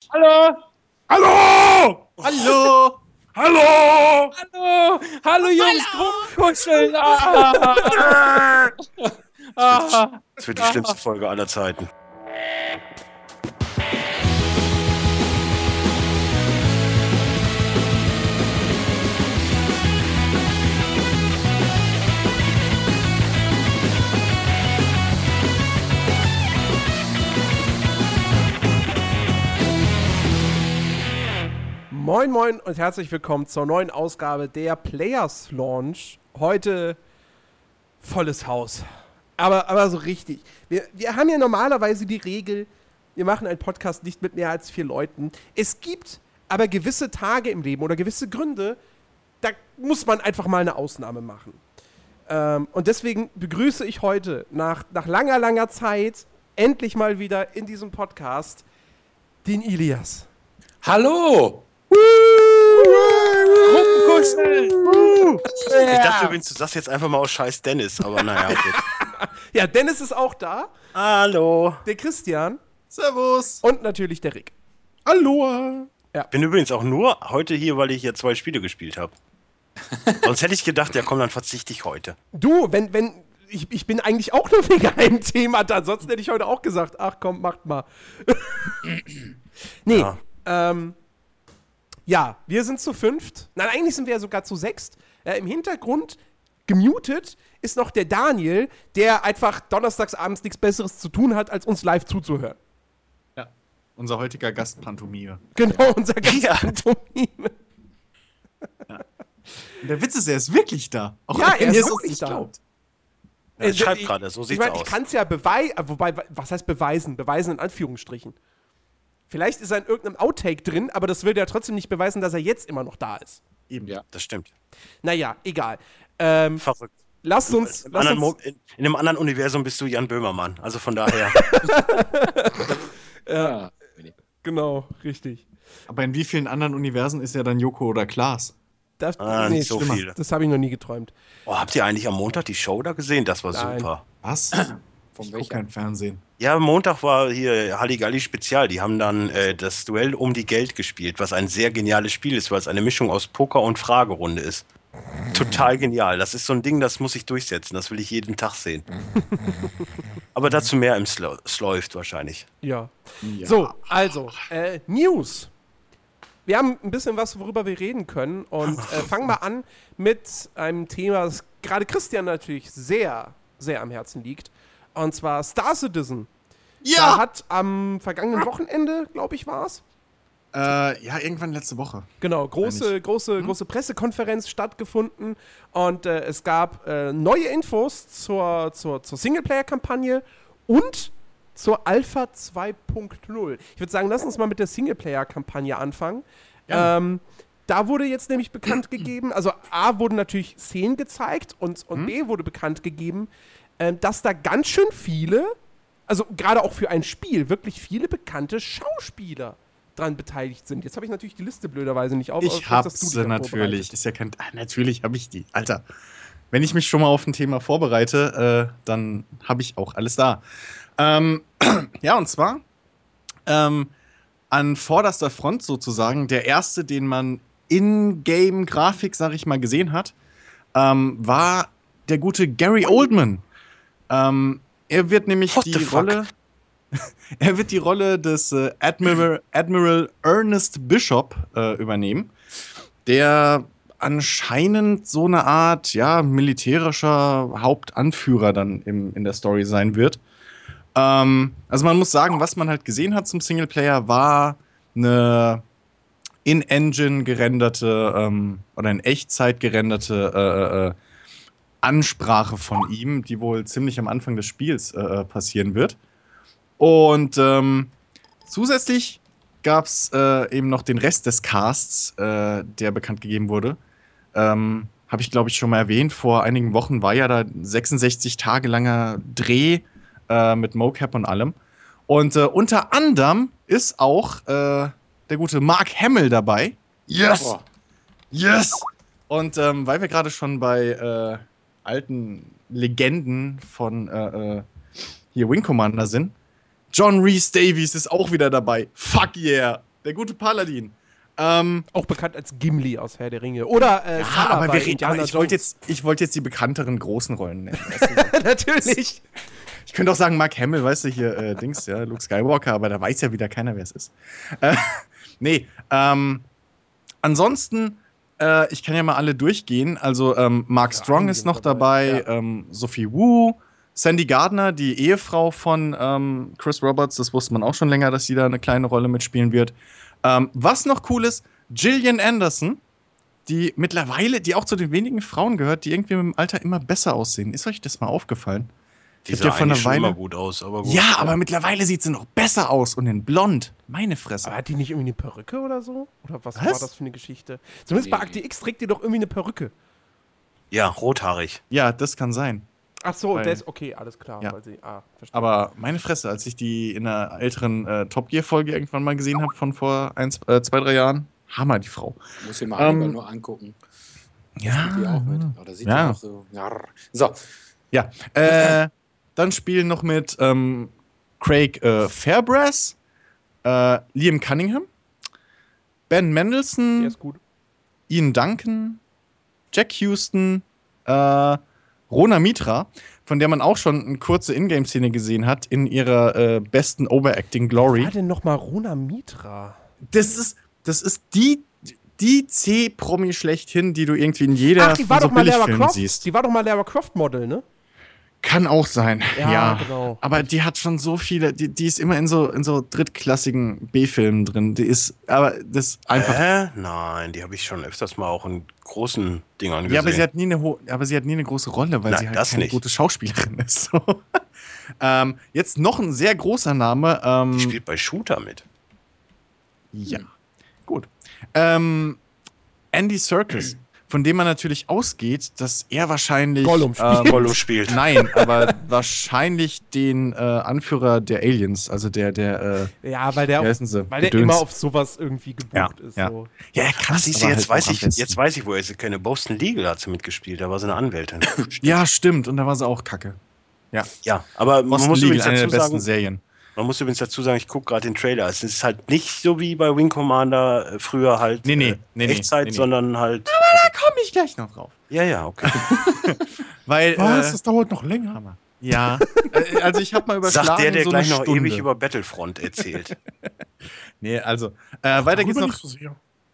Hallo! Hallo! Hallo! Hallo! Hallo! Hallo Jungs, Rumkuscheln! Das wird die schlimmste Folge aller Zeiten. Moin moin und herzlich willkommen zur neuen Ausgabe der Players Launch. Heute volles Haus. Aber so richtig. Wir haben ja normalerweise die Regel, wir machen einen Podcast nicht mit mehr als 4 Leuten. Es gibt aber gewisse Tage im Leben oder gewisse Gründe, da muss man einfach mal eine Ausnahme machen. Und deswegen begrüße ich heute nach langer Zeit endlich mal wieder in diesem Podcast den Ilias. Hallo! Rumkuscheln! Ich dachte übrigens, du sagst jetzt einfach mal aus Scheiß Dennis, aber naja, gut. Ja, Dennis ist auch da. Hallo. Der Christian. Servus! Und natürlich der Rick. Hallo! Ich bin übrigens auch nur heute hier, weil ich hier 2 Spiele gespielt habe. Sonst hätte ich gedacht, ja komm, dann verzichte ich heute. Du, ich bin eigentlich auch nur wegen einem Thema da. Ansonsten hätte ich heute auch gesagt, ach komm, macht mal. Nee, ja, wir sind zu 5. Nein, eigentlich sind wir ja sogar zu 6. Im Hintergrund gemutet ist noch der Daniel, der einfach donnerstags abends nichts Besseres zu tun hat, als uns live zuzuhören. Ja, unser heutiger Gast Pantomime. Genau, unser ganz Pantomime. Und der Witz ist, er ist wirklich da. Auch Ja, er wenn ist ihr es wirklich nicht da. glaubt. Ja, ich schreibe gerade, so sieht's aus. Ich kann es ja beweisen, wobei, was heißt beweisen? Beweisen in Anführungsstrichen. Vielleicht ist er in irgendeinem Outtake drin, aber das will ja trotzdem nicht beweisen, dass er jetzt immer noch da ist. Eben, ja. Das stimmt. Naja, egal. Verrückt. Lasst uns. In einem anderen Universum bist du Jan Böhmermann, also von daher. Ja, genau, richtig. Aber in wie vielen anderen Universen ist er dann Joko oder Klaas? Nicht so schlimmer. viele. Das habe ich noch nie geträumt. Oh, habt ihr eigentlich am Montag die Show da gesehen? Das war Nein. super. Was? Ich gucke kein Fernsehen. Ja, Montag war hier Halligalli Spezial. Die haben dann das Duell um die Geld gespielt, was ein sehr geniales Spiel ist, weil es eine Mischung aus Poker und Fragerunde ist. Total genial. Das ist so ein Ding, das muss ich durchsetzen. Das will ich jeden Tag sehen. Aber dazu mehr im Läuft wahrscheinlich. Ja. Ja. So, also, News. Wir haben ein bisschen was, worüber wir reden können. Und fangen wir an mit einem Thema, das gerade Christian natürlich sehr, sehr am Herzen liegt. Und zwar Star Citizen. Ja! Da hat am vergangenen Wochenende, glaube ich, war es. Ja, irgendwann letzte Woche. Genau, große Pressekonferenz stattgefunden. Und es gab neue Infos zur Singleplayer-Kampagne und zur Alpha 2.0. Ich würde sagen, lass uns mal mit der Singleplayer-Kampagne anfangen. Ja. Da wurde jetzt nämlich bekannt gegeben, also A, wurden natürlich Szenen gezeigt und B, wurde bekannt gegeben, dass da ganz schön viele, also gerade auch für ein Spiel, wirklich viele bekannte Schauspieler dran beteiligt sind. Jetzt habe ich natürlich die Liste blöderweise nicht auf. Ich hab's natürlich. Ist ja kein. Natürlich habe ich die. Alter, wenn ich mich schon mal auf ein Thema vorbereite, dann habe ich auch alles da. Ja, und zwar an vorderster Front sozusagen der erste, den man in-Game-Grafik, sag ich mal, gesehen hat, war der gute Gary Oldman. Er wird nämlich Er wird die Rolle des Admiral Ernest Bishop übernehmen, der anscheinend so eine Art, ja, militärischer Hauptanführer dann in der Story sein wird. Also man muss sagen, was man halt gesehen hat zum Singleplayer, war eine in-Engine gerenderte oder in Echtzeit gerenderte Ansprache von ihm, die wohl ziemlich am Anfang des Spiels passieren wird. Und zusätzlich gab es eben noch den Rest des Casts, der bekannt gegeben wurde. Habe ich, glaube ich, schon mal erwähnt. Vor einigen Wochen war ja da 66 Tage langer Dreh mit Mocap und allem. Und unter anderem ist auch der gute Mark Hamill dabei. Yes! Oh. Yes! Und weil wir gerade schon bei alten Legenden von hier Wing Commander sind, John Rhys Davies ist auch wieder dabei. Fuck yeah! Der gute Paladin. Auch bekannt als Gimli aus Herr der Ringe. Oder Salah aber bei wir reden, Indiana ich wollte jetzt die bekannteren großen Rollen nennen. Weißt du? Natürlich. Ich könnte auch sagen, Mark Hamill, weißt du, hier, Dings, ja, Luke Skywalker, aber da weiß ja wieder keiner, wer es ist. Nee, ansonsten, ich kann ja mal alle durchgehen. Also, Mark Strong ist noch dabei, Sophie Wu, Sandy Gardner, die Ehefrau von Chris Roberts, das wusste man auch schon länger, dass sie da eine kleine Rolle mitspielen wird. Was noch cool ist, Gillian Anderson, die mittlerweile, die auch zu den wenigen Frauen gehört, die irgendwie mit dem Alter immer besser aussehen. Ist euch das mal aufgefallen? Die sah eigentlich schon immer gut aus, aber gut. Ja, aber mittlerweile sieht sie noch besser aus und in blond. Meine Fresse. Aber hat die nicht irgendwie eine Perücke oder so? Oder was war das für eine Geschichte? Zumindest bei Akte X trägt die doch irgendwie eine Perücke. Ja, rothaarig. Ja, das kann sein. Ach so, Weil- okay, alles klar. Ja. Weil sie, verstehe. Aber meine Fresse, als ich die in einer älteren Top Gear-Folge irgendwann mal gesehen habe, von vor 2, 3 Jahren, Hammer, die Frau. Muss ich mal Hannibal nur angucken. Ja. Die auch mit. Oder sieht Ja. die auch so. Ja. So. Ja. Dann spielen noch mit Craig Fairbrass, Liam Cunningham, Ben Der Mendelsohn, ist gut. Ian Duncan, Jack Houston, Rona Mitra, von der man auch schon eine kurze Ingame-Szene gesehen hat, in ihrer besten Overacting Glory. Wer war denn nochmal Rona Mitra? Das ist die C-Promi schlechthin, die du irgendwie in jeder Ach, die war von so doch mal Lara Billigfilmen Croft. siehst. Die war doch mal Lara Croft Model, ne? Kann auch sein, ja. Genau. Aber die hat schon so viele, die ist immer in so drittklassigen B-Filmen drin. Aber das ist einfach. Nein, die habe ich schon öfters mal auch in großen Dingern gesehen. Ja, aber sie hat nie eine große Rolle, weil Nein, sie halt das keine nicht. gute Schauspielerin ist. So. Jetzt noch ein sehr großer Name. Die spielt bei Shooter mit. Ja, gut. Andy Serkis, von dem man natürlich ausgeht, dass er wahrscheinlich Gollum spielt. Gollum spielt. Nein, aber wahrscheinlich den Anführer der Aliens, also der Ja, weil wie heißen sie? der Gedöns. immer auf sowas irgendwie gebucht ist. ja. So. Ja, er kann Ach, siehst du, jetzt weiß ich, wo er ist. Keine Boston Legal hat sie mitgespielt, da war sie eine Anwältin. Ja, stimmt, und da war sie auch kacke. Ja, aber man Boston muss, Legal, übrigens eine der dazu besten sagen, Serien. ich gucke gerade den Trailer. Es ist halt nicht so wie bei Wing Commander früher halt Nee, Echtzeit, sondern halt. Da komme ich gleich noch drauf. Ja, okay. Weil, Das dauert noch länger. ja, also ich habe mal überschlagen, Sagt der so gleich eine noch Stunde. ewig über Battlefront erzählt. Nee, also, weiter geht's Darüber noch. nicht so sehr.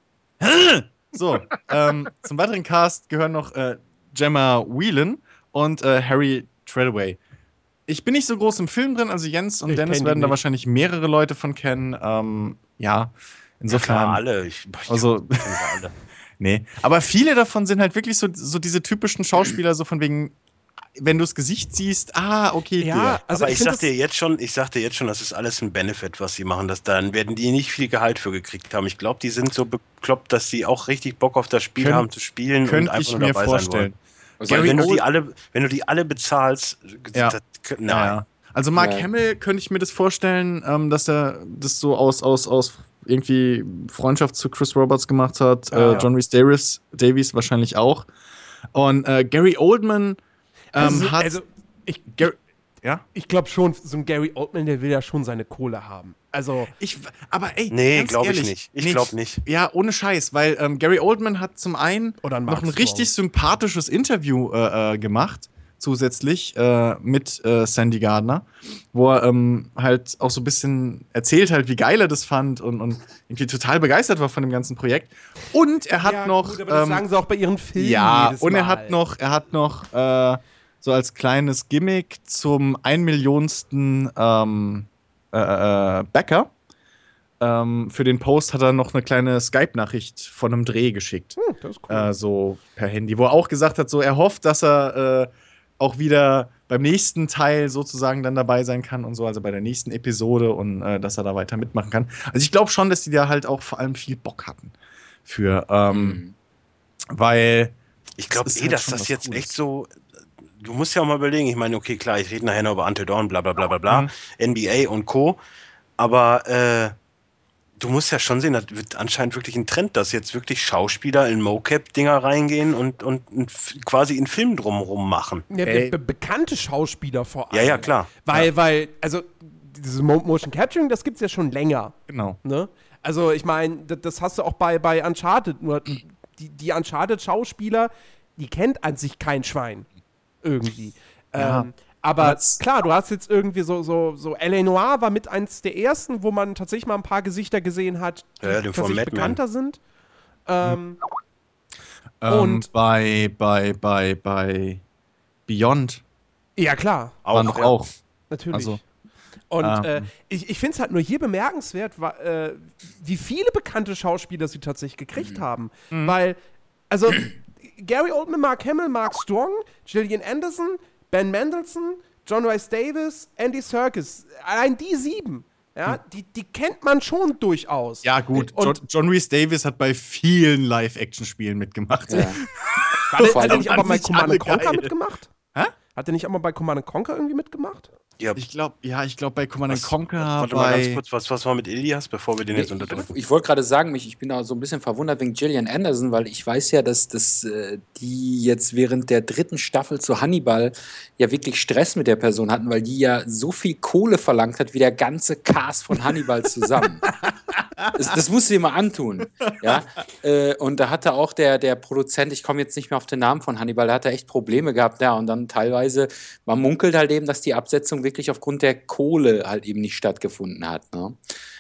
So, zum weiteren Cast gehören noch Gemma Whelan und Harry Treadaway. Ich bin nicht so groß im Film drin, also Jens und Ich Dennis kenn die werden da nicht. wahrscheinlich mehrere Leute von kennen. Ja, insofern. Klar, alle. Also- kennen wir alle. Nee, aber viele davon sind halt wirklich so diese typischen Schauspieler, so von wegen, wenn du das Gesicht siehst, okay, Ja, der. also Aber ich find sag dir jetzt schon, das ist alles ein Benefit, was sie machen. Dann werden die nicht viel Gehalt für gekriegt haben. Ich glaube, die sind so bekloppt, dass sie auch richtig Bock auf das Spiel haben zu spielen und Könnte einfach ich nur mir dabei sein vorstellen. wollen. Also, Weil Gary wenn du die alle bezahlst, Ja. nein. Ja. Also Mark Ja. Hamill könnte ich mir das vorstellen, dass er das so aus irgendwie Freundschaft zu Chris Roberts gemacht hat. Ja. John Rhys Davies wahrscheinlich auch. Und Gary Oldman hat. ich glaube schon, so ein Gary Oldman, der will ja schon seine Kohle haben. Also, Aber ey, Nee, ganz glaube ich ehrlich, nicht. Ich glaube nicht. Ja, ohne Scheiß, weil Gary Oldman hat zum einen Oder ein noch ein Mark richtig sympathisches Interview gemacht, zusätzlich mit Sandy Gardner, wo er halt auch so ein bisschen erzählt halt, wie geil er das fand und irgendwie total begeistert war von dem ganzen Projekt. Und er hat ja, noch gut, aber das sagen sie auch bei ihren Filmen ja, jedes und er Mal. hat noch so als kleines Gimmick zum 1 Millionsten Bäcker. Für den Post hat er noch eine kleine Skype-Nachricht von einem Dreh geschickt. Das ist cool. So per Handy, wo er auch gesagt hat, so er hofft, dass er auch wieder beim nächsten Teil sozusagen dann dabei sein kann und so, also bei der nächsten Episode und dass er da weiter mitmachen kann. Also ich glaube schon, dass die da halt auch vor allem viel Bock hatten für, weil Ich glaube ist halt dass schon das was jetzt Cooles. echt so. Du musst ja auch mal überlegen, ich meine, okay, klar, ich rede nachher noch über Until Dawn, bla bla bla bla bla, NBA und Co. Aber du musst ja schon sehen, das wird anscheinend wirklich ein Trend, dass jetzt wirklich Schauspieler in Mocap-Dinger reingehen und quasi einen Film drumherum machen. Ja, bekannte Schauspieler vor allem. Ja, klar. Weil, also, dieses Motion Capturing, das gibt's ja schon länger. genau. Ne? Also ich meine, das hast du auch bei Uncharted, nur die Uncharted-Schauspieler, die kennt an sich kein Schwein. Irgendwie. Ja. Aber klar, du hast jetzt irgendwie so L.A. Noire war mit eins der ersten, wo man tatsächlich mal ein paar Gesichter gesehen hat, die Ja, den von tatsächlich Mad Men. bekannter sind. Und bei Beyond Ja, klar, war noch auch. natürlich. Also, Und ich finde es halt nur hier bemerkenswert, wie viele bekannte Schauspieler sie tatsächlich gekriegt haben. Weil, also, Gary Oldman, Mark Hamill, Mark Strong, Gillian Anderson, Ben Mendelsohn, John Rhys Davis, Andy Serkis, allein die 7, ja, die kennt man schon durchaus. ja, gut. Und John Rhys Davis hat bei vielen Live-Action-Spielen mitgemacht. Ja. hat er nicht auch mal bei an sich Command alle Conquer geil. mitgemacht? Hä? Hat er nicht auch mal bei Command Conquer irgendwie mitgemacht? Ja, Ich glaube, bei Command Conquer, warte mal ganz kurz, was war mit Ilias, bevor wir den jetzt unterdrücken? Ich wollte gerade sagen, ich bin auch so ein bisschen verwundert wegen Gillian Anderson, weil ich weiß ja, dass die jetzt während der 3. Staffel zu Hannibal ja wirklich Stress mit der Person hatten, weil die ja so viel Kohle verlangt hat wie der ganze Cast von Hannibal zusammen. Das musst du dir mal antun. Ja? Und da hatte auch der Produzent, ich komme jetzt nicht mehr auf den Namen von Hannibal, der hatte echt Probleme gehabt. Ja, und dann teilweise, man munkelt halt eben, dass die Absetzung wirklich aufgrund der Kohle halt eben nicht stattgefunden hat. Ne?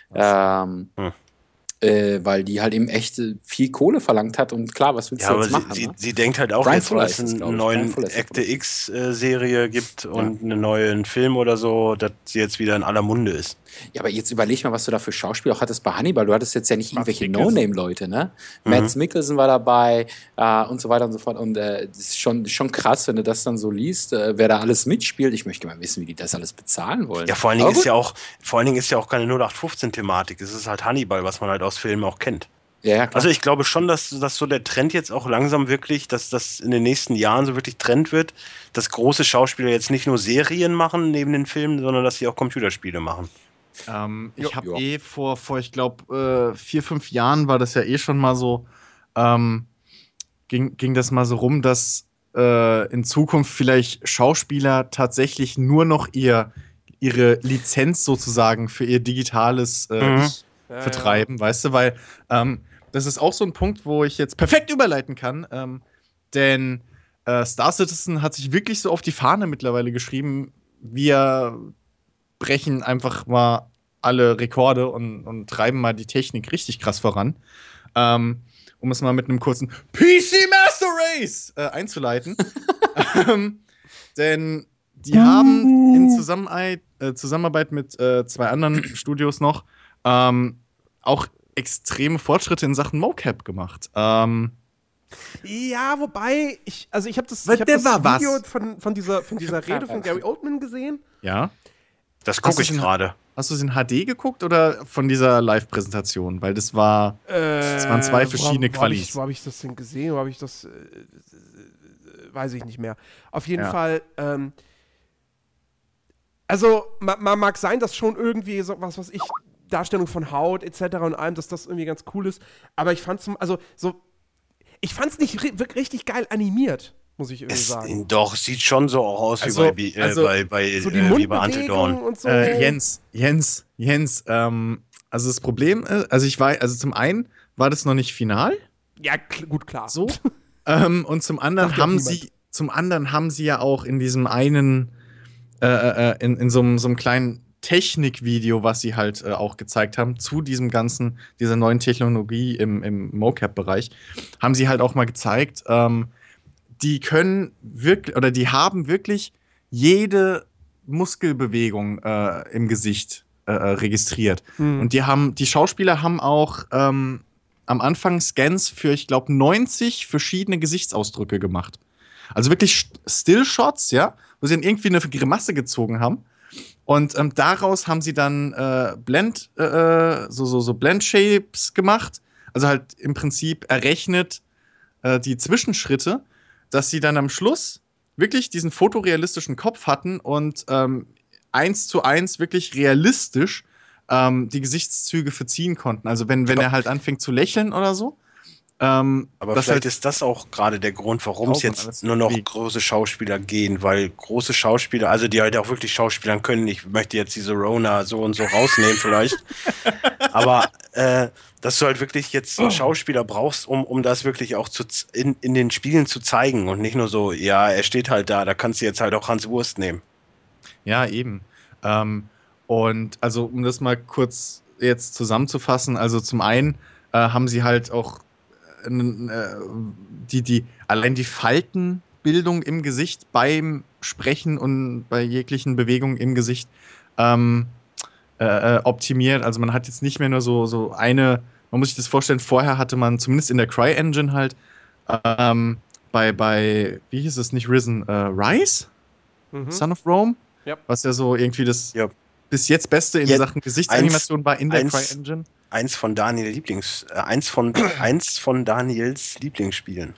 Weil die halt eben echt viel Kohle verlangt hat und klar, was willst Ja, du aber jetzt machen? Ne? sie denkt halt auch Brian jetzt, Fuller weil ist es es, einen glaub ich. neuen Brian Fuller ist der Akte X-Serie gibt und einen neuen Film oder so, dass sie jetzt wieder in aller Munde ist. Ja, aber jetzt überleg mal, was du da für Schauspieler auch hattest bei Hannibal. Du hattest jetzt ja nicht irgendwelche Mikkelsen. No-Name-Leute, ne? Mads Mikkelsen war dabei und so weiter und so fort. Und das ist schon krass, wenn du das dann so liest, wer da alles mitspielt. Ich möchte mal wissen, wie die das alles bezahlen wollen. Ja, vor allen Aber Dingen gut. ist ja auch keine 0815-Thematik. Es ist halt Hannibal, was man halt aus Filmen auch kennt. Ja, klar. Also ich glaube schon, dass so der Trend jetzt auch langsam wirklich, dass das in den nächsten Jahren so wirklich Trend wird, dass große Schauspieler jetzt nicht nur Serien machen neben den Filmen, sondern dass sie auch Computerspiele machen. Ich habe Ja. vor ich glaube, 4, 5 Jahren war das ja schon mal so, ging das mal so rum, dass in Zukunft vielleicht Schauspieler tatsächlich nur noch ihre Lizenz sozusagen für ihr digitales Ich vertreiben, weißt du, weil das ist auch so ein Punkt, wo ich jetzt perfekt überleiten kann, denn Star Citizen hat sich wirklich so auf die Fahne mittlerweile geschrieben, wir brechen einfach mal alle Rekorde und treiben mal die Technik richtig krass voran. Um es mal mit einem kurzen PC Master Race einzuleiten. Denn die haben in Zusammenarbeit mit 2 anderen Studios noch auch extreme Fortschritte in Sachen Mocap gemacht. Ja, wobei, ich habe das Weil der war was. Video von dieser Rede von Gary Oldman gesehen. Ja. Das gucke ich gerade. Hast du es in HD geguckt oder von dieser Live-Präsentation? Weil das waren 2 verschiedene Qualis. Wo habe ich das denn gesehen? Wo habe ich das? Weiß ich nicht mehr. Auf jeden Fall. Also mag sein, dass schon irgendwie so was ich Darstellung von Haut etc. und allem, dass das irgendwie ganz cool ist. Aber ich fand's nicht wirklich richtig geil animiert, muss ich irgendwie sagen. Doch, sieht schon so auch aus Also- wie also- bei So die wie bei Until Mundbewegung Dawn. und so. Jens, also das Problem ist, also zum einen war das noch nicht final, Ja, gut, klar. so, und zum anderen Sagt ja auch haben sie ja auch in diesem einen, in so einem kleinen Technikvideo, was sie halt auch gezeigt haben, zu dieser neuen Technologie im Mocap-Bereich, haben sie halt auch mal gezeigt, die können wirklich, oder die haben wirklich jede Muskelbewegung im Gesicht registriert. Und die Schauspieler haben auch am Anfang Scans für, ich glaube, 90 verschiedene Gesichtsausdrücke gemacht. Also wirklich Stillshots, ja, wo sie dann irgendwie eine Grimasse gezogen haben. Und daraus haben sie dann Blend-Shapes gemacht. Also halt im Prinzip errechnet die Zwischenschritte, dass sie dann am Schluss wirklich diesen fotorealistischen Kopf hatten und 1:1 wirklich realistisch die Gesichtszüge verziehen konnten. Also wenn er halt anfängt zu lächeln oder so, Aber das vielleicht ist das auch gerade der Grund, warum es Augen jetzt alles nur noch bewegt. große Schauspieler gehen, weil große Schauspieler, also die halt auch wirklich schauspielern können, ich möchte jetzt diese Rona so und so rausnehmen vielleicht, aber dass du halt wirklich jetzt Schauspieler brauchst, um das wirklich auch in den Spielen zu zeigen und nicht nur so, ja, er steht halt da kannst du jetzt halt auch Hans Wurst nehmen. Ja, eben. Und also, um das mal kurz jetzt zusammenzufassen, also zum einen haben sie halt auch allein die Faltenbildung im Gesicht beim Sprechen und bei jeglichen Bewegungen im Gesicht ähm, optimiert. Also man hat jetzt nicht mehr nur so eine, man muss sich das vorstellen, vorher hatte man zumindest in der Cry-Engine halt wie hieß es, nicht Risen, Rise? Son of Rome? Ja. Was ja so irgendwie das Ja. bis jetzt Beste in Jetzt Sachen Gesichtsanimation war in der Cry-Engine. Eins von Daniels Lieblingsspielen.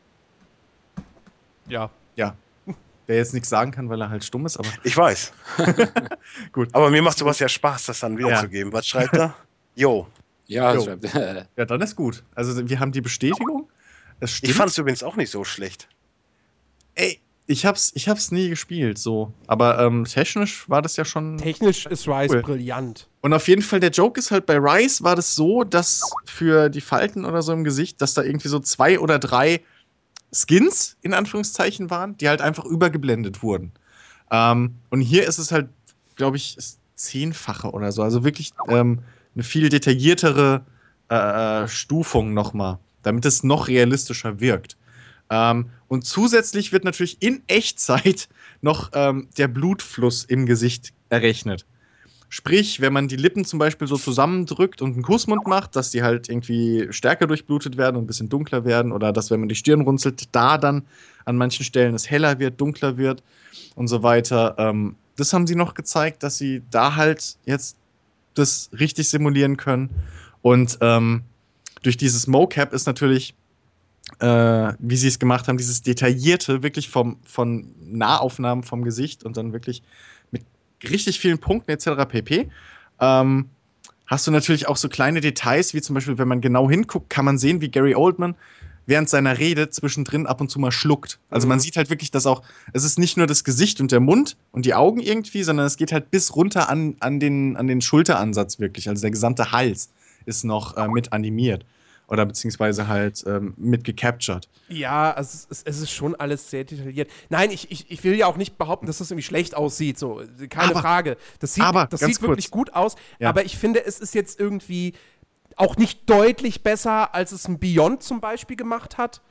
Ja. Ja. Der jetzt nichts sagen kann, weil er halt stumm ist, aber Ich weiß. gut. Aber mir macht sowas ja Spaß, das dann wiederzugeben. Was schreibt er? Jo. Ja, Jo. Ja, dann ist gut. Also wir haben die Bestätigung. Es stimmt. Ich fand es übrigens auch nicht so schlecht. Ey, ich hab's nie gespielt, so. Aber technisch war das ja schon. Technisch ist Rise Cool. brillant. Und auf jeden Fall, der Joke ist halt, bei Rise war das so, dass für die Falten oder so im Gesicht, dass da irgendwie so 2 oder 3 Skins, in Anführungszeichen, waren, die halt einfach übergeblendet wurden. Und hier ist es halt, glaube ich, das 10-fache oder so. Also wirklich eine viel detailliertere Stufung nochmal, damit es noch realistischer wirkt. Und zusätzlich wird natürlich in Echtzeit noch der Blutfluss im Gesicht errechnet. Sprich, wenn man die Lippen zum Beispiel so zusammendrückt und einen Kussmund macht, dass die halt irgendwie stärker durchblutet werden und ein bisschen dunkler werden, oder dass, wenn man die Stirn runzelt, da dann an manchen Stellen es heller wird, dunkler wird und so weiter. Das haben sie noch gezeigt, dass sie da halt jetzt das richtig simulieren können. Und durch dieses Mocap ist natürlich, wie sie es gemacht haben, dieses Detaillierte, wirklich von Nahaufnahmen vom Gesicht und dann wirklich mit richtig vielen Punkten etc. pp. Hast du natürlich auch so kleine Details, wie zum Beispiel, wenn man genau hinguckt, kann man sehen, wie Gary Oldman während seiner Rede zwischendrin ab und zu mal schluckt. Also man sieht halt wirklich, dass auch, es ist nicht nur das Gesicht und der Mund und die Augen irgendwie, sondern es geht halt bis runter an den Schulteransatz wirklich. Also der gesamte Hals ist noch mit animiert. Oder beziehungsweise halt mit gecaptured. Ja, also es ist schon alles sehr detailliert. Nein, ich will ja auch nicht behaupten, dass das irgendwie schlecht aussieht. So, keine Frage. Das sieht wirklich gut aus. Ja. Aber ich finde, es ist jetzt irgendwie auch nicht deutlich besser, als es ein Beyond zum Beispiel gemacht hat.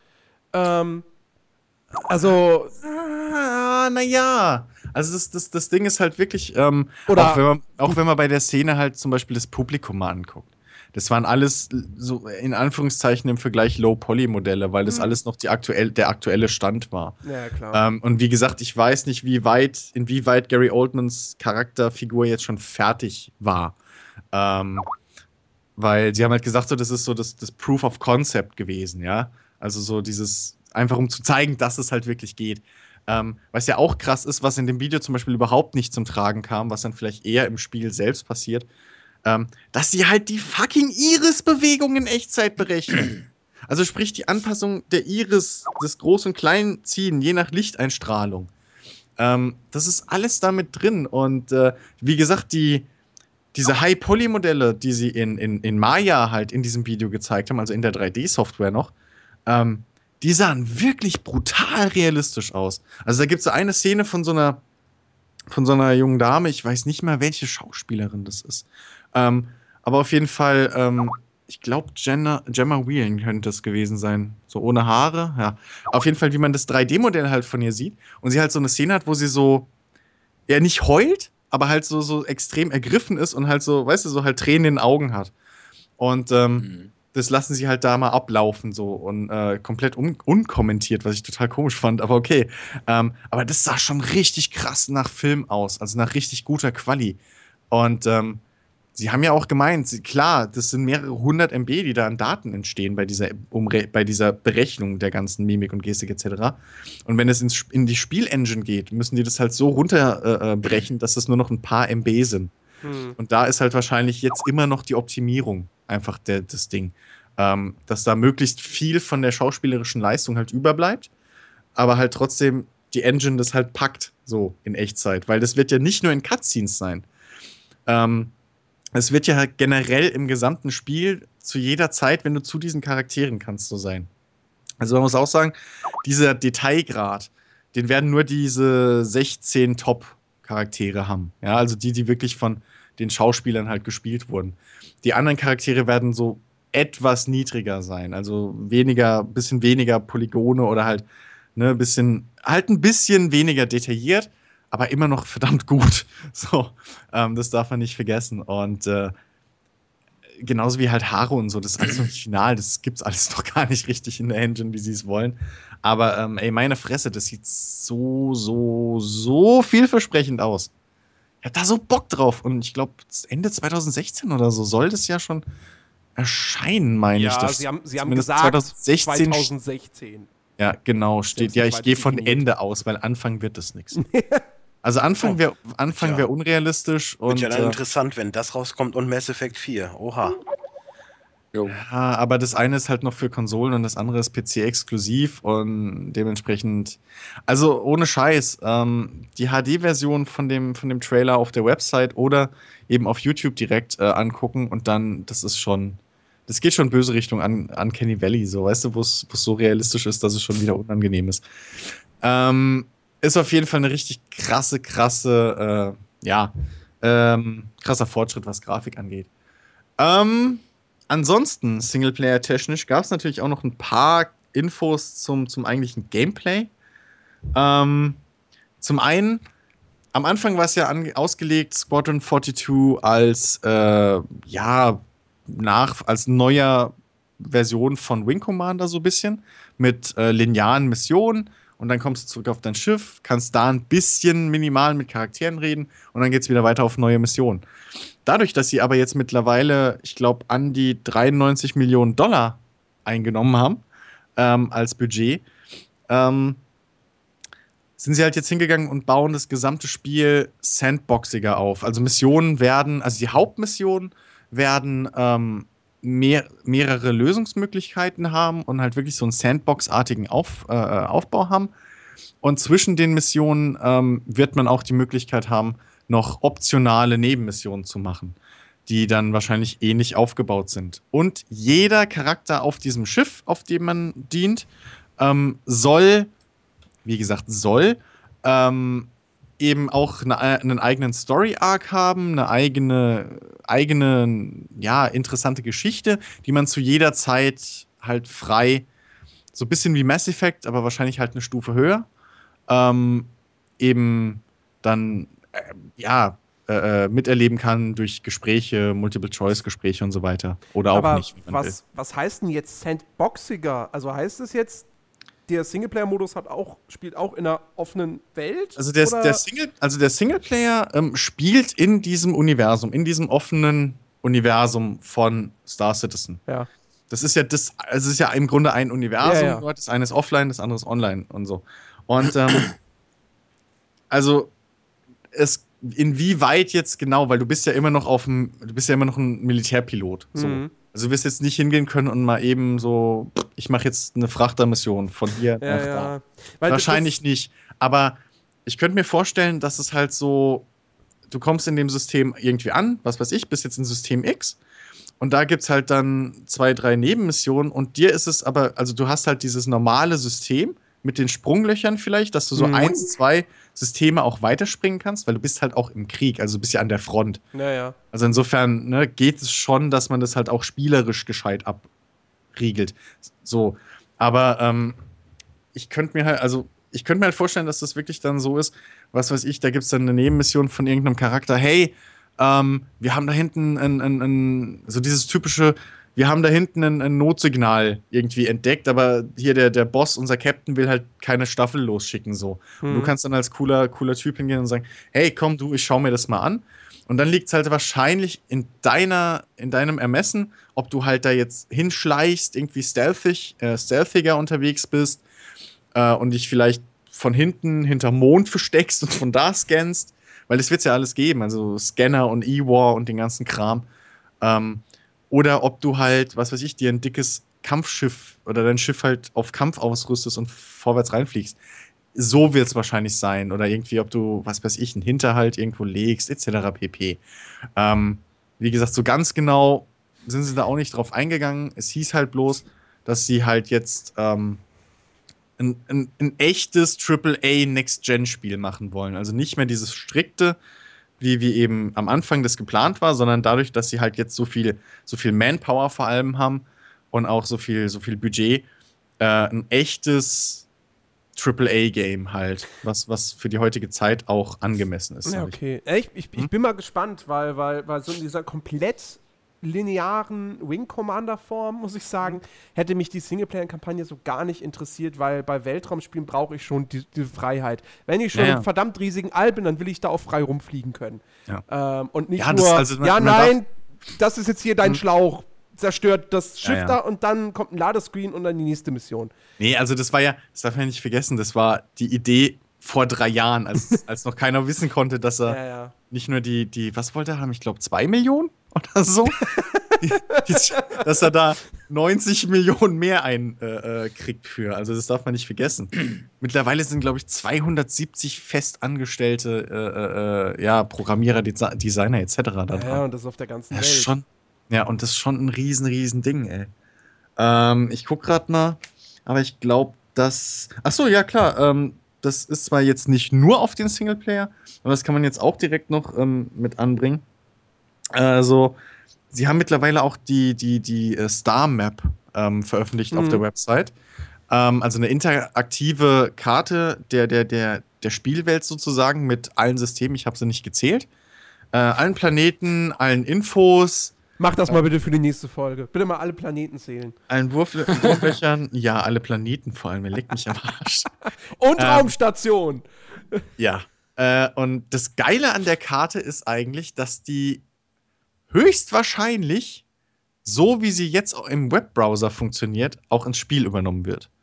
Also. Naja. Also das Ding ist halt wirklich, oder auch wenn man bei der Szene halt zum Beispiel das Publikum mal anguckt. Das waren alles so in Anführungszeichen im Vergleich Low-Poly-Modelle, weil das alles noch der aktuelle Stand war. Ja, klar. Und wie gesagt, ich weiß nicht, inwieweit Gary Oldmans Charakterfigur jetzt schon fertig war. Weil sie haben halt gesagt, so, das ist so das Proof of Concept gewesen, ja. Also so dieses, einfach um zu zeigen, dass es halt wirklich geht. Was ja auch krass ist, was in dem Video zum Beispiel überhaupt nicht zum Tragen kam, was dann vielleicht eher im Spiel selbst passiert, dass sie halt die fucking Iris-Bewegung in Echtzeit berechnen. Also sprich die Anpassung der Iris, das Groß- und Kleinziehen, je nach Lichteinstrahlung. Das ist alles damit drin. Und wie gesagt, diese High-Poly-Modelle, die sie in Maya halt in diesem Video gezeigt haben, also in der 3D-Software noch, die sahen wirklich brutal realistisch aus. Also da gibt es so eine Szene von so einer jungen Dame, ich weiß nicht mehr, welche Schauspielerin das ist. Aber auf jeden Fall, ich glaube, Gemma Whelan könnte das gewesen sein. So ohne Haare, ja. Auf jeden Fall, wie man das 3D-Modell halt von ihr sieht. Und sie halt so eine Szene hat, wo sie so, ja, nicht heult, aber halt so extrem ergriffen ist und halt so, weißt du, so halt Tränen in den Augen hat. Und das lassen sie halt da mal ablaufen so und komplett unkommentiert, was ich total komisch fand, aber okay. Aber das sah schon richtig krass nach Film aus, also nach richtig guter Quali. Und sie haben ja auch gemeint, klar, das sind mehrere 100 MB, die da an Daten entstehen bei dieser Berechnung der ganzen Mimik und Gestik etc. Und wenn es in die Spielengine geht, müssen die das halt so runterbrechen, dass es nur noch ein paar MB sind. Und da ist halt wahrscheinlich jetzt immer noch die Optimierung einfach das Ding. Dass da möglichst viel von der schauspielerischen Leistung halt überbleibt, aber halt trotzdem die Engine das halt packt, so in Echtzeit. Weil das wird ja nicht nur in Cutscenes sein. Es wird ja halt generell im gesamten Spiel zu jeder Zeit, wenn du zu diesen Charakteren kannst, so sein. Also man muss auch sagen, dieser Detailgrad, den werden nur diese 16 Top-Charaktere haben. Ja, also die wirklich von den Schauspielern halt gespielt wurden. Die anderen Charaktere werden so etwas niedriger sein. Also bisschen weniger Polygone oder halt ein bisschen weniger detailliert, aber immer noch verdammt gut. So, das darf man nicht vergessen. Und genauso wie halt Haare und so, das ist alles noch nicht final, das gibt's alles noch gar nicht richtig in der Engine, wie sie es wollen. Aber ey, meine Fresse, das sieht so vielversprechend aus. Ich hab da so Bock drauf. Und ich glaube, Ende 2016 oder so soll das ja schon erscheinen, meine ich. Ja, Das sie haben zumindest gesagt 2016. Ja, genau, steht. Ja, ich gehe von Ende aus, weil Anfang wird das nichts. Also Anfang wäre unrealistisch. Wird ja und dann interessant, wenn das rauskommt und Mass Effect 4. Oha. Jo. ja, aber das eine ist halt noch für Konsolen und das andere ist PC-exklusiv und dementsprechend, also ohne Scheiß, die HD-Version von dem Trailer auf der Website oder eben auf YouTube direkt angucken und dann, das geht schon böse Richtung an Kenny Valley, so, weißt du, wo es so realistisch ist, dass es schon wieder unangenehm ist. Ist auf jeden Fall eine richtig krasser Fortschritt, was Grafik angeht. Ansonsten, Singleplayer-technisch, gab es natürlich auch noch ein paar Infos zum eigentlichen Gameplay. Zum einen, am Anfang war es ja ausgelegt, Squadron 42 als als neuer Version von Wing Commander so ein bisschen, mit linearen Missionen. Und dann kommst du zurück auf dein Schiff, kannst da ein bisschen minimal mit Charakteren reden und dann geht's wieder weiter auf neue Missionen. Dadurch, dass sie aber jetzt mittlerweile, ich glaube, an die $93 Millionen eingenommen haben als Budget, sind sie halt jetzt hingegangen und bauen das gesamte Spiel sandboxiger auf. Also die Hauptmissionen werden mehrere Lösungsmöglichkeiten haben und halt wirklich so einen Sandbox-artigen Aufbau haben. Und zwischen den Missionen wird man auch die Möglichkeit haben, noch optionale Nebenmissionen zu machen, die dann wahrscheinlich ähnlich aufgebaut sind. Und jeder Charakter auf diesem Schiff, auf dem man dient, soll eben auch einen eigenen Story-Arc haben, eine eigene interessante Geschichte, die man zu jeder Zeit halt frei, so ein bisschen wie Mass Effect, aber wahrscheinlich halt eine Stufe höher, eben dann miterleben kann durch Gespräche, Multiple-Choice-Gespräche und so weiter. Oder aber auch nicht, wie man will. Was heißt denn jetzt Sandboxiger? Also heißt es jetzt, der Singleplayer-Modus spielt auch in einer offenen Welt? Also der Singleplayer spielt in diesem Universum, in diesem offenen Universum von Star Citizen. Ja. Das ist ja im Grunde ein Universum, Ja. nur das eine ist offline, das andere ist online und so. Und also inwieweit jetzt genau, weil du bist ja immer noch ein Militärpilot. So. Also du wirst jetzt nicht hingehen können und mal eben so, ich mache jetzt eine Frachtermission von hier nach da. Wahrscheinlich nicht. Aber ich könnte mir vorstellen, dass es halt so, du kommst in dem System irgendwie an, was weiß ich, bist jetzt in System X und da gibt's halt dann 2, 3 Nebenmissionen und dir ist es aber, also du hast halt dieses normale System mit den Sprunglöchern vielleicht, dass du so 1, 2 Systeme auch weiterspringen kannst, weil du bist halt auch im Krieg, also du bist ja an der Front. Ja. Also insofern geht es schon, dass man das halt auch spielerisch gescheit abriegelt. So, aber ich könnte mir halt vorstellen, dass das wirklich dann so ist, was weiß ich, da gibt es dann eine Nebenmission von irgendeinem Charakter, hey, wir haben da hinten so dieses typische, wir haben da hinten ein Notsignal irgendwie entdeckt, aber hier der Boss, unser Captain, will halt keine Staffel losschicken, so. Und du kannst dann als cooler Typ hingehen und sagen, hey, komm du, ich schau mir das mal an. Und dann liegt es halt wahrscheinlich in deinem Ermessen, ob du halt da jetzt hinschleichst, irgendwie stealthiger unterwegs bist und dich vielleicht von hinterm Mond versteckst und von da scannst, weil das wird es ja alles geben, also Scanner und E-War und den ganzen Kram. oder ob du halt, was weiß ich, dir ein dickes Kampfschiff oder dein Schiff halt auf Kampf ausrüstest und vorwärts reinfliegst. So wird es wahrscheinlich sein. Oder irgendwie, ob du, was weiß ich, einen Hinterhalt irgendwo legst, etc. pp. Wie gesagt, so ganz genau sind sie da auch nicht drauf eingegangen. Es hieß halt bloß, dass sie halt jetzt ein echtes AAA Next-Gen-Spiel machen wollen. Also nicht mehr dieses strikte, wie eben am Anfang das geplant war, sondern dadurch, dass sie halt jetzt so viel Manpower vor allem haben und auch so viel Budget, ein echtes AAA-Game halt, was für die heutige Zeit auch angemessen ist. Ja, okay. Ich bin mal gespannt, weil so in dieser komplett linearen Wing-Commander-Form, muss ich sagen, hätte mich die Singleplayer-Kampagne so gar nicht interessiert, weil bei Weltraumspielen brauche ich schon diese Freiheit. Wenn ich schon einen verdammt riesigen All bin, dann will ich da auch frei rumfliegen können. Ja. Und nicht Ja, nur, also, das ist jetzt hier dein Schlauch, zerstört das Schiff da und dann kommt ein Ladescreen und dann die nächste Mission. Nee, also das darf man nicht vergessen, das war die Idee vor 3 Jahren, als noch keiner wissen konnte, dass er nicht nur die, was wollte er haben, ich glaube 2 Millionen oder so, dass er da 90 Millionen mehr kriegt für. Also das darf man nicht vergessen. Mittlerweile sind, glaube ich, 270 festangestellte Programmierer, Designer etc. da dran. Ja, und das auf der ganzen Welt. Und das ist schon ein riesen Ding, ey. Ich guck gerade mal, aber ich glaube, achso, ja klar, das ist zwar jetzt nicht nur auf den Singleplayer, aber das kann man jetzt auch direkt noch mit anbringen. Also, sie haben mittlerweile auch die Star Map veröffentlicht auf der Website. Also eine interaktive Karte der Spielwelt sozusagen mit allen Systemen, ich habe sie nicht gezählt. Allen Planeten, allen Infos. Mach das mal bitte für die nächste Folge. Bitte mal alle Planeten zählen. Allen Wurflöchern, ja, alle Planeten vor allem, er leckt mich am Arsch. Und Raumstation. Ja. Und das Geile an der Karte ist eigentlich, dass die höchstwahrscheinlich, so wie sie jetzt auch im Webbrowser funktioniert, auch ins Spiel übernommen wird.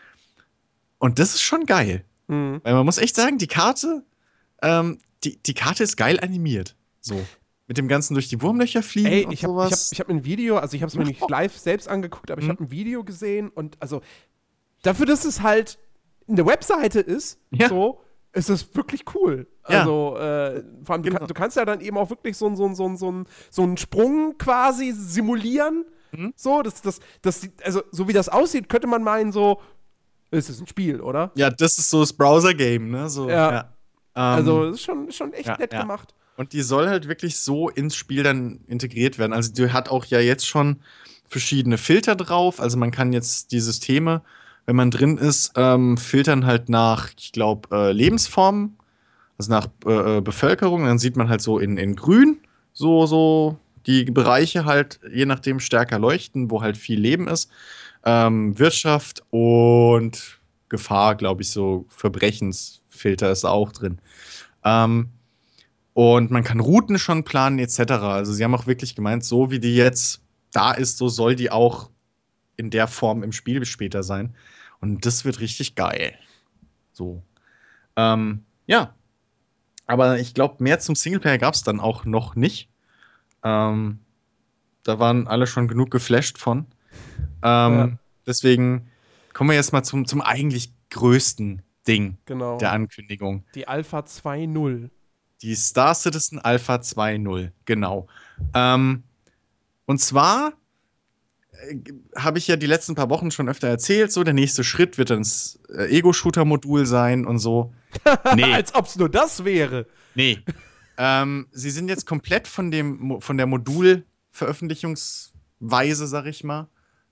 Und das ist schon geil. Weil man muss echt sagen, die Karte, die Karte ist geil animiert. So. Mit dem Ganzen durch die Wurmlöcher fliegen und sowas. Ich hab ein Video, also ich habe es mir nicht live selbst angeguckt, aber ich habe ein Video gesehen und also dafür, dass es halt eine Webseite ist, so, ist es wirklich cool. Ja. Also, vor allem, du kannst ja dann eben auch wirklich so einen Sprung quasi simulieren. So, also, so wie das aussieht, könnte man meinen, so, es ist ein Spiel, oder? Ja, das ist so das Browser-Game, ne? So, also, es ist schon echt nett gemacht. Und die soll halt wirklich so ins Spiel dann integriert werden. Also die hat auch ja jetzt schon verschiedene Filter drauf. Also man kann jetzt die Systeme, wenn man drin ist, filtern halt nach, ich glaube, Lebensformen, also nach Bevölkerung. Dann sieht man halt so in grün so die Bereiche halt je nachdem stärker leuchten, wo halt viel Leben ist. Wirtschaft und Gefahr, glaube ich, so Verbrechensfilter ist auch drin. Und man kann Routen schon planen, etc. Also sie haben auch wirklich gemeint, so wie die jetzt da ist, so soll die auch in der Form im Spiel später sein. Und das wird richtig geil. So. Ja. Aber ich glaube, mehr zum Singleplayer gab es dann auch noch nicht. Da waren alle schon genug geflasht von. Deswegen kommen wir jetzt mal zum eigentlich größten Ding der Ankündigung. Die Alpha 2.0. Die Star Citizen Alpha 2.0, genau. Und zwar habe ich ja die letzten paar Wochen schon öfter erzählt, so der nächste Schritt wird dann das Ego-Shooter-Modul sein und so. Nee. Als ob es nur das wäre. Nee. Sie sind jetzt komplett von der Modul-Veröffentlichungsweise, sag ich mal,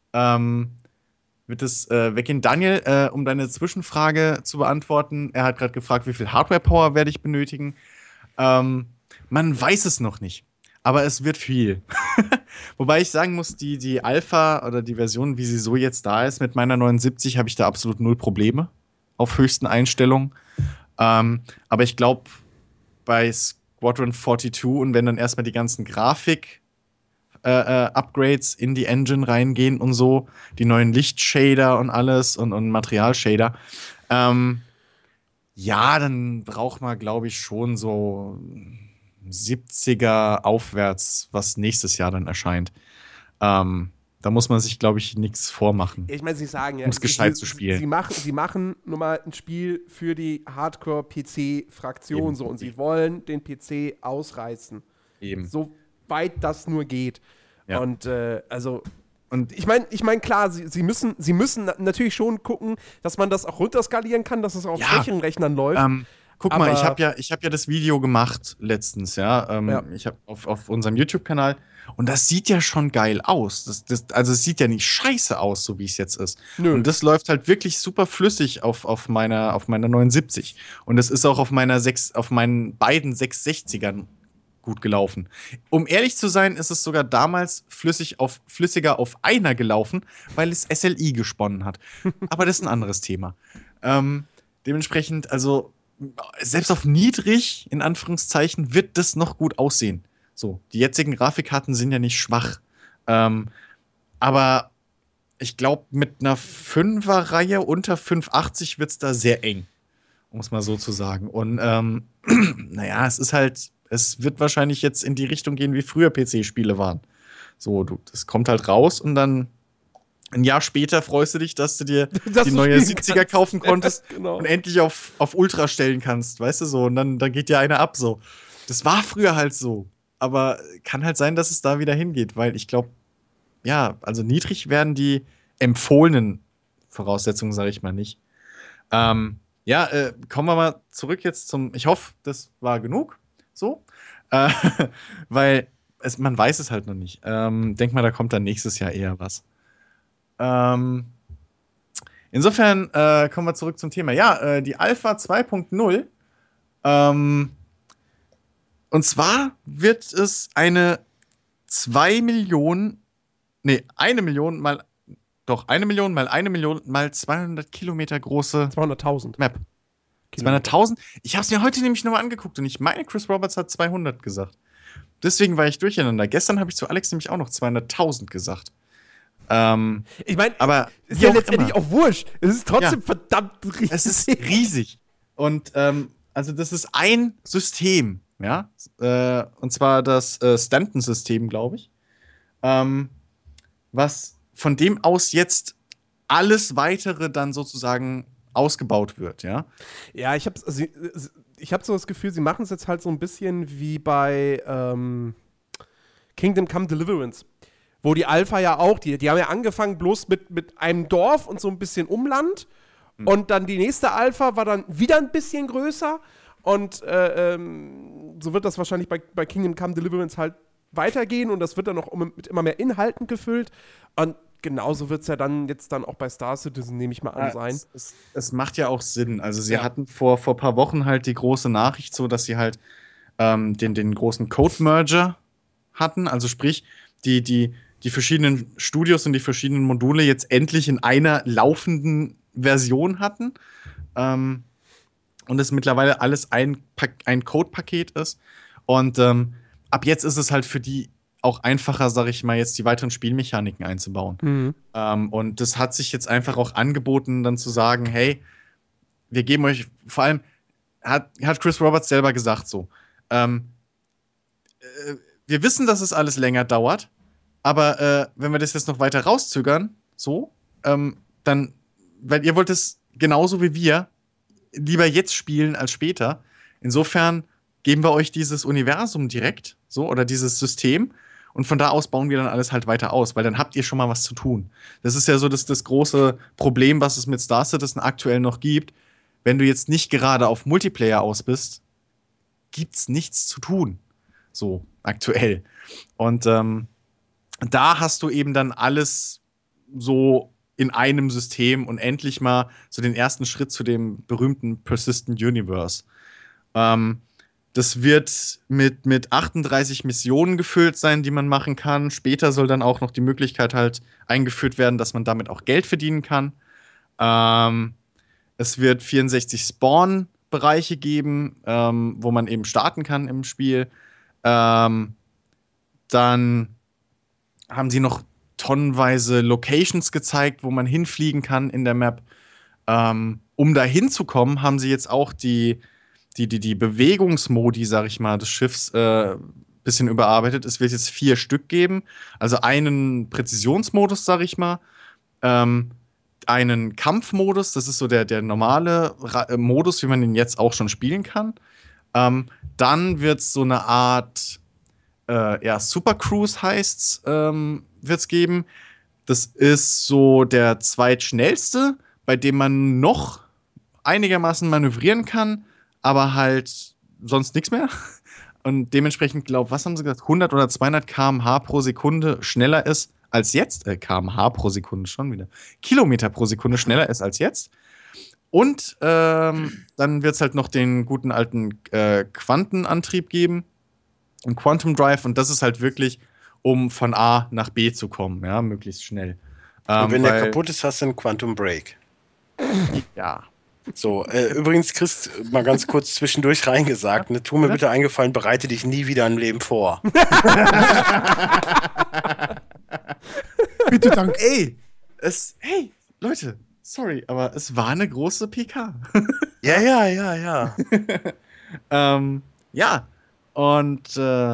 wird es weggehen. Daniel, um deine Zwischenfrage zu beantworten, er hat gerade gefragt, wie viel Hardware-Power werde ich benötigen. Man weiß es noch nicht, aber es wird viel. Wobei ich sagen muss, die Alpha oder die Version, wie sie so jetzt da ist, mit meiner 79 habe ich da absolut 0 Probleme auf höchsten Einstellungen. Aber ich glaube, bei Squadron 42 und wenn dann erstmal die ganzen Grafik-Upgrades in die Engine reingehen und so, die neuen Lichtshader und alles und Materialshader, ja, dann braucht man, glaube ich, schon so 70er aufwärts, was nächstes Jahr dann erscheint. Da muss man sich, glaube ich, nichts vormachen. Ich meine, sie sagen ja, um es gescheit zu spielen. Sie machen nur mal ein Spiel für die Hardcore-PC-Fraktion Eben. so und sie wollen den PC ausreißen. Eben. Soweit das nur geht. Ja. Und Und ich meine, klar, sie müssen natürlich schon gucken, dass man das auch runterskalieren kann, dass es auf schwächeren Rechnern läuft. guck mal, ich habe ja das Video gemacht letztens, ja. Ja. Ich habe auf unserem YouTube-Kanal und das sieht ja schon geil aus. Also es sieht ja nicht scheiße aus, so wie es jetzt ist. Nö. Und das läuft halt wirklich super flüssig auf meiner 79. Und es ist auch auf meinen beiden 660ern gut gelaufen. Um ehrlich zu sein, ist es sogar damals flüssiger auf einer gelaufen, weil es SLI gesponnen hat. Aber das ist ein anderes Thema. Dementsprechend, also selbst auf niedrig, in Anführungszeichen, wird das noch gut aussehen. So, die jetzigen Grafikkarten sind ja nicht schwach. Aber ich glaube, mit einer 5er-Reihe unter 580 wird es da sehr eng. Um es mal so zu sagen. Und naja, es wird wahrscheinlich jetzt in die Richtung gehen, wie früher PC-Spiele waren. So, das kommt halt raus und dann ein Jahr später freust du dich, dass du dir die neue 70er kaufen konntest Genau. und endlich auf Ultra stellen kannst, weißt du so. Und dann geht dir einer ab so. Das war früher halt so. Aber kann halt sein, dass es da wieder hingeht, weil ich glaube, ja, also niedrig werden die empfohlenen Voraussetzungen, sage ich mal nicht. Kommen wir mal zurück jetzt zum. Ich hoffe, das war genug. So. Weil man weiß es halt noch nicht. Denk mal, da kommt dann nächstes Jahr eher was. Insofern kommen wir zurück zum Thema. Ja, die Alpha 2.0. Und zwar wird es eine 1 Million mal 1 Million mal 200 Kilometer große 200.000. Map. 200.000? Ich habe es mir heute nämlich nochmal angeguckt und ich meine, Chris Roberts hat 200 gesagt. Deswegen war ich durcheinander. Gestern habe ich zu Alex nämlich auch noch 200.000 gesagt. Ich meine, aber ist ja letztendlich auch wurscht. Es ist trotzdem verdammt riesig. Es ist riesig. Und also das ist ein System, ja. Und zwar das Stanton-System, glaube ich. Was von dem aus jetzt alles weitere dann sozusagen ausgebaut wird, ja. Ja, ich habe so das Gefühl, sie machen es jetzt halt so ein bisschen wie bei Kingdom Come Deliverance. Wo die Alpha ja auch, die haben ja angefangen bloß mit einem Dorf und so ein bisschen Umland. Und dann die nächste Alpha war dann wieder ein bisschen größer. Und so wird das wahrscheinlich bei Kingdom Come Deliverance halt weitergehen. Und das wird dann noch mit immer mehr Inhalten gefüllt. Und genauso wird es ja dann jetzt auch bei Star Citizen, nehme ich mal an, sein. Es macht ja auch Sinn. Also sie hatten vor ein paar Wochen halt die große Nachricht so, dass sie halt den großen Code-Merger hatten. Also sprich, die verschiedenen Studios und die verschiedenen Module jetzt endlich in einer laufenden Version hatten. Und es mittlerweile alles ein Code-Paket ist. Und ab jetzt ist es halt für die auch einfacher, sag ich mal, jetzt die weiteren Spielmechaniken einzubauen. Mhm. Und das hat sich jetzt einfach auch angeboten, dann zu sagen, hey, wir geben euch, vor allem hat Chris Roberts selber gesagt so, wir wissen, dass es alles länger dauert, aber wenn wir das jetzt noch weiter rauszögern, so, dann, weil ihr wollt es genauso wie wir lieber jetzt spielen als später. Insofern geben wir euch dieses Universum direkt, so, oder dieses System. Und von da aus bauen wir dann alles halt weiter aus, weil dann habt ihr schon mal was zu tun. Das ist ja so das große Problem, was es mit Star Citizen aktuell noch gibt. Wenn du jetzt nicht gerade auf Multiplayer aus bist, gibt's nichts zu tun. So, aktuell. Und da hast du eben dann alles so in einem System und endlich mal so den ersten Schritt zu dem berühmten Persistent Universe. Das wird mit 38 Missionen gefüllt sein, die man machen kann. Später soll dann auch noch die Möglichkeit halt eingeführt werden, dass man damit auch Geld verdienen kann. Es wird 64 Spawn-Bereiche geben, wo man eben starten kann im Spiel. Dann haben sie noch tonnenweise Locations gezeigt, wo man hinfliegen kann in der Map. Um da hinzukommen, haben sie jetzt auch die Bewegungsmodi, sag ich mal, des Schiffs bisschen überarbeitet. Es wird jetzt 4 Stück geben. Also einen Präzisionsmodus, sag ich mal. Einen Kampfmodus, das ist so der normale Modus, wie man den jetzt auch schon spielen kann. Dann wird es so eine Art Super Cruise heißt's, wird's geben. Das ist so der zweitschnellste, bei dem man noch einigermaßen manövrieren kann, aber halt sonst nichts mehr. Und dementsprechend, was haben sie gesagt, 100 oder 200 km/h pro Sekunde schneller ist als jetzt. km/h pro Sekunde schon wieder. Kilometer pro Sekunde schneller ist als jetzt. Und dann wird es halt noch den guten alten Quantenantrieb geben. Ein Quantum Drive. Und das ist halt wirklich, um von A nach B zu kommen. Ja, möglichst schnell. Und wenn der kaputt ist, hast du einen Quantum Break. Ja. So, übrigens, Chris, mal ganz kurz zwischendurch reingesagt, ne, tu mir bitte eingefallen, bereite dich nie wieder im Leben vor. Bitte, danke. Hey, Leute, sorry, aber es war eine große PK. Ja. Ja, und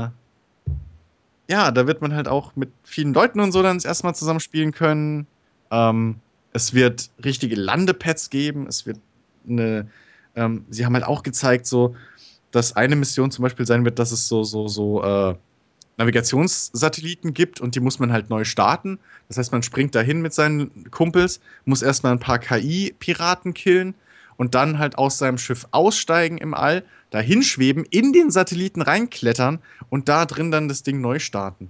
da wird man halt auch mit vielen Leuten und so dann erstmal zusammen spielen können. Es wird richtige Landepads geben. Es wird sie haben halt auch gezeigt, so, dass eine Mission zum Beispiel sein wird, dass es so Navigationssatelliten gibt und die muss man halt neu starten. Das heißt, man springt dahin mit seinen Kumpels, muss erstmal ein paar KI-Piraten killen und dann halt aus seinem Schiff aussteigen im All, dahin schweben, in den Satelliten reinklettern und da drin dann das Ding neu starten.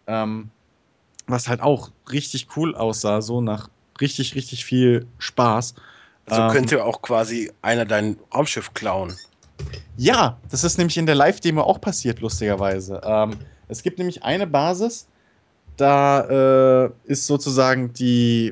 Was halt auch richtig cool aussah, so nach richtig, richtig viel Spaß. Also könnte auch quasi einer dein Raumschiff klauen. Ja, das ist nämlich in der Live-Demo auch passiert, lustigerweise. Es gibt nämlich eine Basis, da ist sozusagen die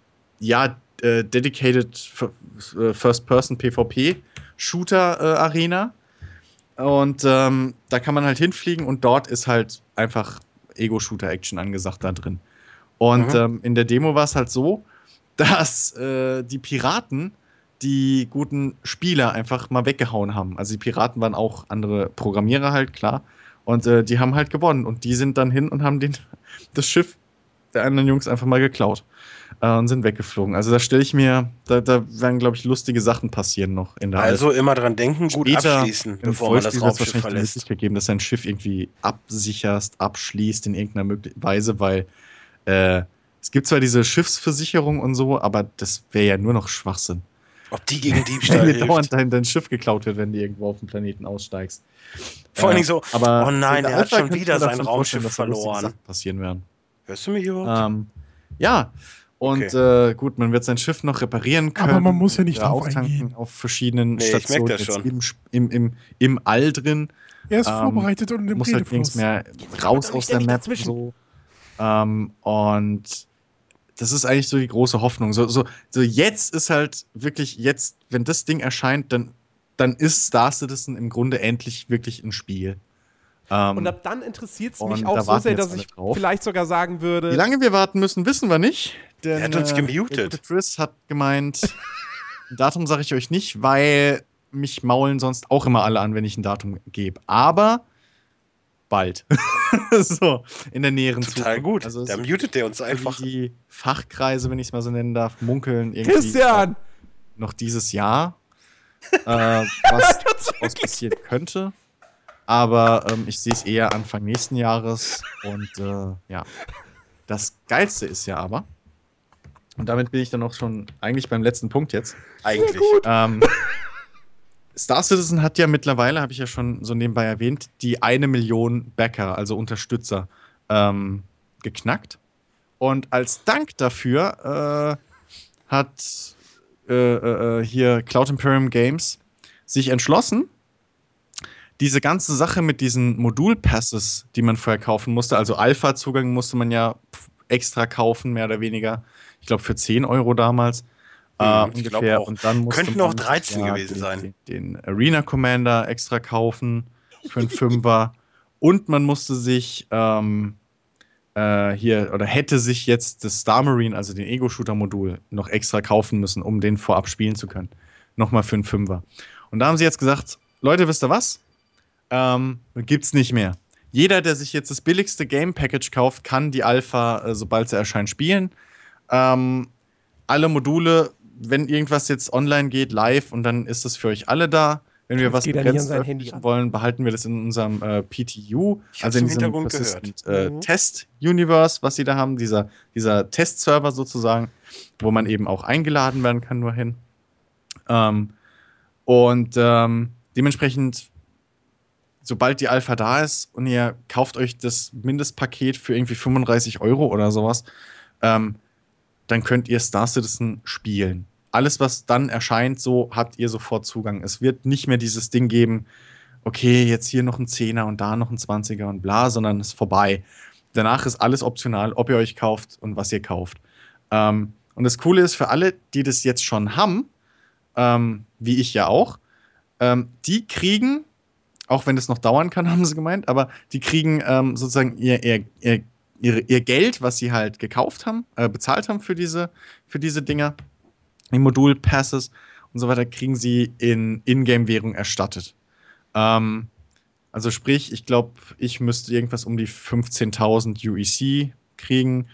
Dedicated First-Person PvP-Shooter-Arena. Und da kann man halt hinfliegen und dort ist halt einfach Ego-Shooter-Action angesagt da drin. Und in der Demo war es halt so, dass die Piraten die guten Spieler einfach mal weggehauen haben. Also die Piraten waren auch andere Programmierer halt, klar. Und die haben halt gewonnen. Und die sind dann hin und haben das Schiff der anderen Jungs einfach mal geklaut. Und sind weggeflogen. Also da stelle ich mir, da werden, glaube ich, lustige Sachen passieren noch in der Also immer dran denken, gut Später abschließen, bevor man das Raumschiff die verlässt. Möglichkeit geben, dass dein Schiff irgendwie absicherst, abschließt in irgendeiner Weise, weil es gibt zwar diese Schiffsversicherung und so, aber das wäre ja nur noch Schwachsinn. Ob die gegen Diebstahl Wenn dir hilft. dauernd dein Schiff geklaut wird, wenn du irgendwo auf dem Planeten aussteigst. Vor allen Dingen so, aber oh nein, in der er hat Alpha schon könnte ich wieder mir sein davon Raumschiff vorstellen, dass da lustige verloren. Sachen passieren werden. Hörst du mich überhaupt? Ja, und gut, man wird sein Schiff noch reparieren können. Aber man muss ja nicht oder drauf auftanken eingehen. auf verschiedenen Nee, ich merk Stationen das jetzt schon. im All drin. Er ist vorbereitet und im Muss halt nirgends Redefluss. mehr raus aus der Map. So. Und das ist eigentlich so die große Hoffnung. So jetzt ist halt wirklich, jetzt, wenn das Ding erscheint, dann ist Star Citizen im Grunde endlich wirklich ein Spiel. Und ab dann interessiert es mich und auch da so warten sehr, jetzt dass alle ich drauf. vielleicht sogar sagen würde. Wie lange wir warten müssen, wissen wir nicht. Denn, Er hat uns gemutet. der gute Chris hat gemeint, ein Datum sage ich euch nicht, weil mich maulen sonst auch immer alle an, wenn ich ein Datum gebe. Aber bald. So, in der näheren Total Zukunft. gut. Also Da mutet der uns einfach. die Fachkreise, wenn ich es mal so nennen darf, munkeln irgendwie Christian! noch dieses Jahr, was daraus passieren könnte. Aber ich sehe es eher Anfang nächsten Jahres. Und ja, das Geilste ist ja aber, und damit bin ich dann auch schon eigentlich beim letzten Punkt jetzt. Eigentlich. Star Citizen hat ja mittlerweile, habe ich ja schon so nebenbei erwähnt, die 1 Million Backer, also Unterstützer, geknackt. Und als Dank dafür hat hier Cloud Imperium Games sich entschlossen, diese ganze Sache mit diesen Modulpasses, die man vorher kaufen musste, also Alpha-Zugang musste man ja extra kaufen, mehr oder weniger. Ich glaube für 10 € damals. Ich Ungefähr. glaube auch. Und dann musste Könnten auch man 13 gewesen sein. Den Arena Commander extra kaufen für einen Fünfer. Und man musste sich hätte sich jetzt das Star Marine, also den Ego-Shooter-Modul, noch extra kaufen müssen, um den vorab spielen zu können. Nochmal für einen Fünfer. Und da haben sie jetzt gesagt, Leute, wisst ihr was? Gibt's nicht mehr. jeder, der sich jetzt das billigste Game-Package kauft, kann die Alpha, sobald sie erscheint, spielen. Alle Module, wenn irgendwas jetzt online geht, live, und dann ist das für euch alle da. Wenn wir was begrenzt veröffentlichen wollen, behalten wir das in unserem PTU, also in diesem Persistent Test-Universe, was sie da haben, dieser Test-Server sozusagen, wo man eben auch eingeladen werden kann nur hin. Dementsprechend, sobald die Alpha da ist und ihr kauft euch das Mindestpaket für irgendwie 35 € oder sowas, dann könnt ihr Star Citizen spielen. Alles, was dann erscheint, so habt ihr sofort Zugang. Es wird nicht mehr dieses Ding geben, okay, jetzt hier noch ein 10er und da noch ein 20er und bla, sondern es ist vorbei. Danach ist alles optional, ob ihr euch kauft und was ihr kauft. Und das Coole ist, für alle, die das jetzt schon haben, wie ich ja auch, die kriegen, auch wenn es noch dauern kann, haben sie gemeint, aber die kriegen sozusagen ihr Geld, was sie halt gekauft haben, bezahlt haben für diese Dinger, die Modul-Passes und so weiter, kriegen sie in Ingame-Währung erstattet. Also sprich, ich glaube, ich müsste irgendwas um die 15.000 UEC kriegen.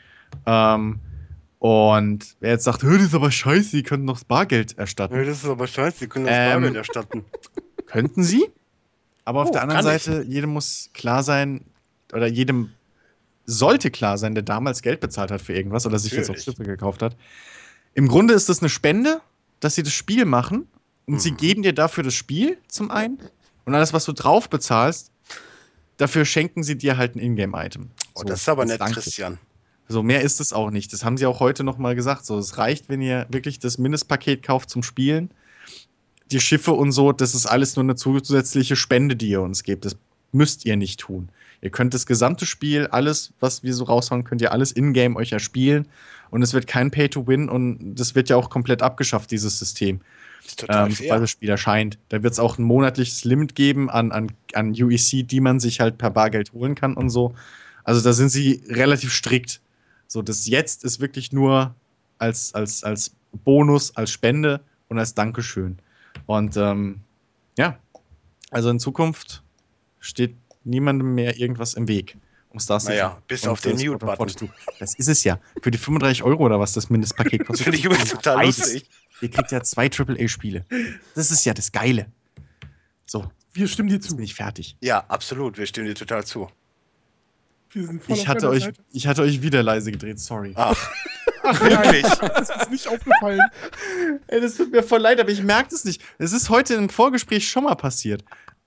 Und wer jetzt sagt, das ist aber scheiße, die können noch das Bargeld erstatten. Das ist aber scheiße, die können das Bargeld erstatten. Könnten sie. Aber auf der anderen Seite, jedem muss klar sein, oder jedem sollte klar sein, der damals Geld bezahlt hat für irgendwas oder sich jetzt auf Schiffe gekauft hat. Im Grunde ist das eine Spende, dass sie das Spiel machen und sie geben dir dafür das Spiel zum einen und alles, was du drauf bezahlst, dafür schenken sie dir halt ein Ingame-Item. Oh, so, das ist aber nett, Christian. So, mehr ist es auch nicht. Das haben sie auch heute noch mal gesagt. So, es reicht, wenn ihr wirklich das Mindestpaket kauft zum Spielen. Die Schiffe und so, das ist alles nur eine zusätzliche Spende, die ihr uns gebt. Das müsst ihr nicht tun. Ihr könnt das gesamte Spiel, alles, was wir so raushauen, könnt ihr alles in-game euch erspielen. Und es wird kein Pay-to-Win und das wird ja auch komplett abgeschafft, dieses System. Das ist total fair. Sobald das Spiel erscheint. Da wird es auch ein monatliches Limit geben an UEC, die man sich halt per Bargeld holen kann und so. Also da sind sie relativ strikt. So, das jetzt ist wirklich nur als Bonus, als Spende und als Dankeschön. Und ja, also in Zukunft steht niemandem mehr irgendwas im Weg. Bis auf den Mute-Button. Das ist es ja. Für die 35 € oder was das Mindestpaket kostet. Finde ich übrigens total lustig. Ihr kriegt ja 2 AAA-Spiele. Das ist ja das Geile. So. Wir stimmen dir zu. Jetzt bin ich fertig. Ja, absolut. Wir stimmen dir total zu. Wir sind voll ich hatte euch wieder leise gedreht, sorry. Ach wirklich? Das ist nicht aufgefallen. Ey, das tut mir voll leid, aber ich merke das nicht. Es ist heute im Vorgespräch schon mal passiert.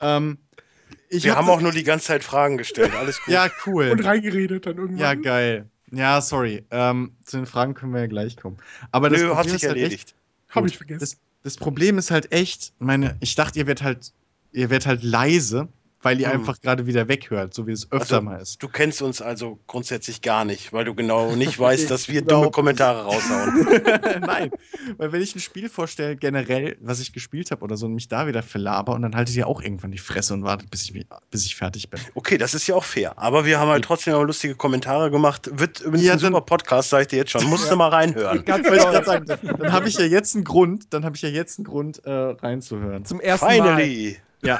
Wir haben auch nur die ganze Zeit Fragen gestellt. Alles gut. Ja, cool. Und reingeredet dann irgendwann. Ja, geil. Ja, sorry. Zu den Fragen können wir ja gleich kommen. Aber das hat sich erledigt. Hab ich vergessen. Das Problem ist halt echt, ich dachte, ihr werdet halt leise, weil ihr einfach gerade wieder weghört, so wie es öfter mal ist. Du kennst uns also grundsätzlich gar nicht, weil du genau nicht weißt, dass wir dumme Kommentare raushauen. Nein, weil wenn ich ein Spiel vorstelle, generell, was ich gespielt habe oder so, und mich da wieder verlaber, und dann haltet ihr auch irgendwann die Fresse und wartet, bis ich fertig bin. Okay, das ist ja auch fair. Aber wir haben halt trotzdem auch lustige Kommentare gemacht. Wird übrigens ein super Podcast, sag ich dir jetzt schon. Musst du mal reinhören. Ganz genau. Sagen, dann habe ich ja jetzt einen Grund, reinzuhören. Zum ersten Mal. Ja.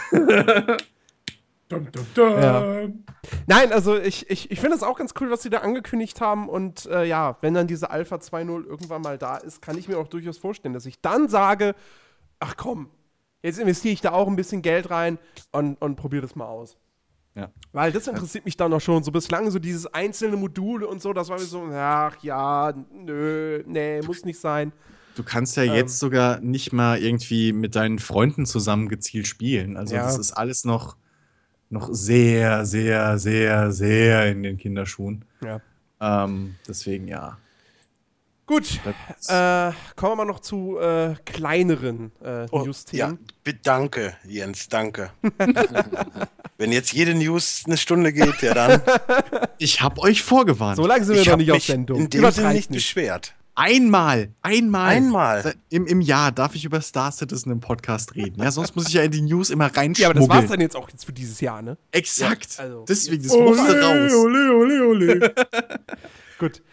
Dum, dum, dum. Ja. Nein, also ich finde es auch ganz cool, was sie da angekündigt haben. Und ja, wenn dann diese Alpha 2.0 irgendwann mal da ist, kann ich mir auch durchaus vorstellen, dass ich dann sage, ach komm, jetzt investiere ich da auch ein bisschen Geld rein und probiere das mal aus. Ja. Weil das interessiert mich dann noch schon. So bislang so dieses einzelne Module und so, das war mir so, ach ja, nee, muss nicht sein. Du kannst ja jetzt sogar nicht mal irgendwie mit deinen Freunden zusammen gezielt spielen. Also das ist alles noch sehr, sehr, sehr, sehr in den Kinderschuhen. Ja. Deswegen ja. Gut, kommen wir mal noch zu kleineren News-Themen. Ja, danke, Jens, danke. Wenn jetzt jede News eine Stunde geht, ja dann. Ich hab euch vorgewarnt. So lange sind wir noch nicht auf Sendung. In dem Sinne nicht beschwert. Einmal. Im Jahr darf ich über Star Citizen im Podcast reden. Ja, sonst muss ich ja in die News immer reinschmuggeln. Ja, aber das war's dann jetzt auch für dieses Jahr, ne? Exakt. Ja, also deswegen, das musste raus. Ole. Gut.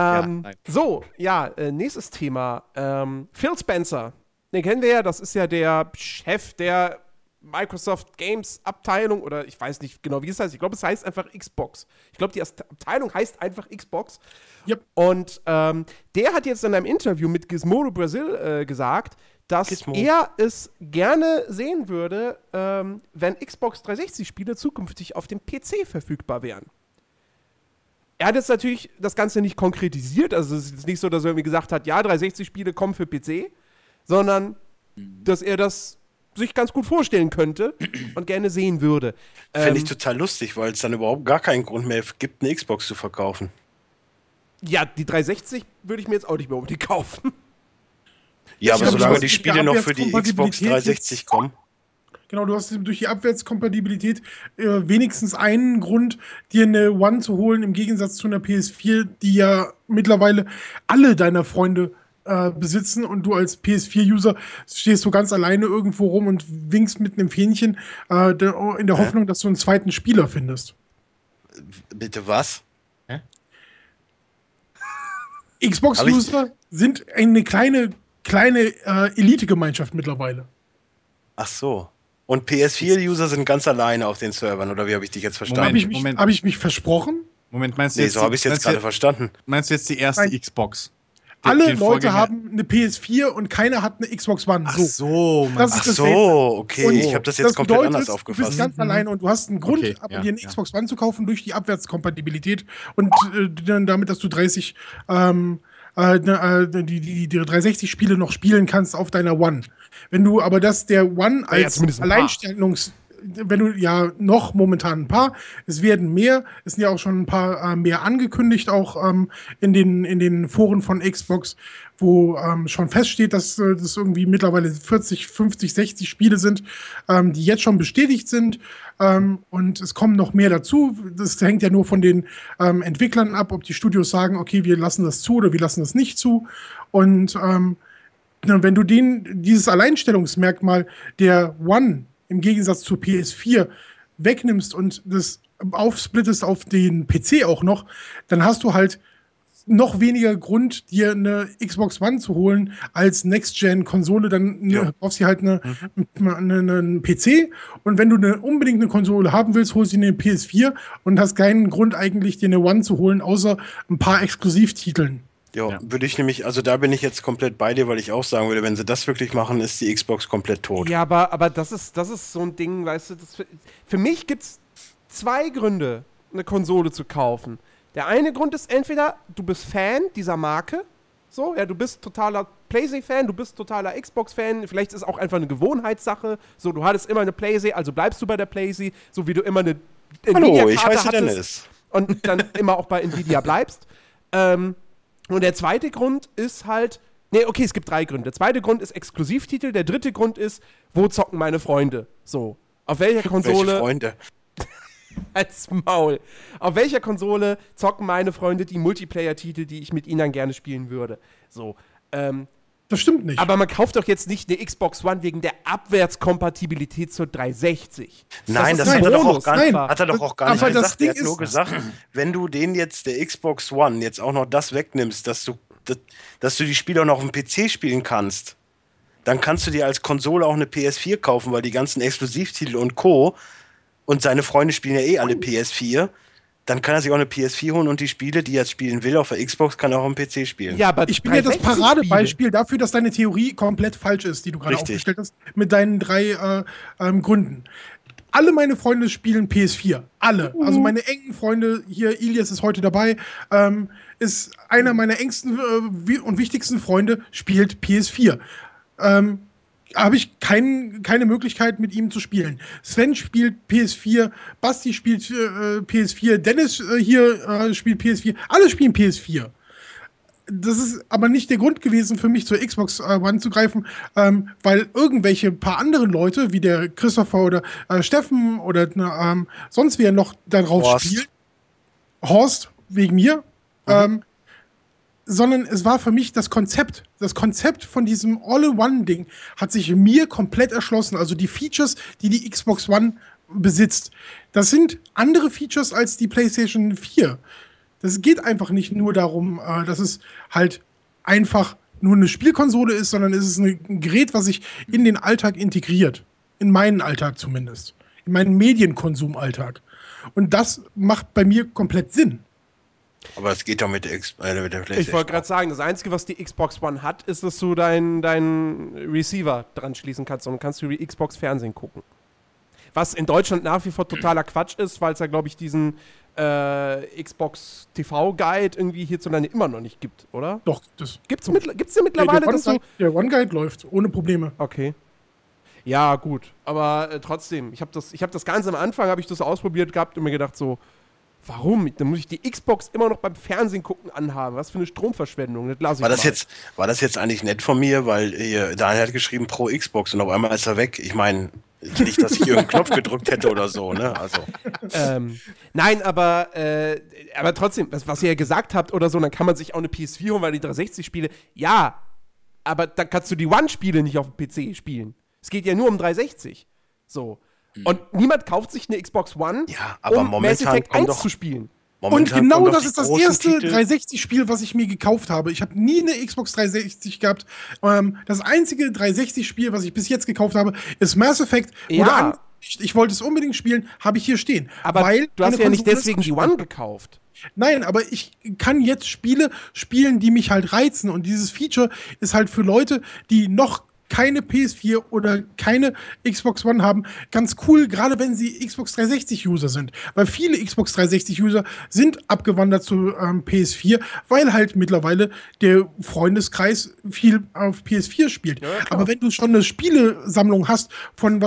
Nächstes Thema. Phil Spencer. Den kennen wir ja, das ist ja der Chef der Microsoft Games Abteilung oder ich weiß nicht genau, wie es heißt. Ich glaube, es heißt einfach Xbox. Ich glaube, die Abteilung heißt einfach Xbox. Yep. Und der hat jetzt in einem Interview mit Gizmodo Brasil gesagt, dass er es gerne sehen würde, wenn Xbox 360-Spiele zukünftig auf dem PC verfügbar wären. Er hat jetzt natürlich das Ganze nicht konkretisiert, also es ist nicht so, dass er irgendwie gesagt hat, ja, 360-Spiele kommen für PC, sondern dass er das sich ganz gut vorstellen könnte und gerne sehen würde. Fände ich total lustig, weil es dann überhaupt gar keinen Grund mehr gibt, eine Xbox zu verkaufen. Ja, die 360 würde ich mir jetzt auch nicht mehr unbedingt kaufen. Ja, aber glaube, solange die die Spiele noch für die Xbox Abwärtskompatibilität 360 kommen. Genau, du hast durch die Abwärtskompatibilität wenigstens einen Grund, dir eine One zu holen, im Gegensatz zu einer PS4, die ja mittlerweile alle deiner Freunde besitzen und du als PS4-User stehst du ganz alleine irgendwo rum und winkst mit einem Fähnchen in der Hoffnung, dass du einen zweiten Spieler findest. Bitte was? Xbox-User sind eine kleine Elite-Gemeinschaft mittlerweile. Ach so. Und PS4-User sind ganz alleine auf den Servern, oder wie habe ich dich jetzt verstanden? Habe ich mich versprochen? Moment, meinst du Nee, jetzt so habe ich es jetzt gerade verstanden. Meinst du jetzt die erste Nein. Xbox? Alle Den Leute Vorgänger- haben eine PS4 und keiner hat eine Xbox One. Ach so, Das Ach ist das so, okay. Und Ich habe das jetzt komplett bedeutet, anders Du aufgefasst. bist ganz alleine und du hast einen Grund, Okay, dir ja, eine ja. Xbox One zu kaufen durch die Abwärtskompatibilität und dann damit, dass du 30 die 360-Spiele noch spielen kannst auf deiner One. Wenn du aber der One Ja, als zumindest ein paar. wenn du ja noch momentan ein paar, es werden mehr, es sind ja auch schon ein paar mehr angekündigt, auch in den Foren von Xbox, wo schon feststeht, dass das irgendwie mittlerweile 40, 50, 60 Spiele sind, die jetzt schon bestätigt sind. Und es kommen noch mehr dazu. Das hängt ja nur von den Entwicklern ab, ob die Studios sagen, okay, wir lassen das zu oder wir lassen das nicht zu. Und wenn du dieses Alleinstellungsmerkmal der One im Gegensatz zur PS4 wegnimmst und das aufsplittest auf den PC auch noch, dann hast du halt noch weniger Grund, dir eine Xbox One zu holen als Next-Gen-Konsole. Dann kaufst du halt einen PC und wenn du unbedingt eine Konsole haben willst, holst du dir eine PS4 und hast keinen Grund eigentlich, dir eine One zu holen, außer ein paar Exklusivtiteln. Ja, würde ich nämlich, also da bin ich jetzt komplett bei dir, weil ich auch sagen würde, wenn sie das wirklich machen, ist die Xbox komplett tot. Ja, aber das ist so ein Ding, weißt du, für mich gibt's zwei Gründe, eine Konsole zu kaufen. Der eine Grund ist entweder, du bist Fan dieser Marke, so, ja, du bist totaler PlayStation-Fan, du bist totaler Xbox-Fan, vielleicht ist es auch einfach eine Gewohnheitssache, so, du hattest immer eine PlayStation, also bleibst du bei der PlayStation, so wie du immer eine Hallo, ich Nvidia-Karte heiße hattest Dennis. und dann immer auch bei Nvidia bleibst. Und der zweite Grund ist halt, okay, es gibt drei Gründe. Der zweite Grund ist Exklusivtitel, der dritte Grund ist, wo zocken meine Freunde? So, auf welcher Konsole? Welche Freunde? Als Maul. Auf welcher Konsole zocken meine Freunde die Multiplayer-Titel, die ich mit ihnen dann gerne spielen würde? So, Das stimmt nicht. aber man kauft doch jetzt nicht eine Xbox One wegen der Abwärtskompatibilität zur 360. Nein, das ist ein hat er doch Bonus, auch gar nicht, nein. hat er doch auch gar nicht Aber das gesagt. Ding Er hat nur ist- gesagt, wenn du den jetzt der Xbox One jetzt auch noch das wegnimmst, dass du die Spiele auch noch auf dem PC spielen kannst, dann kannst du dir als Konsole auch eine PS4 kaufen, weil die ganzen Exklusivtitel und Co. und seine Freunde spielen ja eh alle PS4. Dann kann er sich auch eine PS4 holen und die Spiele, die er jetzt spielen will, auf der Xbox, kann er auch am PC spielen. Ja, aber Ich bin ja das 360 Paradebeispiel dafür, dass deine Theorie komplett falsch ist, die du gerade Richtig. aufgestellt hast, mit deinen drei Gründen. Alle meine Freunde spielen PS4. Alle. Also meine engen Freunde, hier, Ilias ist heute dabei, ist einer meiner engsten und wichtigsten Freunde, spielt PS4. Habe ich keine Möglichkeit, mit ihm zu spielen. Sven spielt PS4, Basti spielt PS4, Dennis spielt PS4, alle spielen PS4. Das ist aber nicht der Grund gewesen für mich, zur Xbox One zu greifen, weil irgendwelche paar andere Leute, wie der Christopher oder Steffen oder sonst wer noch darauf Horst. spielt. Horst, wegen mir. Sondern es war für mich das Konzept. Das Konzept von diesem All-in-One-Ding hat sich mir komplett erschlossen. Also die Features, die die Xbox One besitzt, das sind andere Features als die PlayStation 4. Das geht einfach nicht nur darum, dass es halt einfach nur eine Spielkonsole ist, sondern es ist ein Gerät, was sich in den Alltag integriert. in meinen Alltag zumindest. In meinen Medienkonsummalltag. Und das macht bei mir komplett Sinn. Aber es geht doch mit der PlayStation. Ich wollte gerade sagen, das Einzige, was die Xbox One hat, ist, dass du deinen Receiver dran schließen kannst und kannst du die Xbox Fernsehen gucken. Was in Deutschland nach wie vor totaler Quatsch ist, weil es ja, glaube ich, diesen Xbox TV-Guide irgendwie hierzulande immer noch nicht gibt, oder? Doch, das. Gibt's den mittlerweile? Der One-Guide läuft, ohne Probleme. Okay. Ja, gut. Aber trotzdem, ich hab das ganz am Anfang, habe ich das ausprobiert gehabt und mir gedacht so, warum? Dann muss ich die Xbox immer noch beim Fernsehen gucken anhaben. Was für eine Stromverschwendung. Das lasse ich War das jetzt eigentlich nett von mir? Weil Daniel hat geschrieben pro Xbox und auf einmal ist er weg. Ich meine, nicht, dass ich irgendeinen Knopf gedrückt hätte oder so, ne? Also. Nein, aber trotzdem, was ihr ja gesagt habt oder so, dann kann man sich auch eine PS4 holen, weil die 360-Spiele, ja, aber dann kannst du die One-Spiele nicht auf dem PC spielen. Es geht ja nur um 360. So. Und niemand kauft sich eine Xbox One, ja, aber um Mass Effect 1 zu spielen. Und genau das ist das erste 360-Spiel, was ich mir gekauft habe. Ich habe nie eine Xbox 360 gehabt. Das einzige 360-Spiel, was ich bis jetzt gekauft habe, ist Mass Effect. Ja. Ich wollte es unbedingt spielen, habe ich hier stehen. Aber weil du hast ja nicht deswegen die One gekauft. Nein, aber ich kann jetzt Spiele spielen, die mich halt reizen. Und dieses Feature ist halt für Leute, die noch keine PS4 oder keine Xbox One haben, ganz cool, gerade wenn sie Xbox 360-User sind. Weil viele Xbox 360-User sind abgewandert zu PS4, weil halt mittlerweile der Freundeskreis viel auf PS4 spielt. Ja, aber wenn du schon eine Spielesammlung hast von,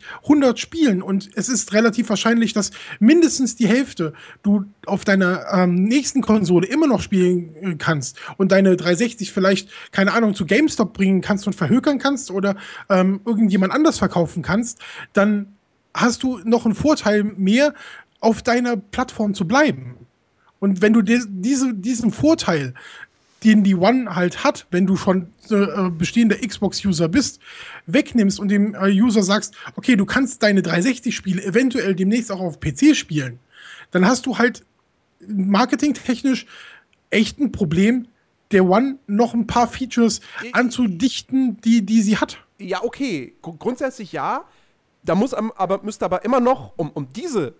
100 Spielen und es ist relativ wahrscheinlich, dass mindestens die Hälfte du auf deiner nächsten Konsole immer noch spielen kannst und deine 360 vielleicht, keine Ahnung, zu GameStop bringen kannst und verhökern kannst oder irgendjemand anders verkaufen kannst, dann hast du noch einen Vorteil mehr, auf deiner Plattform zu bleiben. Und wenn du diesen Vorteil, den die One halt hat, wenn du schon bestehender Xbox-User bist, wegnimmst und dem User sagst, okay, du kannst deine 360-Spiele eventuell demnächst auch auf PC spielen, dann hast du halt marketingtechnisch echt ein Problem, der One noch ein paar Features anzudichten, die sie hat. Ja, okay. Grundsätzlich ja. Da müsste aber immer noch, um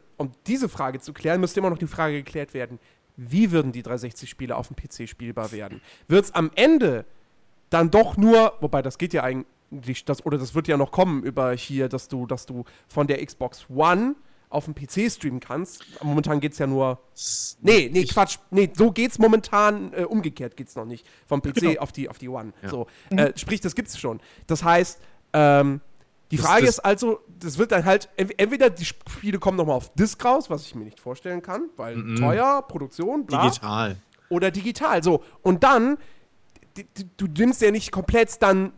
diese Frage zu klären, müsste immer noch die Frage geklärt werden, wie würden die 360-Spiele auf dem PC spielbar werden? Wird es am Ende dann doch nur, wobei das geht ja eigentlich, das wird ja noch kommen über hier, dass du von der Xbox One auf dem PC streamen kannst. Momentan geht's ja nur. Quatsch. Nee, so geht's momentan. Umgekehrt geht's noch nicht. Vom PC auf die One. Ja. So. Sprich, das gibt's schon. Das heißt, die Frage ist also, das wird dann halt, entweder die Spiele kommen nochmal auf Disc raus, was ich mir nicht vorstellen kann, weil teuer, Produktion, bla. Digital. Oder digital. So. Und dann, du nimmst ja nicht komplett dann,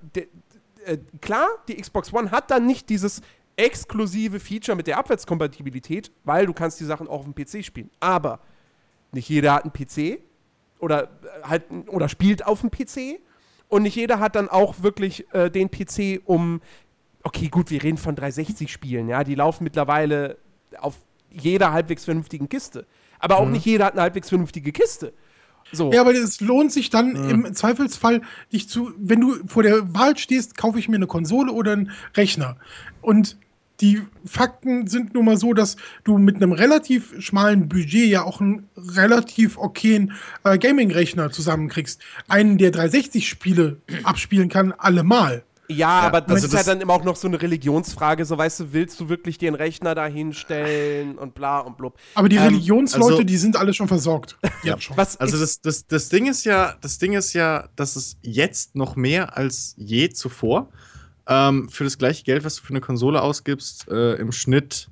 klar, die Xbox One hat dann nicht dieses exklusive Feature mit der Abwärtskompatibilität, weil du kannst die Sachen auch auf dem PC spielen. Aber nicht jeder hat einen PC oder spielt auf dem PC und nicht jeder hat dann auch wirklich den PC okay, gut, wir reden von 360-Spielen, ja, die laufen mittlerweile auf jeder halbwegs vernünftigen Kiste. Aber auch nicht jeder hat eine halbwegs vernünftige Kiste. So. Ja, aber es lohnt sich dann im Zweifelsfall, wenn du vor der Wahl stehst, kaufe ich mir eine Konsole oder einen Rechner. Und die Fakten sind nun mal so, dass du mit einem relativ schmalen Budget ja auch einen relativ okayen Gaming-Rechner zusammenkriegst. Einen, der 360-Spiele abspielen kann, allemal. Ja, aber das ist ja dann immer auch noch so eine Religionsfrage, so weißt du, willst du wirklich den Rechner da hinstellen und bla und blub. Aber die Religionsleute, die sind alle schon versorgt. Ja. Schon. Das Ding ist ja, dass es jetzt noch mehr als je zuvor für das gleiche Geld, was du für eine Konsole ausgibst, im Schnitt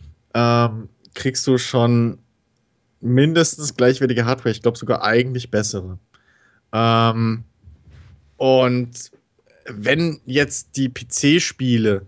kriegst du schon mindestens gleichwertige Hardware, ich glaube sogar eigentlich bessere. Und wenn jetzt die PC-Spiele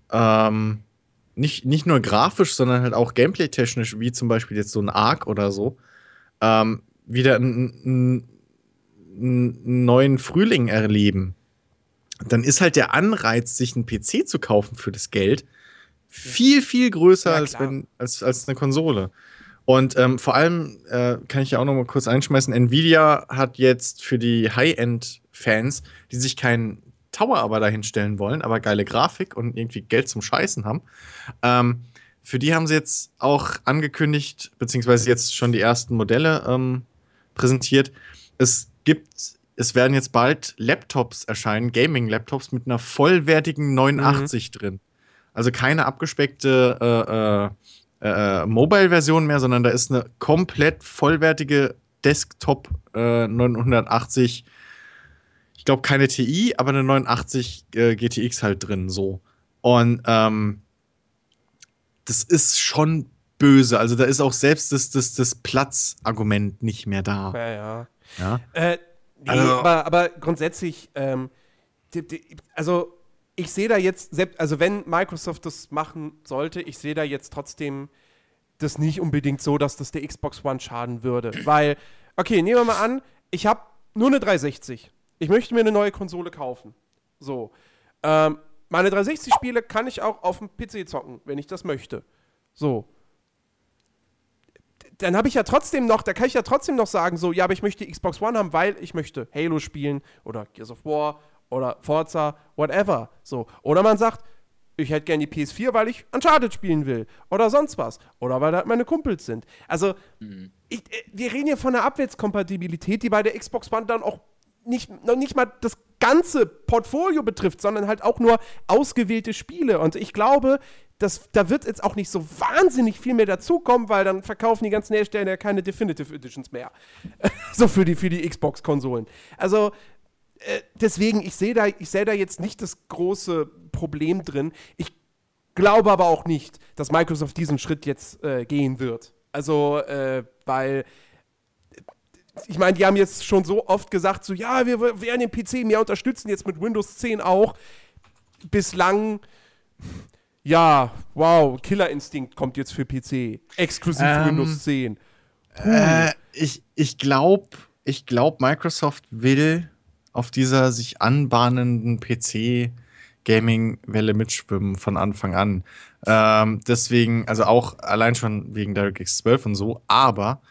nicht nur grafisch, sondern halt auch gameplay-technisch, wie zum Beispiel jetzt so ein Ark oder so, wieder einen neuen Frühling erleben, dann ist halt der Anreiz, sich einen PC zu kaufen für das Geld, viel, viel größer als eine Konsole. Und vor allem kann ich ja auch noch mal kurz einschmeißen, Nvidia hat jetzt für die High-End-Fans, die sich keinen Tower aber dahin stellen wollen, aber geile Grafik und irgendwie Geld zum Scheißen haben. Für die haben sie jetzt auch angekündigt, beziehungsweise jetzt schon die ersten Modelle präsentiert. Es werden jetzt bald Laptops erscheinen, Gaming-Laptops mit einer vollwertigen 89 drin. Also keine abgespeckte Mobile-Version mehr, sondern da ist eine komplett vollwertige Desktop 980. Ich glaube keine TI, aber eine 89 GTX halt drin, so. Und das ist schon böse. Also da ist auch selbst das Platzargument nicht mehr da. Ja. Ja? Nee, aber grundsätzlich, also ich sehe da jetzt, also wenn Microsoft das machen sollte, ich sehe da jetzt trotzdem das nicht unbedingt so, dass das der Xbox One schaden würde. Weil, okay, nehmen wir mal an, ich habe nur eine 360. Ich möchte mir eine neue Konsole kaufen. So. Meine 360-Spiele kann ich auch auf dem PC zocken, wenn ich das möchte. So. Dann habe ich ja trotzdem noch, da kann ich ja trotzdem noch sagen, so, ja, aber ich möchte Xbox One haben, weil ich möchte Halo spielen oder Gears of War oder Forza, whatever. So. Oder man sagt, ich hätte gerne die PS4, weil ich Uncharted spielen will oder sonst was. Oder weil da meine Kumpels sind. Also, wir reden hier von einer Abwärtskompatibilität, die bei der Xbox One dann auch noch nicht mal das ganze Portfolio betrifft, sondern halt auch nur ausgewählte Spiele. Und ich glaube, da wird jetzt auch nicht so wahnsinnig viel mehr dazukommen, weil dann verkaufen die ganzen Hersteller ja keine Definitive Editions mehr. So für die Xbox-Konsolen. Also, deswegen, ich sehe da jetzt nicht das große Problem drin. Ich glaube aber auch nicht, dass Microsoft diesen Schritt jetzt gehen wird. Also, weil ich meine, die haben jetzt schon so oft gesagt, so, ja, wir werden den PC mehr unterstützen, jetzt mit Windows 10 auch. Bislang, ja, wow, Killer Instinct kommt jetzt für PC. Exklusiv für Windows 10. Ich glaube, Microsoft will auf dieser sich anbahnenden PC-Gaming-Welle mitschwimmen von Anfang an. Deswegen, also auch allein schon wegen DirectX 12 und so, aber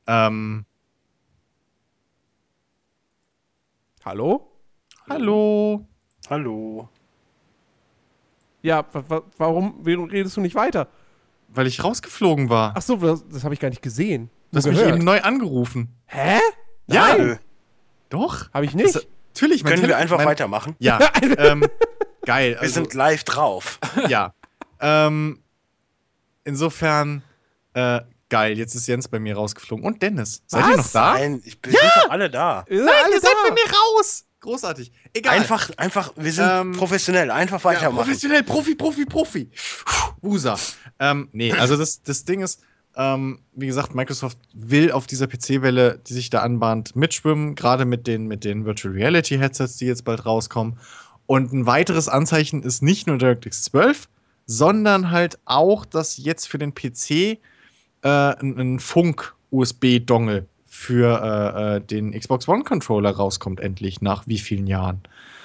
Hallo? Hallo? Hallo. Ja, warum redest du nicht weiter? Weil ich rausgeflogen war. Ach so, das habe ich gar nicht gesehen. Du hast mich eben neu angerufen. Hä? Ja. Nein. Doch. Habe ich nicht. Natürlich. Können wir einfach weitermachen? Ja. Geil. Wir sind live drauf. Ja. Insofern, geil. Jetzt ist Jens bei mir rausgeflogen. Und Dennis. Seid ihr noch da? Nein, wir sind doch alle da. Wir sind Nein, alle ihr seid da. bei mir raus. Großartig. Egal. Einfach, wir sind professionell. Einfach Ja, weitermachen. professionell, Profi. Wusa. Nee, also das Ding ist, wie gesagt, Microsoft will auf dieser PC-Welle, die sich da anbahnt, mitschwimmen, gerade mit den Virtual Reality Headsets, die jetzt bald rauskommen. Und ein weiteres Anzeichen ist nicht nur DirectX 12, sondern halt auch, dass jetzt für den PC ein Funk-USB-Dongle für den Xbox One-Controller rauskommt, endlich, nach wie vielen Jahren.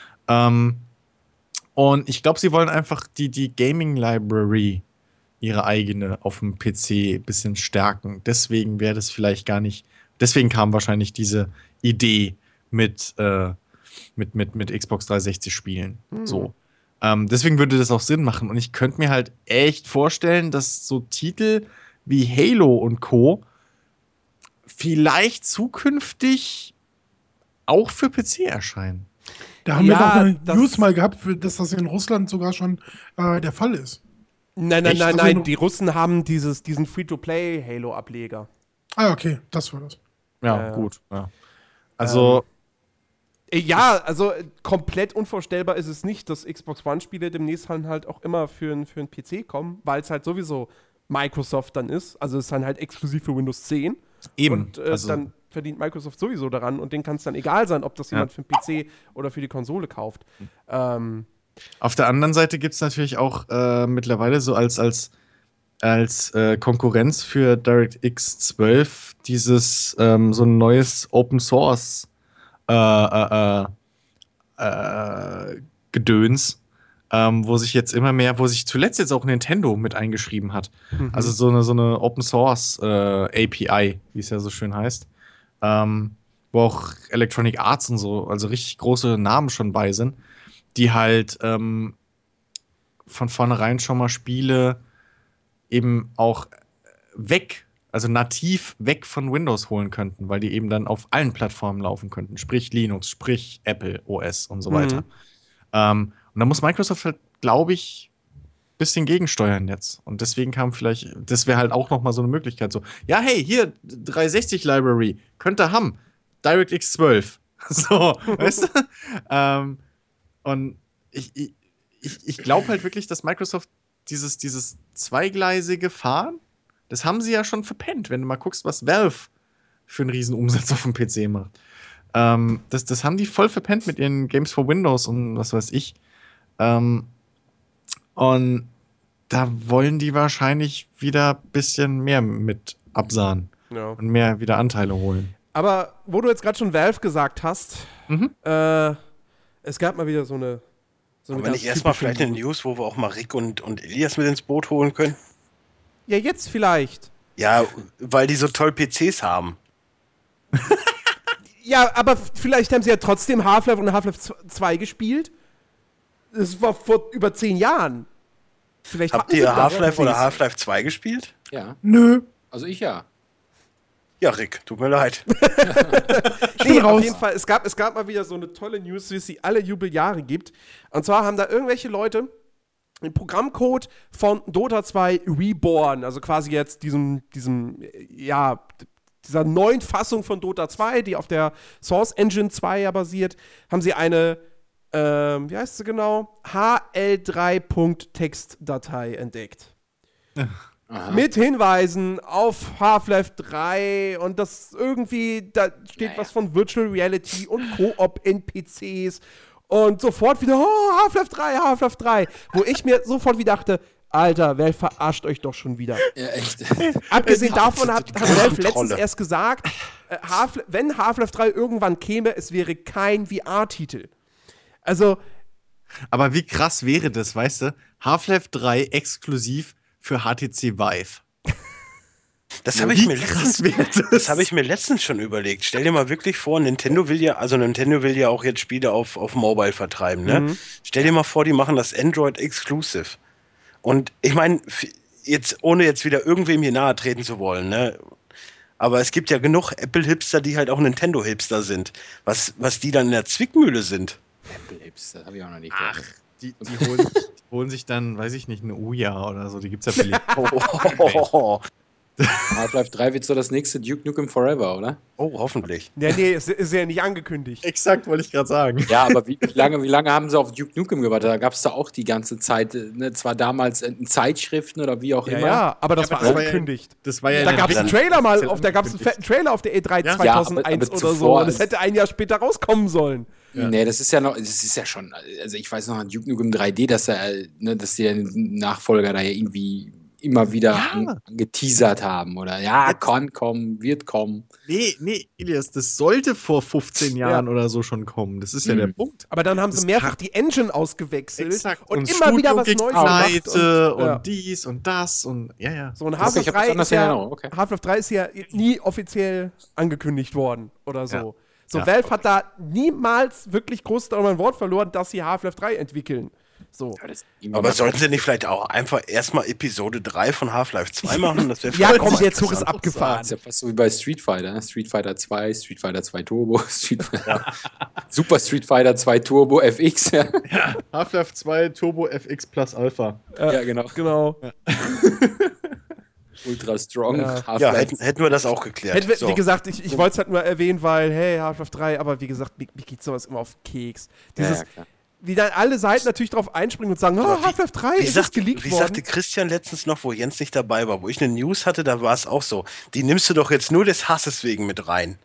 Und ich glaube, sie wollen einfach die Gaming-Library, ihre eigene, auf dem PC ein bisschen stärken. Deswegen wäre das vielleicht gar nicht. Deswegen kam wahrscheinlich diese Idee mit Xbox 360 Spielen. So. Deswegen würde das auch Sinn machen. Und ich könnte mir halt echt vorstellen, dass so Titel wie Halo und Co. vielleicht zukünftig auch für PC erscheinen. Da haben wir Ja, doch eine das- News mal gehabt, dass das in Russland sogar schon der Fall ist. Nein, Echt? Also- die Russen haben diesen Free-to-Play-Halo-Ableger. Ah, okay, das war das. Ja, gut. Ja. Also, Ja, also komplett unvorstellbar ist es nicht, dass Xbox One-Spiele demnächst halt auch immer für einen PC kommen, weil es halt sowieso Microsoft dann ist. Also es ist dann halt exklusiv für Windows 10. eben. Und Also, dann verdient Microsoft sowieso daran und denen kann es dann egal sein, ob das jemand für den PC oder für die Konsole kauft. auf der anderen Seite gibt es natürlich auch mittlerweile so als Konkurrenz für DirectX 12 dieses so ein neues Open Source Gedöns, wo sich zuletzt jetzt auch Nintendo mit eingeschrieben hat. Also so eine Open Source API, wie es ja so schön heißt, wo auch Electronic Arts und so, also richtig große Namen schon bei sind, die halt von vornherein schon mal Spiele eben auch also nativ weg von Windows holen könnten, weil die eben dann auf allen Plattformen laufen könnten. Sprich Linux, sprich Apple OS und so weiter. Und da muss Microsoft halt, glaube ich, ein bisschen gegensteuern jetzt. Und deswegen kam vielleicht, das wäre halt auch noch mal so eine Möglichkeit. So, ja, hey, hier, 360 Library, könnt ihr haben. DirectX 12. So, weißt du? Und ich glaube halt wirklich, dass Microsoft dieses zweigleisige Fahren, das haben sie ja schon verpennt, wenn du mal guckst, was Valve für einen riesen Umsatz auf dem PC macht. Das haben die voll verpennt mit ihren Games for Windows und was weiß ich. Und da wollen die wahrscheinlich wieder ein bisschen mehr mit absahnen und mehr wieder Anteile holen. Aber wo du jetzt gerade schon Valve gesagt hast, es gab mal wieder so eine Aber nicht erstmal vielleicht eine News, wo wir auch mal Rick und Elias mit ins Boot holen können? Ja, jetzt vielleicht. Ja, weil die so toll PCs haben. Ja, aber vielleicht haben sie ja trotzdem Half-Life und Half-Life 2 gespielt. Das war vor über 10 Jahren. Vielleicht Habt ihr Half-Life oder Half-Life 2 gespielt? Ja. Nö. Also ich ja. Ja, Rick, tut mir leid. Nee, auf jeden Fall, es gab mal wieder so eine tolle News, wie es sie alle Jubelljahre gibt. Und zwar haben da irgendwelche Leute den Programmcode von Dota 2 Reborn, also quasi jetzt dieser neuen Fassung von Dota 2, die auf der Source Engine 2 ja basiert, haben sie eine, wie heißt sie genau? HL3.Textdatei entdeckt. Aha. Mit Hinweisen auf Half-Life 3 und das irgendwie, da steht was von Virtual Reality und Koop-NPCs und sofort wieder, Half-Life 3, wo ich mir sofort wieder dachte, Alter, Valve verarscht euch doch schon wieder. Ja, echt. Abgesehen davon hat Valve letztens erst gesagt, wenn Half-Life 3 irgendwann käme, es wäre kein VR-Titel. Also. Aber wie krass wäre das, weißt du? Half-Life 3 exklusiv für HTC Vive. Das habe ich mir letztens schon überlegt. Stell dir mal wirklich vor, Nintendo will ja auch jetzt Spiele auf Mobile vertreiben, ne? Stell dir mal vor, die machen das Android Exclusive. Und ich meine, ohne jetzt wieder irgendwem hier nahe treten zu wollen, ne? Aber es gibt ja genug Apple-Hipster, die halt auch Nintendo-Hipster sind. Was die dann in der Zwickmühle sind. Apple-Hipster, habe ich auch noch nicht gehört. Die holen sich dann, weiß ich nicht, eine Ouya oder so. Die gibt's ja billig. Half-Life 3 wird so das nächste Duke Nukem Forever, oder? Oh, hoffentlich. Ja, nee, ist ja nicht angekündigt. Exakt, wollte ich gerade sagen. Ja, aber wie lange haben sie auf Duke Nukem gewartet? Da gab es da auch die ganze Zeit, ne, zwar damals in Zeitschriften oder wie auch immer. Ja, aber das war angekündigt. Das war ja da gab es einen Trailer da gab es einen fetten Trailer auf der E3 2001 aber oder so. Und das hätte ein Jahr später rauskommen soln. Ja. Nee, das ist ja schon, also ich weiß noch an Duke Nukem 3D, dass die Nachfolger da ja irgendwie immer wieder geteasert haben, oder? Ja, kann kommen, wird kommen. Nee, Elias, das sollte vor 15 Jahren oder so schon kommen. Das ist ja der Punkt. Aber dann haben sie mehrfach die Engine ausgewechselt. Exakt. Und immer Studio wieder was Neues gemacht. Und dies und das und ja. So ein Half-Life 3 ist ja nie offiziell angekündigt worden oder so. Ja. Valve hat da niemals wirklich groß darüber ein Wort verloren, dass sie Half-Life 3 entwickeln. So. Aber sollten sie nicht vielleicht auch einfach erstmal Episode 3 von Half-Life 2 machen? Das ja, komm, der Zug ist abgefahren. Das ist ja fast so wie bei Street Fighter. Street Fighter 2, Street Fighter 2 Turbo, Super Street Fighter 2 Turbo FX. Ja. Half-Life 2 Turbo FX plus Alpha. Ja, genau. Ja. Ultra strong. Ja, hätten wir das auch geklärt. Wie gesagt, ich wollte es halt nur erwähnen, weil, hey, Half-Life 3, aber wie gesagt, mir geht sowas immer auf den Keks. Wie dann alle Seiten natürlich drauf einspringen und sagen, Half-Life 3 ist geleakt worden. Wie sagte Christian letztens noch, wo Jens nicht dabei war, wo ich eine News hatte, da war es auch so. Die nimmst du doch jetzt nur des Hasses wegen mit rein.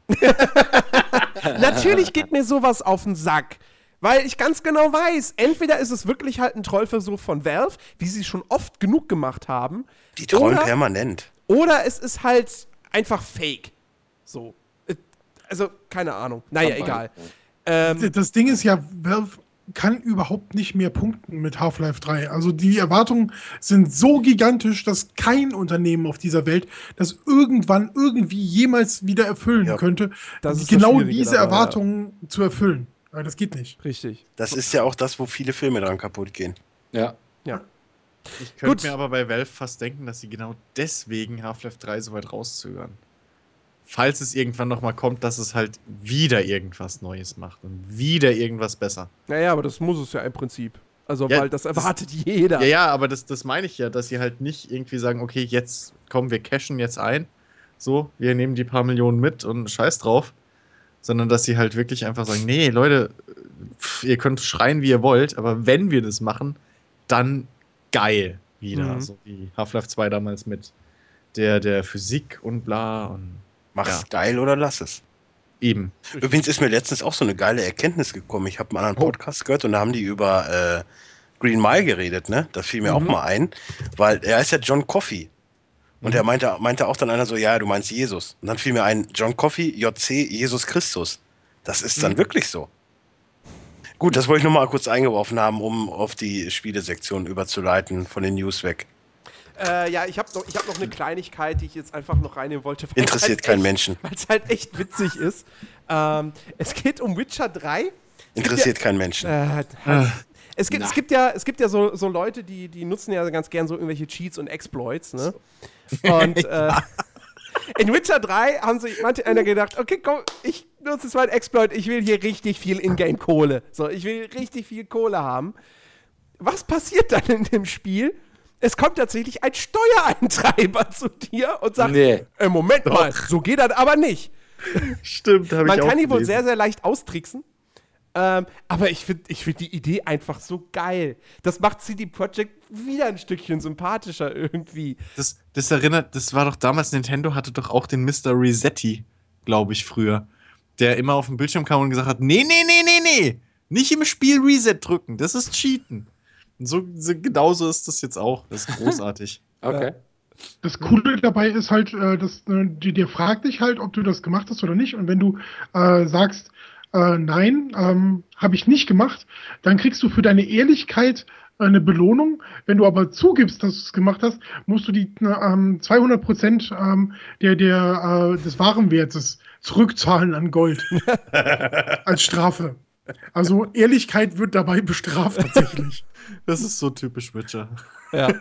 Natürlich geht mir sowas auf den Sack. Weil ich ganz genau weiß, entweder ist es wirklich halt ein Trollversuch von Valve, wie sie schon oft genug gemacht haben. Die trollen permanent. Oder es ist halt einfach Fake. So. Also, keine Ahnung. Naja, egal. Das Ding ist ja, Valve kann überhaupt nicht mehr punkten mit Half-Life 3. Also die Erwartungen sind so gigantisch, dass kein Unternehmen auf dieser Welt das irgendwann irgendwie jemals wieder erfüllen könnte, genau diese Erwartungen zu erfüllen. Das geht nicht. Richtig. Das ist ja auch das, wo viele Filme dran kaputt gehen. Ja. Ja. Ich könnte mir aber bei Valve fast denken, dass sie genau deswegen Half-Life 3 so weit rauszögern. Falls es irgendwann nochmal kommt, dass es halt wieder irgendwas Neues macht und wieder irgendwas besser. Naja, aber das muss es ja im Prinzip. Also, Ja, weil das erwartet jeder. Ja, aber das meine ich ja, dass sie halt nicht irgendwie sagen, okay, jetzt kommen wir cashen jetzt ein. So, wir nehmen die paar Millionen mit und scheiß drauf. Sondern dass sie halt wirklich einfach sagen, nee, Leute, ihr könnt schreien, wie ihr wollt, aber wenn wir das machen, dann geil wieder. Mhm. So wie Half-Life 2 damals mit der Physik und bla und Mach's geil oder lass es. eben. Übrigens ist mir letztens auch so eine geile Erkenntnis gekommen. Ich habe einen anderen Podcast gehört und da haben die über Green Mile geredet, ne? Das fiel mir auch mal ein, weil er ist ja John Coffey. Und er meinte auch dann einer so, ja, du meinst Jesus. Und dann fiel mir ein, John Coffey, JC, Jesus Christus. Das ist dann wirklich so. Gut, das wollte ich nur mal kurz eingeworfen haben, um auf die Spielesektion überzuleiten, von den News weg. Ja, ich hab noch eine Kleinigkeit, die ich jetzt einfach noch reinnehmen wollte. Interessiert keinen Menschen. Weil es halt echt witzig ist. Es geht um Witcher 3. Interessiert keinen Menschen. Es gibt ja so Leute, die nutzen ja ganz gern so irgendwelche Cheats und Exploits, ne? Und in Witcher 3 haben sich manche einer gedacht, okay, komm, ich nutze jetzt mal einen Exploit, ich will hier richtig viel Ingame-Kohle. So, ich will richtig viel Kohle haben. Was passiert dann in dem Spiel? Es kommt tatsächlich ein Steuereintreiber zu dir und sagt, Moment mal, so geht das aber nicht. Stimmt, habe ich auch Man kann die wohl gelesen. sehr, sehr leicht austricksen. Aber ich find die Idee einfach so geil. Das macht CD Projekt wieder ein Stückchen sympathischer irgendwie. Das erinnert, das war doch damals, Nintendo hatte doch auch den Mr. Resetti, glaube ich, früher. Der immer auf dem Bildschirm kam und gesagt hat, nee, nicht im Spiel Reset drücken, das ist Cheaten. Und so genauso ist das jetzt auch, das ist großartig. Okay. Das Coole dabei ist halt, dass dir fragt dich halt, ob du das gemacht hast oder nicht. Und wenn du sagst, nein, habe ich nicht gemacht, dann kriegst du für deine Ehrlichkeit eine Belohnung. Wenn du aber zugibst, dass du es gemacht hast, musst du die 200% des Warenwertes zurückzahlen an Gold. Als Strafe. Also Ehrlichkeit wird dabei bestraft tatsächlich. Das ist so typisch Witcher. Ja.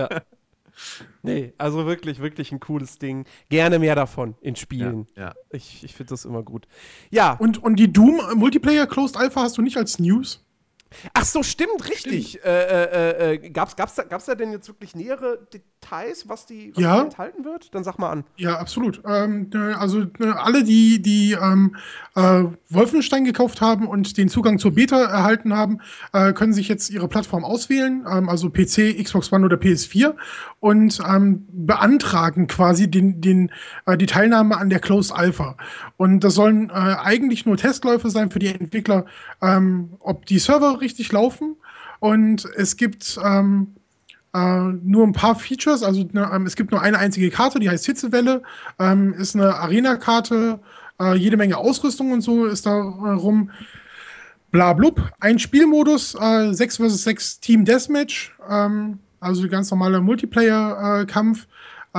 Nee, also wirklich, wirklich ein cooles Ding. Gerne mehr davon in Spielen. Ja. Ich finde das immer gut. Ja. Und die Doom Multiplayer Closed Alpha hast du nicht als News? Ach so, stimmt, richtig. Gab's da denn jetzt wirklich nähere Details, was die enthalten wird? Dann sag mal an. Ja, absolut. Alle, die Wolfenstein gekauft haben und den Zugang zur Beta erhalten haben, können sich jetzt ihre Plattform auswählen, also PC, Xbox One oder PS4, und beantragen quasi die Teilnahme an der Closed Alpha. Und das sollen eigentlich nur Testläufe sein für die Entwickler, ob die Server richtig laufen. Und es gibt nur ein paar Features, also es gibt nur eine einzige Karte, die heißt Hitzewelle, ist eine Arena-Karte, jede Menge Ausrüstung und so ist da rum. Blablub. Ein Spielmodus, 6 vs 6 Team Deathmatch, also ganz normaler Multiplayer-Kampf.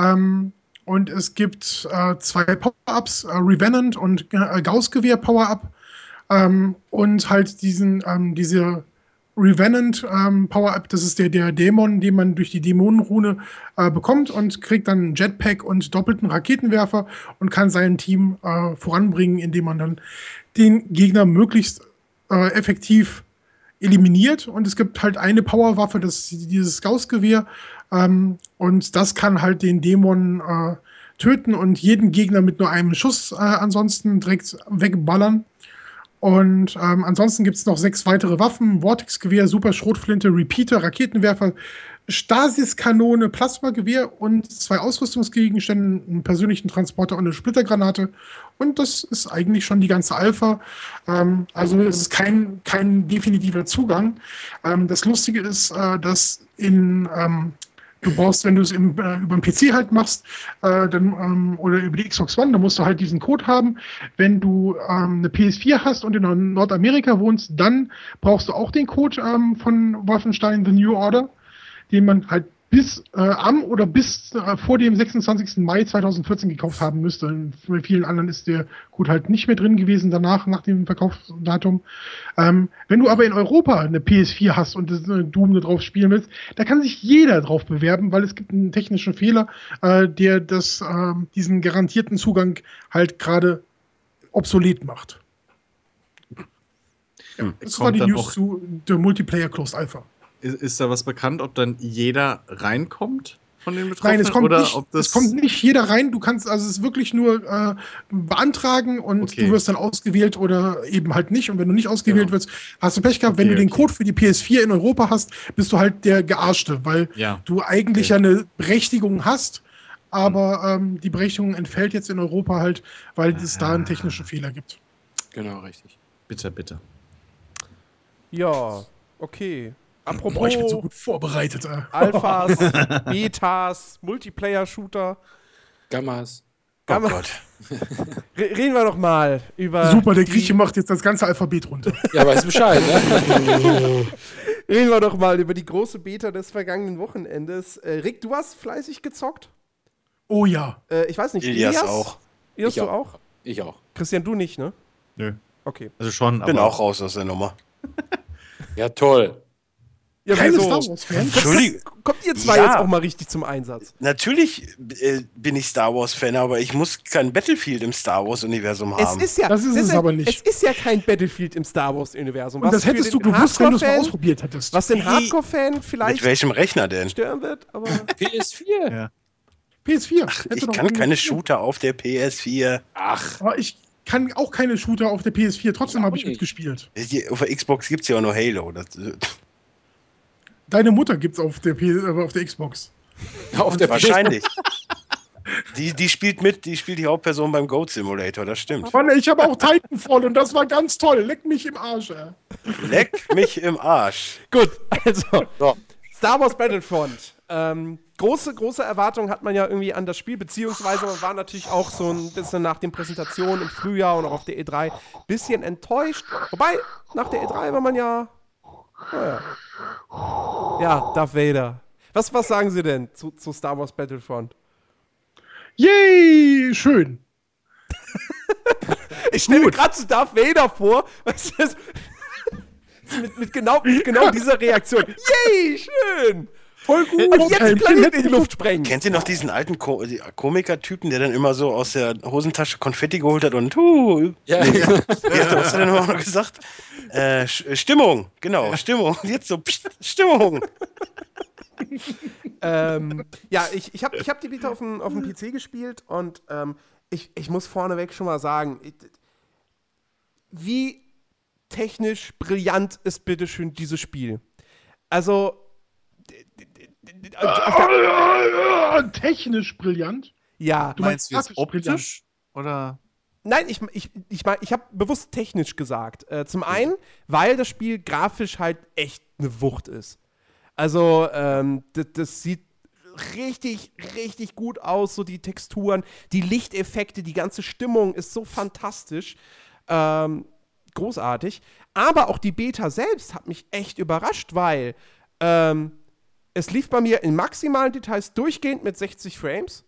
Und es gibt 2 Power-Ups, Revenant und Gaussgewehr-Power-Up. Und halt diese Revenant Power-Up, das ist der Dämon, den man durch die Dämonenrune bekommt und kriegt dann einen Jetpack und doppelten Raketenwerfer und kann sein Team voranbringen, indem man dann den Gegner möglichst effektiv eliminiert. Und es gibt halt eine Powerwaffe, das ist dieses Gaussgewehr, und das kann halt den Dämon töten und jeden Gegner mit nur einem Schuss ansonsten direkt wegballern. Und ansonsten gibt es noch 6 weitere Waffen: Vortex-Gewehr, Super-Schrotflinte, Repeater, Raketenwerfer, Stasis-Kanone, Plasmagewehr und 2 Ausrüstungsgegenstände, einen persönlichen Transporter und eine Splittergranate. Und das ist eigentlich schon die ganze Alpha. Also es ist kein definitiver Zugang. Das Lustige ist, dass du brauchst, wenn du es über den PC halt machst, oder über die Xbox One, dann musst du halt diesen Code haben. Wenn du eine PS4 hast und in Nordamerika wohnst, dann brauchst du auch den Code von Wolfenstein The New Order, den man halt bis vor dem 26. Mai 2014 gekauft haben müsste. Bei vielen anderen ist der Code halt nicht mehr drin gewesen danach, nach dem Verkaufsdatum. Wenn du aber in Europa eine PS4 hast und Doom da drauf spielen willst, da kann sich jeder drauf bewerben, weil es gibt einen technischen Fehler, der diesen garantierten Zugang halt gerade obsolet macht. Das war die News zu der Multiplayer Closed Alpha. Ist da was bekannt, ob dann jeder reinkommt von den Betroffenen? Nein, es kommt nicht jeder rein. Du kannst, also es ist wirklich nur beantragen und du wirst dann ausgewählt oder eben halt nicht. Und wenn du nicht ausgewählt wirst, hast du Pech gehabt. Wenn du den Code für die PS4 in Europa hast, bist du halt der Gearschte, weil du eigentlich ja eine Berechtigung hast, aber die Berechtigung entfällt jetzt in Europa halt, weil es da einen technischen Fehler gibt. Genau, richtig. Bitte. Ja, okay. Apropos Ich bin so gut vorbereitet. Alphas, Betas, Multiplayer-Shooter. Gammas. Oh Gott. Reden wir doch mal über. Super, der Grieche macht jetzt das ganze Alphabet runter. Ja, weiß Bescheid, ne? Reden wir doch mal über die große Beta des vergangenen Wochenendes. Rick, du hast fleißig gezockt? Oh ja. Ich weiß nicht. Ilias auch. Ilias, du auch? Ich auch. Christian, du nicht, ne? Nö. Okay. Also schon, Bin auch raus aus der Nummer. Ja, toll. Ja, Keine wieso? Star Wars-Fan? Entschuldigung. Kommt ihr zwei jetzt auch mal richtig zum Einsatz? Natürlich bin ich Star Wars-Fan, aber ich muss kein Battlefield im Star Wars-Universum haben. Das ist es aber nicht. Es ist ja kein Battlefield im Star Wars-Universum. Und das hättest du gewusst, wenn du es mal ausprobiert hättest. Was den Hardcore-Fan vielleicht Mit welchem Rechner denn? stören wird, aber. PS4. Ja. PS4. Ach, Hätte ich doch kann keine PS4. Shooter auf der PS4. Aber ich kann auch keine Shooter auf der PS4. Trotzdem habe ich mitgespielt. Auf der Xbox gibt es ja auch nur Halo. Deine Mutter gibt's auf der Xbox. Auf der Wahrscheinlich. Die spielt mit, die spielt die Hauptperson beim Goat Simulator, das stimmt. Mann, ich habe auch Titanfall und das war ganz toll. Leck mich im Arsch, ey. Leck mich im Arsch. Gut, also. So. Star Wars Battlefront. Große Erwartungen hat man ja irgendwie an das Spiel, beziehungsweise man war natürlich auch so ein bisschen nach den Präsentationen im Frühjahr und auch auf der E3 ein bisschen enttäuscht. Wobei, nach der E3 war man ja. Naja. Ja, Darth Vader. Was sagen Sie denn zu Star Wars Battlefront? Yay, schön. Ich stelle mir gerade zu Darth Vader vor, was ist das? mit genau dieser Reaktion. Yay, schön. Voll gut. Und jetzt Planeten in die Luft sprengen. Kennt ihr noch diesen alten Komiker-Typen, der dann immer so aus der Hosentasche Konfetti geholt hat und Ja. Wie hat er was denn noch gesagt? Stimmung, genau, Stimmung. Jetzt so, pst, Stimmung. Ja, ich hab die Beta auf dem PC gespielt und ich muss vorneweg schon mal sagen, wie technisch brillant ist bitteschön dieses Spiel. Also technisch brillant. ja. Du meinst jetzt grafisch optisch? Oder? Nein, ich habe bewusst technisch gesagt. Zum einen, weil das Spiel grafisch halt echt eine Wucht ist. Also, das sieht richtig, richtig gut aus, so die Texturen, die Lichteffekte, die ganze Stimmung ist so fantastisch. Großartig. Aber auch die Beta selbst hat mich echt überrascht, weil es lief bei mir in maximalen Details durchgehend mit 60 Frames.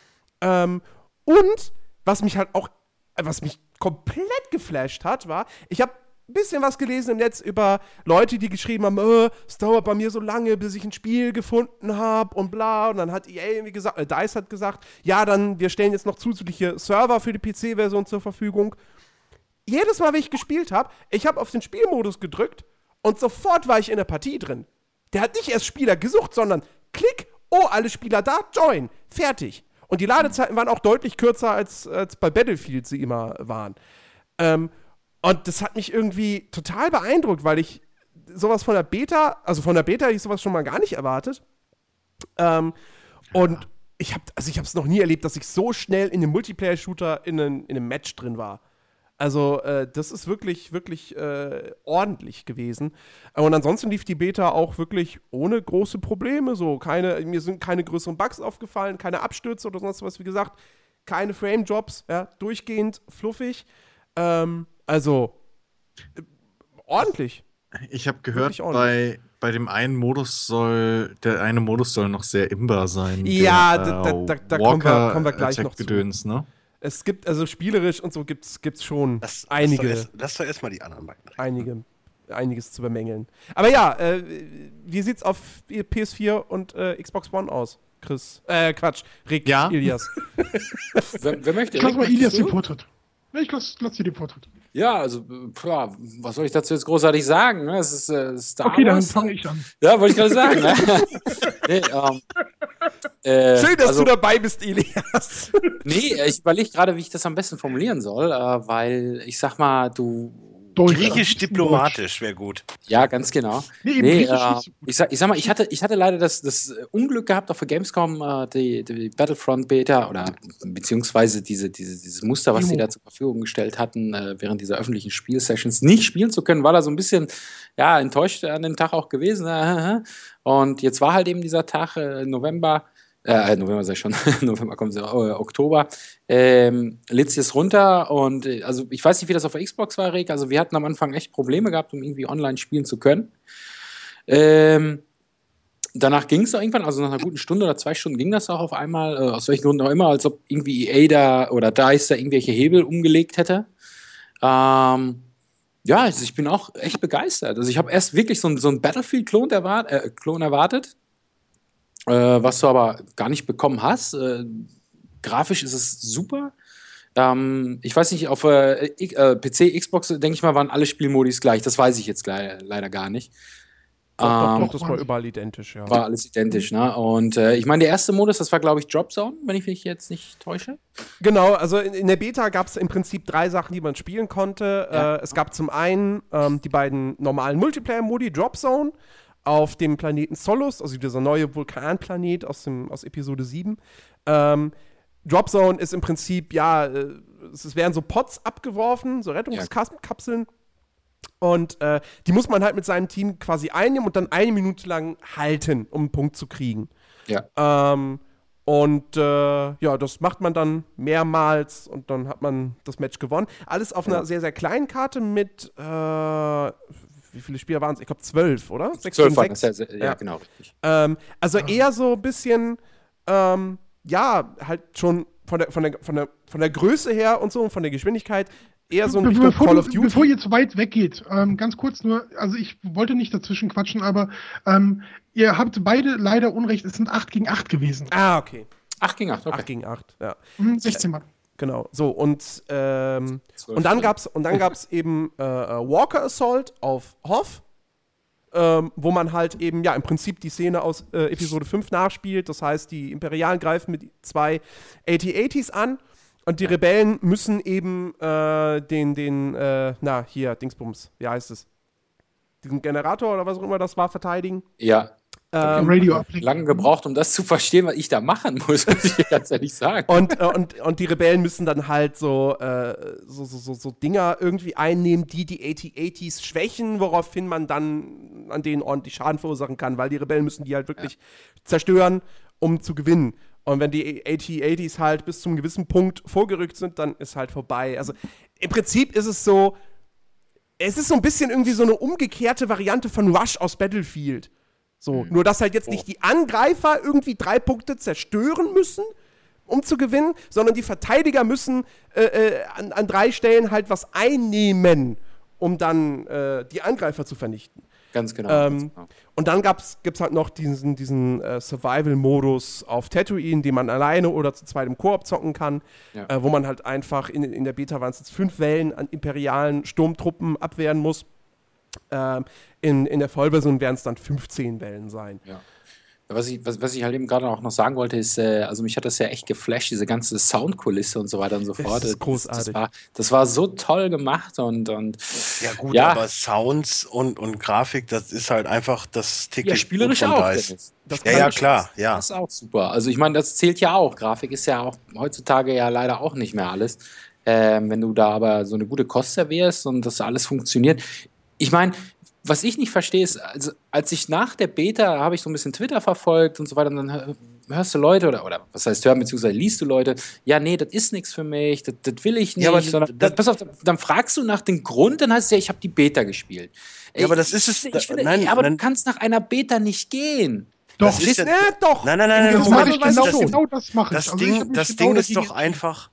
Und was mich komplett geflasht hat, war, ich habe ein bisschen was gelesen im Netz über Leute, die geschrieben haben, es dauert bei mir so lange, bis ich ein Spiel gefunden habe und bla. Und dann hat EA irgendwie gesagt, DICE hat gesagt, ja, dann, wir stellen jetzt noch zusätzliche Server für die PC-Version zur Verfügung. Jedes Mal, wenn ich gespielt habe, ich habe auf den Spielmodus gedrückt und sofort war ich in der Partie drin. Der hat nicht erst Spieler gesucht, sondern klick, oh, alle Spieler da, join, fertig. Und die Ladezeiten waren auch deutlich kürzer, als bei Battlefield sie immer waren. Und das hat mich irgendwie total beeindruckt, weil ich sowas von der Beta hätte ich sowas schon mal gar nicht erwartet. Und ich habe es noch nie erlebt, dass ich so schnell in einem Multiplayer-Shooter in einem Match drin war. Also, das ist wirklich, wirklich ordentlich gewesen. Und ansonsten lief die Beta auch wirklich ohne große Probleme. Mir sind keine größeren Bugs aufgefallen, keine Abstürze oder sonst was. Wie gesagt, keine Frame-Drops, ja, durchgehend fluffig. Also, ordentlich. Ich habe gehört, bei bei dem einen Modus der eine Modus soll noch sehr imbar sein. Ja, der, da kommen wir gleich noch zu. Gedöns, ne? Es gibt, also spielerisch und so gibt's schon einige. Lass doch erstmal die anderen beiden. Einiges zu bemängeln. Aber ja, wie sieht's auf PS4 und Xbox One aus, Chris? Quatsch, Rick, Ja? Ilias. Wer möchte? Ich lass mal Ilias du? den Vortritt. Ich lass dir den Vortritt. Ja, also, was soll ich dazu jetzt großartig sagen? Ne? Es ist Star Okay, dann Wars. fange ich an. Ja, wollte ich gerade sagen. Ne? Nee, Schön, dass also, du dabei bist, Ilias. Nee, ich überlege gerade, wie ich das am besten formulieren soll, weil ich sag mal, Griechisch diplomatisch wäre gut. Ja, ganz genau. Nee, Nee, Griechisch nicht so gut. ich sag mal, ich hatte leider das Unglück gehabt, auf der Gamescom die Battlefront Beta oder beziehungsweise dieses Muster, was sie da zur Verfügung gestellt hatten, während dieser öffentlichen Spielsessions nicht spielen zu können, war da so ein bisschen enttäuscht an dem Tag auch gewesen. Und jetzt war halt eben dieser Tag, November sag ich schon, November kommt es, Oktober, lädt es runter und also ich weiß nicht, wie das auf der Xbox war, Rick, also wir hatten am Anfang echt Probleme gehabt, um irgendwie online spielen zu können. Danach ging es irgendwann, also nach einer guten Stunde oder 2 Stunden ging das auch auf einmal, aus welchen Gründen auch immer, als ob irgendwie EA da oder DICE da irgendwelche Hebel umgelegt hätte. Ja, also ich bin auch echt begeistert. Also ich habe erst wirklich so einen Battlefield-Klon erwartet, was du aber gar nicht bekommen hast. Grafisch ist es super. Ich weiß nicht, auf PC, Xbox, denke ich mal, waren alle Spielmodis gleich. Das weiß ich jetzt leider gar nicht. Doch, das war überall identisch, ja. War alles identisch, ne? Und ich meine, der erste Modus, das war, glaube ich, Drop Zone, wenn ich mich jetzt nicht täusche. Genau, also in der Beta gab es im Prinzip 3 Sachen, die man spielen konnte. Ja. Es gab zum einen die beiden normalen Multiplayer-Modi, Drop Zone, auf dem Planeten Solus, also dieser neue Vulkanplanet aus Episode 7. Drop Zone ist im Prinzip, es werden so Pods abgeworfen, so Rettungskapseln. Und die muss man halt mit seinem Team quasi einnehmen und dann 1 Minute lang halten, um einen Punkt zu kriegen. Ja. Das macht man dann mehrmals und dann hat man das Match gewonnen. Alles auf einer sehr, sehr kleinen Karte mit wie viele Spieler waren es? Ich glaube 12, oder? 12 waren das, ja, genau, richtig. Also eher so ein bisschen, halt schon von der Größe her und so und von der Geschwindigkeit eher so in Richtung Call of Duty. Bevor ihr zu weit weggeht, ganz kurz nur, also ich wollte nicht dazwischen quatschen, aber ihr habt beide leider Unrecht, es sind 8 gegen 8 gewesen. Ah, okay. 8 gegen 8, okay. 8 gegen 8, ja. 16 Mann. Genau, so und dann gab's eben Walker Assault auf Hoth, wo man halt eben im Prinzip die Szene aus Episode 5 nachspielt. Das heißt, die Imperialen greifen mit 2 AT-ATs an und die Rebellen müssen eben Dingsbums, wie heißt es? Diesen Generator oder was auch immer das war, verteidigen. Ja. Radio lange gebraucht, um das zu verstehen, was ich da machen muss ich ganz ehrlich sagen. Und die Rebellen müssen dann halt so Dinger irgendwie einnehmen, die AT-ATs schwächen, woraufhin man dann an denen ordentlich Schaden verursachen kann, weil die Rebellen müssen die halt wirklich zerstören, um zu gewinnen. Und wenn die AT-ATs halt bis zum gewissen Punkt vorgerückt sind, dann ist halt vorbei. Also im Prinzip ist es so ein bisschen irgendwie so eine umgekehrte Variante von Rush aus Battlefield. So, nur dass halt jetzt nicht die Angreifer irgendwie 3 Punkte zerstören müssen, um zu gewinnen, sondern die Verteidiger müssen an 3 Stellen halt was einnehmen, um dann die Angreifer zu vernichten. Ganz genau. Und dann gibt's halt noch diesen Survival-Modus auf Tatooine, den man alleine oder zu zweit im Koop zocken kann, wo man halt einfach in der Beta waren es jetzt 5 Wellen an imperialen Sturmtruppen abwehren muss. In der Vollversion werden es dann 15 Wellen sein. Ja. Was ich halt eben gerade auch noch sagen wollte, ist, also mich hat das ja echt geflasht, diese ganze Soundkulisse und so weiter und so fort. Das ist großartig. Das war so toll gemacht und ja gut, aber Sounds und Grafik, das ist halt einfach das Ticket. Ja, spielerisch auch. Ja, klar, ja. Das ist auch super. Also ich meine, das zählt ja auch. Grafik ist ja auch heutzutage ja leider auch nicht mehr alles. Wenn du da aber so eine gute Kost servierst und das alles funktioniert. Ich meine, was ich nicht verstehe, ist, also, als ich nach der Beta habe ich so ein bisschen Twitter verfolgt und so weiter, und dann hörst du Leute oder was heißt hören, beziehungsweise liest du Leute, ja, nee, das ist nichts für mich, das will ich nicht. Ja, aber pass auf, dann fragst du nach dem Grund, dann heißt es ja, ich habe die Beta gespielt. Ja, aber das ist es. Ich finde, du kannst nach einer Beta nicht gehen. Doch, Das ist ja, doch. Nein, das Moment, mache ich genau das mache ich. Das Also ich hab Ding, mich das genau Ding ist dagegen doch einfach,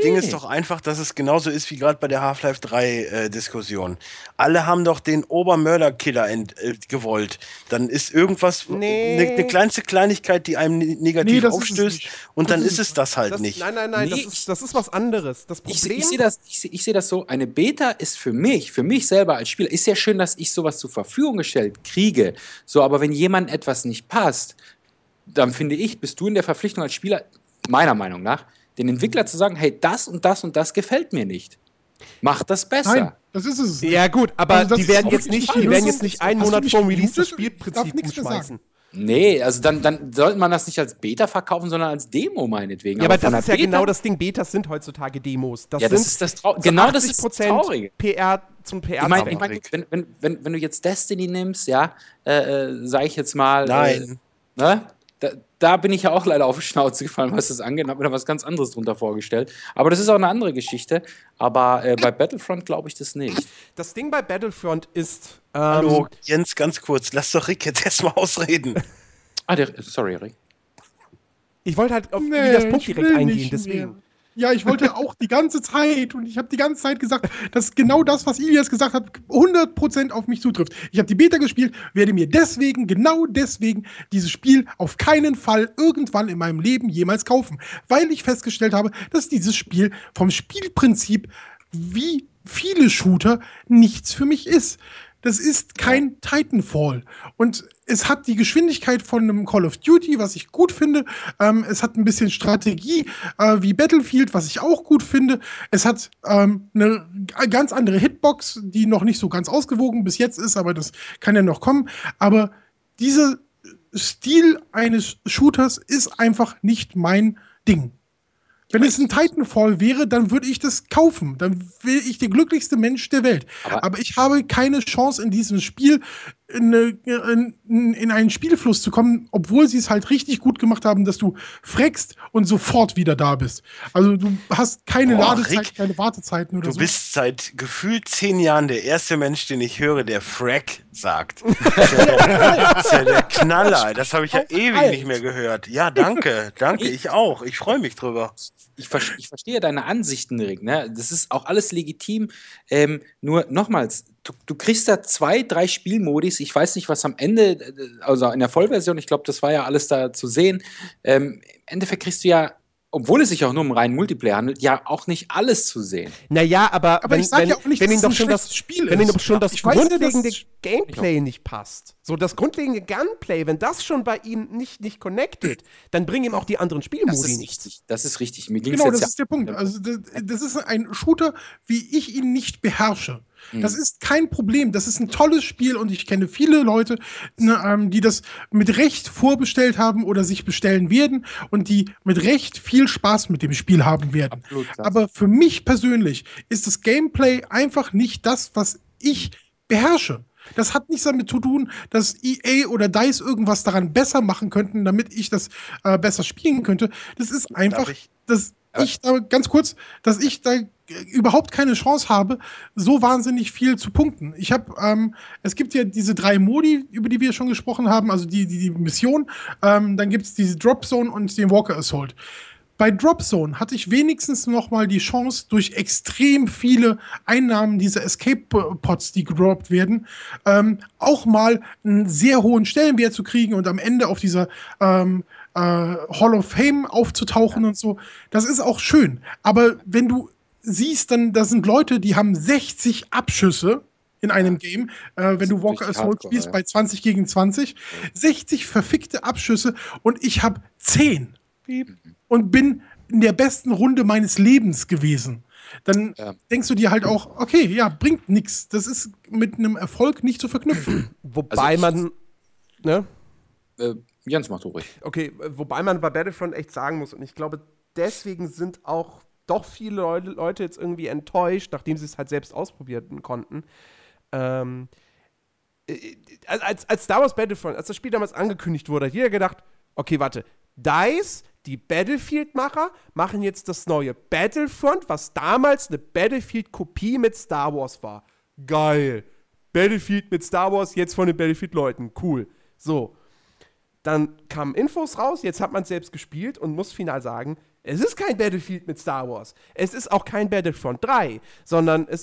dass es genauso ist wie gerade bei der Half-Life 3 Diskussion. Alle haben doch den Obermörderkiller gewollt. Dann ist irgendwas, eine kleinste Kleinigkeit, die einem negativ das ist es aufstößt, nicht. und dann ist es das halt nicht. Nein, Nee, das ist was anderes. Das Problem... Ich sehe das so, eine Beta ist für mich selber als Spieler, ist ja schön, dass ich sowas zur Verfügung gestellt kriege. So, aber wenn jemand etwas nicht passt, dann finde ich, bist du in der Verpflichtung als Spieler, meiner Meinung nach, den Entwickler zu sagen, hey, das und das und das gefällt mir nicht. Mach das besser. Nein, das ist es. Ja gut, aber Also das die werden ist jetzt auch nicht, nicht die werden die jetzt nicht Lösung. einen Hast du Monat mich vor dem Release das gemutet? Ich darf Spielprinzip nichts mehr umschmeißen. Nee, also dann sollte man das nicht als Beta verkaufen, sondern als Demo meinetwegen. Ja, aber von das ist der ja Beta- genau das Ding. Betas sind heutzutage Demos. Das Ja, das sind ist das genau das ist das 80% Traurige. PR zum PR. Ich meine, wenn du jetzt Destiny nimmst, ja, sag ich jetzt mal. Nein. Ne? Da bin ich ja auch leider auf die Schnauze gefallen, was das angeht, habe mir da was ganz anderes drunter vorgestellt. Aber das ist auch eine andere Geschichte. Aber bei Battlefront glaube ich das nicht. Das Ding bei Battlefront ist. Hallo, Jens, ganz kurz, lass doch Rick jetzt erstmal ausreden. Sorry, Rick. Ich wollte halt auf das Punkt ich direkt will eingehen, nicht deswegen. mehr. Ja, ich wollte auch die ganze Zeit und ich habe die ganze Zeit gesagt, dass genau das, was Ilias gesagt hat, 100% auf mich zutrifft. Ich habe die Beta gespielt, werde mir genau deswegen, dieses Spiel auf keinen Fall irgendwann in meinem Leben jemals kaufen, weil ich festgestellt habe, dass dieses Spiel vom Spielprinzip wie viele Shooter nichts für mich ist. Das ist kein Titanfall. Und es hat die Geschwindigkeit von einem Call of Duty, was ich gut finde. Es hat ein bisschen Strategie wie Battlefield, was ich auch gut finde. Es hat eine ganz andere Hitbox, die noch nicht so ganz ausgewogen bis jetzt ist, aber das kann ja noch kommen. Aber dieser Stil eines Shooters ist einfach nicht mein Ding. Wenn es ein Titanfall wäre, dann würde ich das kaufen. Dann wäre ich der glücklichste Mensch der Welt. Aber ich habe keine Chance in diesem Spiel in einen Spielfluss zu kommen, obwohl sie es halt richtig gut gemacht haben, dass du freckst und sofort wieder da bist. Also du hast keine Ladezeit, Rick, keine Wartezeiten oder du so. bist seit gefühlt 10 Jahren der erste Mensch, den ich höre, der Frack sagt. Das ist ja der Knaller. Das habe ich ja ewig nicht mehr gehört. Ja, danke, ich auch. Ich freue mich drüber. Ich verstehe deine Ansichten, Rick. Ne? Das ist auch alles legitim. Nur nochmals, du kriegst da 2, 3 Spielmodis. Ich weiß nicht, was am Ende, also in der Vollversion, ich glaube, das war ja alles da zu sehen. Im Endeffekt kriegst du ja, obwohl es sich auch nur um reinen Multiplayer handelt, ja auch nicht alles zu sehen. Naja, aber ich sag ja auch nicht, wenn dass ihnen es doch ein schon das schlechtes Spiel wenn ihnen ist. doch schon das Ich weiß ja, dass grundlegende es- Gameplay nicht passt. So das grundlegende Gunplay, wenn das schon bei ihm nicht connected, dann bringen ihm auch die anderen Spielmodi nichts. Richtig. Das ist richtig. Mir ging's Genau, jetzt das ist der Punkt. Also das ist ein Shooter, wie ich ihn nicht beherrsche. Das ist kein Problem. Das ist ein tolles Spiel und ich kenne viele Leute, die das mit Recht vorbestellt haben oder sich bestellen werden und die mit Recht viel Spaß mit dem Spiel haben werden. Absolut, klar. Aber für mich persönlich ist das Gameplay einfach nicht das, was ich beherrsche. Das hat nichts damit zu tun, dass EA oder DICE irgendwas daran besser machen könnten, damit ich das besser spielen könnte. Das ist einfach, dass ich da überhaupt keine Chance habe, so wahnsinnig viel zu punkten. Es gibt ja diese 3 Modi, über die wir schon gesprochen haben, also die Mission, dann gibt es diese Drop Zone und den Walker Assault. Bei Drop Zone hatte ich wenigstens noch mal die Chance, durch extrem viele Einnahmen dieser Escape-Pods, die gedroppt werden, auch mal einen sehr hohen Stellenwert zu kriegen und am Ende auf dieser Hall of Fame aufzutauchen und so. Das ist auch schön. Aber wenn du siehst, dann da sind Leute, die haben 60 Abschüsse in einem Game, wenn du Walker Assault spielst, bei 20 gegen 20. 60 verfickte Abschüsse und ich habe 10. Und bin in der besten Runde meines Lebens gewesen. Dann denkst du dir halt auch, okay, ja, bringt nichts. Das ist mit einem Erfolg nicht zu verknüpfen. Wobei man, ne? Jens, mach du ruhig. Okay, wobei man bei Battlefront echt sagen muss, und ich glaube, deswegen sind auch doch viele Leute jetzt irgendwie enttäuscht, nachdem sie es halt selbst ausprobieren konnten. Als Star Wars Battlefront, als das Spiel damals angekündigt wurde, hat jeder gedacht, okay, warte, DICE, die Battlefield-Macher, machen jetzt das neue Battlefront, was damals eine Battlefield-Kopie mit Star Wars war. Geil. Battlefield mit Star Wars, jetzt von den Battlefield-Leuten. Cool. So. Dann kamen Infos raus, jetzt hat man es selbst gespielt und muss final sagen, es ist kein Battlefield mit Star Wars. Es ist auch kein Battlefront 3, sondern es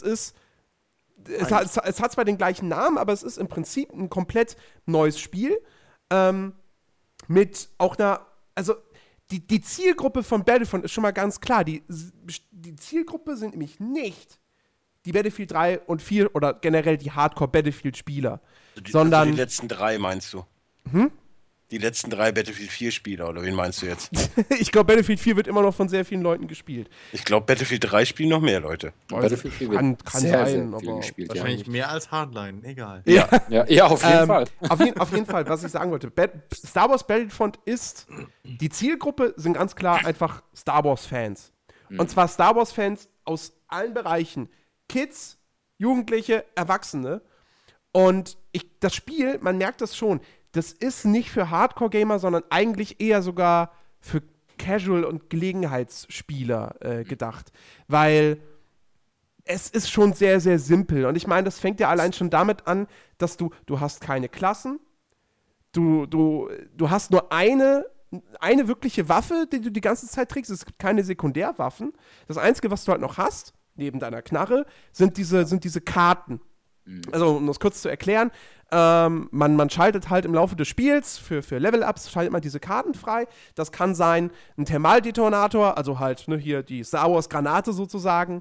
hat zwar den gleichen Namen, aber es ist im Prinzip ein komplett neues Spiel. Mit auch also die Zielgruppe von Battlefront ist schon mal ganz klar. Die Zielgruppe sind nämlich nicht die Battlefield 3 und 4 oder generell die Hardcore-Battlefield-Spieler, sondern die letzten 3 meinst du? Die letzten 3 Battlefield 4-Spieler, oder wen meinst du jetzt? Ich glaube, Battlefield 4 wird immer noch von sehr vielen Leuten gespielt. Ich glaube, Battlefield 3 spielen noch mehr Leute. Battlefield 4 wird kann sehr, sein, sehr viel aber gespielt. Wahrscheinlich mehr als Hardline, egal. Ja. Ja, auf jeden Fall. Auf jeden Fall, was ich sagen wollte. Star Wars Battlefront ist, die Zielgruppe sind ganz klar einfach Star Wars-Fans. Und zwar Star Wars-Fans aus allen Bereichen. Kids, Jugendliche, Erwachsene. Und das Spiel, man merkt das schon, das ist nicht für Hardcore-Gamer, sondern eigentlich eher sogar für Casual- und Gelegenheitsspieler gedacht. Weil es ist schon sehr, sehr simpel. Und ich meine, das fängt ja allein schon damit an, dass du hast keine Klassen, du hast nur eine wirkliche Waffe, die du die ganze Zeit trägst. Es gibt keine Sekundärwaffen. Das Einzige, was du halt noch hast, neben deiner Knarre, sind diese Karten. Also, um das kurz zu erklären, man schaltet halt im Laufe des Spiels für Level-Ups, schaltet man diese Karten frei. Das kann sein ein Thermaldetonator, also halt hier die Star Wars-Granate sozusagen,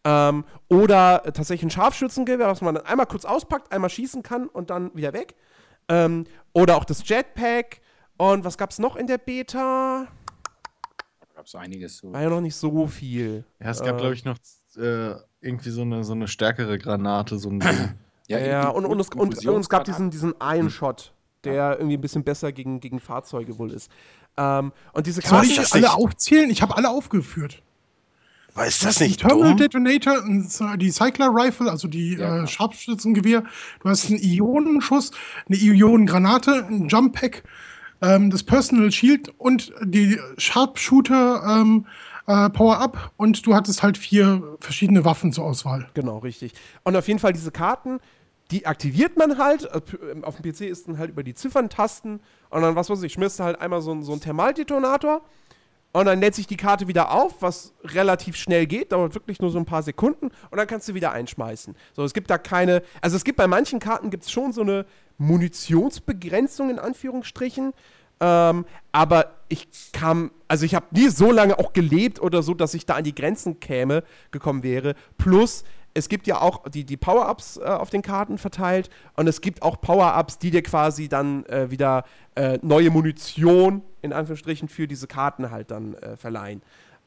oder tatsächlich ein Scharfschützengewehr, was man dann einmal kurz auspackt, einmal schießen kann und dann wieder weg. Oder auch das Jetpack. Und was gab's noch in der Beta? Da gab es einiges so. War ja noch nicht so viel. Ja, es gab, glaube ich, noch irgendwie so eine stärkere Granate, so ein Ding. Ja, und es gab diesen Iron-Shot, der irgendwie ein bisschen besser gegen Fahrzeuge wohl ist. Und diese Soll Klasse, ich alle aufzählen? Ich habe alle aufgeführt. Aber ist das nicht Thermal dumm? Detonator, die Cycler Rifle, also die Scharfschützengewehr. Du hast einen Ionenschuss, eine Ionengranate, ein Jump Pack, das Personal Shield und die Sharpshooter Power-Up. Und du hattest halt 4 verschiedene Waffen zur Auswahl. Genau, richtig. Und auf jeden Fall diese Karten, die aktiviert man halt. Auf dem PC ist dann halt über die Zifferntasten. Und dann, was weiß ich, schmierst du halt einmal so einen Thermaldetonator. Und dann lädt sich die Karte wieder auf, was relativ schnell geht, dauert wirklich nur so ein paar Sekunden. Und dann kannst du wieder einschmeißen. So, es gibt da keine, also es gibt bei manchen Karten gibt's schon so eine Munitionsbegrenzung in Anführungsstrichen. Aber ich habe nie so lange auch gelebt oder so, dass ich da an die Grenzen gekommen wäre. Plus, es gibt ja auch die Power-Ups auf den Karten verteilt und es gibt auch Power-Ups, die dir quasi dann wieder neue Munition, in Anführungsstrichen, für diese Karten halt dann verleihen.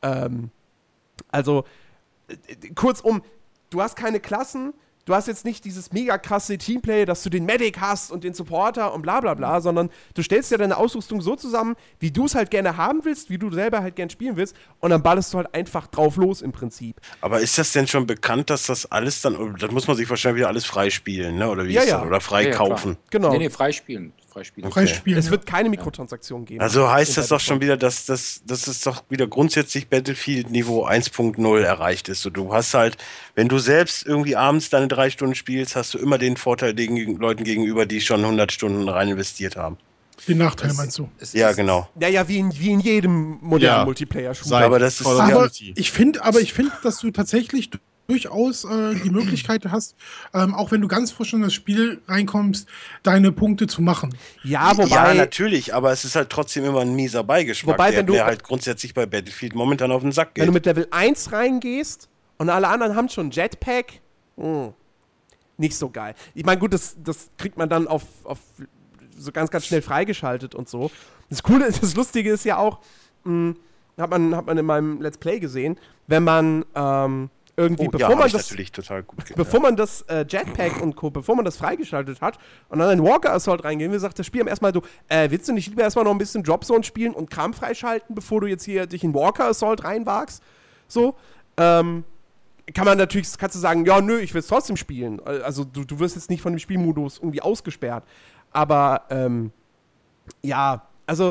Kurzum, du hast keine Klassen, du hast jetzt nicht dieses mega krasse Teamplay, dass du den Medic hast und den Supporter und bla bla bla, sondern du stellst dir deine Ausrüstung so zusammen, wie du es halt gerne haben willst, wie du selber halt gerne spielen willst und dann ballerst du halt einfach drauf los im Prinzip. Aber ist das denn schon bekannt, dass das alles dann, das muss man sich wahrscheinlich wieder alles freispielen, ne? Oder wie Ja, ist ja. das? Oder freikaufen? Genau. Nee, freispielen. Freispielen. Es wird keine Mikrotransaktion geben. Also heißt das doch Battlefront. schon wieder, dass es doch wieder grundsätzlich Battlefield-Niveau 1.0 erreicht ist. So, du hast halt, wenn du selbst irgendwie abends deine 3 Stunden spielst, hast du immer den Vorteil den Leuten gegenüber, die schon 100 Stunden rein investiert haben. Den Nachteil meinst du? Ja, genau. Naja, wie in jedem modernen Ja. Multiplayer-Shooter. Aber das ist Call of Aber Duty. ich finde, dass du tatsächlich durchaus die Möglichkeit hast, auch wenn du ganz frisch in das Spiel reinkommst, deine Punkte zu machen. Ja, wobei. Ja, natürlich, aber es ist halt trotzdem immer ein mieser Beigeschmack, Wobei, der wenn du- mir halt grundsätzlich bei Battlefield momentan auf den Sack Wenn du geht. mit Level 1 reingehst und alle anderen haben schon Jetpack, nicht so geil. Ich meine, gut, das kriegt man dann auf so ganz, ganz schnell freigeschaltet und so. Das Coole, das Lustige ist ja auch, hat man in meinem Let's Play gesehen, wenn man irgendwie, Oh, ja, hab ich natürlich total gut bevor man das Jetpack und Co., bevor man das freigeschaltet hat und dann in Walker Assault reingehen will, sagt das Spiel erstmal so, willst du nicht lieber erstmal noch ein bisschen Dropzone spielen und Kram freischalten, bevor du jetzt hier dich in Walker Assault reinwagst? So, kannst du sagen, ja, nö, ich will es trotzdem spielen. Also du wirst jetzt nicht von dem Spielmodus irgendwie ausgesperrt. Aber, ja, also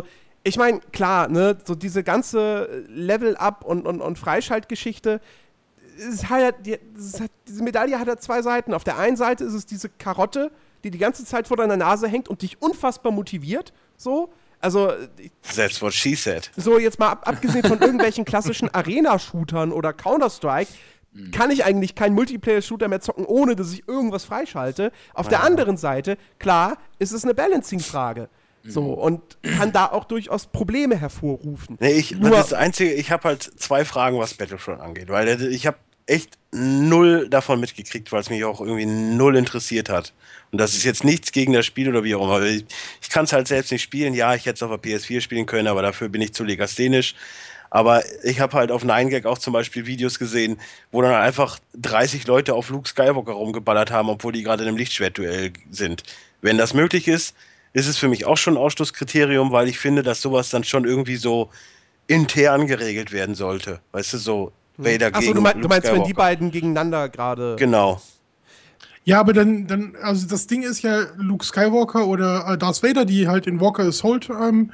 ich meine, klar, ne, so diese ganze Level-Up und Freischaltgeschichte, ist halt, diese Medaille hat ja zwei Seiten. Auf der einen Seite ist es diese Karotte, die ganze Zeit vor deiner Nase hängt und dich unfassbar motiviert, so. Also, That's what she said. so jetzt mal abgesehen von irgendwelchen klassischen Arena-Shootern oder Counter-Strike, kann ich eigentlich keinen Multiplayer-Shooter mehr zocken, ohne dass ich irgendwas freischalte. Auf der anderen Seite, klar, ist es eine Balancing-Frage. So, und kann da auch durchaus Probleme hervorrufen. Nee, das Einzige, ich habe halt zwei Fragen, was Battlefront angeht, weil ich habe echt null davon mitgekriegt, weil es mich auch irgendwie null interessiert hat. Und das ist jetzt nichts gegen das Spiel oder wie auch immer. Ich kann es halt selbst nicht spielen. Ja, ich hätte es auf der PS4 spielen können, aber dafür bin ich zu legasthenisch. Aber ich habe halt auf 9gag auch zum Beispiel Videos gesehen, wo dann einfach 30 Leute auf Luke Skywalker rumgeballert haben, obwohl die gerade in einem Lichtschwertduell sind. Wenn das möglich ist es für mich auch schon ein Ausschlusskriterium, weil ich finde, dass sowas dann schon irgendwie so intern geregelt werden sollte. Weißt du, so Vader Achso, gegen du meinst, Luke wenn die Skywalker. beiden gegeneinander gerade. Genau. Ja, aber dann, also das Ding ist ja, Luke Skywalker oder Darth Vader, die halt in Walker Assault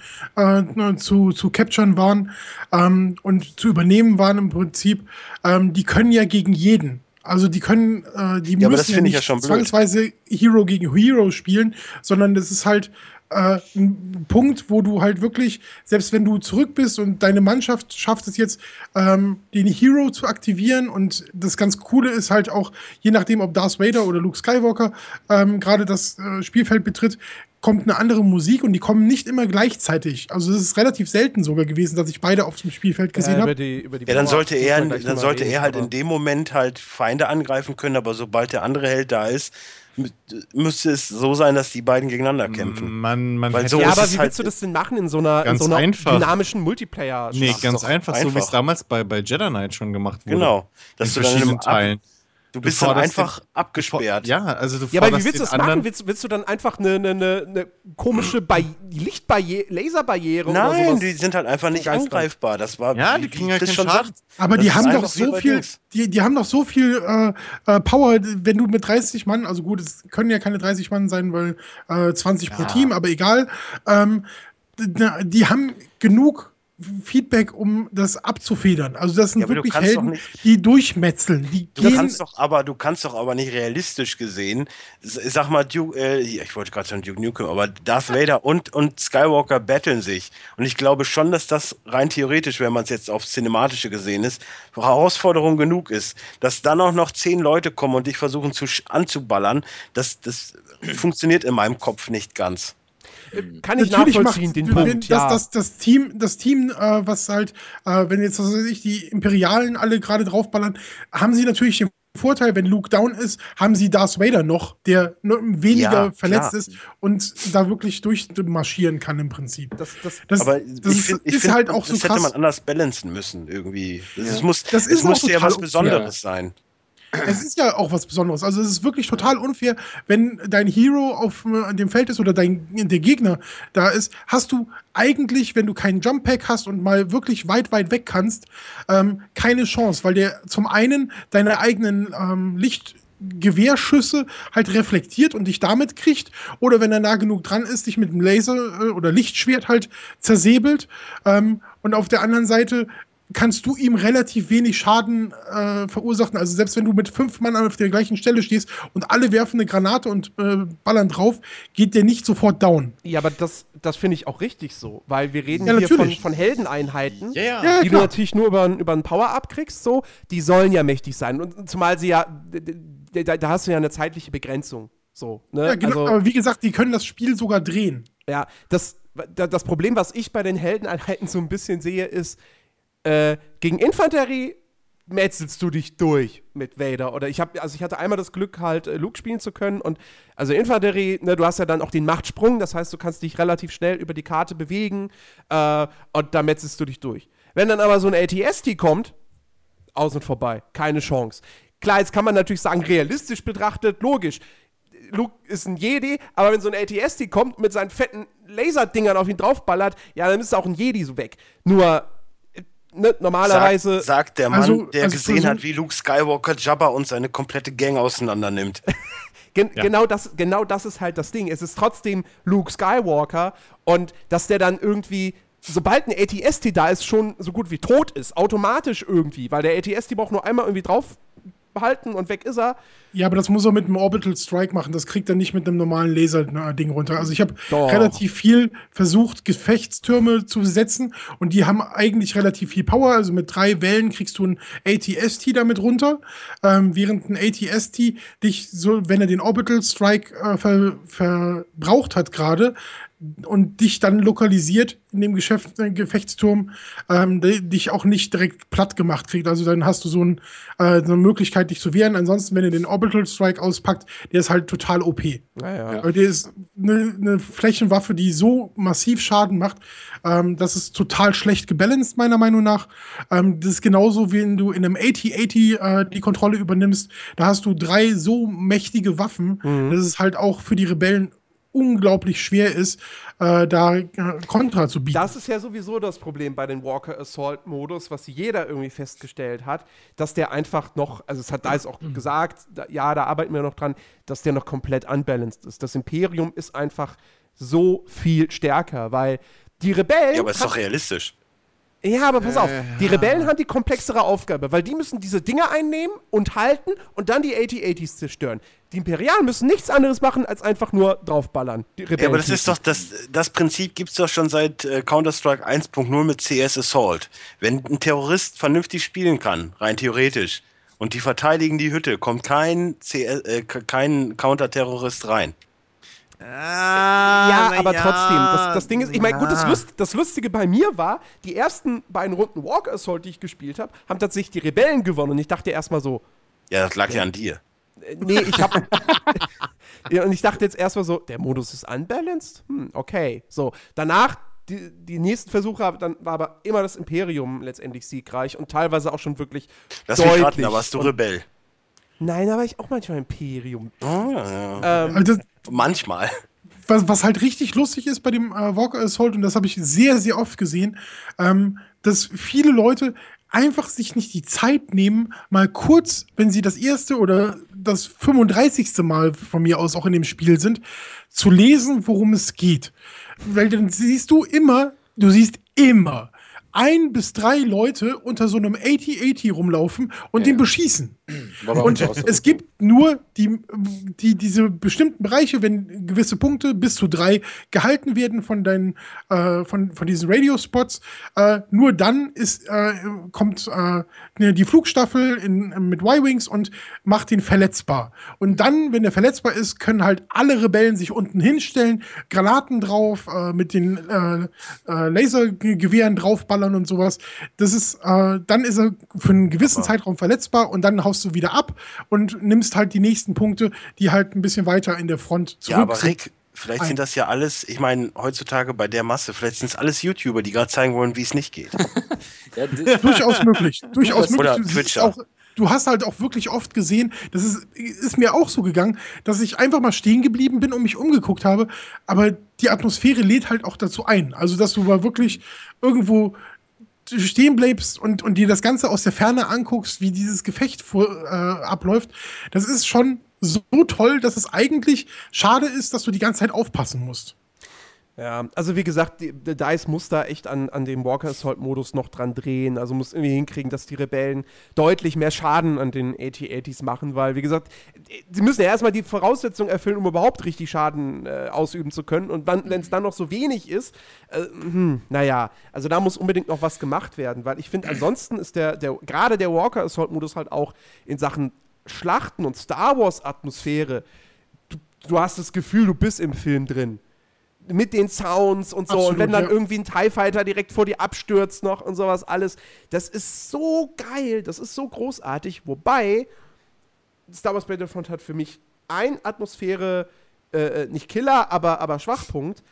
zu capturen waren und zu übernehmen waren im Prinzip, die können ja gegen jeden. Also die können, die Ja, aber das müssen ja finde ich ja nicht schon blöd. zwangsweise Hero gegen Hero spielen, sondern das ist halt ein Punkt, wo du halt wirklich, selbst wenn du zurück bist und deine Mannschaft schafft es jetzt, den Hero zu aktivieren, und das ganz Coole ist halt auch, je nachdem, ob Darth Vader oder Luke Skywalker gerade das Spielfeld betritt, kommt eine andere Musik, und die kommen nicht immer gleichzeitig. Also es ist relativ selten sogar gewesen, dass ich beide auf dem Spielfeld gesehen habe. Ja, dann sollte er halt in dem Moment halt Feinde angreifen können, aber sobald der andere Held da ist, müsste es so sein, dass die beiden gegeneinander kämpfen. Man Weil hätte so Ja, ist aber es wie halt willst du das denn machen in so einer einfach. dynamischen Multiplayer? Nee, ist ganz doch einfach, so wie es einfach. damals bei Jedi Knight schon gemacht wurde. Genau. Dass In du dann in verschiedenen einem Teilen. Du bist dann forderst einfach abgesperrt. Ja, also du Ja, aber wie forderst willst du den das machen? anderen- Willst du dann einfach eine komische Lichtbarriere, Laserbarriere oder Nein, sowas? die sind halt einfach nicht begeistern? angreifbar. Das war, Ja, wie die kriegen ja Chris keinen schon Schaden. sagt. Aber Das die ist haben doch einfach so wie bei viel, Dings. die haben doch so viel Power, wenn du mit 30 Mann, also gut, es können ja keine 30 Mann sein, weil 20 pro Team, aber egal. Die haben genug Feedback, um das abzufedern. Also das sind Ja, aber du wirklich kannst doch Helden, nicht- die durchmetzeln. Die Du gehen. kannst doch aber nicht realistisch gesehen, sag mal, ich wollte gerade schon Duke Nukem, aber Darth Vader und Skywalker battlen sich. Und ich glaube schon, dass das rein theoretisch, wenn man es jetzt aufs Cinematische gesehen ist, Herausforderung genug ist. Dass dann auch noch 10 Leute kommen und dich versuchen anzuballern, das funktioniert in meinem Kopf nicht ganz. Kann ich Natürlich nachvollziehen, macht den Punkt, ja. das Team, was halt, wenn jetzt, was weiß ich, die Imperialen alle gerade draufballern, haben sie natürlich den Vorteil, wenn Luke down ist, haben sie Darth Vader noch, der nur weniger Ja, verletzt klar. ist und da wirklich durchmarschieren kann im Prinzip. Das, Aber das ich finde, ist halt auch so das hätte krass. man anders balancen müssen irgendwie. Es Das musste ist auch ja total was unfair. Besonderes sein. Es ist ja auch was Besonderes. Also es ist wirklich total unfair, wenn dein Hero auf dem Feld ist oder der Gegner da ist, hast du eigentlich, wenn du keinen Jump Pack hast und mal wirklich weit weg kannst, keine Chance, weil der zum einen deine eigenen Lichtgewehrschüsse halt reflektiert und dich damit kriegt, oder wenn er nah genug dran ist, dich mit einem Laser oder Lichtschwert halt zersäbelt. Und auf der anderen Seite kannst du ihm relativ wenig Schaden verursachen. Also selbst wenn du mit 5 Mann auf der gleichen Stelle stehst und alle werfen eine Granate und ballern drauf, geht der nicht sofort down. ja, aber das finde ich auch richtig so, weil wir reden Ja, hier natürlich. von Heldeneinheiten, Ja, die du klar. natürlich nur über einen Power-Up kriegst, so, die sollen ja mächtig sein. Und zumal sie ja, da hast du ja eine zeitliche Begrenzung. So, ne? Ja, genau, Also, aber wie gesagt, die können das Spiel sogar drehen. ja, das Problem, was ich bei den Heldeneinheiten so ein bisschen sehe, ist, gegen Infanterie metzelst du dich durch mit Vader. Oder ich hatte einmal das Glück, halt Luke spielen zu können. Und also Infanterie, ne, du hast ja dann auch den Machtsprung, das heißt, du kannst dich relativ schnell über die Karte bewegen und da metzelst du dich durch. Wenn dann aber so ein AT-ST kommt, aus und vorbei, keine Chance. Klar, jetzt kann man natürlich sagen, realistisch betrachtet, logisch. Luke ist ein Jedi, aber wenn so ein AT-ST kommt mit seinen fetten Laserdingern auf ihn draufballert, ja, dann ist auch ein Jedi so weg. Nur ne, normalerweise. Sagt der Mann, Also- der also gesehen so- hat, wie Luke Skywalker Jabba und seine komplette Gang auseinander nimmt. Genau das ist halt das Ding. Es ist trotzdem Luke Skywalker, und dass der dann irgendwie sobald ein AT-ST da ist, schon so gut wie tot ist, automatisch irgendwie, weil der AT-ST braucht nur einmal irgendwie drauf behalten und weg ist er. Ja, aber das muss er mit einem Orbital Strike machen. Das kriegt er nicht mit einem normalen Laser-Ding runter. Also ich habe relativ viel versucht, Gefechtstürme zu setzen und die haben eigentlich relativ viel Power. Also mit 3 Wellen kriegst du ein AT-ST damit runter, während ein AT-ST dich so, wenn er den Orbital Strike verbraucht hat gerade, und dich dann lokalisiert in dem Gefechtsturm, dich auch nicht direkt platt gemacht kriegt. Also dann hast du so eine Möglichkeit, dich zu wehren. Ansonsten, wenn er den Orbital Strike auspackt, der ist halt total OP. Ja. Der ist eine Flächenwaffe, die so massiv Schaden macht. Das ist total schlecht gebalanced, meiner Meinung nach. Das ist genauso, wenn du in einem AT-AT die Kontrolle übernimmst. Da hast du 3 so mächtige Waffen, dass es halt auch für die Rebellen unglaublich schwer ist, da Kontra zu bieten. Das ist ja sowieso das Problem bei den Walker Assault Modus, was jeder irgendwie festgestellt hat, dass der einfach noch, also es hat da ist auch gesagt, da arbeiten wir noch dran, dass der noch komplett unbalanced ist. Das Imperium ist einfach so viel stärker, weil die Rebellen. Ja, aber ist doch realistisch. Ja, aber pass auf, die Rebellen haben die komplexere Aufgabe, weil die müssen diese Dinge einnehmen und halten und dann die AT-ATs zerstören. Die Imperialen müssen nichts anderes machen, als einfach nur draufballern. Die Rebellen aber das ist doch, das Prinzip gibt es doch schon seit Counter-Strike 1.0 mit CS Assault. Wenn ein Terrorist vernünftig spielen kann, rein theoretisch, und die verteidigen die Hütte, kommt kein Counter-Terrorist rein. Ja, aber trotzdem, das Ding ist, ich meine, gut, das Lustige bei mir war, die ersten beiden Runden Walker Assault, die ich gespielt habe, haben tatsächlich die Rebellen gewonnen und ich dachte erstmal so. Ja, das lag ja an dir. Nee, ja, und ich dachte jetzt erstmal so, der Modus ist unbalanced? Okay. So, danach, die nächsten Versuche, dann war aber immer das Imperium letztendlich siegreich und teilweise auch schon wirklich Lass mich raten, da warst du Rebell. Nein, da war ich auch manchmal Imperium. Manchmal. Was halt richtig lustig ist bei dem Walker Assault, und das habe ich sehr, sehr oft gesehen, dass viele Leute einfach sich nicht die Zeit nehmen, mal kurz, wenn sie das erste oder das 35. Mal von mir aus auch in dem Spiel sind, zu lesen, worum es geht. Weil dann siehst du siehst immer 1 bis 3 Leute unter so einem AT-AT rumlaufen und den beschießen. Und es gibt nur diese bestimmten Bereiche, wenn gewisse Punkte bis zu 3 gehalten werden von von diesen Radiospots, nur dann kommt die Flugstaffel mit Y-Wings und macht den verletzbar. Und dann, wenn der verletzbar ist, können halt alle Rebellen sich unten hinstellen, Granaten drauf, mit den Lasergewehren draufballern und sowas. Das ist, dann ist er für einen gewissen Zeitraum verletzbar und dann haust du wieder ab und nimmst halt die nächsten Punkte, die halt ein bisschen weiter in der Front zurück Ja, aber Rick, vielleicht sind das ja alles, ich meine, heutzutage bei der Masse, vielleicht sind es alles YouTuber, die gerade zeigen wollen, wie es nicht geht. Ja, durchaus möglich. Durchaus möglich. Oder Twitcher. Du hast halt auch wirklich oft gesehen, das ist mir auch so gegangen, dass ich einfach mal stehen geblieben bin und mich umgeguckt habe, aber die Atmosphäre lädt halt auch dazu ein. Also, dass du mal wirklich irgendwo stehen bleibst und dir das Ganze aus der Ferne anguckst, wie dieses Gefecht abläuft, das ist schon so toll, dass es eigentlich schade ist, dass du die ganze Zeit aufpassen musst. Ja, also wie gesagt, der DICE muss da echt an dem Walker Assault-Modus noch dran drehen. Also muss irgendwie hinkriegen, dass die Rebellen deutlich mehr Schaden an den AT-ATs machen, weil, wie gesagt, sie müssen ja erstmal die Voraussetzungen erfüllen, um überhaupt richtig Schaden ausüben zu können. Und wenn es dann noch so wenig ist, naja, also da muss unbedingt noch was gemacht werden, weil ich finde, ansonsten ist gerade der Walker Assault-Modus halt auch in Sachen Schlachten und Star Wars-Atmosphäre, du hast das Gefühl, du bist im Film drin. Mit den Sounds und so. Absolut, und wenn dann irgendwie ein TIE Fighter direkt vor dir abstürzt noch und sowas alles. Das ist so geil, das ist so großartig. Wobei, Star Wars Battlefront hat für mich ein Atmosphäre, nicht Killer, aber Schwachpunkt.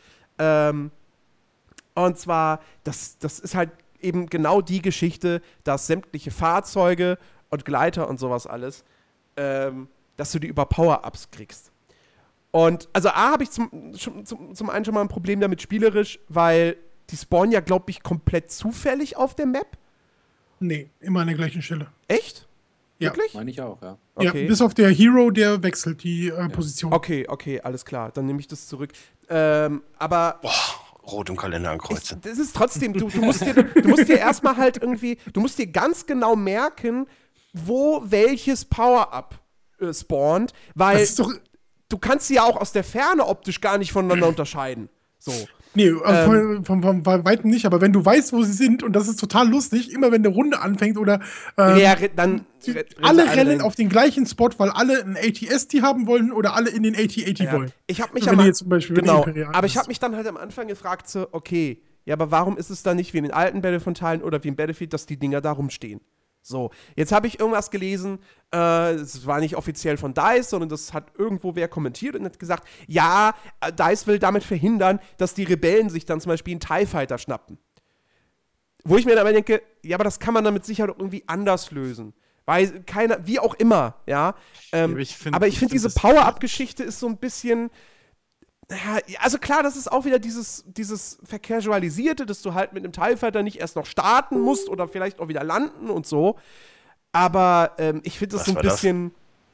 Und zwar, das ist halt eben genau die Geschichte, dass sämtliche Fahrzeuge und Gleiter und sowas alles, dass du die über Power-Ups kriegst. Und, also habe ich zum einen schon mal ein Problem damit spielerisch, weil die spawnen ja, glaube ich, komplett zufällig auf der Map. Nee, immer an der gleichen Stelle. Echt? Ja. Wirklich? Meine ich auch, ja. Okay. Ja, bis auf der Hero, der wechselt die Position. Okay, alles klar, dann nehme ich das zurück. Aber Rot im Kalender ankreuzen. Das ist trotzdem, du musst dir erstmal halt irgendwie, du musst dir ganz genau merken, wo welches Power-Up spawnt, weil Das ist doch. du kannst sie ja auch aus der Ferne optisch gar nicht voneinander unterscheiden. So. Nee, von Weitem nicht, aber wenn du weißt, wo sie sind, und das ist total lustig, immer wenn eine Runde anfängt oder Dann alle rennen auf den gleichen Spot, weil alle ein AT-ST haben wollen oder alle in den AT-80 ja. wollen. Ich habe mich Wenn du jetzt zum Beispiel genau, Imperial aber ich bist. habe mich dann halt am Anfang gefragt, so, okay, ja, aber warum ist es dann nicht wie in den alten Battlefront-Teilen oder wie im Battlefield, dass die Dinger da rumstehen? So, jetzt habe ich irgendwas gelesen, es war nicht offiziell von DICE, sondern das hat irgendwo wer kommentiert und hat gesagt, ja, DICE will damit verhindern, dass die Rebellen sich dann zum Beispiel einen TIE Fighter schnappen. Wo ich mir dann aber denke, ja, aber das kann man damit sicher doch irgendwie anders lösen. Weil keiner, wie auch immer, ja. Aber ich finde, diese Power-Up-Geschichte ist so ein bisschen. Ja, also klar, das ist auch wieder dieses Vercasualisierte, dass du halt mit einem TIE Fighter nicht erst noch starten musst oder vielleicht auch wieder landen und so. Aber ich finde das so ein bisschen.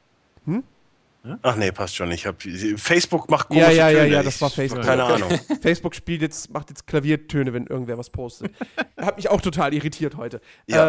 Ach nee, passt schon. Facebook macht komische Töne. Ja, das war Facebook. Keine Ahnung. Facebook macht jetzt Klaviertöne, wenn irgendwer was postet. Hat mich auch total irritiert heute. Ja.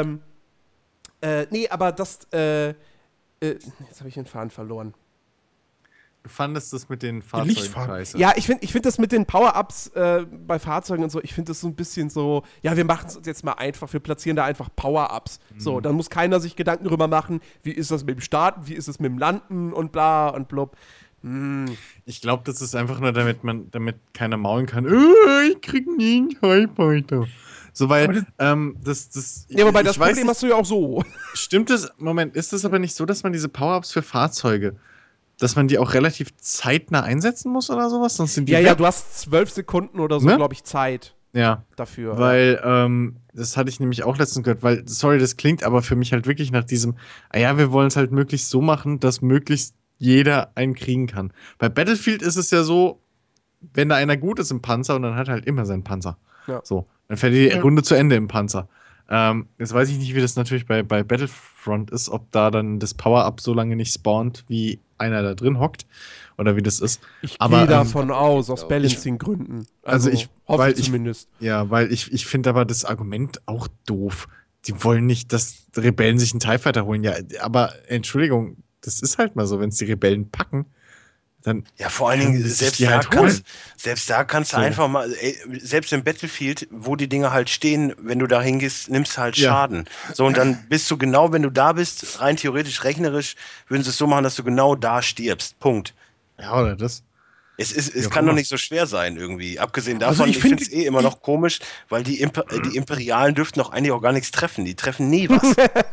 Nee, aber das, jetzt habe ich den Faden verloren. Du fandest das mit den Fahrzeugen scheiße. Ja, ich find das mit den Power-Ups bei Fahrzeugen und so, ich finde das so ein bisschen so, ja, wir machen es uns jetzt mal einfach, wir platzieren da einfach Power-Ups. So, dann muss keiner sich Gedanken darüber machen, wie ist das mit dem Starten, wie ist es mit dem Landen und bla und blub. Ich glaube, das ist einfach nur, damit keiner maulen kann, ich krieg nie einen TIE Fighter. So, weil, Ja, wobei das Problem hast du ja auch so. Stimmt es, Moment, ist es aber nicht so, dass man diese Power-Ups für Fahrzeuge, dass man die auch relativ zeitnah einsetzen muss oder sowas? Sonst sind die Ja, du hast 12 Sekunden oder so, Ne? glaube ich, Zeit dafür. Weil, das hatte ich nämlich auch letztens gehört, weil, sorry, das klingt aber für mich halt wirklich nach diesem, wir wollen es halt möglichst so machen, dass möglichst jeder einen kriegen kann. Bei Battlefield ist es ja so, wenn da einer gut ist im Panzer und dann hat er halt immer seinen Panzer. Ja. So, dann fährt die Runde zu Ende im Panzer. Jetzt weiß ich nicht, wie das natürlich bei Battlefront ist, ob da dann das Power-Up so lange nicht spawnt, wie einer da drin hockt oder wie das ist. Ich gehe davon aus Balancing-Gründen. Also hoffe ich zumindest. Ja, weil ich finde aber das Argument auch doof. Die wollen nicht, dass Rebellen sich einen TIE Fighter holen. Ja, aber Entschuldigung, das ist halt mal so, wenn es die Rebellen packen, dann. Ja, vor allen Dingen, selbst da kannst du einfach mal, selbst im Battlefield, wo die Dinger halt stehen, wenn du da hingehst, nimmst du halt Schaden. So, und dann bist du genau, wenn du da bist, rein theoretisch, rechnerisch, würden sie es so machen, dass du genau da stirbst. Punkt. Ja, oder das? Es kann doch nicht so schwer sein, irgendwie. Abgesehen davon, ich finde es immer noch komisch, weil die Imperialen dürften doch eigentlich auch gar nichts treffen. Die treffen nie was.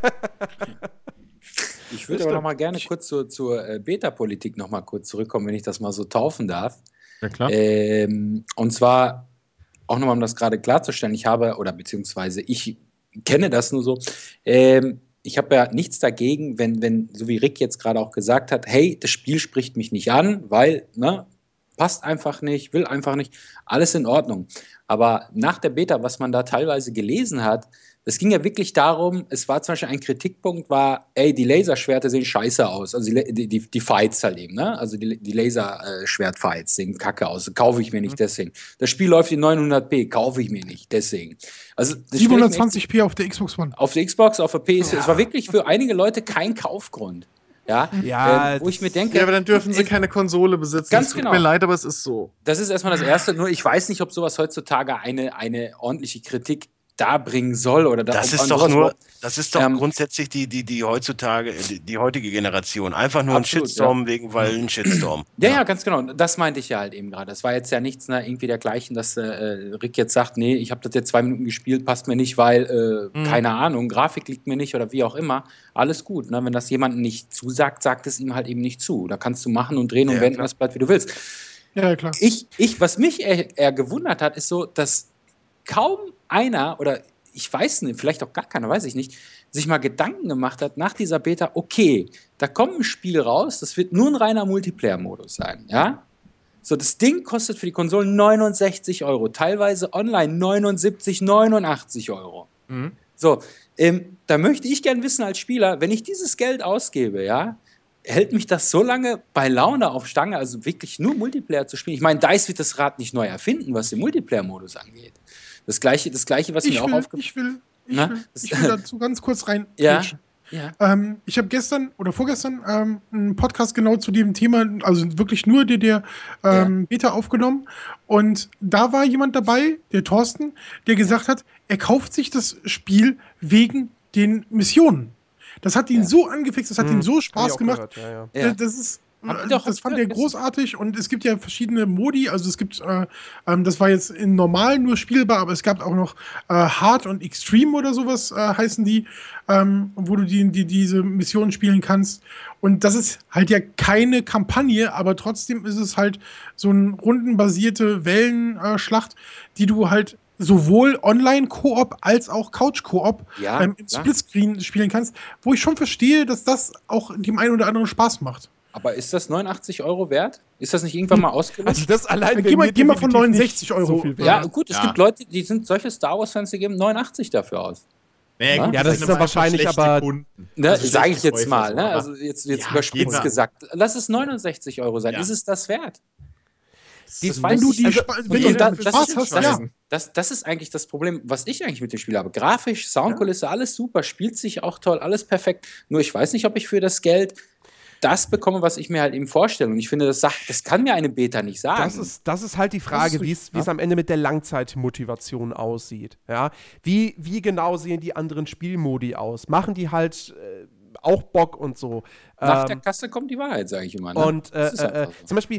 Ich würde aber noch mal gerne kurz zur Beta-Politik noch mal kurz zurückkommen, wenn ich das mal so taufen darf. Ja, klar. Und zwar auch nochmal, um das gerade klarzustellen, beziehungsweise ich kenne das nur so, ich habe ja nichts dagegen, wenn, so wie Rick jetzt gerade auch gesagt hat, hey, das Spiel spricht mich nicht an, weil, passt einfach nicht, will einfach nicht, alles in Ordnung. Aber nach der Beta, was man da teilweise gelesen hat, es ging ja wirklich darum, es war zum Beispiel ein Kritikpunkt, die Laserschwerter sehen scheiße aus. Also die Fights halt eben, ne? Also die Laserschwert-Fights sehen kacke aus. Kaufe ich mir nicht deswegen. Das Spiel läuft in 900p, kaufe ich mir nicht deswegen. Also 720p auf der Xbox One. Auf der Xbox, auf der PS. Es war wirklich für einige Leute kein Kaufgrund. Wo ich mir denke. Ja, aber dann dürfen sie keine Konsole besitzen. Ganz genau. Tut mir leid, aber es ist so. Das ist erstmal das Erste. Nur ich weiß nicht, ob sowas heutzutage eine ordentliche Kritik darbringen soll oder das ist doch grundsätzlich die heutzutage die heutige Generation einfach nur Absolut, ein Shitstorm weil ein Shitstorm. Ja, ganz genau. Das meinte ich ja halt eben gerade. Das war jetzt ja nichts irgendwie dergleichen, dass Rick jetzt sagt, nee, ich habe das jetzt 2 Minuten gespielt, passt mir nicht, weil keine Ahnung, Grafik liegt mir nicht oder wie auch immer. Alles gut. Ne? Wenn das jemandem nicht zusagt, sagt es ihm halt eben nicht zu. Da kannst du machen und drehen und wenden das Blatt, wie du willst. Ja, klar. Was mich eher gewundert hat, ist so, dass kaum einer, oder ich weiß nicht, vielleicht auch gar keiner, weiß ich nicht, sich mal Gedanken gemacht hat nach dieser Beta, okay, da kommt ein Spiel raus, das wird nur ein reiner Multiplayer-Modus sein, ja? So, das Ding kostet für die Konsolen 69 €, teilweise online 79, 89 €. So, da möchte ich gern wissen als Spieler, wenn ich dieses Geld ausgebe, ja, hält mich das so lange bei Laune auf Stange, also wirklich nur Multiplayer zu spielen. Ich meine, DICE wird das Rad nicht neu erfinden, was den Multiplayer-Modus angeht. Das Gleiche, was mir auch aufgefallen ist. Ich will dazu ganz kurz rein. Ja. Ich habe gestern oder vorgestern einen Podcast genau zu dem Thema, also wirklich nur der Beta aufgenommen. Und da war jemand dabei, der Thorsten, der gesagt hat, er kauft sich das Spiel wegen den Missionen. Das hat ihn so angefixt, das hat ihm so Spaß gemacht. Gehört, Das fand er großartig und es gibt ja verschiedene Modi, also es gibt, das war jetzt in normal nur spielbar, aber es gab auch noch Hard und Extreme oder sowas heißen die, wo du diese Missionen spielen kannst. Und das ist halt ja keine Kampagne, aber trotzdem ist es halt so eine rundenbasierte Wellenschlacht, die du halt sowohl Online-Koop als auch Couch-Koop im Splitscreen spielen kannst, wo ich schon verstehe, dass das auch dem einen oder anderen Spaß macht. Aber ist das 89 € wert? Ist das nicht irgendwann mal ausgelöst? Also das allein Geh mal von 69 € so viel ja, gut, es gibt Leute, die sind solche Star Wars-Fans, die geben 89 dafür aus. Ja, das ist dann wahrscheinlich aber... Sage ich jetzt mal, ne? Also jetzt überspitzt gesagt. Lass es 69 € sein. Ja. Ist es das wert? Das ist eigentlich das Problem, was ich eigentlich mit dem Spiel habe. Grafisch, Soundkulisse, alles super, spielt sich auch toll, alles perfekt. Nur ich weiß nicht, ob ich für das Geld das bekomme, was ich mir halt eben vorstelle. Und ich finde, das kann mir eine Beta nicht sagen. Das ist halt die Frage, wie es am Ende mit der Langzeitmotivation aussieht. Ja? Wie genau sehen die anderen Spielmodi aus? Machen die halt auch Bock und so? Nach der Kasse kommt die Wahrheit, sage ich immer. Ne? Und zum Beispiel,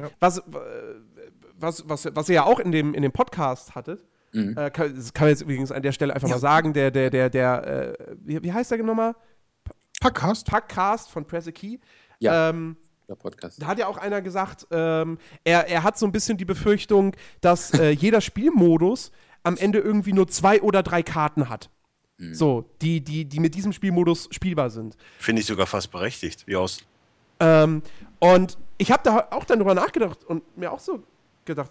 was ihr ja auch in dem Podcast hattet, das kann man jetzt übrigens an der Stelle einfach mal sagen, wie heißt der nochmal? Packcast von Press a Key. Ja, der Podcast. Da hat ja auch einer gesagt, er hat so ein bisschen die Befürchtung, dass jeder Spielmodus am Ende irgendwie nur 2 oder 3 Karten hat. So, die mit diesem Spielmodus spielbar sind. Finde ich sogar fast berechtigt. Wie aus? Und ich habe da auch dann drüber nachgedacht und mir auch so gedacht,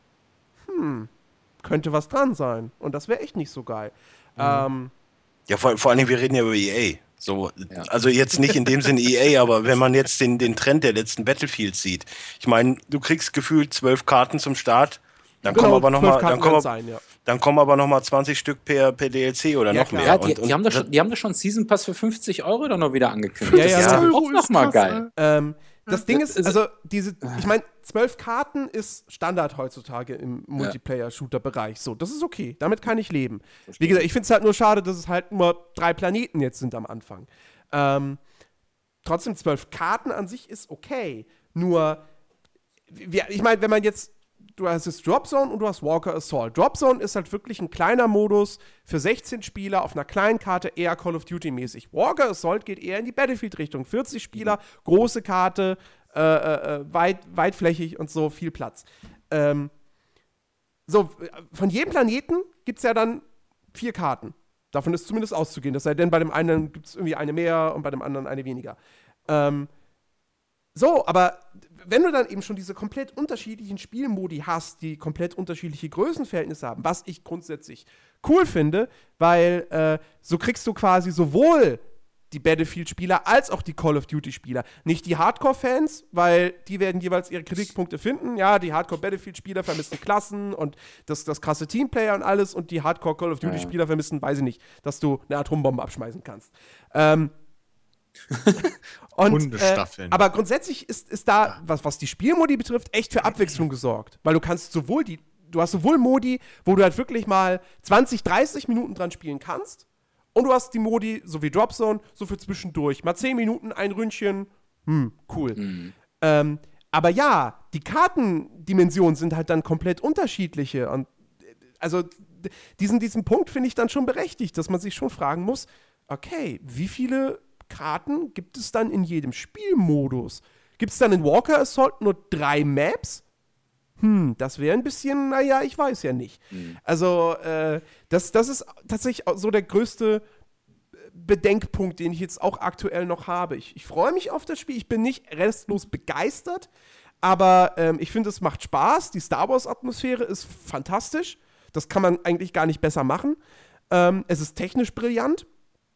könnte was dran sein. Und das wäre echt nicht so geil. Ja, vor allem, wir reden ja über EA. So, also jetzt nicht in dem Sinn EA, aber wenn man jetzt den Trend der letzten Battlefields sieht. Ich meine, du kriegst gefühlt 12 Karten zum Start, dann kommen aber noch mal 20 Stück per DLC oder noch mehr. Ja, die haben doch schon Season Pass für 50 € dann noch wieder angekündigt. Das ist auch noch mal geil. Das Ding ist, also ich meine, 12 Karten ist Standard heutzutage im Multiplayer-Shooter-Bereich. So, das ist okay, damit kann ich leben. Wie gesagt, ich finde es halt nur schade, dass es halt nur 3 Planeten jetzt sind am Anfang. Trotzdem 12 Karten an sich ist okay. Nur, ich meine, wenn man jetzt, du hast jetzt Drop Zone und du hast Walker Assault. Drop Zone ist halt wirklich ein kleiner Modus für 16 Spieler auf einer kleinen Karte, eher Call of Duty-mäßig. Walker Assault geht eher in die Battlefield-Richtung. 40 Spieler, große Karte, weitflächig und so, viel Platz. So, von jedem Planeten gibt es ja dann 4 Karten. Davon ist zumindest auszugehen. Das sei denn, bei dem einen gibt es irgendwie eine mehr und bei dem anderen eine weniger. So, aber wenn du dann eben schon diese komplett unterschiedlichen Spielmodi hast, die komplett unterschiedliche Größenverhältnisse haben, was ich grundsätzlich cool finde, weil so kriegst du quasi sowohl die Battlefield-Spieler als auch die Call of Duty-Spieler. Nicht die Hardcore-Fans, weil die werden jeweils ihre Kritikpunkte finden. Ja, die Hardcore-Battlefield-Spieler vermissen Klassen und das krasse Teamplayer und alles und die Hardcore-Call of Duty-Spieler vermissen, weiß ich nicht, dass du eine Atombombe abschmeißen kannst. Aber grundsätzlich ist da, was die Spielmodi betrifft, echt für Abwechslung gesorgt. Weil du hast sowohl Modi, wo du halt wirklich mal 20, 30 Minuten dran spielen kannst, und du hast die Modi, so wie Drop Zone, so für zwischendurch. Mal 10 Minuten, ein Ründchen, cool. Aber ja, die Kartendimensionen sind halt dann komplett unterschiedliche. Und also diesen Punkt finde ich dann schon berechtigt, dass man sich schon fragen muss, okay, wie viele Karten gibt es dann in jedem Spielmodus? Gibt es dann in Walker Assault nur 3 Maps? Das wäre ein bisschen, naja, ich weiß ja nicht. Also, das ist tatsächlich so der größte Bedenkpunkt, den ich jetzt auch aktuell noch habe. Ich freue mich auf das Spiel. Ich bin nicht restlos begeistert, aber ich finde, es macht Spaß. Die Star Wars-Atmosphäre ist fantastisch. Das kann man eigentlich gar nicht besser machen. Es ist technisch brillant.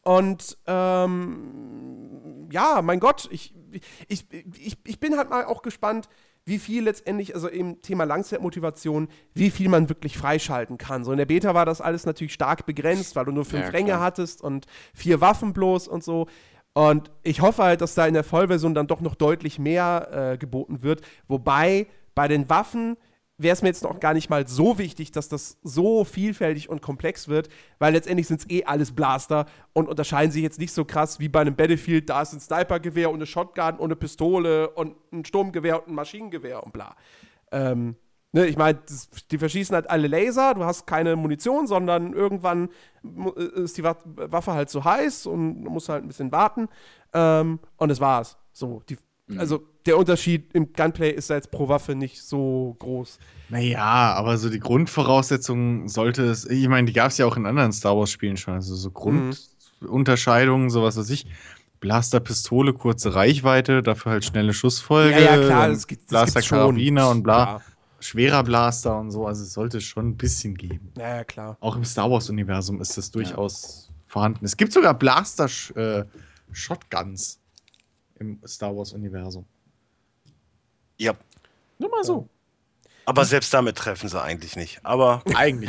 Und ja, mein Gott, ich bin halt mal auch gespannt, wie viel letztendlich, also im Thema Langzeitmotivation, wie viel man wirklich freischalten kann. So in der Beta war das alles natürlich stark begrenzt, weil du nur 5 Ränge hattest und 4 Waffen bloß und so. Und ich hoffe halt, dass da in der Vollversion dann doch noch deutlich mehr geboten wird. Wobei bei den Waffen wäre es mir jetzt noch gar nicht mal so wichtig, dass das so vielfältig und komplex wird, weil letztendlich sind es alles Blaster und unterscheiden sich jetzt nicht so krass wie bei einem Battlefield. Da ist ein Snipergewehr und eine Shotgun und eine Pistole und ein Sturmgewehr und ein Maschinengewehr und bla. Ich meine, die verschießen halt alle Laser, du hast keine Munition, sondern irgendwann ist die Waffe halt zu heiß und du musst halt ein bisschen warten. Und das war's. So, also der Unterschied im Gunplay ist jetzt pro Waffe nicht so groß. Naja, aber so die Grundvoraussetzungen sollte es, ich meine, die gab es ja auch in anderen Star Wars-Spielen schon, also so Grundunterscheidungen, sowas weiß ich. Blaster, Pistole, kurze Reichweite, dafür halt schnelle Schussfolge. Ja, klar, das Blaster, gibt's schon. Karabiner und bla. Klar. Schwerer Blaster und so, also es sollte schon ein bisschen geben. Ja, klar. Auch im Star Wars-Universum ist das durchaus vorhanden. Es gibt sogar Blaster-Shotguns im Star Wars-Universum. Ja. Nur mal so. Aber selbst damit treffen sie eigentlich nicht. Aber Eigentlich.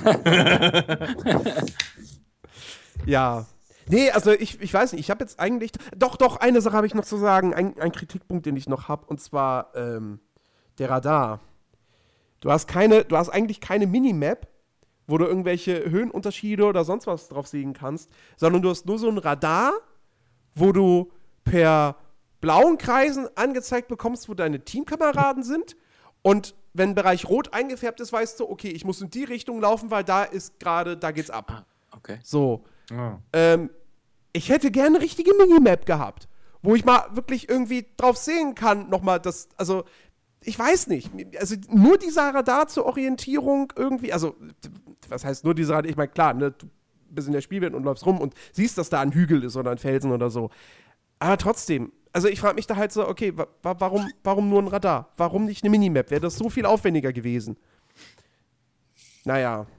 Ja. Nee, also ich weiß nicht, ich habe jetzt eigentlich, doch, eine Sache habe ich noch zu sagen, ein Kritikpunkt, den ich noch habe, und zwar der Radar. Du hast eigentlich keine Minimap, wo du irgendwelche Höhenunterschiede oder sonst was drauf sehen kannst, sondern du hast nur so ein Radar, wo du per blauen Kreisen angezeigt bekommst, wo deine Teamkameraden sind, und wenn ein Bereich rot eingefärbt ist, weißt du, okay, ich muss in die Richtung laufen, weil da geht's ab. Okay. So. Ich hätte gerne eine richtige Minimap gehabt, wo ich mal wirklich irgendwie drauf sehen kann, nochmal das, also, ich weiß nicht, also nur dieser Radar zur Orientierung irgendwie, also, was heißt nur dieser Radar? Ich meine, klar, ne, du bist in der Spielwelt und läufst rum und siehst, dass da ein Hügel ist oder ein Felsen oder so. Aber trotzdem, also ich frage mich da halt so, okay, warum nur ein Radar? Warum nicht eine Minimap? Wäre das so viel aufwendiger gewesen? Naja.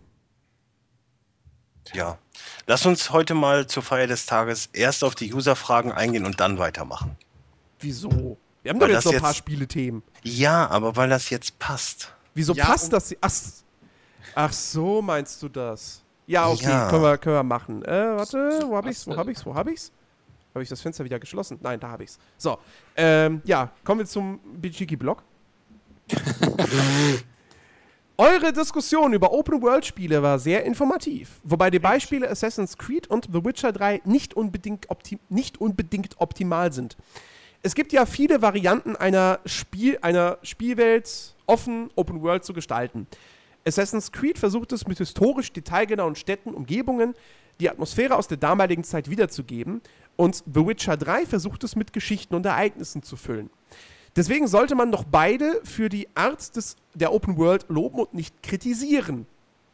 ja. Lass uns heute mal zur Feier des Tages erst auf die User-Fragen eingehen und dann weitermachen. Wieso? Wir haben Weil doch jetzt das noch ein paar jetzt- Spielethemen. Ja, aber weil das jetzt passt. Wieso Ja, passt das? Ach so, meinst du das? Ja, okay, Ja. Können wir machen. Warte, wo hab ich's? Habe ich das Fenster wieder geschlossen? Nein, da habe ich's. So, ja, kommen wir zum Bijiki-Blog. Eure Diskussion über Open-World-Spiele war sehr informativ, wobei die Beispiele Assassin's Creed und The Witcher 3 nicht unbedingt optimal sind. Es gibt ja viele Varianten einer Spielwelt offen Open-World zu gestalten. Assassin's Creed versucht es mit historisch detailgenauen Städten, Umgebungen, die Atmosphäre aus der damaligen Zeit wiederzugeben, und The Witcher 3 versucht es mit Geschichten und Ereignissen zu füllen. Deswegen sollte man doch beide für die Art der Open World loben und nicht kritisieren.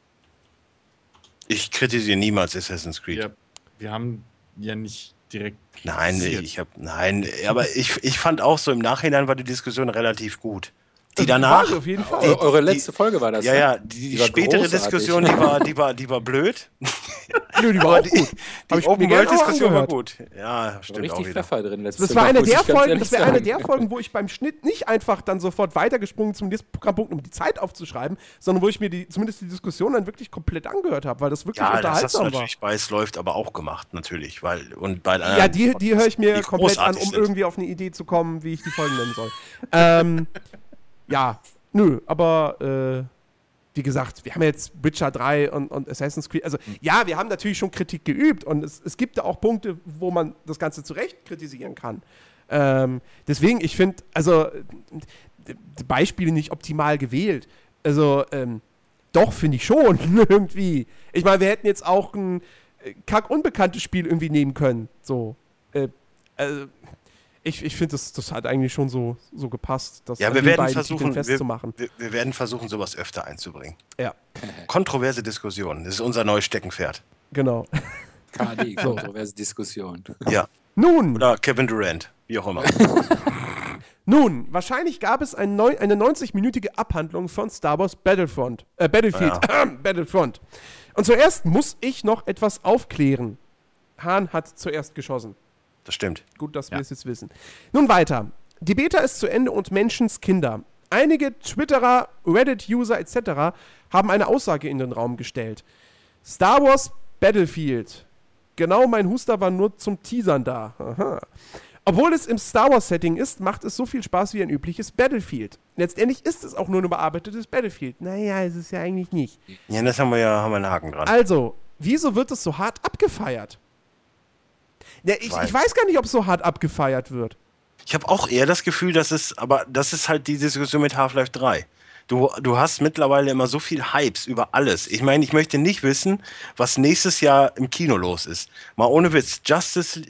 Ich kritisiere niemals Assassin's Creed. Ja, wir haben ja nicht direkt. Nein, kritisiert. aber ich fand auch so, im Nachhinein war die Diskussion relativ gut. Die War danach, sie auf jeden Fall. Eure letzte Folge war das. ne? ja, die war spätere großartig. Diskussion, die war blöd. Nö, die war Aber auch gut. Hab Die ich Open mir gerne World Diskussion war angehört. gut. Ja, War stimmt auch richtig wieder. Pfeffer drin letztes Das war eine muss ich der ganz Folgen, ehrlich das wäre eine sagen. der Folgen, wo ich beim Schnitt nicht einfach dann sofort weitergesprungen zum nächsten Programmpunkt, um die Zeit aufzuschreiben, sondern wo ich mir zumindest die Diskussion dann wirklich komplett angehört habe, weil das wirklich Ja, das hast du unterhaltsam war. natürlich bei Es läuft aber auch gemacht, natürlich. Und bei anderen Ja, die höre ich mir die komplett an, großartig um sind. irgendwie auf eine Idee zu kommen, wie ich die Folgen nennen soll. Ja, nö, aber wie gesagt, wir haben jetzt Witcher 3 und Assassin's Creed, also ja, wir haben natürlich schon Kritik geübt und es gibt da auch Punkte, wo man das Ganze zu Recht kritisieren kann. Deswegen, ich finde, also die Beispiele nicht optimal gewählt. Also, doch, finde ich schon, irgendwie. Ich meine, wir hätten jetzt auch ein kack-unbekanntes Spiel irgendwie nehmen können. So. Also, ich finde, das hat eigentlich schon so gepasst, das Ja, an wir den werden beiden versuchen, Titeln festzumachen. wir werden versuchen, sowas öfter einzubringen. Ja, Kontroverse Diskussionen, das ist unser neues Steckenpferd. genau. KD, kontroverse Diskussion. Ja. Nun, Oder Kevin Durant, wie auch immer. wahrscheinlich gab es eine 90-minütige Abhandlung von Star Wars Battlefield. Battlefront. Und zuerst muss ich noch etwas aufklären. Hahn hat zuerst geschossen. Das stimmt. Gut, dass wir es jetzt wissen. Nun weiter. Die Beta ist zu Ende und Menschenskinder. Einige Twitterer, Reddit-User etc. haben eine Aussage in den Raum gestellt. Star Wars Battlefield. Genau, mein Huster war nur zum Teasern da. Aha. Obwohl es im Star Wars-Setting ist, macht es so viel Spaß wie ein übliches Battlefield. Letztendlich ist es auch nur ein überarbeitetes Battlefield. Naja, ist es ja eigentlich nicht. Ja, das haben wir einen Haken dran. Also, wieso wird es so hart abgefeiert? Ja, ich weiß gar nicht, ob es so hart abgefeiert wird. Ich habe auch eher das Gefühl, das ist halt die Diskussion mit Half-Life 3. Du hast mittlerweile immer so viel Hypes über alles. Ich meine, ich möchte nicht wissen, was nächstes Jahr im Kino los ist. Mal ohne Witz, Justice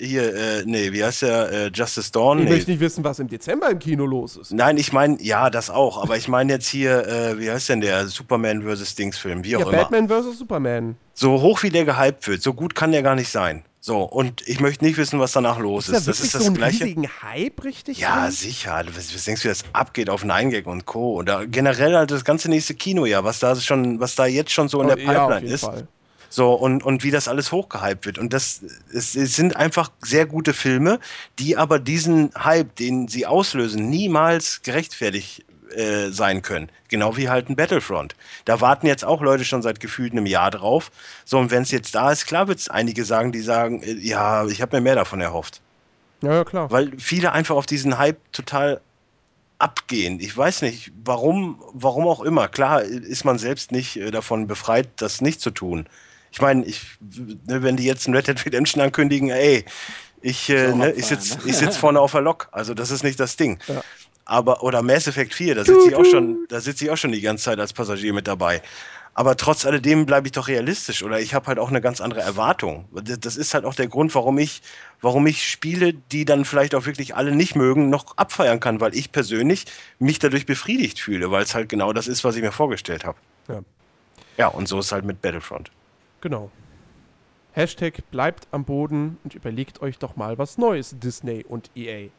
Dawn? Ich möchte nicht wissen, was im Dezember im Kino los ist. Nein, ich meine, ja, das auch. Aber ich meine jetzt hier, wie heißt denn der Superman vs. Dings-Film? Wie auch immer. Batman vs. Superman. So hoch wie der gehypt wird, so gut kann der gar nicht sein. So, und ich möchte nicht wissen, was danach los ist. Das ist das so Gleiche. Riesigen Hype, richtig? Ja, drin? Sicher. Was denkst du, wie das abgeht auf 9gag und Co. Und generell halt das ganze nächste Kinojahr, was da jetzt schon so in der Pipeline ist. Fall. So, und wie das alles hochgehypt wird. Und es sind einfach sehr gute Filme, die aber diesen Hype, den sie auslösen, niemals gerechtfertigt sein können. Genau wie halt ein Battlefront. Da warten jetzt auch Leute schon seit gefühlt einem Jahr drauf. So, und wenn es jetzt da ist, klar wird es einige sagen, die sagen, ja, ich habe mir mehr davon erhofft. Ja, klar. Weil viele einfach auf diesen Hype total abgehen. Ich weiß nicht, warum auch immer. Klar ist man selbst nicht davon befreit, das nicht zu tun. Ich meine, wenn die jetzt ein Red Dead Redemption ankündigen, ey, ich sitz vorne auf der Lok. Also das ist nicht das Ding. Ja. Oder Mass Effect 4, da sitze ich auch schon die ganze Zeit als Passagier mit dabei. Aber trotz alledem bleibe ich doch realistisch oder ich habe halt auch eine ganz andere Erwartung. Das ist halt auch der Grund, warum ich Spiele, die dann vielleicht auch wirklich alle nicht mögen, noch abfeiern kann, weil ich persönlich mich dadurch befriedigt fühle, weil es halt genau das ist, was ich mir vorgestellt habe. Ja, und so ist es halt mit Battlefront. Genau. Hashtag bleibt am Boden und überlegt euch doch mal was Neues, Disney und EA.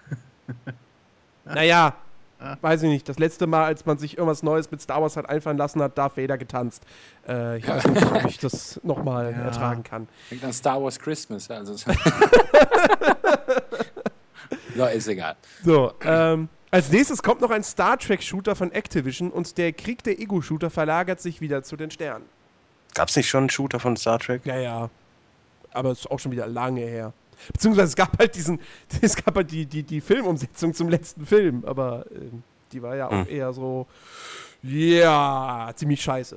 Naja, weiß ich nicht. Das letzte Mal, als man sich irgendwas Neues mit Star Wars hat einfallen lassen hat, Darth Vader getanzt. Ich weiß nicht, ob ich das nochmal ertragen kann. Denkt an Star Wars Christmas. Also ja, ist egal. So, als nächstes kommt noch ein Star Trek-Shooter von Activision und der Krieg der Ego-Shooter verlagert sich wieder zu den Sternen. Gab's nicht schon einen Shooter von Star Trek? Ja. Aber es ist auch schon wieder lange her. Beziehungsweise es gab halt die Filmumsetzung zum letzten Film, aber die war ja auch eher so, ziemlich scheiße.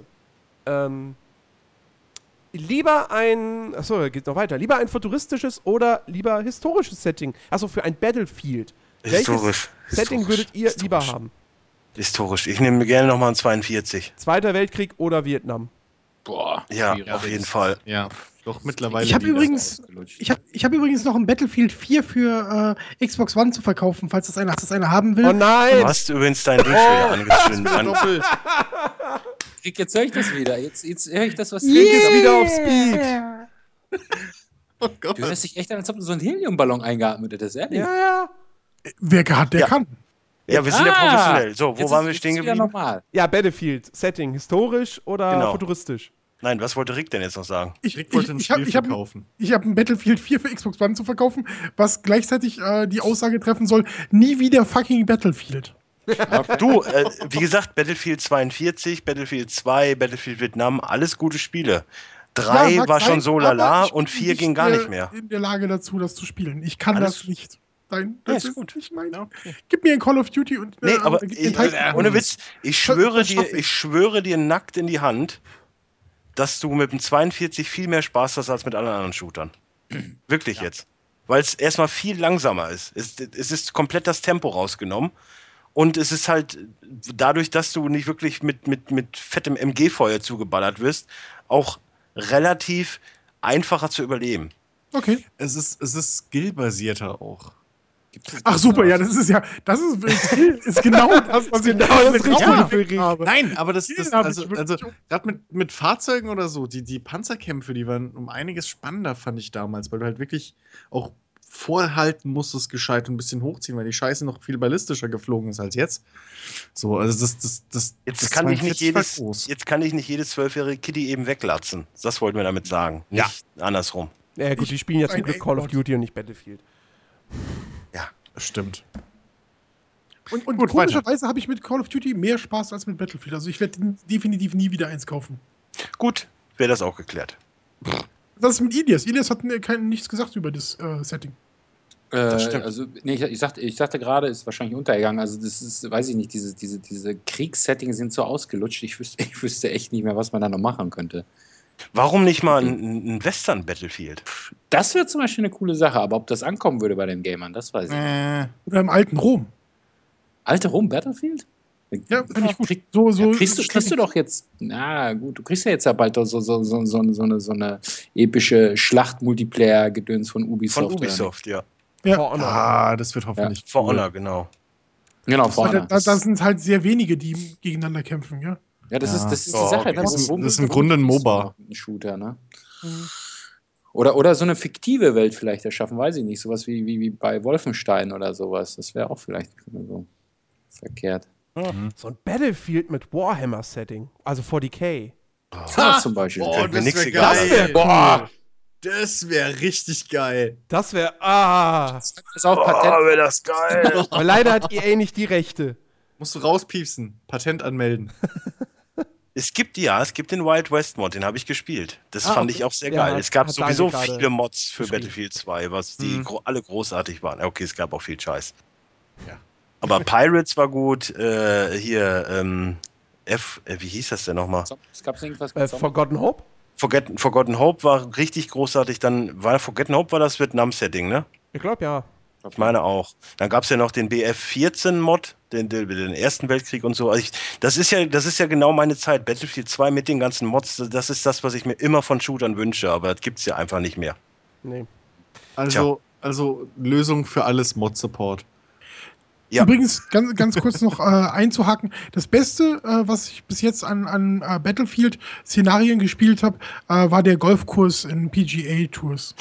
Lieber ein futuristisches oder lieber historisches Setting? Achso, für ein Battlefield. Welches Setting würdet ihr lieber haben? Historisch. Ich nehme gerne nochmal einen 42. Zweiter Weltkrieg oder Vietnam? Boah. Ja, auf jeden Fall. Ja. Doch, mittlerweile. Ich habe übrigens noch ein Battlefield 4 für Xbox One zu verkaufen, falls das einer haben will. Oh nein! Du hast übrigens dein Ding wieder angezündet. Jetzt höre ich das wieder. Jetzt höre ich das, was jetzt wieder auf Speed. Oh Gott. Du hörst dich echt an, als ob du so einen Heliumballon eingeatmet hättest, ehrlich? Ja. Wer hat, der kann. Ja, wir sind ja professionell. So, wo waren wir stehen geblieben? Ja, Battlefield, Setting, historisch oder futuristisch? Nein, was wollte Rick denn jetzt noch sagen? Rick wollte ein Spiel verkaufen. Ich habe ein Battlefield 4 für Xbox One zu verkaufen, was gleichzeitig die Aussage treffen soll, nie wieder fucking Battlefield. Du, wie gesagt, Battlefield 42, Battlefield 2, Battlefield Vietnam, alles gute Spiele. 3 war schon so lala und 4 ging gar nicht mehr. In der Lage dazu, das zu spielen. Ich kann das nicht. Nein, das ist gut. Nicht mein. Okay. Gib mir ein Call of Duty und nee, aber ohne Witz, ich schwöre dir nackt in die Hand, dass du mit dem 42 viel mehr Spaß hast als mit allen anderen Shootern. Wirklich jetzt. Weil es erstmal viel langsamer ist. Es ist komplett das Tempo rausgenommen. Und es ist halt dadurch, dass du nicht wirklich mit fettem MG-Feuer zugeballert wirst, auch relativ einfacher zu überleben. Okay. Es ist skillbasierter auch. Ach super, ja, das ist genau das, was ich habe. Nein, aber das also gerade mit Fahrzeugen oder so, die Panzerkämpfe, die waren um einiges spannender, fand ich damals, weil du halt wirklich auch vorhalten musstest, gescheit und ein bisschen hochziehen, weil die Scheiße noch viel ballistischer geflogen ist als jetzt. So, also jetzt kann ich nicht jedes 12-jährige Kitty eben weglatzen. Das wollten wir damit sagen. Nicht andersrum. Ja gut, die spielen ja zum Glück Call of Duty und nicht Battlefield. Ja, das stimmt. Und Gut, komischerweise habe ich mit Call of Duty mehr Spaß als mit Battlefield. Also ich werde definitiv nie wieder eins kaufen. Gut, wäre das auch geklärt. Was ist mit Ilias? Ilias hat nichts gesagt über das Setting. Das stimmt. Also, nee, ich sagte gerade, ist wahrscheinlich untergegangen. Also, das ist, weiß ich nicht, diese Kriegssettings sind so ausgelutscht. Ich wüsste echt nicht mehr, was man da noch machen könnte. Warum nicht mal ein Western-Battlefield? Das wäre zum Beispiel eine coole Sache, aber ob das ankommen würde bei den Gamern, das weiß ich nicht. Oder im alten Rom. Alte Rom Battlefield? Ja, finde ich gut. Kriegst du doch jetzt, na gut, du kriegst ja jetzt ja bald so eine epische Schlacht-Multiplayer-Gedöns von Ubisoft. Von Ubisoft, ja. For Honor. Ah, das wird hoffentlich. For Honor, genau. Genau, vorne. Da sind halt sehr wenige, die gegeneinander kämpfen, ja. Ja, das ist die Oh, Sache. okay. Ne? Das ist im Grunde ein MOBA. Ein Shooter, ne? Oder so eine fiktive Welt vielleicht erschaffen, weiß ich nicht. Sowas wie bei Wolfenstein oder sowas. Das wäre auch vielleicht so verkehrt. So ein Battlefield mit Warhammer-Setting. Also 40k. Ja, zum Beispiel. Könnte mir nix wär egal. Das wäre Boah. Das wäre richtig geil. Das wäre. Das ist auch Patent. wäre das geil. Aber leider hat EA nicht die Rechte. Musst du rauspiepsen. Patent anmelden. Es gibt den Wild West Mod, den habe ich gespielt. Das fand ich auch sehr Ja, geil. Es gab hat sowieso Daniel gerade viele Mods für geschrieben. Battlefield 2, was die alle großartig waren. Okay, es gab auch viel Scheiß. Ja. Aber Pirates war gut. Wie hieß das denn nochmal? Es gab irgendwas mit Forgotten Hope? Forgotten Hope war richtig großartig. Dann war Forgotten Hope war das Vietnam-Setting, ne? Ich glaube ja. Ich meine auch. Dann gab es ja noch den BF-14-Mod, den Ersten Weltkrieg und so. Also das ist ja genau meine Zeit. Battlefield 2 mit den ganzen Mods, das ist das, was ich mir immer von Shootern wünsche, aber das gibt es ja einfach nicht mehr. Nee. Also Lösung für alles Mod-Support. Ja. Übrigens, ganz kurz noch einzuhaken, das Beste, was ich bis jetzt an Battlefield-Szenarien gespielt habe, war der Golfkurs in PGA-Tours.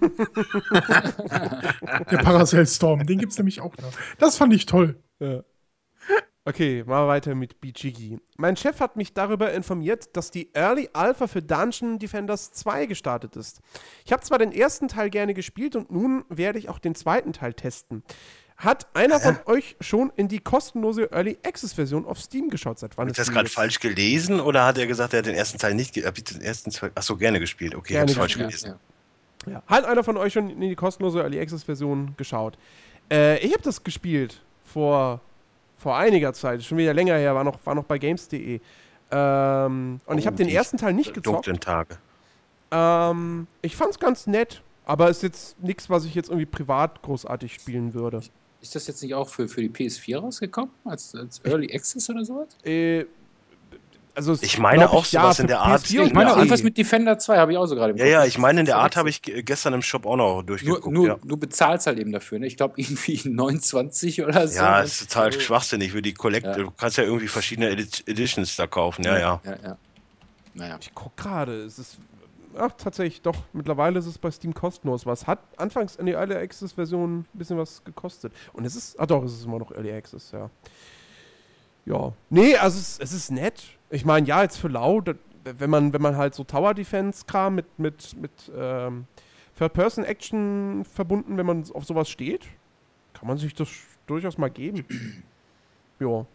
Der Paracel Storm, den gibt es nämlich auch noch. Das fand ich toll. Ja. Okay, mal weiter mit BGG. Mein Chef hat mich darüber informiert, dass die Early Alpha für Dungeon Defenders 2 gestartet ist. Ich habe zwar den ersten Teil gerne gespielt und nun werde ich auch den zweiten Teil testen. Hat einer von euch schon in die kostenlose Early Access Version auf Steam geschaut? Seit wann Habe ich das die gerade jetzt? falsch gelesen oder hat er gesagt, er hat den ersten Teil nicht gerne gespielt. Okay, ich habe es falsch gelesen. Ja. Hat einer von euch schon in die kostenlose Early Access Version geschaut? Ich habe das gespielt vor einiger Zeit, schon wieder länger her, war noch bei games.de. Und ich habe den ersten Teil nicht gezockt. Dunklen Tage. Ich fand's ganz nett, aber ist jetzt nichts, was ich jetzt irgendwie privat großartig spielen würde. Ist das jetzt nicht auch für die PS4 rausgekommen? Als Early Access oder sowas? Also Ich meine auch sowas in der Art. PS4 und Ich meine, PC. irgendwas mit Defender 2 habe ich auch so gerade im Kopf. Ja, ich meine, in der Art habe ich gestern im Shop auch noch durchgeguckt. Du bezahlst halt eben dafür, ne? Ich glaube irgendwie 29 oder so. Ja, ist total schwachsinnig für die Collect. Ja. Du kannst ja irgendwie verschiedene Editions da kaufen. Ja. Naja. Ich guck gerade, es ist tatsächlich doch, mittlerweile ist es bei Steam kostenlos. Was hat anfangs in der Early Access Version ein bisschen was gekostet. Und es ist, es ist immer noch Early Access, ja. Ja, nee, also es ist nett. Ich meine, ja, jetzt für lau, wenn man halt so Tower Defense Kram mit Third-Person-Action verbunden, wenn man auf sowas steht, kann man sich das durchaus mal geben. Ja.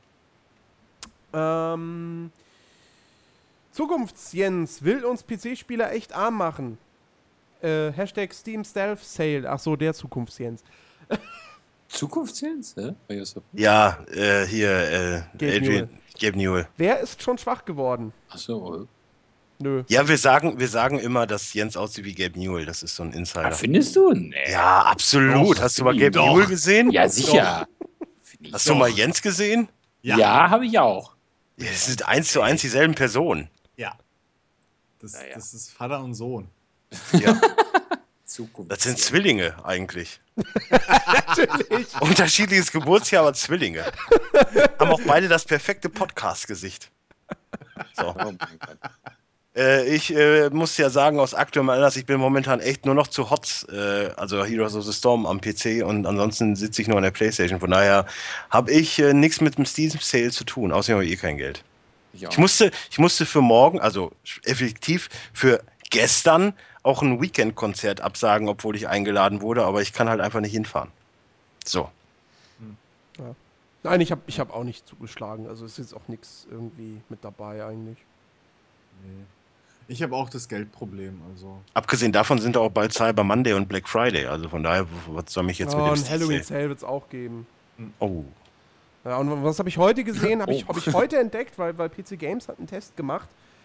Zukunfts-Jens will uns PC-Spieler echt arm machen. Hashtag Steam Stealth Sale. Ach so, der Zukunfts-Jens. Zukunftsjens? Ja, hier, Gabe Newell. Wer ist schon schwach geworden? Achso. Nö. Ja, wir sagen immer, dass Jens aussieht wie Gabe Newell. Das ist so ein Insider. Findest du? Nee. Ja, absolut. Doch, Hast du mal Gabe Newell gesehen? Ja, sicher. Hast du mal Jens gesehen? Ja, habe ich auch. Ja, das sind 1:1 dieselben Personen. Ja. Das ist Vater und Sohn. Ja. Zukunft. Das sind Zwillinge eigentlich. Natürlich. Unterschiedliches Geburtsjahr, aber Zwillinge. Haben auch beide das perfekte Podcast-Gesicht. So. Oh mein Gott. Ich muss ja sagen, aus aktuellem Anlass, ich bin momentan echt nur noch zu HOTS, also Heroes of the Storm am PC und ansonsten sitze ich nur an der Playstation. Von daher habe ich nichts mit dem Steam Sale zu tun, außerdem habe ich kein Geld. Ja. Ich musste für morgen, also effektiv für gestern auch ein Weekend-Konzert absagen, obwohl ich eingeladen wurde, aber ich kann halt einfach nicht hinfahren. So. Ja. Nein, ich hab auch nicht zugeschlagen. Also ist jetzt auch nichts irgendwie mit dabei eigentlich. Nee. Ich habe auch das Geldproblem, also. Abgesehen davon sind auch bald Cyber Monday und Black Friday, also von daher, was soll mich jetzt mit dem Ein Halloween Sale wird es auch geben. Oh. Ja, und was habe ich heute gesehen? Habe ich heute entdeckt, weil PC Games hat einen Test gemacht.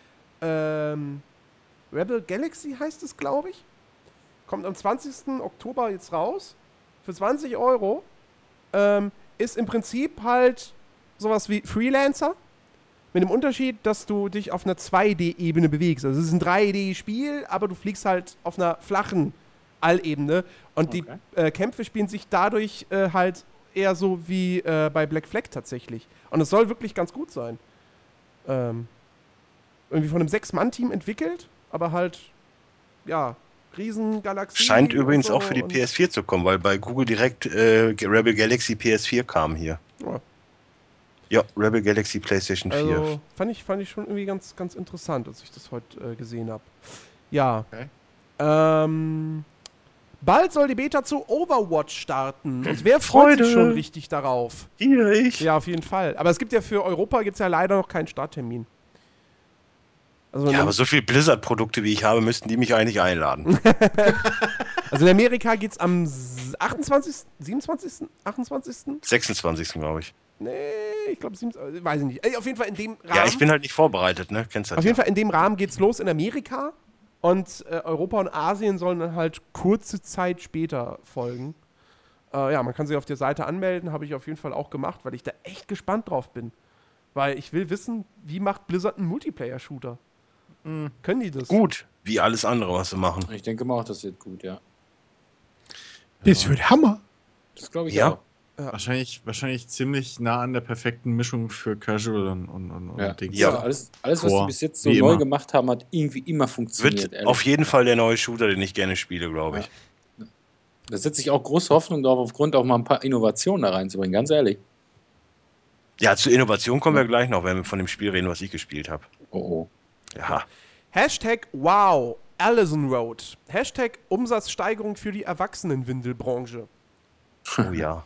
Rebel Galaxy heißt es, glaube ich. Kommt am 20. Oktober jetzt raus. Für 20 Euro. Ist im Prinzip halt sowas wie Freelancer. Mit dem Unterschied, dass du dich auf einer 2D-Ebene bewegst. Also es ist ein 3D-Spiel, aber du fliegst halt auf einer flachen Allebene. Und die Kämpfe spielen sich dadurch halt eher so wie bei Black Flag tatsächlich. Und es soll wirklich ganz gut sein. Irgendwie von einem 6-Mann-Team entwickelt, aber halt, ja, Riesengalaxie. Scheint übrigens so auch für die PS4 zu kommen, weil bei Google direkt Rebel Galaxy PS4 kam hier. Ja. Ja, Rebel Galaxy PlayStation 4. Also fand ich schon irgendwie ganz, ganz interessant, als ich das heute gesehen habe. Ja. Okay. Bald soll die Beta zu Overwatch starten. Und wer freut sich schon richtig darauf? Hier, ich. Ja, auf jeden Fall. Aber es gibt ja für Europa gibt's ja leider noch keinen Starttermin. Also Ja, aber so viele Blizzard-Produkte wie ich habe, müssten die mich eigentlich einladen. also in Amerika geht's am 28., 27., 28.? 26. glaube ich. Nee, ich glaube, weiß ich nicht. Auf jeden Fall in dem Rahmen. Ja, ich bin halt nicht vorbereitet, ne? Kennst du das? Auf jeden Fall in dem Rahmen geht's los in Amerika und Europa und Asien sollen dann halt kurze Zeit später folgen. Ja, man kann sich auf der Seite anmelden, habe ich auf jeden Fall auch gemacht, weil ich da echt gespannt drauf bin. Weil ich will wissen, wie macht Blizzard einen Multiplayer-Shooter? Können die das? Gut, wie alles andere, was sie machen. Ich denke mal auch, das wird gut, ja. Das wird Hammer. Das glaube ich Ja. auch. Wahrscheinlich ziemlich nah an der perfekten Mischung für Casual und Ja. Dings. Ja. Alles, was Core, die bis jetzt so wie neu immer. gemacht haben, hat irgendwie immer funktioniert. Wird ehrlich. auf jeden Fall der neue Shooter, den ich gerne spiele, glaube ich. Da setze ich auch große Hoffnung drauf, aufgrund auch mal ein paar Innovationen da reinzubringen, ganz ehrlich. Ja, zur Innovation kommen wir gleich noch, wenn wir von dem Spiel reden, was ich gespielt habe. Oh. Ja. Hashtag wow, Allison Road. Hashtag Umsatzsteigerung für die Erwachsenenwindelbranche. Oh ja.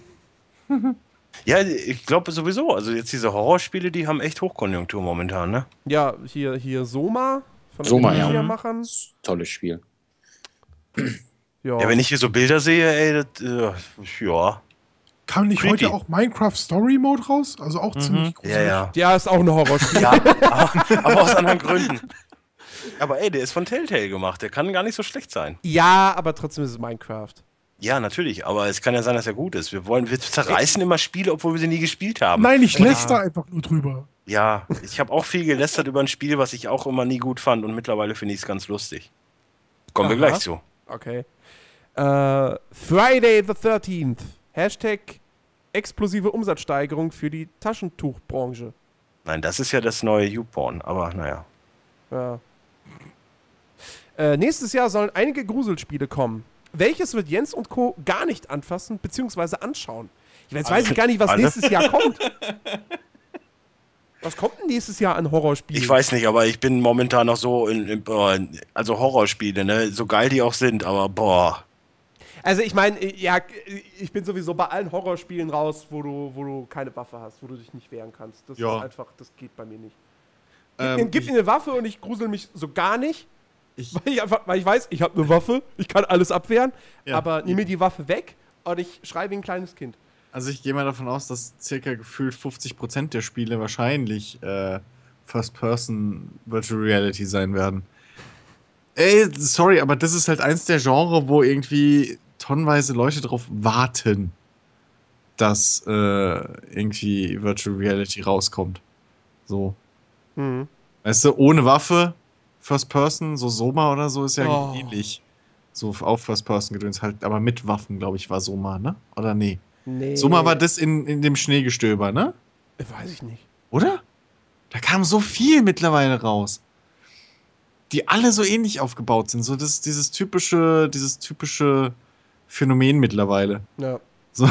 Ja, ich glaube sowieso. Also jetzt diese Horrorspiele, die haben echt Hochkonjunktur momentan, ne? Ja, hier Soma von Soma, den ja. Media-Machern. Tolles Spiel. Ja. Ja, wenn ich hier so Bilder sehe, ey, das, ja. Kam nicht Creepy. heute auch Minecraft Story Mode raus? Also auch ziemlich gruselig. Ja, ist auch ein Horrorspiel. Ja, aber aus anderen Gründen. Aber ey, der ist von Telltale gemacht. Der kann gar nicht so schlecht sein. Ja, aber trotzdem ist es Minecraft. Ja, natürlich. Aber es kann ja sein, dass er gut ist. Wir zerreißen immer Spiele, obwohl wir sie nie gespielt haben. Nein, ich läster einfach nur drüber. Ja, ich habe auch viel gelästert über ein Spiel, was ich auch immer nie gut fand. Und mittlerweile finde ich es ganz lustig. Kommen wir Aha. gleich zu. Okay. Friday the 13th. Hashtag explosive Umsatzsteigerung für die Taschentuchbranche. Nein, das ist ja das neue YouPorn. Aber naja. Ja. Nächstes Jahr sollen einige Gruselspiele kommen. Welches wird Jens und Co. gar nicht anfassen bzw. anschauen? Jetzt weiß ich gar nicht, was nächstes Jahr kommt. Was kommt denn nächstes Jahr an Horrorspielen? Ich weiß nicht, aber ich bin momentan noch so also Horrorspiele, ne? So geil die auch sind, aber boah. Also ich meine, ja, ich bin sowieso bei allen Horrorspielen raus, wo du keine Waffe hast, wo du dich nicht wehren kannst. Das Ja. ist einfach, das geht bei mir nicht. Gib ich- mir eine Waffe und ich grusel mich so gar nicht, weil ich weiß, ich habe eine Waffe, ich kann alles abwehren, Ja. aber nimm mir die Waffe weg und ich schreie wie ein kleines Kind. Also ich gehe mal davon aus, dass circa gefühlt 50% der Spiele wahrscheinlich First-Person Virtual Reality sein werden. Ey, sorry, aber das ist halt eins der Genre, wo irgendwie tonnenweise Leute drauf warten, dass irgendwie Virtual Reality rauskommt. So. Mhm. Weißt du, ohne Waffe, First Person, so Soma oder so ist ja Oh. ähnlich. So auf First Person gedöns halt, aber mit Waffen, glaube ich, war Soma, ne? Oder nee? Nee. Soma war das in dem Schneegestöber, ne? Weiß ich nicht. Oder? Da kam so viel mittlerweile raus. Die alle so ähnlich aufgebaut sind. So dieses typische Phänomen mittlerweile. Ja. So.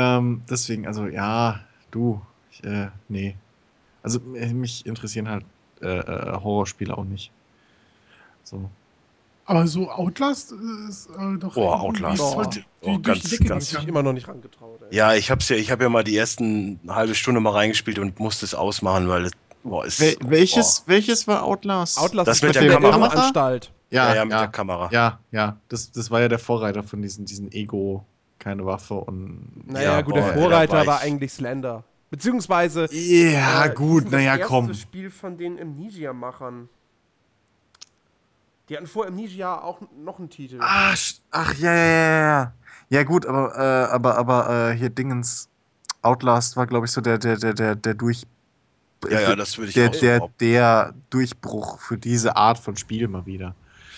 Deswegen, also ja, nee. Also mich interessieren halt Horrorspiele auch nicht. So. Aber so Outlast ist doch. Boah, irgendwie Outlast. voll durch Ganz, die Decke ganz- Ich gegangen. immer noch nicht rangetraut. Ey. Ja, ich habe ja mal die ersten halbe Stunde mal reingespielt und musste es ausmachen, weil es, Welches war Outlast? Outlast Das ist mit in der Kamera? Irrenanstalt. Ja, mit der Kamera. Ja. Das war ja der Vorreiter von diesen Ego, keine Waffe und. Naja, Ja, gut, der boah, Vorreiter da war war ich- eigentlich Slender. Beziehungsweise. Ja, die gut, sind das naja, erste komm. Spiel von den Amnesia-Machern. Die hatten vor Amnesia auch noch einen Titel. Ach, ja. Ja, gut, aber hier Dingens. Outlast war, glaube ich, so der Durch. Ja, das würde ich auch so behaupten. der Durchbruch für diese Art von Spiel mal wieder.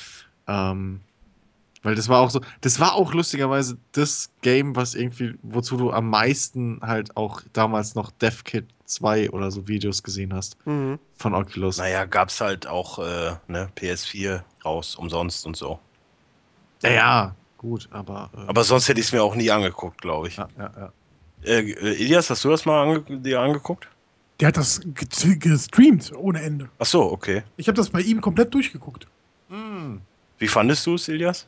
Weil das war auch lustigerweise das Game, wozu du am meisten halt auch damals noch DevKit 2 oder so Videos gesehen hast Mhm. von Oculus. Naja, gab's halt auch PS4 raus, umsonst und so. Ja, gut, aber. Aber sonst hätte ich es mir auch nie angeguckt, glaube ich. Ja. Elias, hast du das mal dir angeguckt? Der hat das gestreamt ohne Ende. Ach so, okay. Ich habe das bei ihm komplett durchgeguckt. Wie fandest du es, Elias?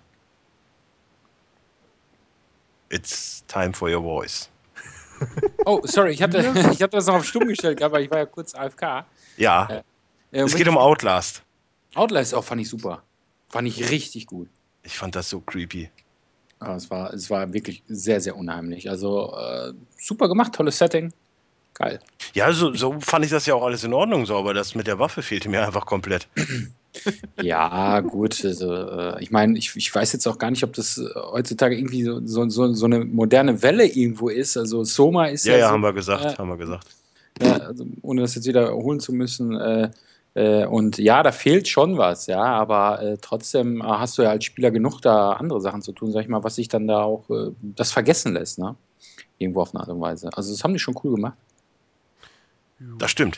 It's time for your voice. Oh, sorry, ich hatte das noch auf stumm gestellt, aber ich war ja kurz AFK. Ja, es geht um Outlast. Outlast auch fand ich super. Fand ich richtig gut. Ich fand das so creepy. Ja, es war wirklich sehr, sehr unheimlich. Also super gemacht, tolles Setting. Geil. Ja, so fand ich das ja auch alles in Ordnung, so, aber das mit der Waffe fehlte mir einfach komplett. Ja, gut. Also, ich meine, ich weiß jetzt auch gar nicht, ob das heutzutage irgendwie so eine moderne Welle irgendwo ist. Also Soma ist Ja, so, haben wir gesagt, also, ohne das jetzt wiederholen zu müssen. Und ja, da fehlt schon was, ja, aber trotzdem hast du ja als Spieler genug, da andere Sachen zu tun, sag ich mal, was sich dann da auch das vergessen lässt, ne? Irgendwo auf eine Art und Weise. Also das haben die schon cool gemacht. Das stimmt.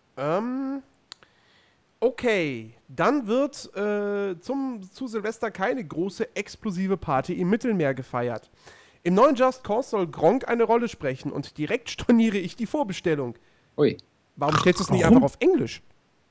Okay, dann wird zu Silvester keine große explosive Party im Mittelmeer gefeiert. Im neuen Just Cause soll Gronkh eine Rolle sprechen und direkt storniere ich die Vorbestellung. Ui. Warum stellst du es nicht Warum? einfach auf Englisch?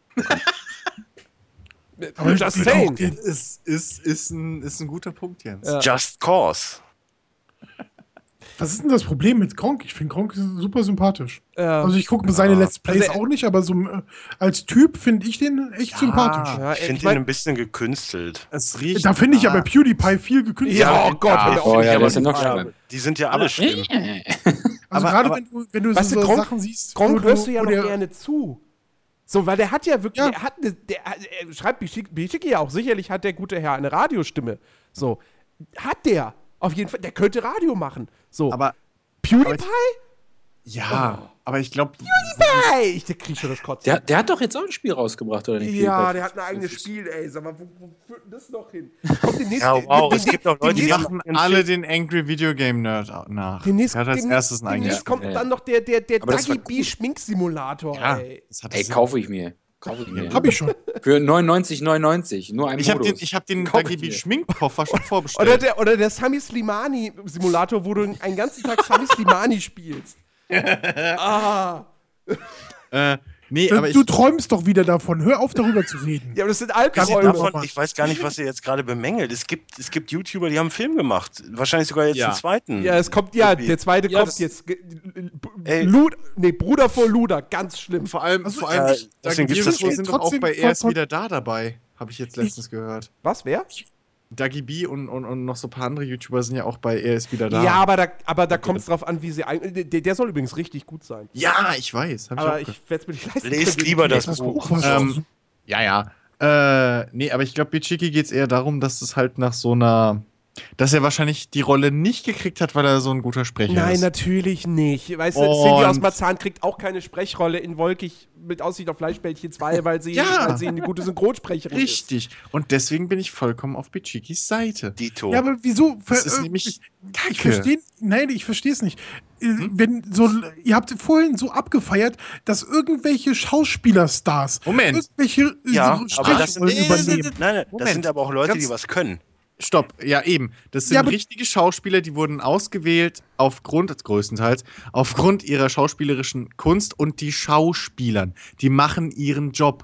Aber Just ich saying. auch den- Ist ein guter Punkt, Jens. Ja. Just Cause. Was ist denn das Problem mit Gronkh? Ich finde Gronkh super sympathisch. Ja. Also ich gucke mir seine Let's Plays Also, auch nicht, aber so als Typ finde ich den echt sympathisch. Ja, Ich finde ihn mein- ein bisschen gekünstelt. Es riecht. Da finde ich aber PewDiePie viel gekünstelt. Ja, oh Gott. hör mir auf. Oh ja, aber das ist ja noch ja, schlimmer. die sind ja alle schlimm. Also aber- gerade aber- wenn du Weißt du, so Gronkh- Sachen siehst, Gronk hörst du ja wo noch der- gerne zu. So, weil der hat ja wirklich, Ja. er schreibt Bischicki ja auch, sicherlich hat der gute Herr eine Radiostimme. So, hat der, auf jeden Fall, der könnte Radio machen. So, Aber PewDiePie? aber ich glaube. Hey, ich krieg schon das Kotzen. Der hat doch jetzt auch ein Spiel rausgebracht, oder nicht? Ja, der hat ein eigenes Spiel, ey. Sag mal, wo führt denn das noch hin? Kommt demnächst, Ja, wow, es gibt auch Leute, die demnächst- machen Alle den Angry Video Game Nerd nach. demnächst, Er hat als erstes ein eigenes demnächst kommt Ja. dann noch der Aber das war Dagi B Schminksimulator, Ja, ey. das hat Ey, kaufe ich mir. Hab ich schon. Für 99,99. Nur ein Ich habe Modus. den Kauf ich Dagi mir. Schminkkoffer schon vorbestellt. Oder der Sami Slimani Simulator, wo du einen ganzen Tag Sami Slimani spielst. Nee, aber Du träumst doch wieder davon. Hör auf, darüber zu reden. Ja, aber das sind Abgesehen Albträume. davon, ich weiß gar nicht, was ihr jetzt gerade bemängelt. Es gibt YouTuber, die haben einen Film gemacht. Wahrscheinlich sogar jetzt Ja. einen zweiten. Ja, es kommt, ja, Irgendwie. der zweite Ja, kommt das- jetzt. Ey. Bruder vor Luder, ganz schlimm. vor allem deswegen Dagi gibt's das sind doch auch trotzdem bei Er ist von- wieder da dabei. Habe ich jetzt letztens gehört. Was, wer? Dagi B und noch so ein paar andere YouTuber sind ja auch bei Er ist wieder da. Ja, aber da kommt es drauf an, wie sie eigentlich. Der soll übrigens richtig gut sein. Ja, ich weiß. Hab ich Aber auch ich gehört. werde es mir nicht leisten. Lest können, lieber das Das Buch. Buch war schon. Ja. Nee, aber ich glaube, Bichiki geht es eher darum, dass es halt nach so einer. Dass er wahrscheinlich die Rolle nicht gekriegt hat, weil er so ein guter Sprecher Nein, ist. natürlich nicht. Weißt du, Und- Cindy aus Marzahn kriegt auch keine Sprechrolle in Wolkig mit Aussicht auf Fleischbällchen 2, weil sie, Ja. weil sie eine gute Synchronsprecherin ist. Richtig. Und deswegen bin ich vollkommen auf Bichikis Seite. Dito. Ja, aber wieso? Das ist nämlich Ich Kacke. verstehe, nein, ich verstehe es nicht. Wenn so, ihr habt vorhin so abgefeiert, dass irgendwelche Schauspielerstars Moment. irgendwelche Ja, so aber das, Sprechrollen übernehmen. nein, das Moment. sind aber auch Leute, Ganz- die was können. Stopp, ja eben. Das sind Ja, aber- richtige Schauspieler, die wurden ausgewählt größtenteils, aufgrund ihrer schauspielerischen Kunst und die Schauspielern, die machen ihren Job.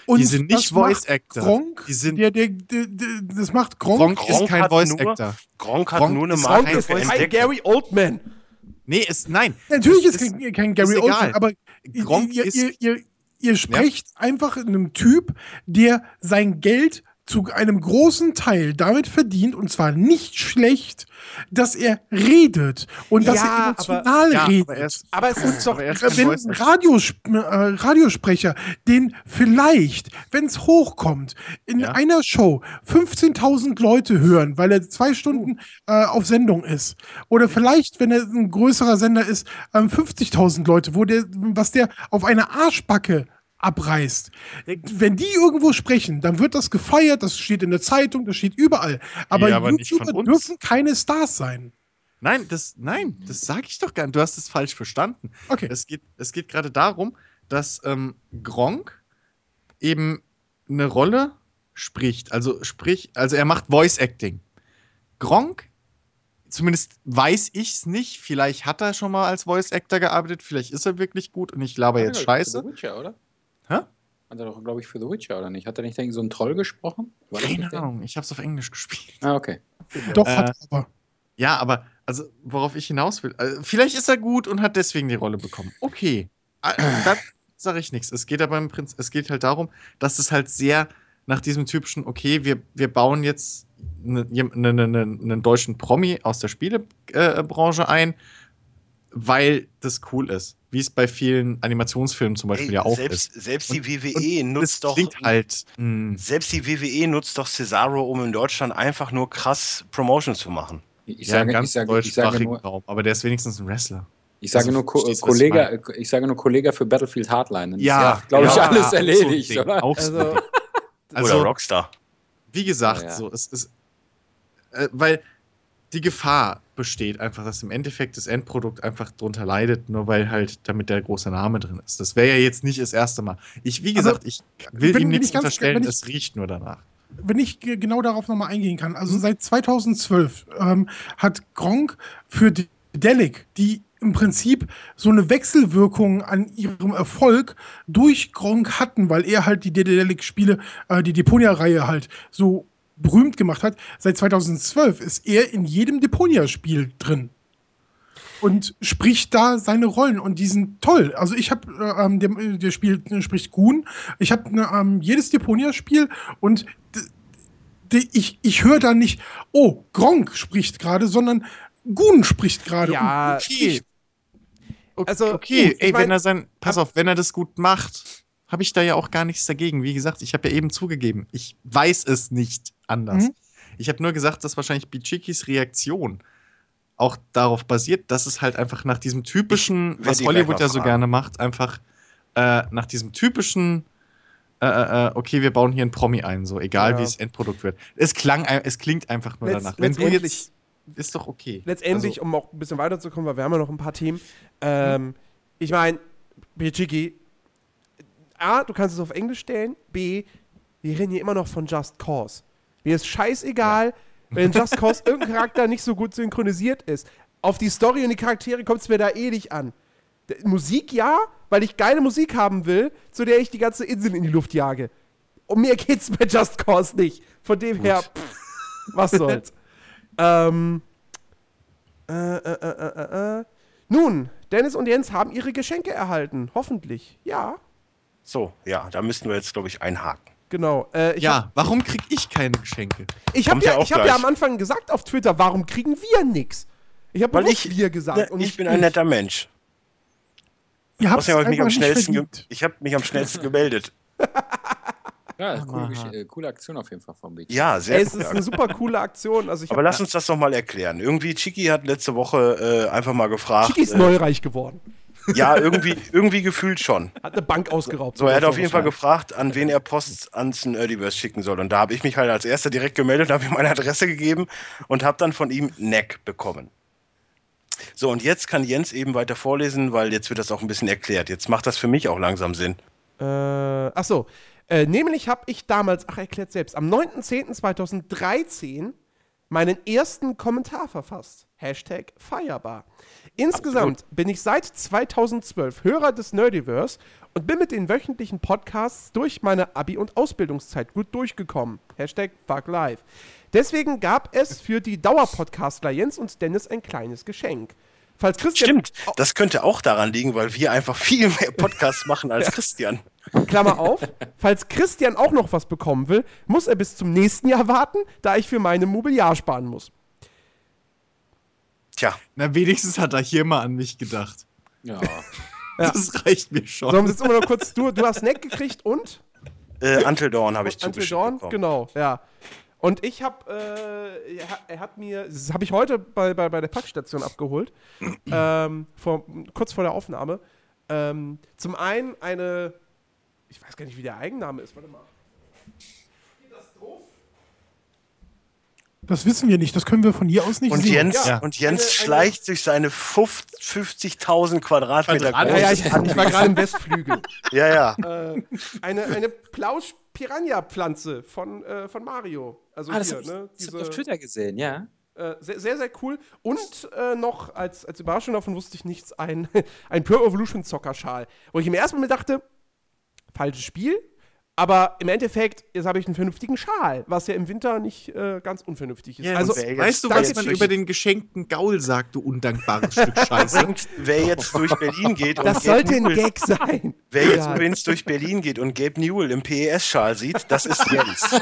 Und Die sind nicht das macht Voice Actor. Gronk, Die sind- das macht Gronk. Gronk ist kein Voice Actor. Gronk hat Gronk nur eine ist Marke Gronk ist für kein Entdecker. Gary Oldman. Nee, nein. Natürlich Das ist kein Gary egal. Oldman, aber Gronk ihr sprecht einfach einem Typ, der sein Geld zu einem großen Teil damit verdient, und zwar nicht schlecht, dass er redet und dass Ja, er emotional Ja, redet. aber er ist, Aber es ist doch. aber er ist kein Wenn Voice ein Actor. Radiosprecher den vielleicht, wenn es hochkommt, in Ja. einer Show 15.000 Leute hören, weil er 2 Stunden auf Sendung ist, oder vielleicht, wenn er ein größerer Sender ist, 50.000 Leute, was der auf eine Arschbacke abreißt. Wenn die irgendwo sprechen, dann wird das gefeiert, das steht in der Zeitung, das steht überall. Aber Ja, aber nicht von YouTuber uns. dürfen keine Stars sein. Nein, das sage ich doch gar nicht. Du hast es falsch verstanden. Okay. Es geht gerade darum, dass Gronk eben eine Rolle spricht. Also er macht Voice Acting. Gronk, zumindest weiß ich es nicht, vielleicht hat er schon mal als Voice Actor gearbeitet, vielleicht ist er wirklich gut und ich laber jetzt Für Scheiße. The Witcher, oder? Hä? Hat er doch, glaube ich, für The Witcher, oder nicht? Hat er nicht so einen Troll gesprochen? War das Keine nicht der? Ahnung, ich habe es auf Englisch gespielt. Ah, okay. Doch, hat er aber. Ja, aber, also, worauf ich hinaus will, vielleicht ist er gut und hat deswegen die Rolle bekommen. Okay. Dann sage ich nichts. Es geht aber es geht halt darum, dass es halt sehr nach diesem typischen, okay, wir bauen jetzt einen deutschen Promi aus der Spielebranche ein, weil das cool ist. Wie es bei vielen Animationsfilmen zum Beispiel ja auch ist. Selbst die Und WWE das nutzt doch. klingt halt. Selbst die WWE nutzt doch Cesaro, um in Deutschland einfach nur krass Promotion zu machen. Ich Ja, im sage, ganzen ich sage deutschsprachigen nur, Raum. Aber der ist wenigstens ein Wrestler. ich sage Also, nur verstehst du, was ich meine? Ich sage nur Kollege für Battlefield Hardline. Dann Ja, ist glaube ich, ja, alles auch so ein erledigt, Ding, oder? Auch so ein Also- Ding. Also, Oder Rockstar. wie gesagt, Ja, ja. so, es ist. Weil die Gefahr besteht einfach, dass im Endeffekt das Endprodukt einfach drunter leidet, nur weil halt damit der große Name drin ist. Das wäre ja jetzt nicht das erste Mal. Wie gesagt, ich will wenn- ihm wenn nichts ich ganz- unterstellen, wenn ich- es riecht nur danach. Wenn ich genau darauf nochmal eingehen kann, also seit 2012 hat Gronk für Dedelic, die im Prinzip so eine Wechselwirkung an ihrem Erfolg durch Gronk hatten, weil er halt die Dedelic-Spiele, die Deponia-Reihe halt so berühmt gemacht hat. Seit 2012 ist er in jedem Deponia-Spiel drin und spricht da seine Rollen, und die sind toll. Also ich habe, der spricht Goon. Ich habe jedes Deponia-Spiel, und ich höre da nicht, oh, Gronk spricht gerade, sondern Goon spricht gerade. Ja, Okay. Also, Okay, gut, ich mein, pass auf, wenn er das gut macht, habe ich da ja auch gar nichts dagegen. Wie gesagt, ich habe ja eben zugegeben, ich weiß es nicht anders. Mhm. Ich habe nur gesagt, dass wahrscheinlich Bichikis Reaktion auch darauf basiert, dass es halt einfach nach diesem typischen, werd was die Hollywood gleich ja mal so fragen. gerne macht, einfach nach diesem typischen, okay, wir bauen hier einen Promi ein, so egal Ja. wie das Endprodukt wird. Es klingt einfach nur danach. Wenn du letztendlich- jetzt, ist doch okay. Letztendlich, Also, um auch ein bisschen weiterzukommen, weil wir haben ja noch ein paar Themen. Ich meine, Bichiki, A, du kannst es auf Englisch stellen. B, wir reden hier immer noch von Just Cause. Mir ist scheißegal, wenn in Just Cause irgendein Charakter nicht so gut synchronisiert ist. Auf die Story und die Charaktere kommt es mir da eh nicht an. Musik ja, weil ich geile Musik haben will, zu der ich die ganze Insel in die Luft jage. Um mir geht's bei Just Cause nicht. Von dem her, was soll's. Nun, Dennis und Jens haben ihre Geschenke erhalten. Hoffentlich. Ja, So, ja, da müssten wir jetzt, glaube ich, einhaken. genau. warum krieg ich keine Geschenke? Ich habe Kommt ja ja, auch ich hab ja gleich. am Anfang gesagt auf Twitter, warum kriegen wir nix? Ich habe Weil bewusst ich- wir gesagt. Ja, und ich nicht bin ein netter Mensch. Ihr habt's Außerdem habe ich mich am einfach nicht schnellsten, verdient. ich habe mich am schnellsten gemeldet. Ja, Hammerhart. coole Aktion auf jeden Fall vom Beach. Ja, sehr Ey, es gut. ist eine super coole Aktion. Also ich Aber lass uns das doch mal erklären. Irgendwie, Chiki hat letzte Woche einfach mal gefragt. Chiki ist neureich geworden. Ja, irgendwie gefühlt schon. Hat eine Bank ausgeraubt. So, er hat Oder auf jeden Fall wahrscheinlich. gefragt, an wen er Post ans Nerdiverse schicken soll. Und da habe ich mich halt als erster direkt gemeldet, habe ihm meine Adresse gegeben und habe dann von ihm Neck bekommen. So, und jetzt kann Jens eben weiter vorlesen, weil jetzt wird das auch ein bisschen erklärt. Jetzt macht das für mich auch langsam Sinn. Achso. Nämlich habe ich damals, erklärt selbst, am 9.10.2013 meinen ersten Kommentar verfasst. #Firebar. Insgesamt bin ich seit 2012 Hörer des Nerdiverse und bin mit den wöchentlichen Podcasts durch meine Abi- und Ausbildungszeit gut durchgekommen. #FuckLife. Deswegen gab es für die Dauerpodcastler Jens und Dennis ein kleines Geschenk. Falls Christian, Stimmt, das könnte auch daran liegen, weil wir einfach viel mehr Podcasts machen als Christian. Klammer auf, falls Christian auch noch was bekommen will, muss er bis zum nächsten Jahr warten, da ich für meine Mobiliar sparen muss. Tja, Na, wenigstens hat er hier mal an mich gedacht. Ja. Das reicht mir So, schon. jetzt immer noch kurz, du hast Snack gekriegt und? Until Dawn habe ich Until zugeschickt Dawn, bekommen. genau, ja. Und ich habe, er hat mir, das habe ich heute bei der Packstation abgeholt, kurz vor der Aufnahme. Zum einen ich weiß gar nicht, wie der Eigenname ist, warte mal. Geht das doof? Das wissen wir nicht, das können wir von hier aus nicht Und sehen. Jens, Ja. und Jens Eine- schleicht durch seine 50.000 Quadratmeter Quadratmeter. Ja, große ich war gerade im Westflügel. Ja, ja. Eine Plausch-Piranha-Pflanze von Mario. Also Das hier, habe ich, ne? das hab ich auf Twitter gesehen, ja. Sehr, sehr, sehr cool. Und noch als Überraschung davon wusste ich nichts, ein Pro Evolution Zockerschal. Wo ich im ersten Moment dachte, falsches Spiel. Aber im Endeffekt, jetzt habe ich einen vernünftigen Schal, was ja im Winter nicht ganz unvernünftig ist. Ja, also, wer jetzt- weißt du, danke was man dir. über den geschenkten Gaul sagt, du undankbares Stück Scheiße? Und wer jetzt durch Berlin geht und das Gabe sollte ein Newell- Gag sein. Wer jetzt Ja. übrigens durch Berlin geht und Gabe Newell im PES-Schal sieht, das ist Jens.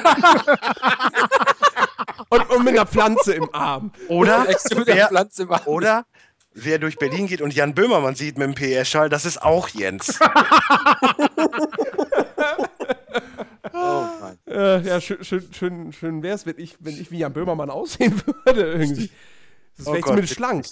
Und mit einer Pflanze im Arm. Oder Extra mit der wer, Pflanze machen. oder wer durch Berlin geht und Jan Böhmermann sieht mit dem PES-Schal, das ist auch Jens. Oh Mann. Ja, schön wäre es, wenn ich wie Jan Böhmermann aussehen würde irgendwie. Das wäre Oh ich Gott. zumindest schlank.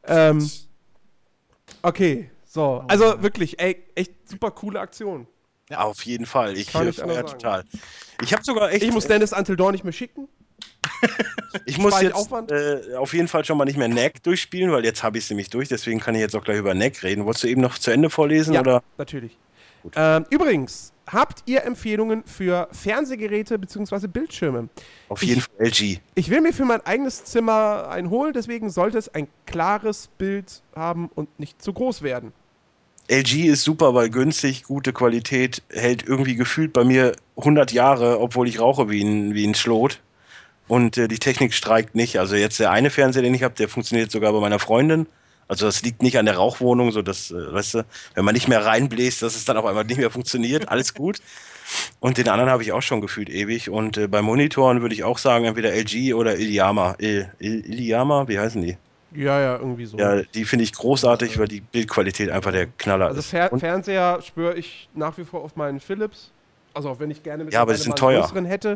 Okay, so. Also wirklich, ey, echt super coole Aktion. Auf jeden Fall. Ich Kann ich anders feier sagen. total. Ich habe sogar echt. Ich muss Dennis Until Dawn nicht mehr schicken. Ich muss spare ich jetzt Aufwand. auf jeden Fall schon mal nicht mehr Knack durchspielen, weil jetzt habe ich es nämlich durch, deswegen kann ich jetzt auch gleich über Knack reden. Wolltest du eben noch zu Ende vorlesen? Ja, Oder? natürlich. Übrigens, habt ihr Empfehlungen für Fernsehgeräte bzw. Bildschirme? Auf jeden Fall LG. Ich will mir für mein eigenes Zimmer einen holen, deswegen sollte es ein klares Bild haben und nicht zu groß werden. LG ist super, weil günstig, gute Qualität, hält irgendwie gefühlt bei mir 100 Jahre, obwohl ich rauche wie ein Schlot. Und die Technik streikt nicht. Also jetzt der eine Fernseher, den ich habe, der funktioniert sogar bei meiner Freundin. Also das liegt nicht an der Rauchwohnung, so dass, weißt du, wenn man nicht mehr reinbläst, dass es dann auf einmal nicht mehr funktioniert. Alles gut. Und den anderen habe ich auch schon gefühlt ewig. Und bei Monitoren würde ich auch sagen, entweder LG oder Iliama. Iliama, wie heißen die? Ja, irgendwie so. Ja, die finde ich großartig, weil die Bildqualität einfach der Knaller Also ist. Fernseher schwöre ich nach wie vor auf meinen Philips. Also auch wenn ich gerne mit Ja, aber die sind mal einen teuer. größeren hätte.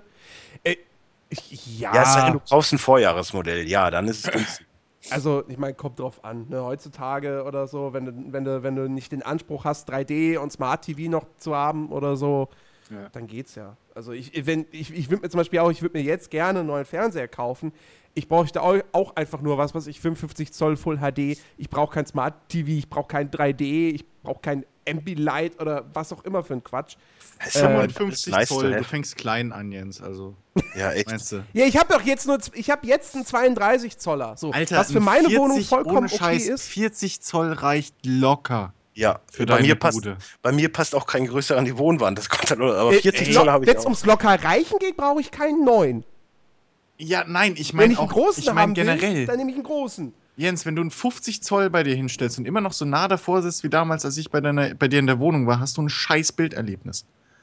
Ja, es sei denn, du brauchst ein Vorjahresmodell. Ja, dann ist es günstig. Also ich meine, kommt drauf an. Ne? Heutzutage oder so, wenn du nicht den Anspruch hast, 3D und Smart TV noch zu haben oder so, Ja. dann geht's ja. Also ich würde mir zum Beispiel auch, ich würde mir jetzt gerne einen neuen Fernseher kaufen. Ich bräuchte auch einfach nur was ich 55 Zoll Full HD. Ich brauche kein Smart TV, ich brauche kein 3D, ich brauche kein Ambilight oder was auch immer für ein Quatsch. Das ist aber alles 50 nice to Zoll, du have. fängst klein an, Jens, also, Ja, echt. meinst du? Ja, ich habe jetzt einen 32 Zoller. So, Alter, was für ein meine 40 Wohnung vollkommen ohne Scheiß, okay ist. 40 Zoll reicht locker. Ja, Für bei deine mir, passt, Bude. bei mir passt auch kein größer an die Wohnwand. Das kommt dann, aber 40 Wenn Zoll habe ich es auch. ums locker reichen geht, brauche ich keinen neuen. Ja, nein, ich Wenn meine ich einen auch, großen ich meine haben generell. will, dann nehme ich einen großen. Jens, wenn du einen 50 Zoll bei dir hinstellst und immer noch so nah davor sitzt wie damals, als ich bei dir in der Wohnung war, hast du ein scheiß Bilderlebnis.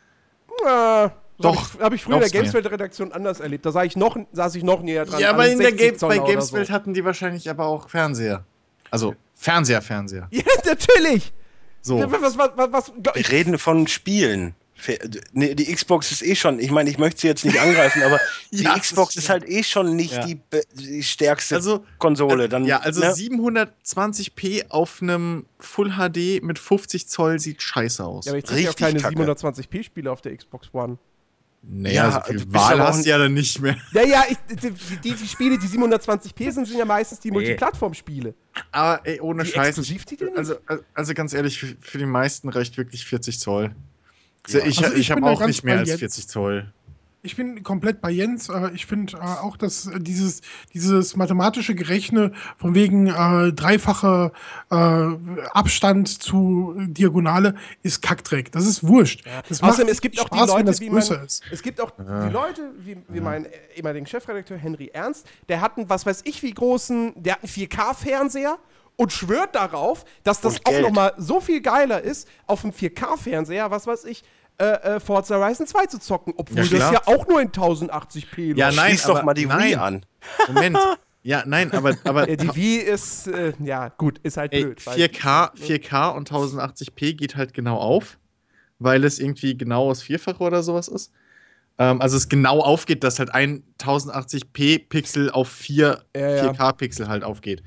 Doch, Habe ich früher in der glaub's mir. Gameswelt-Redaktion anders erlebt. Da saß ich noch näher dran. Ja, an aber in der 60 bei Zoller oder Gameswelt so. hatten die wahrscheinlich aber auch Fernseher. Also Fernseher. Ja, natürlich. So. Was Wir reden von Spielen. Nee, die Xbox ist eh schon, ich meine, ich möchte sie jetzt nicht angreifen, aber die Ja, Xbox das ist halt eh schon nicht Ja. die stärkste Also, Konsole. Dann, ja, also ne? 720p auf einem Full HD mit 50 Zoll sieht scheiße aus. Ja, aber ich ziehe auch Richtig keine kacke. 720p-Spiele auf der Xbox One. Naja, Ja, so du viel bist Wahl aber auch hast du ja dann nicht mehr. Ja, die Spiele, die 720p sind ja meistens die Multiplattform-Spiele. Aber ey, ohne Die Scheiß. Exklusivtitel nicht? Also ganz ehrlich, für die meisten reicht wirklich 40 Zoll. Ja. Ich Also ich habe bin da auch ganz nicht mehr bei als Jens. 40 Zoll. Ich bin komplett bei Jens. Ich finde auch, dass dieses mathematische Gerechne von wegen dreifache Abstand zu Diagonale ist Kackdreck. Das ist wurscht. Ja. Das Außerdem, macht es gibt auch die Spaß, wenn Leute, das wie größer man, ist. es gibt auch die Leute, wie mein ehemaligen Chefredakteur Henry Ernst, der hat einen, was weiß ich wie großen, der hat einen 4K-Fernseher und schwört darauf, dass das Und auch Geld. nochmal so viel geiler ist, auf einem 4K-Fernseher, was weiß ich, Forza Horizon 2 zu zocken, obwohl Ja, das klar. ja auch nur in 1080p läuft. Ja, nein, Schließ doch aber mal die nein. Wii an. Moment. Ja, nein, aber Die Wii ist, ja, gut, ist halt ey, blöd. weil- 4K und 1080p geht halt genau auf, weil es irgendwie genau das Vierfache oder sowas ist. Also es genau aufgeht, dass halt ein 1080p Pixel auf 4 Ja, ja. 4K Pixel halt aufgeht.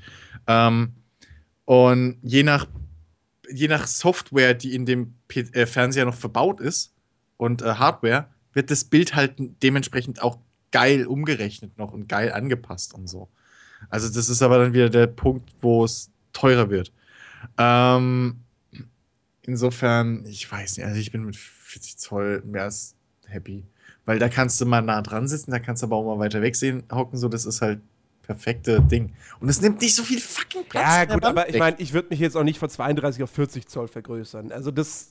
Und je nach Software, die in dem Fernseher noch verbaut ist und Hardware, wird das Bild halt dementsprechend auch geil umgerechnet noch und geil angepasst und so. Also das ist aber dann wieder der Punkt, wo es teurer wird. Insofern, ich weiß nicht, also ich bin mit 40 Zoll mehr als happy. Weil da kannst du mal nah dran sitzen, da kannst du aber auch mal weiter weg sehen, hocken, so, das ist halt perfekte Ding. Und es nimmt nicht so viel fucking Platz. Ja, in der gut, Wand aber ich weg. meine, ich würde mich jetzt auch nicht von 32 auf 40 Zoll vergrößern. Also das,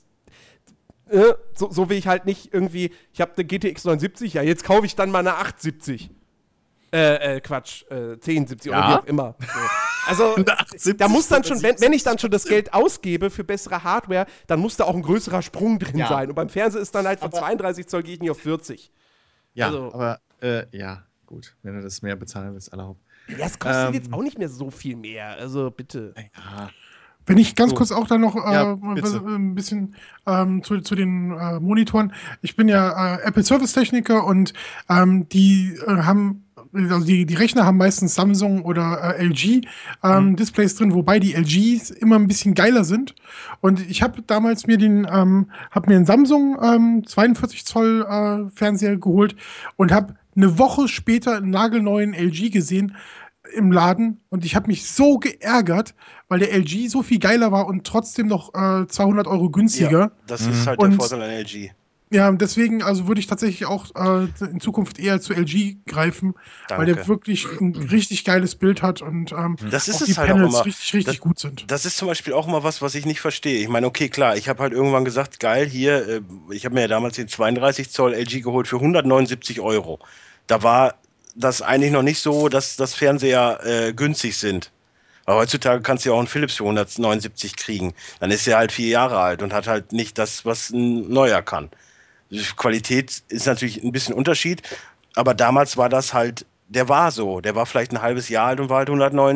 so will ich halt nicht irgendwie, ich habe eine GTX 79, ja, jetzt kaufe ich dann mal eine 870. Quatsch, 1070 oder Ja? wie auch immer. So. Also, Eine 870 da muss dann schon, oder wenn ich dann schon das Geld ausgebe für bessere Hardware, dann muss da auch ein größerer Sprung drin Ja. sein. Und beim Fernseher ist dann halt von Aber- 32 Zoll gehe ich nicht auf 40. Ja, also- aber ja, gut, wenn du das mehr bezahlen willst, erlaubt. Ja, es kostet jetzt auch nicht mehr so viel mehr. Also bitte. Ja, Wenn ich ganz So. kurz auch da noch Ja, bitte. ein bisschen zu den Monitoren. Ich bin ja Apple Service Techniker und die haben, also die Rechner haben meistens Samsung oder LG Displays drin, wobei die LGs immer ein bisschen geiler sind. Und ich habe damals mir einen Samsung 42 Zoll Fernseher geholt und habe eine Woche später einen nagelneuen LG gesehen im Laden und ich habe mich so geärgert, weil der LG so viel geiler war und trotzdem noch 200 Euro günstiger. Ja, das ist halt der Und- Vorteil an LG. Ja, und deswegen also würde ich tatsächlich auch in Zukunft eher zu LG greifen, weil der Danke. wirklich ein richtig geiles Bild hat und Das ist auch es die halt auch Panels immer. richtig Das- gut sind. Das ist zum Beispiel auch immer was ich nicht verstehe. Ich meine, okay, klar, ich habe halt irgendwann gesagt, geil, hier, ich habe mir ja damals den 32 Zoll LG geholt für 179 Euro. Da war das eigentlich noch nicht so, dass das Fernseher günstig sind. Aber heutzutage kannst du ja auch einen Philips für 179 kriegen. Dann ist er halt 4 Jahre alt und hat halt nicht das, was ein neuer kann. Die Qualität ist natürlich ein bisschen Unterschied, aber damals war das halt, der war so. Der war vielleicht ein halbes Jahr alt und war halt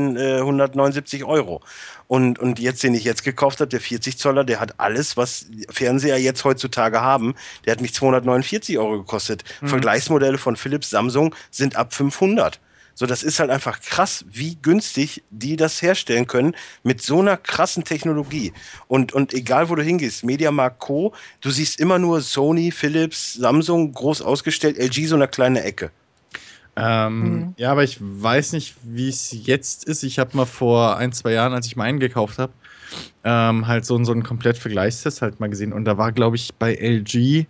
179 Euro. Und jetzt, den ich jetzt gekauft habe, der 40 Zoller, der hat alles, was Fernseher jetzt heutzutage haben. Der hat mich 249 Euro gekostet. Vergleichsmodelle von Philips, Samsung sind ab 500. So, das ist halt einfach krass, wie günstig die das herstellen können mit so einer krassen Technologie. Und egal, wo du hingehst, Mediamarkt Co., du siehst immer nur Sony, Philips, Samsung groß ausgestellt, LG so eine kleine Ecke. Ja, aber ich weiß nicht, wie es jetzt ist. Ich habe mal vor 1-2 Jahren, als ich meinen gekauft habe, halt so einen Komplett-Vergleichstest halt mal gesehen. Und da war, glaube ich, bei LG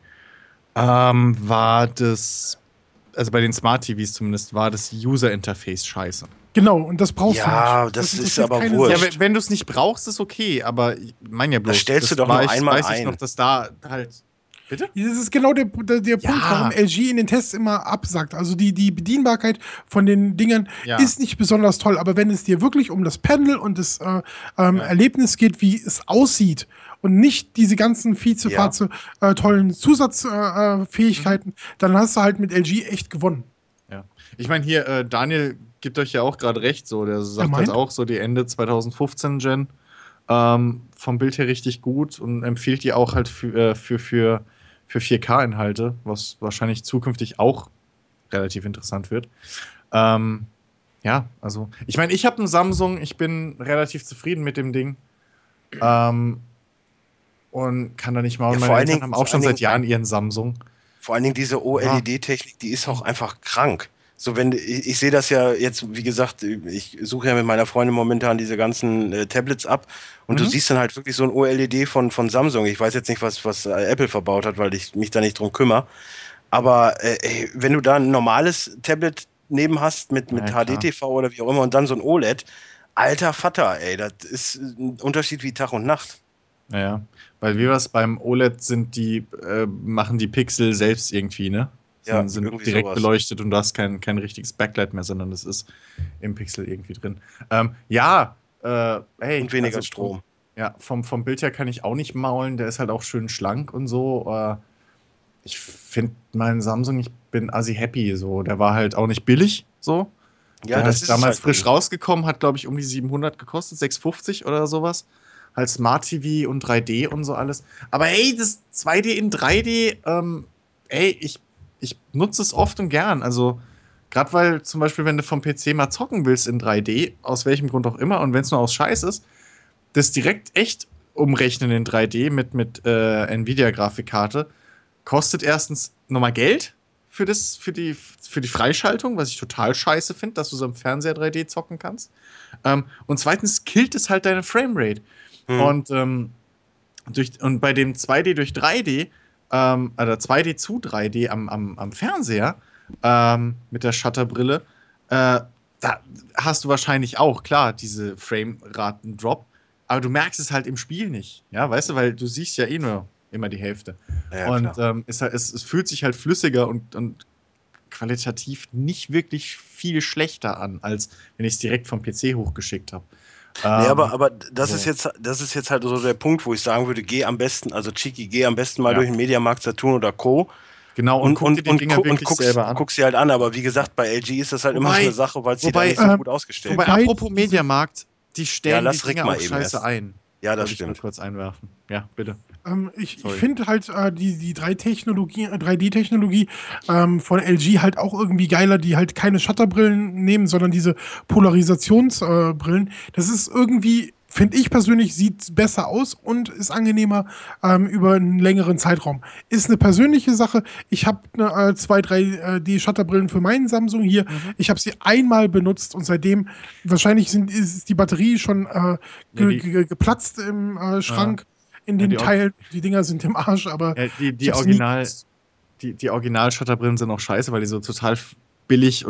war das, also bei den Smart TVs zumindest, war das User-Interface scheiße. Genau, und das brauchst Ja, du nicht. das ist hat aber keine wurscht. Sau. Ja, wenn du es nicht brauchst, ist okay, aber ich meine ja bloß. stellst du das doch nur weiß- einmal weiß ich ein. noch, dass da halt. Bitte? Das ist genau der Punkt, warum LG in den Tests immer absagt. Also die Bedienbarkeit von den Dingern Ja. ist nicht besonders toll, aber wenn es dir wirklich um das Panel und das Erlebnis geht, wie es aussieht und nicht diese ganzen tollen Zusatzfähigkeiten, dann hast du halt mit LG echt gewonnen. Ja. Ich meine, hier, Daniel gibt euch ja auch gerade recht, so. Der sagt meint? halt auch so die Ende 2015 Gen. Vom Bild her richtig gut und empfiehlt die auch halt für 4K-Inhalte, was wahrscheinlich zukünftig auch relativ interessant wird. Ja, also, ich meine, ich habe einen Samsung, ich bin relativ zufrieden mit dem Ding. Und kann da nicht mal. Ja, Und vor meine allen Eltern Dingen- haben auch vor schon allen seit Dingen- Jahren ihren Samsung. Vor allen Dingen diese OLED-Technik, die ist auch einfach krank. So, wenn ich sehe das ja jetzt, wie gesagt, ich suche ja mit meiner Freundin momentan diese ganzen Tablets ab und du siehst dann halt wirklich so ein OLED von Samsung. Ich weiß jetzt nicht, was Apple verbaut hat, weil ich mich da nicht drum kümmere. Aber ey, wenn du da ein normales Tablet neben hast mit Ja, klar. HDTV oder wie auch immer und dann so ein OLED, alter Vater, ey, das ist ein Unterschied wie Tag und Nacht. Naja, weil wie was beim OLED machen die Pixel selbst irgendwie, ne? Ja, Sind irgendwie direkt sowas. beleuchtet und du hast kein richtiges Backlight mehr, sondern das ist im Pixel irgendwie drin. Ja, hey. Und weniger also Strom. Ja, vom Bild her kann ich auch nicht maulen, der ist halt auch schön schlank und so. Ich finde meinen Samsung, ich bin assi happy, so. Der war halt auch nicht billig, so. Ja, Der das ist ist es damals halt frisch nicht. rausgekommen, hat, glaube ich, um die 700 gekostet, 650 oder sowas. Halt Smart TV und 3D und so alles. Aber hey, das 2D in 3D, ey, ich nutze es oft und gern. Also, gerade weil zum Beispiel, wenn du vom PC mal zocken willst in 3D, aus welchem Grund auch immer, und wenn es nur aus Scheiß ist, das direkt echt umrechnen in 3D mit Nvidia-Grafikkarte, kostet erstens nochmal Geld für die Freischaltung, was ich total scheiße finde, dass du so im Fernseher 3D zocken kannst. Und zweitens killt es halt deine Framerate. Hm. Und bei dem 2D durch 3D, oder 2D zu 3D am Fernseher, mit der Shutterbrille, da hast du wahrscheinlich auch, klar, diese Frame-Raten-Drop, aber du merkst es halt im Spiel nicht. Ja, weißt du, weil du siehst ja eh nur immer die Hälfte. Ja, Und klar. es fühlt sich halt flüssiger und qualitativ nicht wirklich viel schlechter an, als wenn ich es direkt vom PC hochgeschickt habe. Nee, aber das so. das ist jetzt halt so der Punkt, wo ich sagen würde, geh am besten, also Chiki, geh am besten mal Ja. durch den Mediamarkt, Saturn oder Co. Genau, und guck dir die Dinger wirklich selber an. guck's dir halt an. Aber wie gesagt, bei LG ist das halt immer so Wobei- eine Sache, weil es die da wobei- nicht so gut ausgestellt Wobei, hat. apropos Mediamarkt, die stellen lass die Rick Dinger mal auch eben scheiße erst. ein. Ja, das Wollte ich nur stimmt. kurz einwerfen. Ja, bitte. Ich Sorry. finde halt die 3D-Technologie von LG halt auch irgendwie geiler, die halt keine Shutterbrillen nehmen, sondern diese Polarisationsbrillen. Das ist irgendwie, finde ich persönlich, sieht besser aus und ist angenehmer über einen längeren Zeitraum. Ist eine persönliche Sache. Ich habe zwei 3D-Shutterbrillen für meinen Samsung hier. Ich habe sie einmal benutzt und seitdem wahrscheinlich ist die Batterie schon geplatzt im Schrank. In Ja, den die Teilen, die Dinger sind im Arsch, aber Die ich hab's nie Original, genutzt. die Original-Shutterbrillen sind auch scheiße, weil die so total billig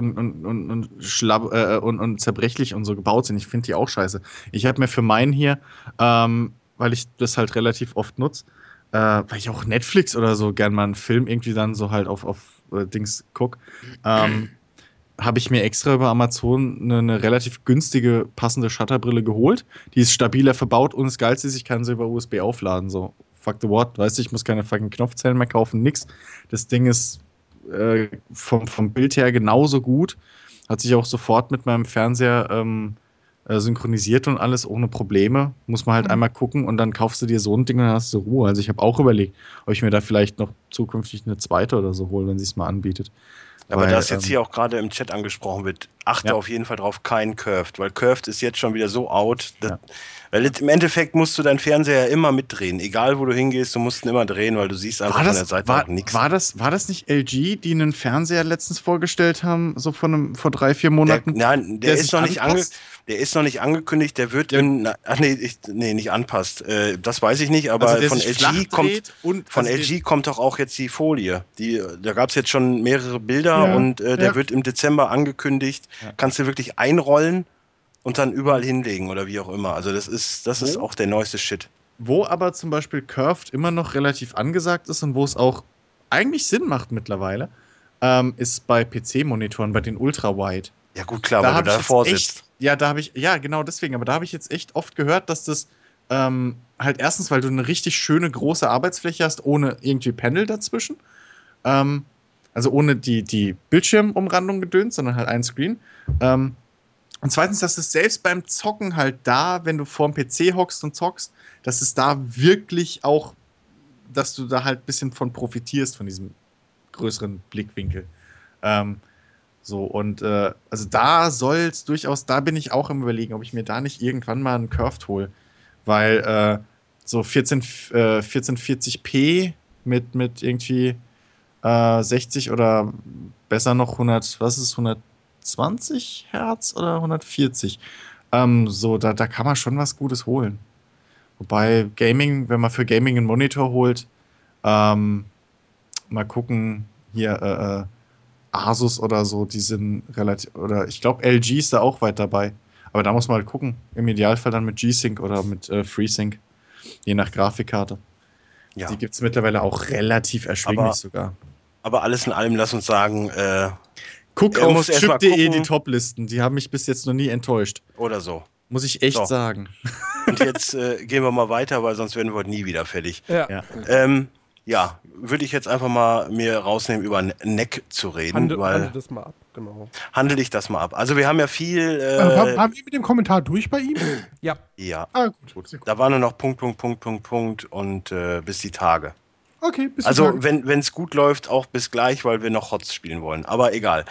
und zerbrechlich und so gebaut sind. Ich finde die auch scheiße. Ich habe mir für meinen hier, weil ich das halt relativ oft nutze, weil ich auch Netflix oder so gern mal einen Film irgendwie dann so halt auf Dings gucke, habe ich mir extra über Amazon eine relativ günstige, passende Shutterbrille geholt. Die ist stabiler verbaut und das Geilste ist, ich kann sie über USB aufladen. So, fuck the what, weißt du, ich muss keine fucking Knopfzellen mehr kaufen, nix. Das Ding ist vom Bild her genauso gut. Hat sich auch sofort mit meinem Fernseher synchronisiert und alles ohne Probleme. Muss man halt einmal gucken und dann kaufst du dir so ein Ding und dann hast du Ruhe. Also ich habe auch überlegt, ob ich mir da vielleicht noch zukünftig eine zweite oder so hole, wenn sie es mal anbietet. Aber Weil, das jetzt hier auch gerade im Chat angesprochen wird, achte Ja. auf jeden Fall drauf, kein Curved, weil Curved ist jetzt schon wieder so out. Ja. Weil im Endeffekt musst du deinen Fernseher immer mitdrehen. Egal wo du hingehst, du musst ihn immer drehen, weil du siehst einfach von der Seite auch nichts. War das nicht LG, die einen Fernseher letztens vorgestellt haben, so vor 3-4 Monaten? Der sich ist noch nicht anpasst? der ist noch nicht angekündigt, der wird Ja. nicht anpasst. Das weiß ich nicht, aber Also der von sich flach LG kommt dreht und von also LG kommt doch auch jetzt die Folie. Da gab es jetzt schon mehrere Bilder Ja, und der ja. wird im Dezember angekündigt. Ja. Kannst du wirklich einrollen und dann überall hinlegen oder wie auch immer. Also das ist Wo? auch der neueste Shit. Wo aber zum Beispiel Curved immer noch relativ angesagt ist und wo es auch eigentlich Sinn macht mittlerweile, ist bei PC-Monitoren, bei den Ultra-Wide. Ja gut, klar, Da weil habe du ich davor jetzt sitzt. echt, ja, genau deswegen, aber da habe ich jetzt echt oft gehört, dass das halt erstens, weil du eine richtig schöne große Arbeitsfläche hast, ohne irgendwie Panel dazwischen. Also ohne die Bildschirmumrandung gedöns, sondern halt ein Screen. Und zweitens, dass es selbst beim Zocken halt da, wenn du vorm PC hockst und zockst, dass es da wirklich auch, dass du da halt ein bisschen von profitierst, von diesem größeren Blickwinkel. Also da soll es durchaus, da bin ich auch im Überlegen, ob ich mir da nicht irgendwann mal einen Curved hole. Weil so 1440p mit irgendwie 60 oder besser noch 120 Hertz oder 140. Da kann man schon was Gutes holen. Wobei Gaming, wenn man für Gaming einen Monitor holt, mal gucken, hier Asus oder so, die sind relativ, oder ich glaube LG ist da auch weit dabei. Aber da muss man halt gucken. Im Idealfall dann mit G-Sync oder mit FreeSync. Je nach Grafikkarte. Ja. Die gibt es mittlerweile auch relativ erschwinglich sogar. Aber alles in allem, lass uns sagen, Guck er auf muss erst mal chip.de gucken. die Toplisten. Die haben mich bis jetzt noch nie enttäuscht. oder so. Muss ich echt So. sagen. Und jetzt gehen wir mal weiter, weil sonst werden wir heute nie wieder fertig. Ja. Ja. Würde ich jetzt einfach mal mir rausnehmen, über Neck zu reden, Handel weil das mal ab, genau. handle ich das mal ab. Also wir haben ja viel, Waren wir mit dem Kommentar durch bei ihm? Ja, ja, Ah, gut. Sehr gut. da war nur noch Punkt und bis die Tage. Okay, bis Also die Tage. wenn es gut läuft, auch bis gleich, weil wir noch Hots spielen wollen. Aber egal.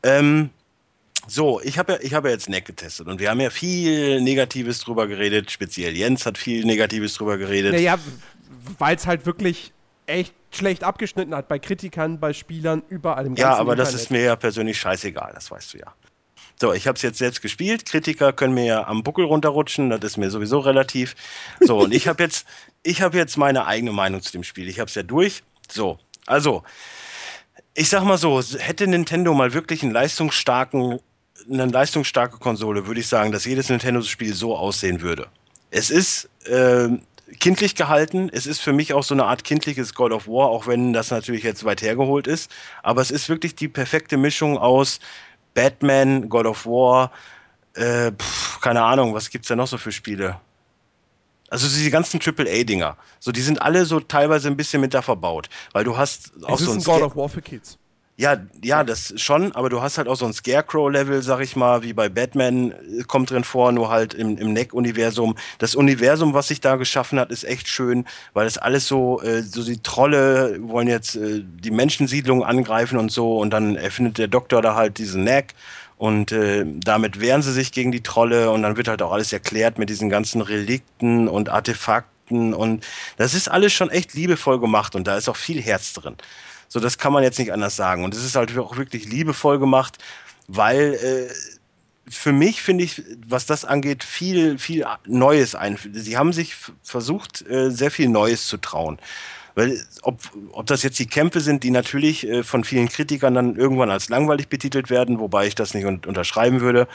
So, ich hab ja jetzt Neck getestet und wir haben ja viel Negatives drüber geredet. Speziell Jens hat viel Negatives drüber geredet. naja, weil es halt wirklich echt schlecht abgeschnitten hat bei Kritikern, bei Spielern, überall im ganzen Ja, aber das Internet. ist mir ja persönlich scheißegal, das weißt du ja. So, ich habe es jetzt selbst gespielt. Kritiker können mir ja am Buckel runterrutschen, das ist mir sowieso relativ. So, und ich habe jetzt meine eigene Meinung zu dem Spiel. Ich habe es ja durch. So, also, ich sag mal so, hätte Nintendo mal wirklich eine leistungsstarke Konsole, würde ich sagen, dass jedes Nintendo-Spiel so aussehen würde. Es ist kindlich gehalten. Es ist für mich auch so eine Art kindliches God of War, auch wenn das natürlich jetzt weit hergeholt ist. Aber es ist wirklich die perfekte Mischung aus Batman, God of War, keine Ahnung, was gibt's da noch so für Spiele? Also diese ganzen AAA-Dinger, so die sind alle so teilweise ein bisschen mit da verbaut, weil du hast auch Es ist so ein ein God of War für Kids. ja, das schon, aber du hast halt auch so ein Scarecrow-Level, sag ich mal, wie bei Batman, kommt drin vor, nur halt im Neck-Universum. Das Universum, was sich da geschaffen hat, ist echt schön, weil es alles so die Trolle wollen jetzt die Menschensiedlung angreifen und so, und dann erfindet der Doktor da halt diesen Neck und damit wehren sie sich gegen die Trolle, und dann wird halt auch alles erklärt mit diesen ganzen Relikten und Artefakten, und das ist alles schon echt liebevoll gemacht, und da ist auch viel Herz drin. So, das kann man jetzt nicht anders sagen. Und es ist halt auch wirklich liebevoll gemacht, weil für mich, finde ich, was das angeht, viel Neues Sie haben sich versucht, sehr viel Neues zu trauen. Weil, ob das jetzt die Kämpfe sind, die natürlich von vielen Kritikern dann irgendwann als langweilig betitelt werden, wobei ich das nicht unterschreiben würde,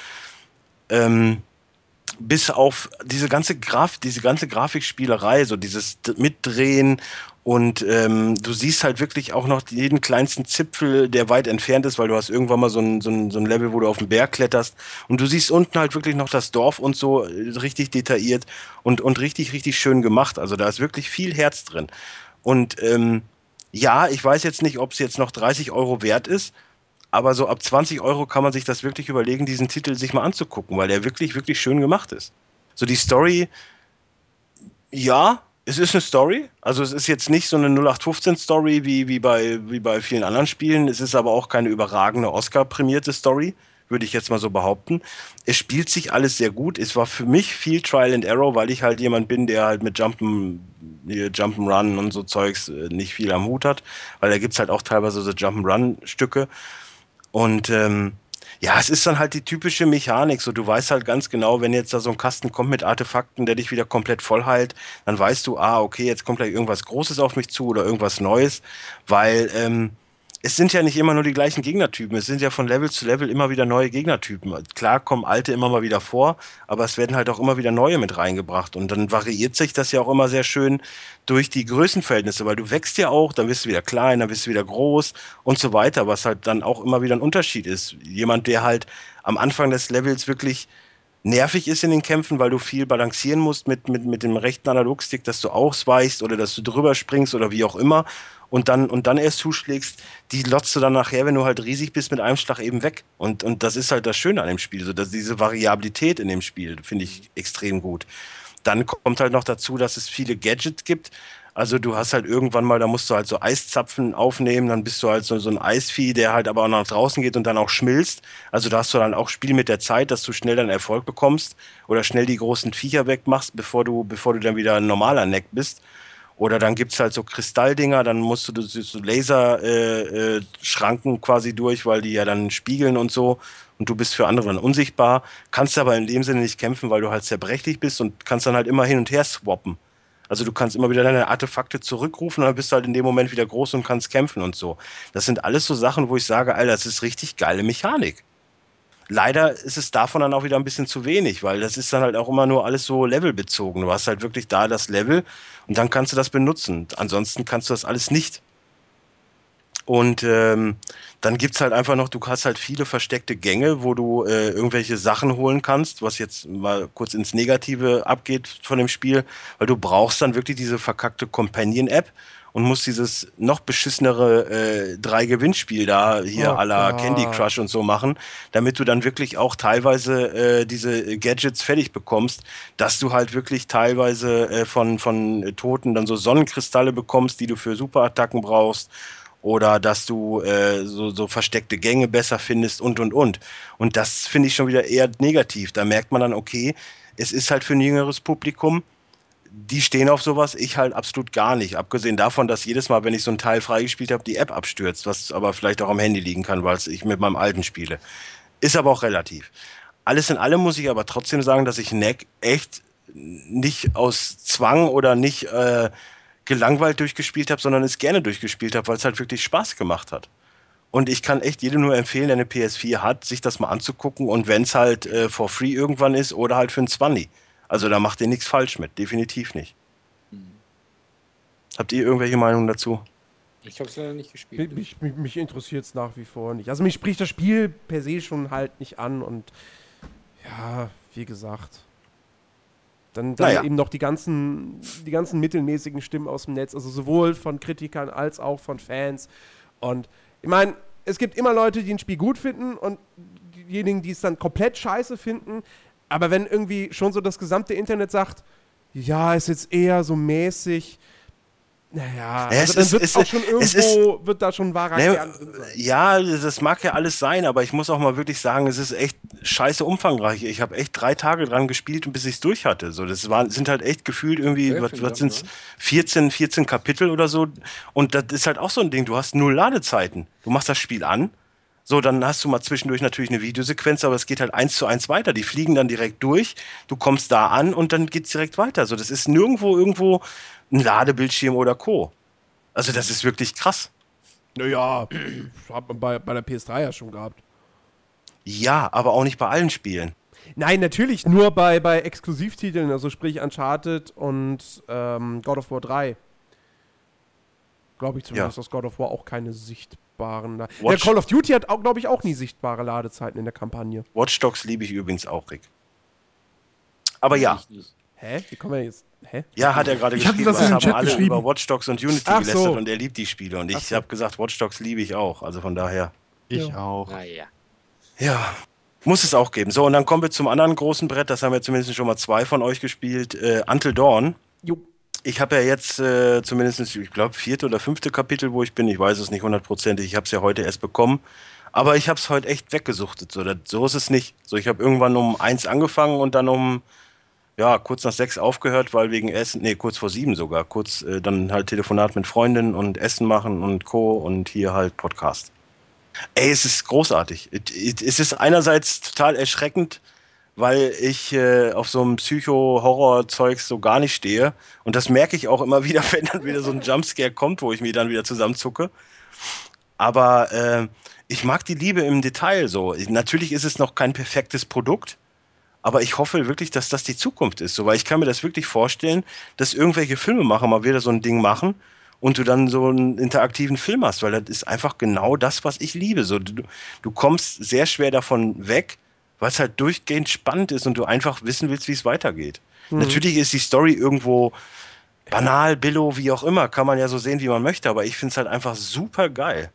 bis auf diese ganze Grafikspielerei, so dieses Mitdrehen, und du siehst halt wirklich auch noch jeden kleinsten Zipfel, der weit entfernt ist, weil du hast irgendwann mal so ein Level, wo du auf den Berg kletterst, und du siehst unten halt wirklich noch das Dorf und so, richtig detailliert und richtig schön gemacht. Also da ist wirklich viel Herz drin. Und ja, ich weiß jetzt nicht, ob es jetzt noch 30 Euro wert ist, aber so ab 20 Euro kann man sich das wirklich überlegen, diesen Titel sich mal anzugucken, weil der wirklich schön gemacht ist. So die Story, ja, es ist eine Story. Also es ist jetzt nicht so eine 0815-Story wie bei vielen anderen Spielen. Es ist aber auch keine überragende Oscar-prämierte Story, würde ich jetzt mal so behaupten. Es spielt sich alles sehr gut. Es war für mich viel Trial and Error, weil ich halt jemand bin, der halt mit Jump'n'Run und so Zeugs nicht viel am Hut hat. Weil da gibt's halt auch teilweise so Jump'n'Run-Stücke. Und ja, es ist dann halt die typische Mechanik. So, du weißt halt ganz genau, wenn jetzt da so ein Kasten kommt mit Artefakten, der dich wieder komplett voll heilt, dann weißt du, okay, jetzt kommt gleich irgendwas Großes auf mich zu oder irgendwas Neues, weil es sind ja nicht immer nur die gleichen Gegnertypen. Es sind ja von Level zu Level immer wieder neue Gegnertypen. Klar kommen alte immer mal wieder vor, aber es werden halt auch immer wieder neue mit reingebracht. Und dann variiert sich das ja auch immer sehr schön durch die Größenverhältnisse, weil du wächst ja auch, dann bist du wieder klein, dann bist du wieder groß und so weiter, was halt dann auch immer wieder ein Unterschied ist. Jemand, der halt am Anfang des Levels wirklich nervig ist in den Kämpfen, weil du viel balancieren musst mit dem rechten Analogstick, dass du ausweichst oder dass du drüber springst oder wie auch immer und dann erst zuschlägst, die lotzt du dann nachher, wenn du halt riesig bist, mit einem Schlag eben weg. Und das ist halt das Schöne an dem Spiel, so dass diese Variabilität in dem Spiel finde ich extrem gut. Dann kommt halt noch dazu, dass es viele Gadgets gibt. Also du hast halt irgendwann mal, da musst du halt so Eiszapfen aufnehmen, dann bist du halt so ein Eisvieh, der halt aber auch nach draußen geht und dann auch schmilzt. Also da hast du dann auch Spiel mit der Zeit, dass du schnell deinen Erfolg bekommst oder schnell die großen Viecher wegmachst, bevor du dann wieder ein normaler Neck bist. Oder dann gibt's halt so Kristalldinger, dann musst du so Laserschranken quasi durch, weil die ja dann spiegeln und so. Und du bist für andere dann unsichtbar, kannst aber in dem Sinne nicht kämpfen, weil du halt zerbrechlich bist und kannst dann halt immer hin und her swappen. Also du kannst immer wieder deine Artefakte zurückrufen und dann bist du halt in dem Moment wieder groß und kannst kämpfen und so. Das sind alles so Sachen, wo ich sage, Alter, das ist richtig geile Mechanik. Leider ist es davon dann auch wieder ein bisschen zu wenig, weil das ist dann halt auch immer nur alles so levelbezogen. Du hast halt wirklich da das Level und dann kannst du das benutzen. Ansonsten kannst du das alles nicht. Und dann gibt's halt einfach noch, du hast halt viele versteckte Gänge, wo du irgendwelche Sachen holen kannst, was jetzt mal kurz ins Negative abgeht von dem Spiel, weil du brauchst dann wirklich diese verkackte Companion-App und musst dieses noch beschissenere 3-Gewinnspiel da hier à la Candy Crush und so machen, damit du dann wirklich auch teilweise diese Gadgets fertig bekommst, dass du halt wirklich teilweise von Toten dann so Sonnenkristalle bekommst, die du für Superattacken brauchst. Oder dass du so versteckte Gänge besser findest und. Und das finde ich schon wieder eher negativ. Da merkt man dann, okay, es ist halt für ein jüngeres Publikum, die stehen auf sowas, ich halt absolut gar nicht. Abgesehen davon, dass jedes Mal, wenn ich so einen Teil freigespielt habe, die App abstürzt, was aber vielleicht auch am Handy liegen kann, weil ich mit meinem alten spiele. Ist aber auch relativ. Alles in allem muss ich aber trotzdem sagen, dass ich NEC echt nicht aus Zwang oder nicht gelangweilt durchgespielt habe, sondern es gerne durchgespielt habe, weil es halt wirklich Spaß gemacht hat. Und ich kann echt jedem nur empfehlen, der eine PS4 hat, sich das mal anzugucken und wenn es halt for free irgendwann ist oder halt für ein 20. Also da macht ihr nichts falsch mit, definitiv nicht. Habt ihr irgendwelche Meinungen dazu? Ich habe es leider nicht gespielt. Mich interessiert es nach wie vor nicht. Also mich spricht das Spiel per se schon halt nicht an und ja, wie gesagt... Dann eben noch die ganzen mittelmäßigen Stimmen aus dem Netz, also sowohl von Kritikern als auch von Fans. Und ich meine, es gibt immer Leute, die ein Spiel gut finden und diejenigen, die es dann komplett scheiße finden. Aber wenn irgendwie schon so das gesamte Internet sagt, ja, ist jetzt eher so mäßig, naja, also dann wird auch schon irgendwo, wird da schon ein wahrer Kern drin sein. Ja, das mag ja alles sein, aber ich muss auch mal wirklich sagen, es ist echt scheiße umfangreich. Ich habe echt 3 Tage dran gespielt, bis ich es durch hatte. So, sind halt echt gefühlt irgendwie, was sind's, 14 Kapitel oder so. Und das ist halt auch so ein Ding, du hast 0 Ladezeiten. Du machst das Spiel an, so, dann hast du mal zwischendurch natürlich eine Videosequenz, aber es geht halt 1:1 weiter. Die fliegen dann direkt durch, du kommst da an und dann geht's direkt weiter. So, das ist nirgendwo ein Ladebildschirm oder Co. Also das ist wirklich krass. Naja, hat man bei der PS3 ja schon gehabt. Ja, aber auch nicht bei allen Spielen. Nein, natürlich nur bei Exklusivtiteln, also sprich Uncharted und God of War 3. Glaube ich zumindest, dass God of War auch keine sichtbaren... Der Call of Duty hat, glaube ich, auch nie sichtbare Ladezeiten in der Kampagne. Watch Dogs liebe ich übrigens auch, Rick. Aber ja. Hä? Wie kommen wir jetzt... Hä? Ja, hat er gerade geschrieben. Das haben alle über Watch Dogs und Unity gelästert und er liebt die Spiele. Und ich habe gesagt, Watch Dogs liebe ich auch. Also von daher. Ich auch. Ja, muss es auch geben. So, und dann kommen wir zum anderen großen Brett. Das haben ja zumindest schon mal 2 von euch gespielt. Until Dawn. Jo. Ich habe ja jetzt zumindest, ich glaube, 4. oder 5. Kapitel, wo ich bin. Ich weiß es nicht 100%. Ich habe es ja heute erst bekommen. Aber ich habe es heute echt weggesuchtet. So ist es nicht. So, ich habe irgendwann um 1 angefangen und dann kurz nach 6 aufgehört, weil wegen Essen, kurz vor 7 sogar, dann halt Telefonat mit Freundinnen und Essen machen und Co. und hier halt Podcast. Ey, es ist großartig. Es ist einerseits total erschreckend, weil ich auf so einem Psycho-Horror-Zeug so gar nicht stehe und das merke ich auch immer wieder, wenn dann wieder so ein Jumpscare kommt, wo ich mir dann wieder zusammenzucke. Aber ich mag die Liebe im Detail so. Natürlich ist es noch kein perfektes Produkt, aber ich hoffe wirklich, dass das die Zukunft ist. So, weil ich kann mir das wirklich vorstellen, dass irgendwelche Filmemacher mal wieder so ein Ding machen und du dann so einen interaktiven Film hast, weil das ist einfach genau das, was ich liebe. So, du kommst sehr schwer davon weg, weil es halt durchgehend spannend ist und du einfach wissen willst, wie es weitergeht. Natürlich ist die Story irgendwo banal, billow, wie auch immer, kann man ja so sehen, wie man möchte, aber ich finde es halt einfach super geil.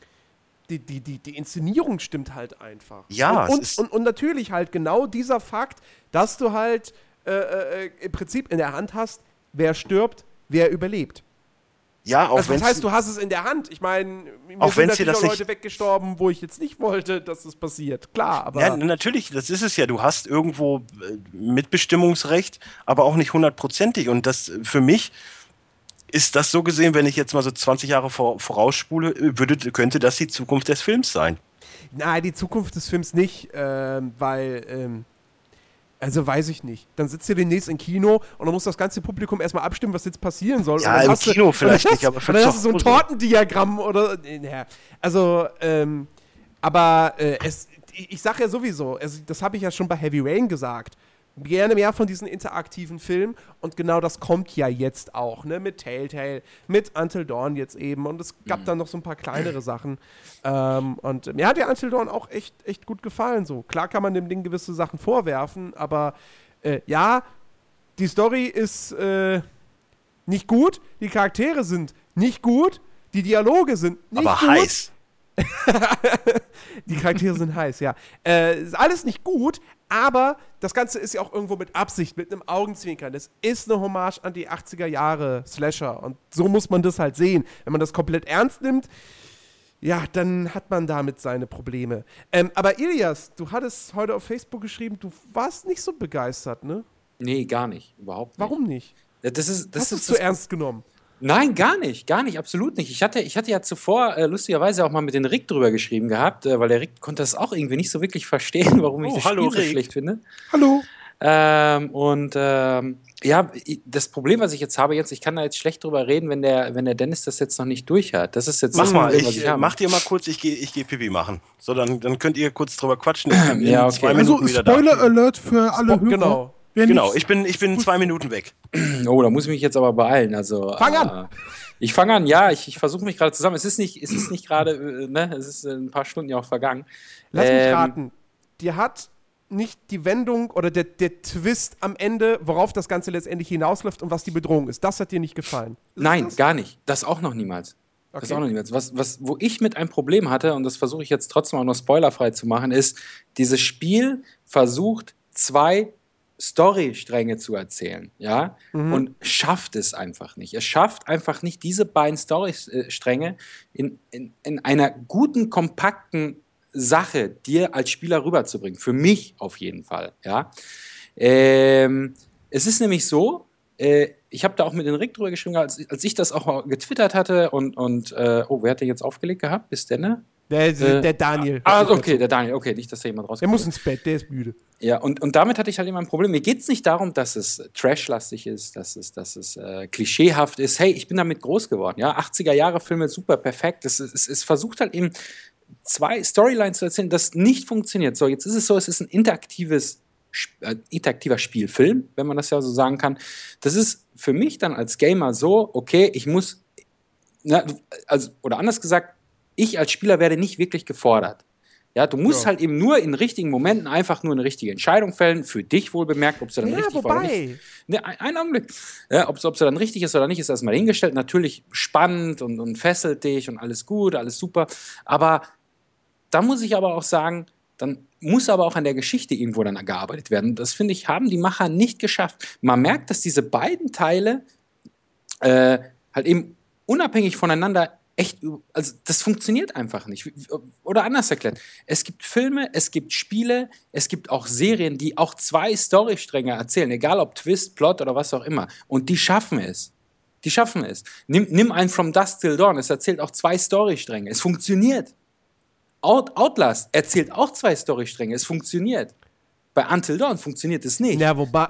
Die Inszenierung stimmt halt einfach. Ja, und natürlich halt genau dieser Fakt, dass du halt im Prinzip in der Hand hast, wer stirbt, wer überlebt. Ja, auch also das heißt, du hast es in der Hand. Ich meine, mir sind natürlich auch Leute weggestorben, wo ich jetzt nicht wollte, dass das passiert. Klar, aber... Ja, natürlich, das ist es ja. Du hast irgendwo Mitbestimmungsrecht, aber auch nicht 100%ig. Und das für mich ist das so gesehen, wenn ich jetzt mal so 20 Jahre vorausspule, könnte das die Zukunft des Films sein. Nein, die Zukunft des Films nicht, weil Also weiß ich nicht. Dann sitzt ihr demnächst im Kino und dann muss das ganze Publikum erstmal abstimmen, was jetzt passieren soll. Ja, im Kino vielleicht nicht, aber für dann hast du so ein zu Tortendiagramm oder. Ja. Also, aber ich sag ja sowieso, das habe ich ja schon bei Heavy Rain gesagt. Gerne mehr von diesen interaktiven Filmen und genau das kommt ja jetzt auch, ne, mit Telltale, mit Until Dawn jetzt eben und es gab dann noch so ein paar kleinere Sachen und mir hat ja Until Dawn auch echt gut gefallen, so. Klar kann man dem Ding gewisse Sachen vorwerfen, aber ja, die Story ist nicht gut, die Charaktere sind nicht gut, die Dialoge sind nicht aber gut. heiß. Die Charaktere sind heiß, ja. Ist alles nicht gut, aber das Ganze ist ja auch irgendwo mit Absicht, mit einem Augenzwinkern. Das ist eine Hommage an die 80er-Jahre-Slasher. Und so muss man das halt sehen. Wenn man das komplett ernst nimmt, ja, dann hat man damit seine Probleme. Aber Ilias, du hattest heute auf Facebook geschrieben, du warst nicht so begeistert, ne? Nee, gar nicht. Überhaupt nicht. Warum nicht? Ja, das Hast du es zu ernst genommen? Nein, gar nicht, absolut nicht. Ich hatte ja zuvor lustigerweise auch mal mit den Rick drüber geschrieben gehabt, weil der Rick konnte das auch irgendwie nicht so wirklich verstehen, warum ich das Spiel so schlecht finde. Hallo. Ja, das Problem, was ich jetzt habe, ich kann da jetzt schlecht drüber reden, wenn der Dennis das jetzt noch nicht durch hat. Das ist jetzt Mach mal, was ich habe. macht ihr mal kurz, ich geh Pipi machen. So, dann könnt ihr kurz drüber quatschen. Ja, okay. 2 Minuten Also wieder Spoiler da. Alert für alle Hörer. Genau. Wer Genau, nicht- ich bin 2 Minuten weg. Oh, da muss ich mich jetzt aber beeilen. Also, Fang an! Ich fange an, ja, ich versuche mich gerade zusammen. Es ist nicht gerade, ne, es ist ein paar Stunden ja auch vergangen. Lass mich raten. Dir hat nicht die Wendung oder der Twist am Ende, worauf das Ganze letztendlich hinausläuft und was die Bedrohung ist, das hat dir nicht gefallen. Ist Nein, das? gar nicht. Das auch noch niemals. Das Okay. auch noch niemals. Wo ich mit ein Problem hatte, und das versuche ich jetzt trotzdem auch noch spoilerfrei zu machen, ist, dieses Spiel versucht, 2 Storystränge zu erzählen, ja, und schafft es einfach nicht. Es schafft einfach nicht, diese beiden Storystränge in einer guten, kompakten Sache dir als Spieler rüberzubringen. Für mich auf jeden Fall, ja. Es ist nämlich so, ich habe da auch mit den Rick drüber geschrieben, als ich das auch getwittert hatte und wer hat den jetzt aufgelegt gehabt? Bis denn, ne? Der Daniel. Okay, der Daniel, okay, nicht, dass da jemand Der rauskommt. muss ins Bett, der ist müde. Ja, und damit hatte ich halt immer ein Problem. Mir geht es nicht darum, dass es trashlastig ist, dass es klischeehaft ist. Hey, ich bin damit groß geworden. Ja, 80er-Jahre-Filme, super, perfekt. Es versucht halt eben 2 Storylines zu erzählen, das nicht funktioniert. So, jetzt ist es so, es ist ein interaktiver Spielfilm, wenn man das ja so sagen kann. Das ist für mich dann als Gamer so, okay, ich muss, oder anders gesagt, ich als Spieler werde nicht wirklich gefordert. Ja, du musst halt eben nur in richtigen Momenten einfach nur eine richtige Entscheidung fällen, für dich wohl bemerkt, ob sie dann richtig war oder nicht. Ne, ein Augenblick. Ja, ob sie dann richtig ist oder nicht, ist erstmal hingestellt. Natürlich spannend und fesselt dich und alles gut, alles super. Aber da muss ich aber auch sagen, dann muss aber auch an der Geschichte irgendwo dann gearbeitet werden. Das, finde ich, haben die Macher nicht geschafft. Man merkt, dass diese beiden Teile halt eben unabhängig voneinander echt, also das funktioniert einfach nicht. Oder anders erklärt, es gibt Filme, es gibt Spiele, es gibt auch Serien, die auch 2 Storystränge erzählen, egal ob Twist, Plot oder was auch immer. Und die schaffen es. Die schaffen es. Nimm einen From Dusk Till Dawn, es erzählt auch 2 Storystränge. Es funktioniert. Outlast erzählt auch 2 Storystränge. Es funktioniert. Bei Until Dawn funktioniert es nicht. Ja, wobei.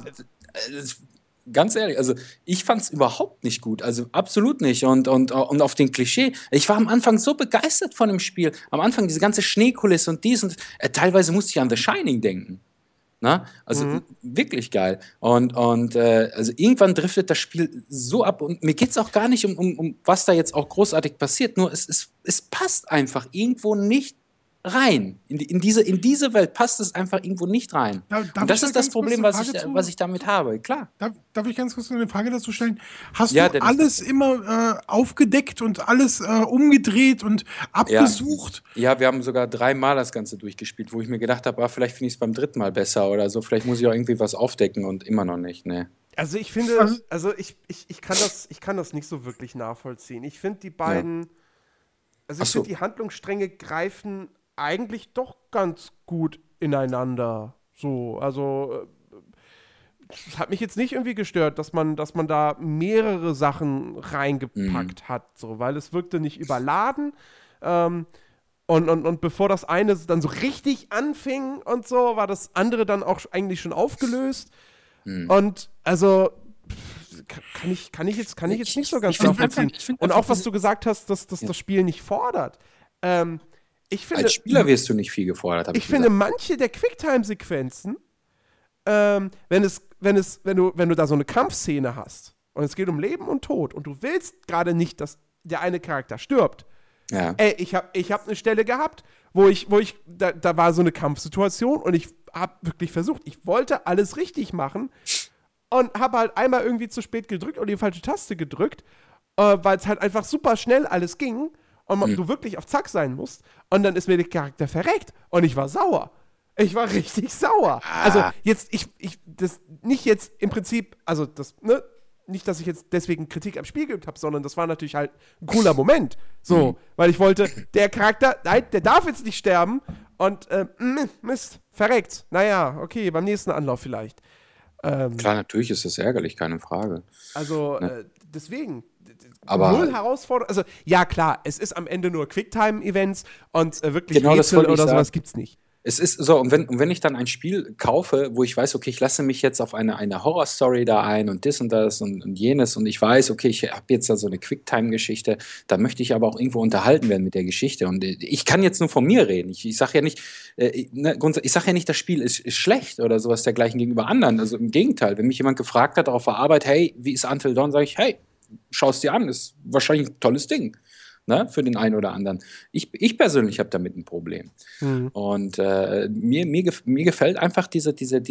Ganz ehrlich, also ich fand es überhaupt nicht gut, also absolut nicht. Und auf den Klischee, ich war am Anfang so begeistert von dem Spiel. Am Anfang diese ganze Schneekulisse und dies und teilweise musste ich an The Shining denken. Na? Also wirklich geil. Und also irgendwann driftet das Spiel so ab und mir geht es auch gar nicht um was da jetzt auch großartig passiert, nur es passt einfach irgendwo nicht rein. In diese Welt passt es einfach irgendwo nicht rein. Und das ist das Problem, was ich damit habe. Klar. Darf ich ganz kurz eine Frage dazu stellen? Hast Ja, du Dennis. alles immer aufgedeckt und alles umgedreht und abgesucht? Ja, wir haben sogar 3-mal das Ganze durchgespielt, wo ich mir gedacht habe, vielleicht finde ich es beim 3. Mal besser oder so. Vielleicht muss ich auch irgendwie was aufdecken und immer noch nicht. Ne. Also ich finde, ich kann das nicht so wirklich nachvollziehen. Ich finde die beiden, also ich finde die Handlungsstränge greifen eigentlich doch ganz gut ineinander. So, also es hat mich jetzt nicht irgendwie gestört, dass man da mehrere Sachen reingepackt hat, so, weil es wirkte nicht überladen. Und bevor das eine dann so richtig anfing und so, war das andere dann auch eigentlich schon aufgelöst. Und also kann ich jetzt nicht so ganz nachvollziehen. Und auch, was du gesagt hast, dass das Spiel nicht fordert. Ich finde, als Spieler wirst du nicht viel gefordert, ich finde, manche der Quicktime-Sequenzen, wenn du da so eine Kampfszene hast und es geht um Leben und Tod und du willst gerade nicht, dass der eine Charakter stirbt. Ja. Ey, ich hab eine Stelle gehabt, da war so eine Kampfsituation und ich hab wirklich versucht, ich wollte alles richtig machen und habe halt einmal irgendwie zu spät gedrückt oder die falsche Taste gedrückt, weil es halt einfach super schnell alles ging und du wirklich auf Zack sein musst und dann ist mir der Charakter verreckt und ich war sauer. Ich war richtig sauer. Also jetzt, das nicht jetzt im Prinzip, also das, ne, nicht, dass ich jetzt deswegen Kritik am Spiel geübt habe, sondern das war natürlich halt ein cooler Moment. So, weil ich wollte, der Charakter, nein, der darf jetzt nicht sterben und Mist, verreckt. Naja, okay, beim nächsten Anlauf vielleicht. Klar, natürlich ist das ärgerlich, keine Frage. Also, Ne? deswegen. Aber null Herausforderung. Also, ja, klar, es ist am Ende nur Quicktime-Events und wirklich Genau, das Rätsel wollte ich oder sowas sagen. gibt's nicht. Es ist so, und wenn ich dann ein Spiel kaufe, wo ich weiß, okay, ich lasse mich jetzt auf eine Horrorstory da ein und das und jenes und ich weiß, okay, ich habe jetzt da so eine Quicktime-Geschichte, da möchte ich aber auch irgendwo unterhalten werden mit der Geschichte und ich kann jetzt nur von mir reden. Ich sage ja nicht, ich sage ja nicht, das Spiel ist schlecht oder sowas dergleichen gegenüber anderen. Also im Gegenteil, wenn mich jemand gefragt hat auf der Arbeit, hey, wie ist Until Dawn, sage ich, hey, schau es dir an, ist wahrscheinlich ein tolles Ding. Ne, für den einen oder anderen. Ich persönlich habe damit ein Problem. Und mir gefällt einfach diese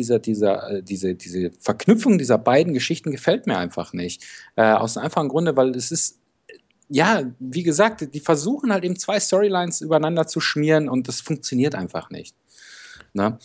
Verknüpfung dieser beiden Geschichten gefällt mir einfach nicht. Aus dem einfachen Grunde, weil es ist, ja, wie gesagt, die versuchen halt eben zwei Storylines übereinander zu schmieren und das funktioniert einfach nicht. Ne?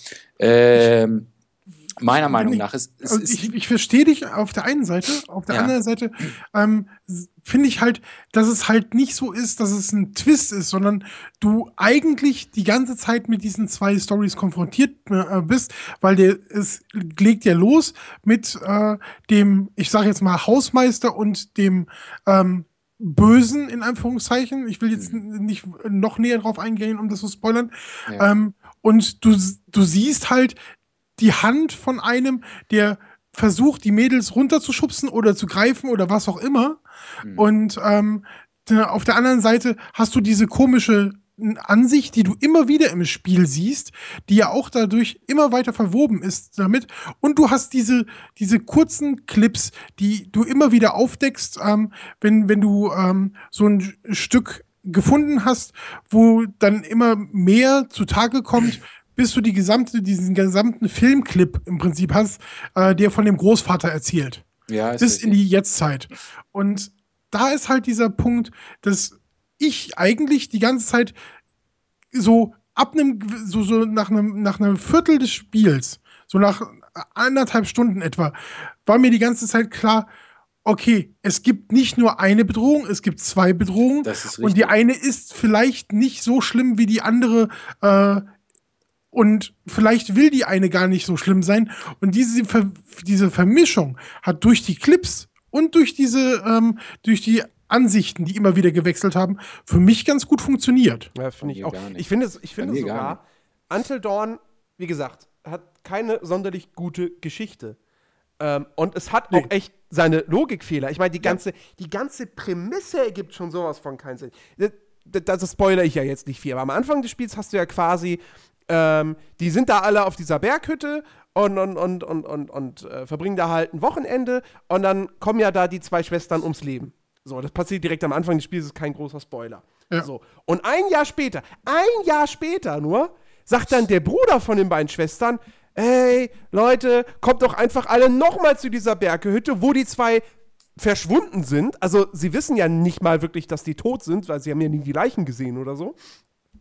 Meiner Meinung nach ich verstehe dich auf der einen Seite, auf der anderen Seite finde ich halt, dass es halt nicht so ist, dass es ein Twist ist, sondern du eigentlich die ganze Zeit mit diesen zwei Storys konfrontiert bist, weil es legt ja los mit dem, ich sage jetzt mal Hausmeister und dem Bösen in Anführungszeichen. Ich will jetzt nicht noch näher drauf eingehen, um das zu spoilern. Ja. Und du siehst halt die Hand von einem, der versucht, die Mädels runterzuschubsen oder zu greifen oder was auch immer. Und auf der anderen Seite hast du diese komische Ansicht, die du immer wieder im Spiel siehst, die ja auch dadurch immer weiter verwoben ist damit. Und du hast diese kurzen Clips, die du immer wieder aufdeckst, wenn du so ein Stück gefunden hast, wo dann immer mehr zutage kommt, bis du diesen gesamten Filmclip im Prinzip hast, der von dem Großvater erzählt. Ja, ist bis richtig. in die Jetztzeit. Und da ist halt dieser Punkt, dass ich eigentlich die ganze Zeit so nach einem Viertel des Spiels, so nach 1,5 Stunden etwa, war mir die ganze Zeit klar, okay, es gibt nicht nur eine Bedrohung, es gibt zwei Bedrohungen. Das ist Und die richtig. eine ist vielleicht nicht so schlimm wie die andere, und vielleicht will die eine gar nicht so schlimm sein. Und diese Vermischung hat durch die Clips und durch die Ansichten, die immer wieder gewechselt haben, für mich ganz gut funktioniert. Ja, finde ich mir auch. gar nicht. Ich finde mir gar sogar, Until Dawn, wie gesagt, hat keine sonderlich gute Geschichte. Und es hat auch echt seine Logikfehler. Ich meine, die ganze Prämisse ergibt schon sowas von keinen Sinn. Das spoilere ich ja jetzt nicht viel. Aber am Anfang des Spiels hast du ja quasi die sind da alle auf dieser Berghütte und verbringen da halt ein Wochenende und dann kommen ja da die zwei Schwestern ums Leben. So, das passiert direkt am Anfang des Spiels, ist kein großer Spoiler. Ja. So. Und ein Jahr später nur, sagt dann der Bruder von den beiden Schwestern, hey, Leute, kommt doch einfach alle nochmal zu dieser Berghütte, wo die zwei verschwunden sind. Also, sie wissen ja nicht mal wirklich, dass die tot sind, weil sie haben ja nie die Leichen gesehen oder so.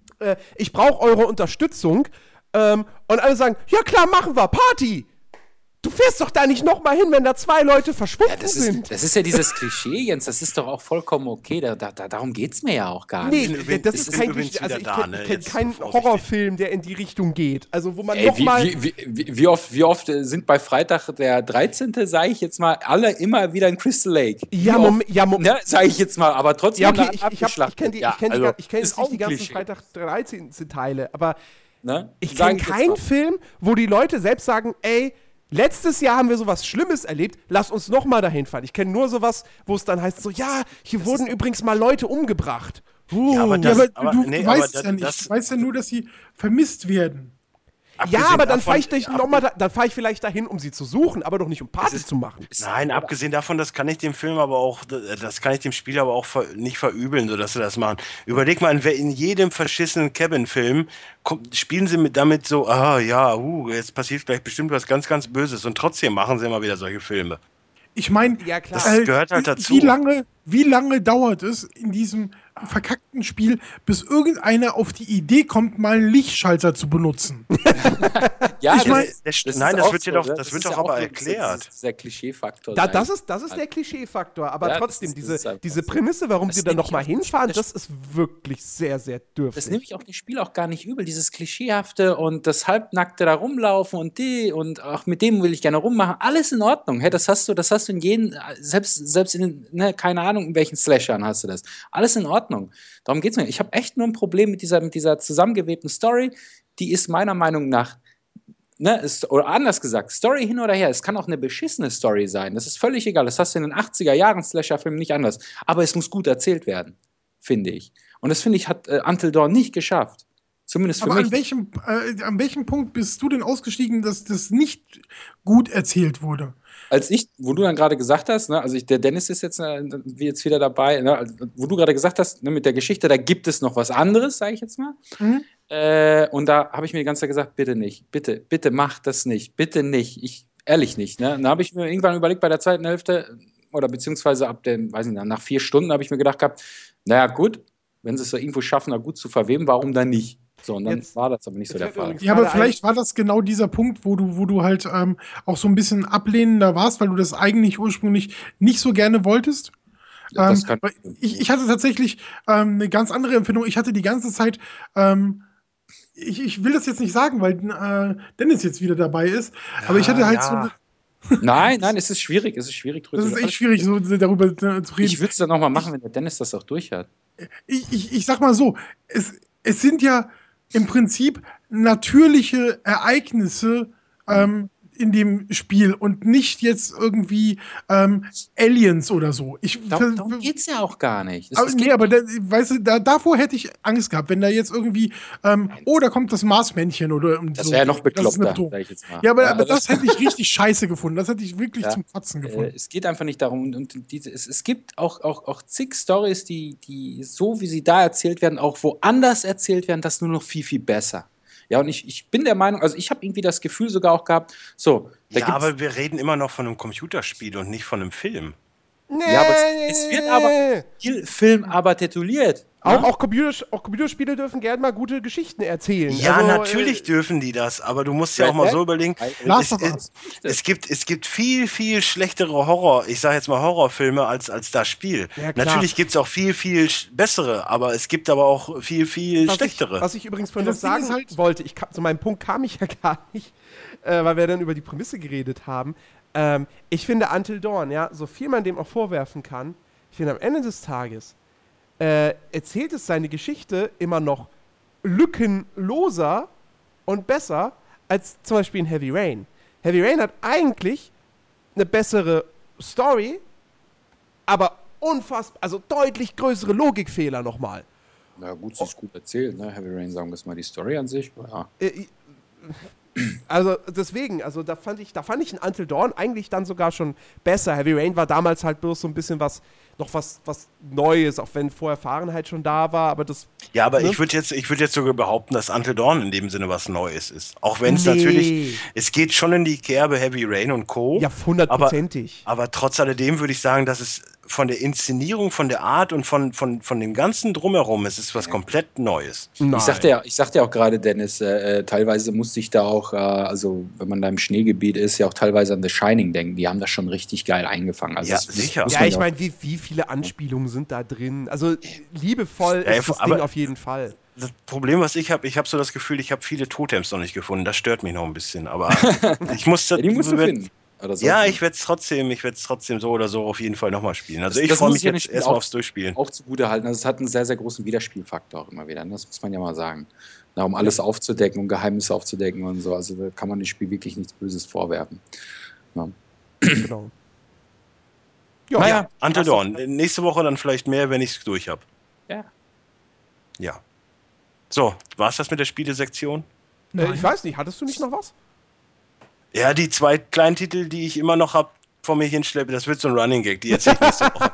Ich brauche eure Unterstützung. Und alle sagen, ja klar, machen wir, Party. Du fährst doch da nicht nochmal hin, wenn da 2 Leute verschwunden sind. Das ist ja dieses Klischee, Jens, das ist doch auch vollkommen okay. Darum geht es mir ja auch gar nicht. Nee, das ist kein Klischee. Also ich kenne keinen Horrorfilm, der in die Richtung geht. Also wo man nochmal... Wie oft sind bei Freitag der 13., sage ich jetzt mal, alle immer wieder in Crystal Lake? Ne, sage ich jetzt mal, aber trotzdem ich kenne nicht die ganzen Freitag 13. Teile, aber ich kenne keinen Film, wo die Leute selbst sagen, ey, letztes Jahr haben wir sowas Schlimmes erlebt, lass uns nochmal dahin fahren. Ich kenne nur sowas, wo es dann heißt so, ja, hier wurden übrigens mal Leute umgebracht. Du weißt ja nicht. Du weißt ja nur, dass sie vermisst werden. Aber dann fahre ich vielleicht dahin, um sie zu suchen, aber doch nicht, um Party zu machen. Nein, abgesehen davon, das kann ich dem Spiel aber auch nicht verübeln, so dass sie das machen. Überleg mal, in jedem verschissenen Cabin-Film spielen sie damit so, jetzt passiert gleich bestimmt was ganz, ganz Böses und trotzdem machen sie immer wieder solche Filme. Ich meine, das gehört halt dazu. Wie lange dauert es in diesem verkackten Spiel, bis irgendeiner auf die Idee kommt, mal einen Lichtschalter zu benutzen? Das wird doch aber erklärt. Das ist der Klischeefaktor. Das ist der Klischeefaktor, aber trotzdem, diese Prämisse, warum sie dann nochmal hinfahren, das ist wirklich sehr, sehr dürftig. Das nehme ich auch dem Spiel auch gar nicht übel, dieses Klischeehafte und das Halbnackte da rumlaufen und auch mit dem will ich gerne rummachen, alles in Ordnung. Hey, das hast du in jedem, selbst in, keine Ahnung, in welchen Slashern hast du das. Alles in Ordnung. Darum geht es mir. Ich habe echt nur ein Problem mit dieser zusammengewebten Story. Die ist meiner Meinung nach, oder anders gesagt, Story hin oder her. Es kann auch eine beschissene Story sein. Das ist völlig egal. Das hast du in den 80er Jahren Slasher-Filmen nicht anders. Aber es muss gut erzählt werden, finde ich. Und das, finde ich, hat Until Dawn nicht geschafft. Zumindest für mich. An welchem Punkt bist du denn ausgestiegen, dass das nicht gut erzählt wurde? Wo du dann gerade gesagt hast, der Dennis ist jetzt wieder dabei, wo du gerade gesagt hast, mit der Geschichte, da gibt es noch was anderes, sage ich jetzt mal. Mhm. Und da habe ich mir die ganze Zeit gesagt, bitte nicht, bitte mach das nicht, bitte nicht, ehrlich nicht. Ne? Dann habe ich mir irgendwann überlegt, bei der zweiten Hälfte, oder beziehungsweise nach 4 Stunden habe ich mir gedacht gehabt, naja gut, wenn sie es so irgendwo schaffen, da gut zu verweben, warum dann nicht? So, und dann war das aber nicht so der Fall. Ja, aber vielleicht war das genau dieser Punkt, wo du halt auch so ein bisschen ablehnender warst, weil du das eigentlich ursprünglich nicht so gerne wolltest. Ich hatte tatsächlich eine ganz andere Empfindung. Ich hatte die ganze Zeit, ich will das jetzt nicht sagen, weil Dennis jetzt wieder dabei ist, aber ich hatte halt so eine. Nein, es ist schwierig. Das ist echt schwierig, so darüber zu reden. Ich würde es dann nochmal machen, wenn der Dennis das auch durch hat. Ich sag mal so, es sind ja im Prinzip natürliche Ereignisse in dem Spiel und nicht jetzt irgendwie Aliens oder so. Darum geht's ja auch gar nicht. Weißt du, davor hätte ich Angst gehabt, wenn da jetzt irgendwie, da kommt das Marsmännchen oder das so. wäre noch bekloppter, sag ich jetzt mal. Ja, aber das hätte ich richtig scheiße gefunden. Das hätte ich wirklich zum Kotzen gefunden. Es geht einfach nicht darum, es gibt auch zig Storys, die so, wie sie da erzählt werden, auch woanders erzählt werden, das nur noch viel, viel besser. Ja, und ich bin der Meinung, also ich habe irgendwie das Gefühl sogar auch gehabt, aber wir reden immer noch von einem Computerspiel und nicht von einem Film. Nee. Ja, aber es wird aber viel Film aber tituliert. Auch Computerspiele dürfen gerne mal gute Geschichten erzählen. Ja, also, natürlich dürfen die das, aber du musst ja auch mal so überlegen, es gibt viel, viel schlechtere Horrorfilme als das Spiel. Ja, natürlich gibt es auch viel, viel bessere, aber es gibt aber auch viel, viel schlechtere. Was ich übrigens vorhin noch sagen wollte, zu meinem Punkt kam ich ja gar nicht, weil wir dann über die Prämisse geredet haben. Ich finde Until Dawn, so viel man dem auch vorwerfen kann, ich finde am Ende des Tages erzählt es seine Geschichte immer noch lückenloser und besser als zum Beispiel in Heavy Rain. Heavy Rain hat eigentlich eine bessere Story, aber deutlich größere Logikfehler nochmal. Na gut, sie ist gut erzählt, ne? Heavy Rain, sagen wir es mal, die Story an sich, ja. Also deswegen, da fand ich ein Until Dawn eigentlich dann sogar schon besser. Heavy Rain war damals halt bloß so ein bisschen was Neues, auch wenn Vorerfahrenheit schon da war, aber das... Ja, aber ich würde jetzt sogar behaupten, dass Until Dawn in dem Sinne was Neues ist. Auch wenn es natürlich, es geht schon in die Kerbe Heavy Rain und Co. Ja, 100%. Aber trotz alledem würde ich sagen, dass es von der Inszenierung, von der Art und von dem ganzen Drumherum, es ist was komplett Neues. Ich sagte ja auch gerade, Dennis, teilweise musste ich da auch, also wenn man da im Schneegebiet ist, ja auch teilweise an The Shining denken. Die haben das schon richtig geil eingefangen. Also Ja, das sicher. muss Ja, man ich auch- meine, wie viele Anspielungen sind da drin? Also liebevoll ist das aber- Ding auf jeden Fall. Das Problem, was ich habe so das Gefühl, ich habe viele Totems noch nicht gefunden. Das stört mich noch ein bisschen. Aber ich musste. Ja, die musst du finden. Oder so. Ja, ich werde es trotzdem so oder so auf jeden Fall nochmal spielen. Also Das- ich das freue muss mich ich ja jetzt nicht erstmal auch- aufs Durchspielen. Auch zugute halten. Also es hat einen sehr, sehr großen Wiederspielfaktor auch immer wieder. Das muss man ja mal sagen. Na, um alles aufzudecken und Geheimnisse aufzudecken und so. Also da kann man dem Spiel wirklich nichts Böses vorwerfen. Ja. Genau. Ja, Naja, Until Dawn. Nächste Woche dann vielleicht mehr, wenn ich es durch habe. Ja. Ja. So, war es das mit der Spielesektion? ich weiß nicht, hattest du nicht noch was? Ja, die 2 kleinen Titel, die ich immer noch habe, vor mir hinschleppe, das wird so ein Running Gag. Die erzähle ich nächste Woche.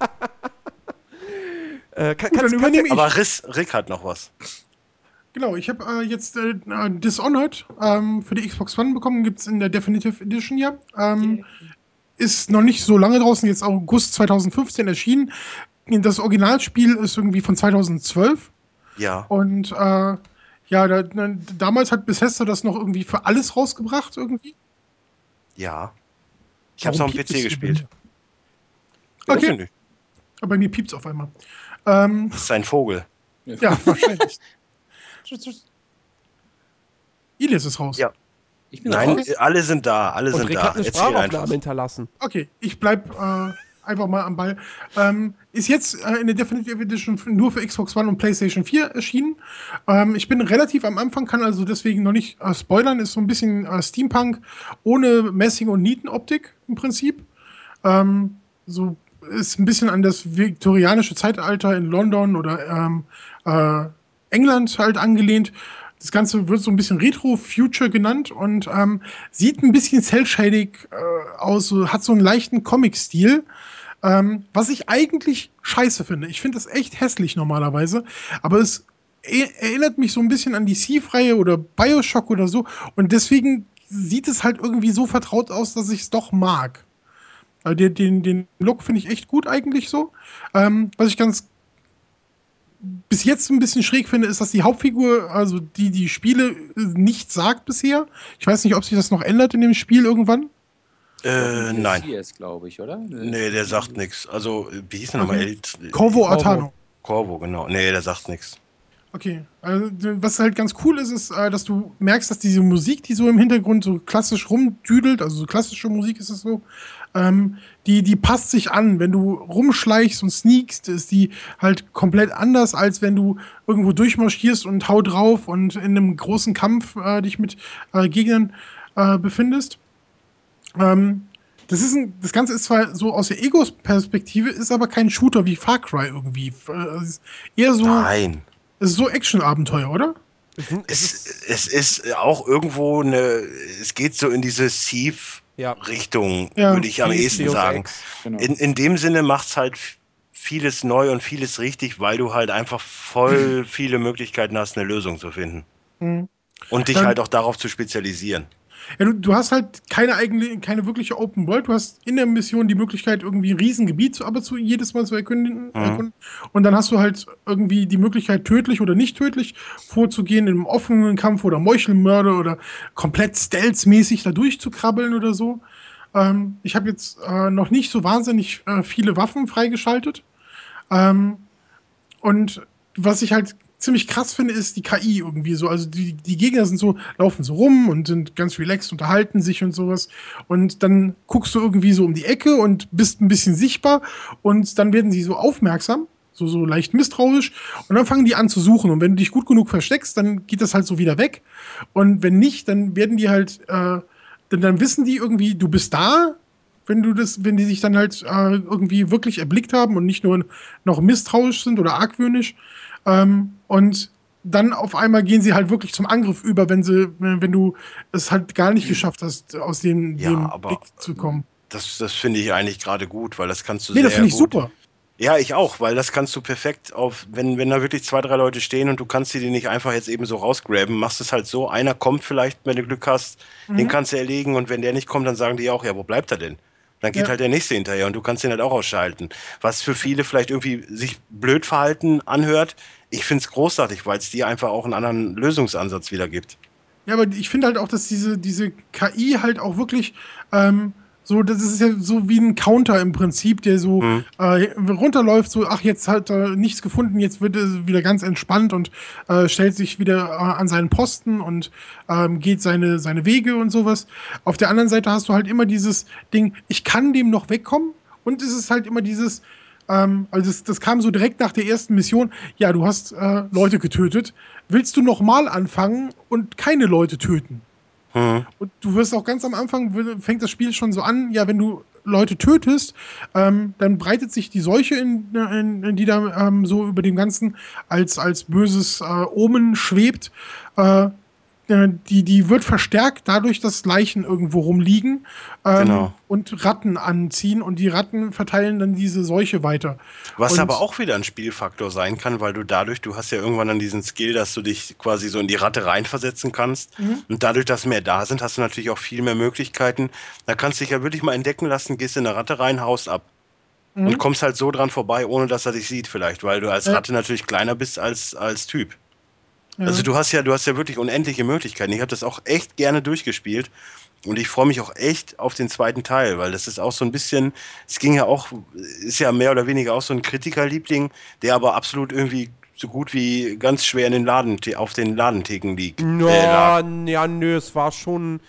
Kannst übernehme ich. Aber Rick hat noch was. Genau, ich habe jetzt Dishonored für die Xbox One bekommen, gibt es in der Definitive Edition ja. Ist noch nicht so lange draußen, jetzt August 2015 erschienen. Das Originalspiel ist irgendwie von 2012 Ja. und damals hat Bethesda das noch irgendwie für alles rausgebracht irgendwie. Ja. Ich habe es Warum auf dem piept PC es gespielt. Okay. Weiß ich nicht. Aber bei mir piept's auf einmal. Das ist ein Vogel. Ja, wahrscheinlich. Ilias ist raus. Ja. Ich bin Nein, raus. alle sind da. Alle Und sind Rick da. hat eine Erzähl einfach. Sprachaufnahme hinterlassen. Okay, ich bleib einfach mal am Ball. Ist jetzt in der Definitive Edition nur für Xbox One und PlayStation 4 erschienen. Ich bin relativ am Anfang, kann also deswegen noch nicht spoilern. Ist so ein bisschen Steampunk ohne Messing- und Nietenoptik im Prinzip. So ist ein bisschen an das viktorianische Zeitalter in London oder England halt angelehnt. Das Ganze wird so ein bisschen Retro-Future genannt und sieht ein bisschen cel-shading aus, so, hat so einen leichten Comic-Stil, was ich eigentlich scheiße finde. Ich finde das echt hässlich normalerweise, aber es erinnert mich so ein bisschen an die Thief-Reihe oder Bioshock oder so und deswegen sieht es halt irgendwie so vertraut aus, dass ich es doch mag. Den Look finde ich echt gut eigentlich so. Was ich bis jetzt ein bisschen schräg finde, ist, dass die Hauptfigur, also die Spiele nicht sagt bisher. Ich weiß nicht, ob sich das noch ändert in dem Spiel irgendwann. Nein. CS, glaube ich, oder? Nee, der sagt nichts. Also, wie hieß der nochmal? Corvo Artano. Corvo, genau. Nee, der sagt nichts. Okay, also was halt ganz cool ist, ist, dass du merkst, dass diese Musik, die so im Hintergrund so klassisch rumdüdelt, also so klassische Musik ist es so, die passt sich an. Wenn du rumschleichst und sneakst, ist die halt komplett anders, als wenn du irgendwo durchmarschierst und hau drauf und in einem großen Kampf dich mit Gegnern befindest. Das Ganze ist zwar so aus der Egos-Perspektive, ist aber kein Shooter wie Far Cry irgendwie. Es ist eher so. Nein. Es ist so Action-Abenteuer, oder? Es ist auch irgendwo es geht so in diese Thief-Richtung, Ja. würde ich am Thief, ehesten Deus sagen. Ex. Genau. In dem Sinne macht es halt vieles neu und vieles richtig, weil du halt einfach voll viele Möglichkeiten hast, eine Lösung zu finden. Und dich Dann- halt auch darauf zu spezialisieren. Ja, du hast halt keine wirkliche Open World. Du hast in der Mission die Möglichkeit, irgendwie ein Riesengebiet jedes Mal zu erkunden. Und dann hast du halt irgendwie die Möglichkeit, tödlich oder nicht tödlich vorzugehen, in einem offenen Kampf oder Meuchelmörder oder komplett stealth-mäßig da durchzukrabbeln oder so. Ich habe jetzt noch nicht so wahnsinnig viele Waffen freigeschaltet. Und was ich halt ziemlich krass finde, ist die KI irgendwie so. Also die Gegner laufen so rum und sind ganz relaxed, unterhalten sich und sowas. Und dann guckst du irgendwie so um die Ecke und bist ein bisschen sichtbar und dann werden sie so aufmerksam, so leicht misstrauisch und dann fangen die an zu suchen. Und wenn du dich gut genug versteckst, dann geht das halt so wieder weg. Und wenn nicht, dann werden die halt, dann wissen die irgendwie, du bist da, wenn die sich dann halt irgendwie wirklich erblickt haben und nicht nur noch misstrauisch sind oder argwöhnisch. Und dann auf einmal gehen sie halt wirklich zum Angriff über, wenn du es halt gar nicht geschafft hast, aus dem aber Blick zu kommen. Das finde ich eigentlich gerade gut, weil das kannst du Nee, sehr das finde ich gut. super. Ja, ich auch, weil das kannst du perfekt wenn da wirklich 2, 3 Leute stehen und du kannst die nicht einfach jetzt eben so rausgraben, machst es halt so, einer kommt vielleicht, wenn du Glück hast, den kannst du erlegen und wenn der nicht kommt, dann sagen die auch, ja, wo bleibt er denn? Dann geht halt der nächste hinterher und du kannst den halt auch ausschalten. Was für viele vielleicht irgendwie sich blöd verhalten anhört, ich finde es großartig, weil es dir einfach auch einen anderen Lösungsansatz wieder gibt. Ja, aber ich finde halt auch, dass diese KI halt auch wirklich so, das ist ja so wie ein Counter im Prinzip, der so runterläuft, so, ach, jetzt hat er nichts gefunden, jetzt wird er wieder ganz entspannt und stellt sich wieder an seinen Posten und geht seine Wege und sowas. Auf der anderen Seite hast du halt immer dieses Ding, ich kann dem noch wegkommen, und es ist halt immer dieses, also das kam so direkt nach der ersten Mission, ja, du hast Leute getötet, willst du nochmal anfangen und keine Leute töten? Und du wirst auch ganz am Anfang, fängt das Spiel schon so an, ja, wenn du Leute tötest, dann breitet sich die Seuche, die da so über dem Ganzen als böses Omen schwebt, die wird verstärkt dadurch, dass Leichen irgendwo rumliegen und Ratten anziehen, und die Ratten verteilen dann diese Seuche weiter. Was aber auch wieder ein Spielfaktor sein kann, weil du hast ja irgendwann dann diesen Skill, dass du dich quasi so in die Ratte reinversetzen kannst. Und dadurch, dass mehr da sind, hast du natürlich auch viel mehr Möglichkeiten. Da kannst du dich ja wirklich mal entdecken lassen, gehst in eine Ratte rein, haust ab. Und kommst halt so dran vorbei, ohne dass er dich sieht vielleicht, weil du als Ratte natürlich kleiner bist als Typ. Ja. Also du hast ja wirklich unendliche Möglichkeiten. Ich habe das auch echt gerne durchgespielt und ich freue mich auch echt auf den zweiten Teil, weil das ist auch so ein bisschen, ist ja mehr oder weniger auch so ein Kritikerliebling, der aber absolut irgendwie so gut wie ganz schwer auf den Ladentheken liegt. Ja, nö, es war schon,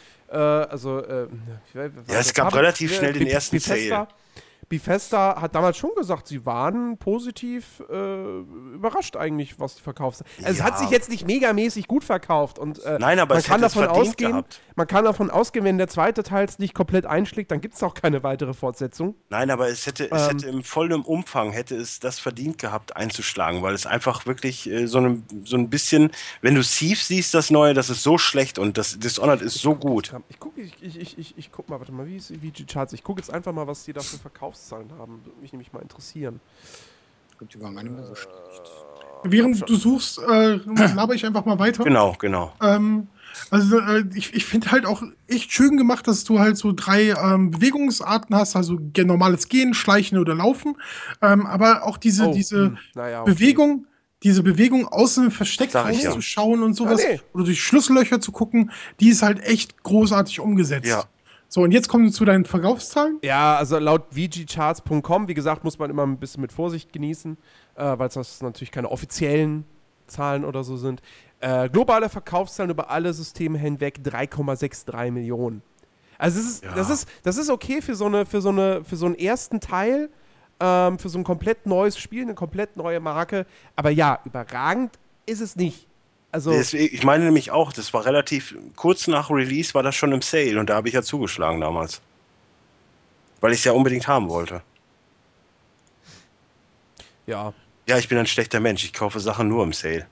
es gab relativ schnell den ersten Sale. Bethesda hat damals schon gesagt, sie waren positiv überrascht eigentlich, was die verkauft. Also es hat sich jetzt nicht megamäßig gut verkauft. Und, nein, aber man kann davon ausgehen, wenn der zweite Teil es nicht komplett einschlägt, dann gibt es auch keine weitere Fortsetzung. Nein, aber es hätte im vollen Umfang hätte es das verdient gehabt, einzuschlagen, weil es einfach wirklich so ein bisschen, wenn du Thief siehst, das Neue, das ist so schlecht und das Dishonored ist so gut. Ich guck mal, warte mal, wie ist VG Charts? Ich gucke jetzt einfach mal, was die dafür Verkaufszahlen haben. Würde mich nämlich mal interessieren. Die waren gar nicht mehr so schlecht. Während du suchst, laber ich einfach mal weiter. Genau. Ich finde halt auch echt schön gemacht, dass du halt so 3 Bewegungsarten hast, also normales Gehen, Schleichen oder Laufen, aber auch diese Bewegung, diese Bewegung aus dem Versteck rauszuschauen und sowas, oder durch Schlüssellöcher zu gucken, die ist halt echt großartig umgesetzt. Ja. So, und jetzt kommen wir zu deinen Verkaufszahlen. Ja, also laut VGCharts.com, wie gesagt, muss man immer ein bisschen mit Vorsicht genießen, weil das natürlich keine offiziellen Zahlen oder so sind. Globale Verkaufszahlen über alle Systeme hinweg 3,63 Millionen. Also das ist okay für so einen ersten Teil, für so ein komplett neues Spiel, eine komplett neue Marke. Aber ja, überragend ist es nicht. Also ich meine nämlich auch, das war relativ kurz nach Release, war das schon im Sale und da habe ich ja zugeschlagen damals. Weil ich es ja unbedingt haben wollte. Ja. Ja, ich bin ein schlechter Mensch, ich kaufe Sachen nur im Sale.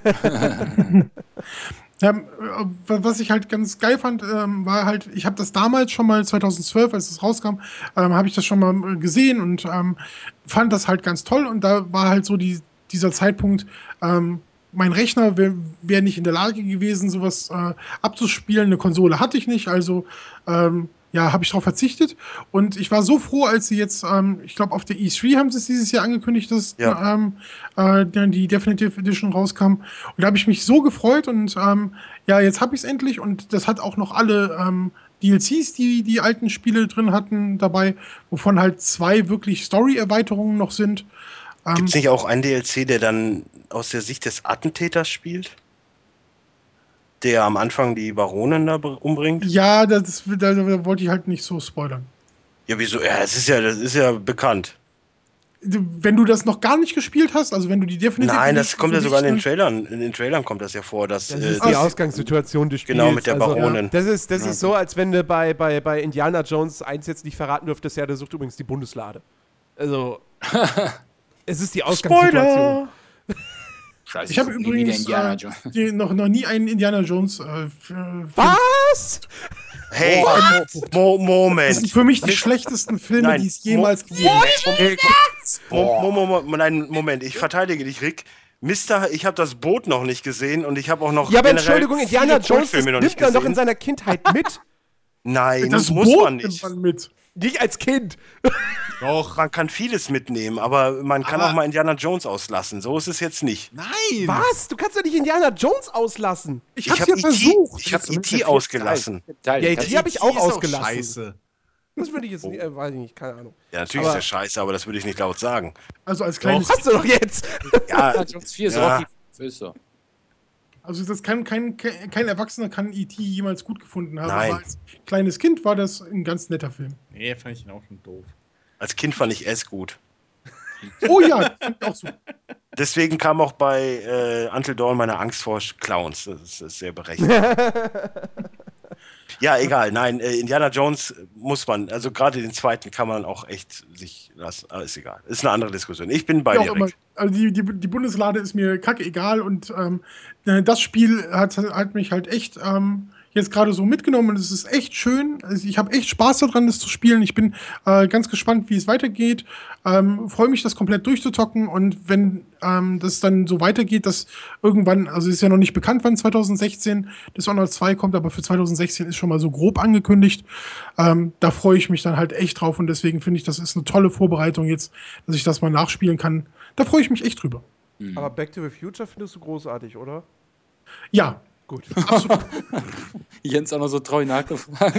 Ja, was ich halt ganz geil fand, war halt, ich habe das damals schon mal 2012, als es rauskam, habe ich das schon mal gesehen und fand das halt ganz toll, und da war halt so dieser Zeitpunkt, mein Rechner wäre nicht in der Lage gewesen, sowas abzuspielen. Eine Konsole hatte ich nicht, also habe ich darauf verzichtet. Und ich war so froh, als sie jetzt, ich glaube, auf der E3 haben sie es dieses Jahr angekündigt, dass die Definitive Edition rauskam. Und da habe ich mich so gefreut und jetzt habe ich es endlich. Und das hat auch noch alle DLCs, die alten Spiele drin hatten, dabei, wovon halt 2 wirklich Story-Erweiterungen noch sind. Gibt es nicht auch einen DLC, der dann aus der Sicht des Attentäters spielt? Der am Anfang die Baronin da umbringt? Ja, da wollte ich halt nicht so spoilern. Ja, wieso? Ja, das ist ja bekannt. Wenn du das noch gar nicht gespielt hast, also wenn du die definitiv... Nein, das kommt ja sogar in den Trailern. In den Trailern kommt das ja vor. Das ist die Ausgangssituation des Spiels. Genau, mit der Baronin. Das ist so, als wenn du bei Indiana Jones 1 jetzt nicht verraten dürftest, der sucht übrigens die Bundeslade. Also... Es ist die Ausgangssituation. Scheiße, ich habe übrigens noch nie einen Indiana Jones Was? Hey, Moment. Das sind für mich die schlechtesten Filme, die es jemals gegeben hat. Moment, ich verteidige dich, Rick. Ich habe das Boot noch nicht gesehen und ich habe auch noch. Ja, aber Entschuldigung, Indiana Jones nimmt man doch in seiner Kindheit mit. Nein, das muss Boot man nicht. Nimmt man mit. Nicht als Kind. Doch. Man kann vieles mitnehmen, aber man kann Aber- auch mal Indiana Jones auslassen. So ist es jetzt nicht. Nein! Was? Du kannst doch nicht Indiana Jones auslassen. Ich Ich hab's habe ja versucht. Ich habe Zumindest E.T. der ausgelassen. vierte Teil. Ja, Den kann die habe ich auch Die ist doch ausgelassen. Scheiße. Das würde ich jetzt nicht, weiß ich nicht, keine Ahnung. Ja, natürlich Aber- ist der scheiße, aber das würde ich nicht laut sagen. Also als kleines Hast du doch jetzt. Ja, Indiana Jones 4 ist Ja. Rocky 5 ist so. Also das kann kein Erwachsener kann E.T. jemals gut gefunden haben. Nein. Aber als kleines Kind war das ein ganz netter Film. Nee, fand ich ihn auch schon doof. als Kind fand ich es gut. Oh ja, das fand ich auch so. Deswegen kam auch bei Until Dawn meine Angst vor Clowns. Das ist sehr berechtigt. Ja, egal. Nein, Indiana Jones muss man, also gerade den zweiten kann man auch echt sich lassen. Aber ist egal. Ist eine andere Diskussion. Ich bin bei Ja, dir, auch immer, Rick. also die Bundeslade ist mir kacke egal und das Spiel hat mich halt echt jetzt gerade so mitgenommen und es ist echt schön. Also ich habe echt Spaß daran, das zu spielen. Ich bin ganz gespannt, wie es weitergeht. Freue mich, das komplett durchzuzocken und wenn das dann so weitergeht, dass irgendwann, also ist ja noch nicht bekannt, wann 2016 Dishonored 2 kommt, aber für 2016 ist schon mal so grob angekündigt. Da freue ich mich dann halt echt drauf und deswegen finde ich, das ist eine tolle Vorbereitung jetzt, dass ich das mal nachspielen kann. Da freue ich mich echt drüber. Aber Back to the Future findest du großartig, oder? Ja, Gut. absolut. Jens auch noch so treu nachgefragt.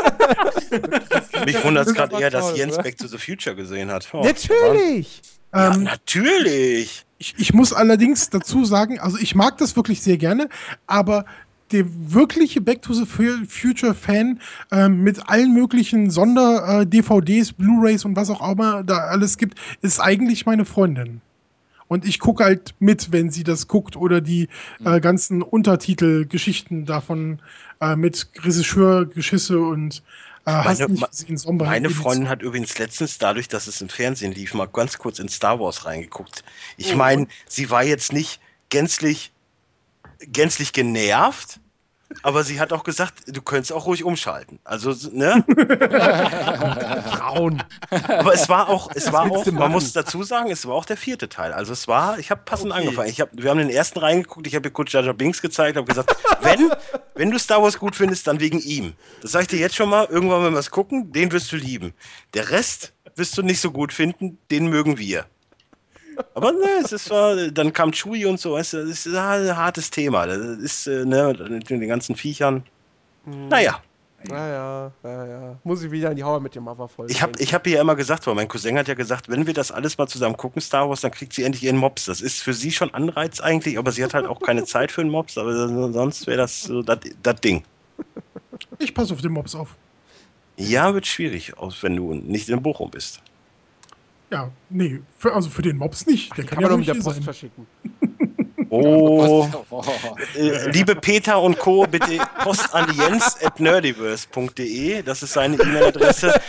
Mich wundert es gerade war eher, dass toll, Jens oder? Back to the Future gesehen hat. Oh, Natürlich! Ja, Ähm, natürlich. ich muss allerdings dazu sagen, also ich mag das wirklich sehr gerne, aber der wirkliche Back to the Future Fan mit allen möglichen Sonder-DVDs, Blu-rays und was auch immer da alles gibt, ist eigentlich meine Freundin. Und ich gucke halt mit, wenn sie das guckt oder die ganzen Untertitelgeschichten davon mit Regisseurgeschisse und hast nicht gesehen, Sommer. Meine Freundin hat übrigens letztens, dadurch, dass es im Fernsehen lief, mal ganz kurz in Star Wars reingeguckt. Ich meine, sie war jetzt nicht gänzlich genervt, aber sie hat auch gesagt, du könntest auch ruhig umschalten. Also, ne? Frauen. Aber es war auch, willst du man machen? muss dazu sagen, es war auch der 4. Teil. Also ich habe passend angefangen. Wir haben den ersten reingeguckt, ich habe ihr kurz Jar Jar Binks gezeigt, habe gesagt, wenn du Star Wars gut findest, dann wegen ihm. Das sag ich dir jetzt schon mal, irgendwann, wenn wir es gucken, den wirst du lieben. Der Rest wirst du nicht so gut finden, den mögen wir. Aber ne, dann kam Chewie und so, weißt du, das ist ein hartes Thema. Das ist, mit den ganzen Viechern. Naja. Ja. Muss ich wieder in die Hauer mit dem Mother voll. Ich hab ihr ja immer gesagt, weil mein Cousin hat ja gesagt, wenn wir das alles mal zusammen gucken, Star Wars, dann kriegt sie endlich ihren Mops. Das ist für sie schon Anreiz eigentlich, aber sie hat halt auch keine Zeit für einen Mops, aber sonst wäre das so das Ding. Ich passe auf den Mops auf. Ja, wird schwierig, wenn du nicht in Bochum bist. Ja, nee, für den Mops nicht. Der kann man doch mit der ruhig Post hier sein. verschicken. Oh, Oh. liebe Peter und Co., bitte Post an jens@nerdiverse.de, das ist seine E-Mail-Adresse.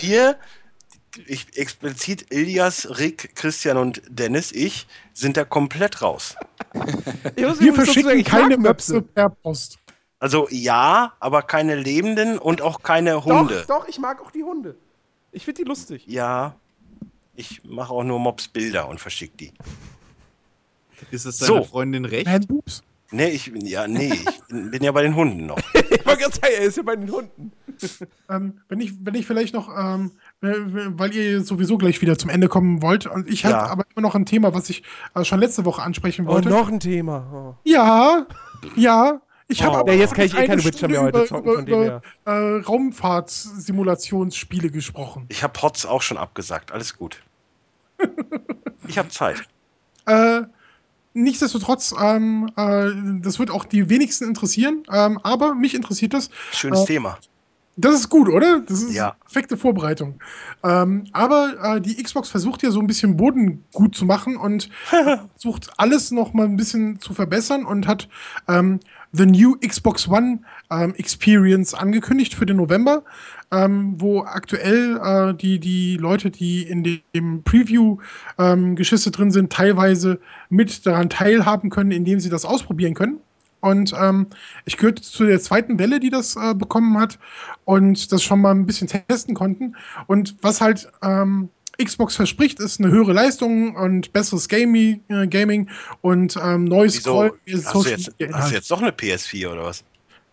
Explizit Ilias, Rick, Christian und Dennis, ich, sind da komplett raus. Ich muss Wir übrigens dazu sagen, verschicken ich keine mag Möpse per Post. Also ja, aber keine lebenden und auch keine Hunde. Doch, ich mag auch die Hunde. Ich finde die lustig. Ja, ich mache auch nur Mops-Bilder und verschicke die. Ist es So. deiner Freundin recht? Handboobs? Nee, ich bin ja bei den Hunden noch. Ich wollte gerade sagen, er ist ja bei den Hunden. Wenn ich vielleicht noch, weil ihr sowieso gleich wieder zum Ende kommen wollt, und ich habe Ja. aber immer noch ein Thema, was ich schon letzte Woche ansprechen Oh, wollte. noch ein Thema. Oh. Ja. Ich habe Oh. aber Ja, jetzt auch kann ich eine keine Witcher mehr Stunde heute zocken, von dem her. Raumfahrtsimulationsspiele gesprochen. Ich habe Hotz auch schon abgesagt, alles gut. Ich habe Zeit. Nichtsdestotrotz, das wird auch die wenigsten interessieren, aber mich interessiert das. Schönes Thema. Das ist gut, oder? Das ist Ja. perfekte Vorbereitung. Aber die Xbox versucht ja so ein bisschen Boden gut zu machen und versucht alles noch mal ein bisschen zu verbessern und hat The New Xbox One Experience angekündigt für den November, wo aktuell die Leute, die in dem Preview-Geschisse drin sind, teilweise mit daran teilhaben können, indem sie das ausprobieren können. Und ich gehörte zu der zweiten Welle, die das bekommen hat und das schon mal ein bisschen testen konnten. Und was halt Xbox verspricht, ist eine höhere Leistung und besseres Gaming und neues Wieso? Scroll. Hast du jetzt doch eine PS4 oder was?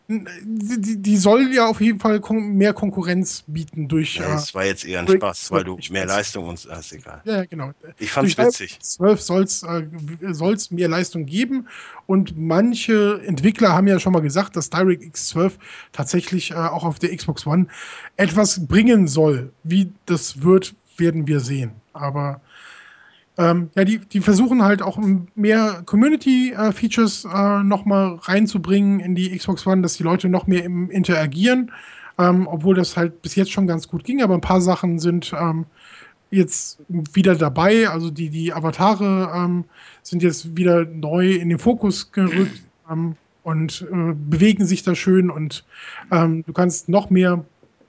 Die soll ja auf jeden Fall mehr Konkurrenz bieten durch. Ja, das war jetzt eher ein durch- Spaß, weil du mehr Leistung und ist egal. Ja, genau. Ich fand's Durch witzig. 12 soll's mehr Leistung geben und manche Entwickler haben ja schon mal gesagt, dass DirectX 12 tatsächlich auch auf der Xbox One etwas bringen soll. Wie das wird, werden wir sehen. Aber ja, die versuchen halt auch mehr Community-Features noch mal reinzubringen in die Xbox One, dass die Leute noch mehr interagieren, obwohl das halt bis jetzt schon ganz gut ging, aber ein paar Sachen sind jetzt wieder dabei, also die Avatare sind jetzt wieder neu in den Fokus gerückt und bewegen sich da schön und du kannst noch mehr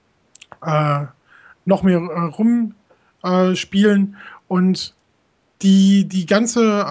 rumspielen und die ganze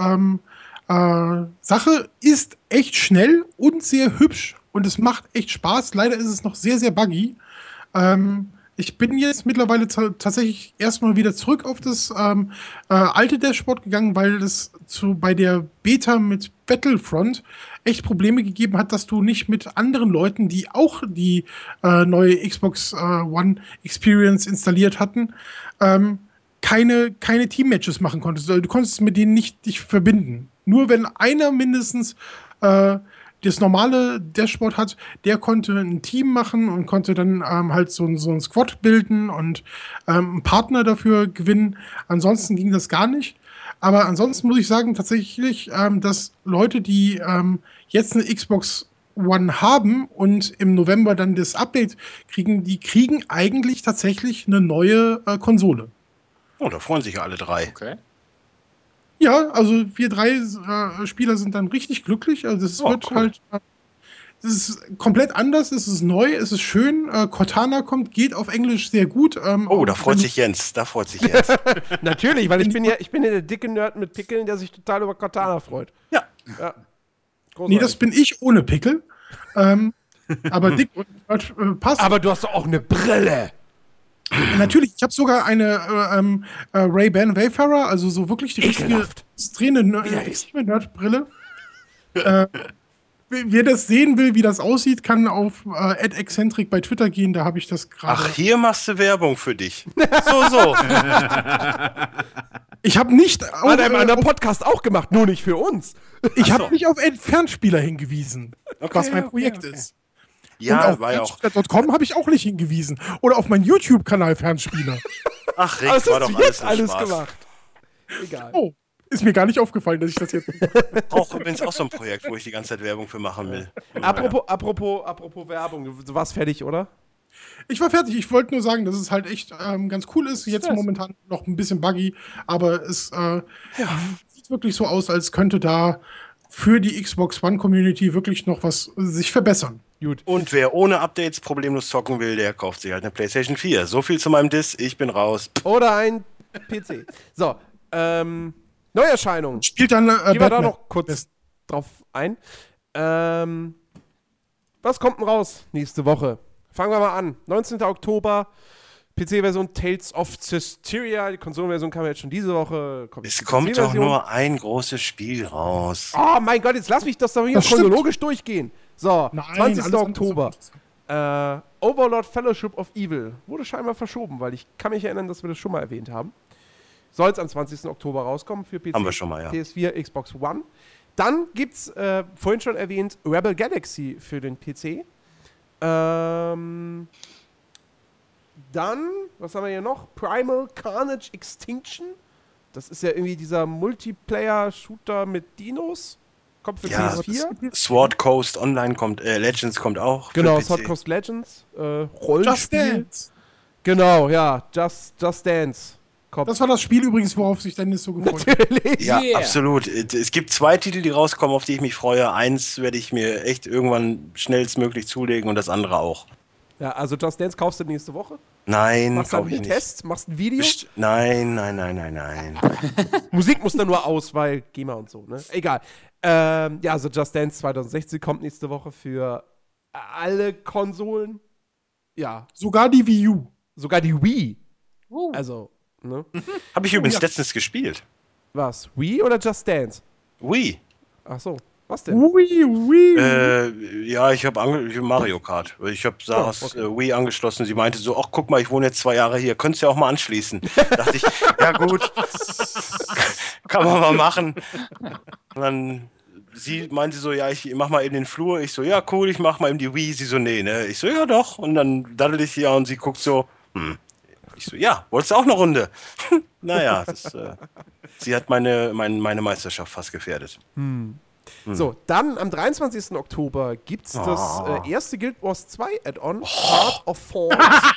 Sache ist echt schnell und sehr hübsch und es macht echt Spaß. Leider ist es noch sehr, sehr buggy. Ich bin jetzt mittlerweile tatsächlich erstmal wieder zurück auf das alte Dashboard gegangen, weil es bei der Beta mit Battlefront echt Probleme gegeben hat, dass du nicht mit anderen Leuten, die auch die neue Xbox One Experience installiert hatten, keine Team-Matches machen konntest. Du konntest mit denen nicht dich verbinden. Nur wenn einer mindestens das normale Dashboard hat, der konnte ein Team machen und konnte dann halt so ein Squad bilden und einen Partner dafür gewinnen. Ansonsten ging das gar nicht. Aber ansonsten muss ich sagen, tatsächlich, dass Leute, die jetzt eine Xbox One haben und im November dann das Update kriegen, die kriegen eigentlich tatsächlich eine neue Konsole. Oh, da freuen sich ja alle drei. Okay. Ja, also wir drei Spieler sind dann richtig glücklich. Also das wird cool. halt, das ist komplett anders, es ist neu, es ist schön. Cortana geht auf Englisch sehr gut. Oh, da freut sich Jens. Natürlich, weil ich bin ja der dicke Nerd mit Pickeln, der sich total über Cortana freut. Ja. Nee, das bin ich ohne Pickel. Aber dick und passt. Aber du hast doch auch eine Brille. Natürlich, ich habe sogar eine Ray-Ban Wayfarer, also so wirklich die richtige Ekelhaft. extreme Nerdbrille. Wer das sehen will, wie das aussieht, kann auf @excentric bei Twitter gehen, da habe ich das gerade. Ach, hier machst du Werbung für dich. So. Ich habe nicht Hat einem anderen Podcast auch gemacht, nur nicht für uns. Ich habe nicht auf Fernspieler hingewiesen, was mein Projekt ist. Ja, und auf war ja auch. Fernspieler.com habe ich auch nicht hingewiesen. Oder auf meinen YouTube-Kanal Fernspieler. Ach, Aber Rick, das war hast doch du alles jetzt nur alles Spaß. gemacht. Egal. Oh, ist mir gar nicht aufgefallen, dass ich das jetzt. Auch übrigens auch so ein Projekt, wo ich die ganze Zeit Werbung für machen will. Apropos Werbung, du warst fertig, oder? Ich war fertig. Ich wollte nur sagen, dass es halt echt ganz cool ist. Jetzt momentan noch ein bisschen buggy, aber es sieht wirklich so aus, als könnte da für die Xbox One Community wirklich noch was sich verbessern. Gut. Und wer ohne Updates problemlos zocken will, der kauft sich halt eine PlayStation 4. So viel zu meinem Diss. Ich bin raus. Oder ein PC. So, Neuerscheinungen. Spielt dann Gehen wir da noch kurz drauf ein. Was kommt denn raus nächste Woche? Fangen wir mal an. 19. Oktober, PC-Version Tales of Systeria. Die Konsolenversion kam jetzt schon diese Woche. Es kommt doch nur ein großes Spiel raus. Oh mein Gott, jetzt lass mich das doch hier Das stimmt. chronologisch durchgehen. So, Nein, 20. alles Oktober. Overlord Fellowship of Evil. Wurde scheinbar verschoben, weil ich kann mich erinnern, dass wir das schon mal erwähnt haben. Soll es am 20. Oktober rauskommen für PC, Haben wir schon mal, ja. PS4, Xbox One. Dann gibt's, vorhin schon erwähnt, Rebel Galaxy für den PC. Dann, was haben wir hier noch? Primal Carnage Extinction. Das ist ja irgendwie dieser Multiplayer-Shooter mit Dinos. Kommt für Ja, PS4. Sword Coast Online kommt, Legends kommt auch. für Genau, PC. Sword Coast Legends. Just Rollenspiel. Dance. Genau, ja. Just Dance. Kommt. Das war das Spiel übrigens, worauf sich Dennis so gefreut hat. Natürlich. Ja, Yeah. absolut. Es gibt 2 Titel, die rauskommen, auf die ich mich freue. Eins werde ich mir echt irgendwann schnellstmöglich zulegen und das andere auch. Ja, also Just Dance kaufst du nächste Woche. Nein, Machst dann glaube ich einen nicht. Test, machst ein Video. Nein. Musik muss dann nur aus, weil GEMA und so, ne? Egal. Ja, also Just Dance 2016 kommt nächste Woche für alle Konsolen. Ja, Sogar die Wii U. sogar die Wii. Also, ne? Habe ich übrigens letztens gespielt. Was? Wii oder Just Dance? Wii. Ach so. Was denn? Ja, ich habe Mario Kart. Ich habe Sarahs Wii angeschlossen. Sie meinte so, ach guck mal, ich wohne jetzt 2 Jahre hier, könntest du ja auch mal anschließen. Dachte ich, ja gut, kann man mal machen. Und dann sie meinte so, ja, ich mach mal in den Flur. Ich so, ja cool, ich mach mal eben die Wii. Sie so, nee, ne? Ich so, ja doch. Und dann daddel ich hier und sie guckt so, Ich so, ja, wolltest du auch eine Runde? Naja, sie hat meine Meisterschaft fast gefährdet. So, dann am 23. Oktober gibt es das erste Guild Wars 2 Add-on, Heart of Thorns.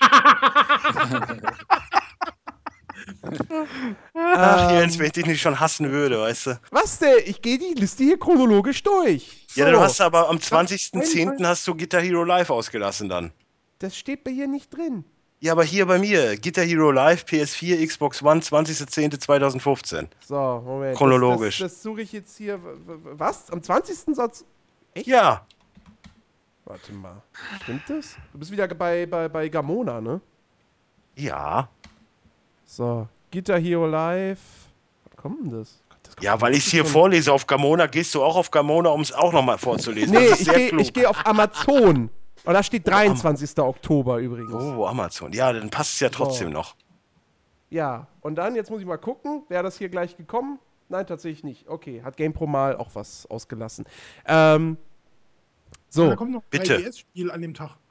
Ach Jens, wenn ich dich nicht schon hassen würde, weißt du. Was denn? Ich gehe die Liste hier chronologisch durch. Ja, So, du hast aber am 20.10. hast du Guitar Hero Live ausgelassen dann. das steht bei hier nicht drin. Ja, aber hier bei mir, Guitar Hero Live, PS4, Xbox One, 20.10.2015. So, Moment. Chronologisch. Das suche ich jetzt hier. Was? Am 20. Satz? Ja, Warte mal. Stimmt das? Du bist wieder bei Gamona, ne? ja. So, Guitar Hero Live. Wann kommt denn das? Ja, weil ich es hier vorlese auf Gamona, gehst du auch auf Gamona, um es auch nochmal vorzulesen. Nee, Das ist sehr klug. ich gehe auf Amazon. Und da steht 23. Oktober übrigens. Oh, Amazon. Ja, dann passt es ja trotzdem noch. Ja, und dann, jetzt muss ich mal gucken, wäre das hier gleich gekommen? Nein, tatsächlich nicht. Okay, hat GamePro mal auch was ausgelassen. Da So, kommt noch ein bitte. 3DS-Spiel an dem Tag.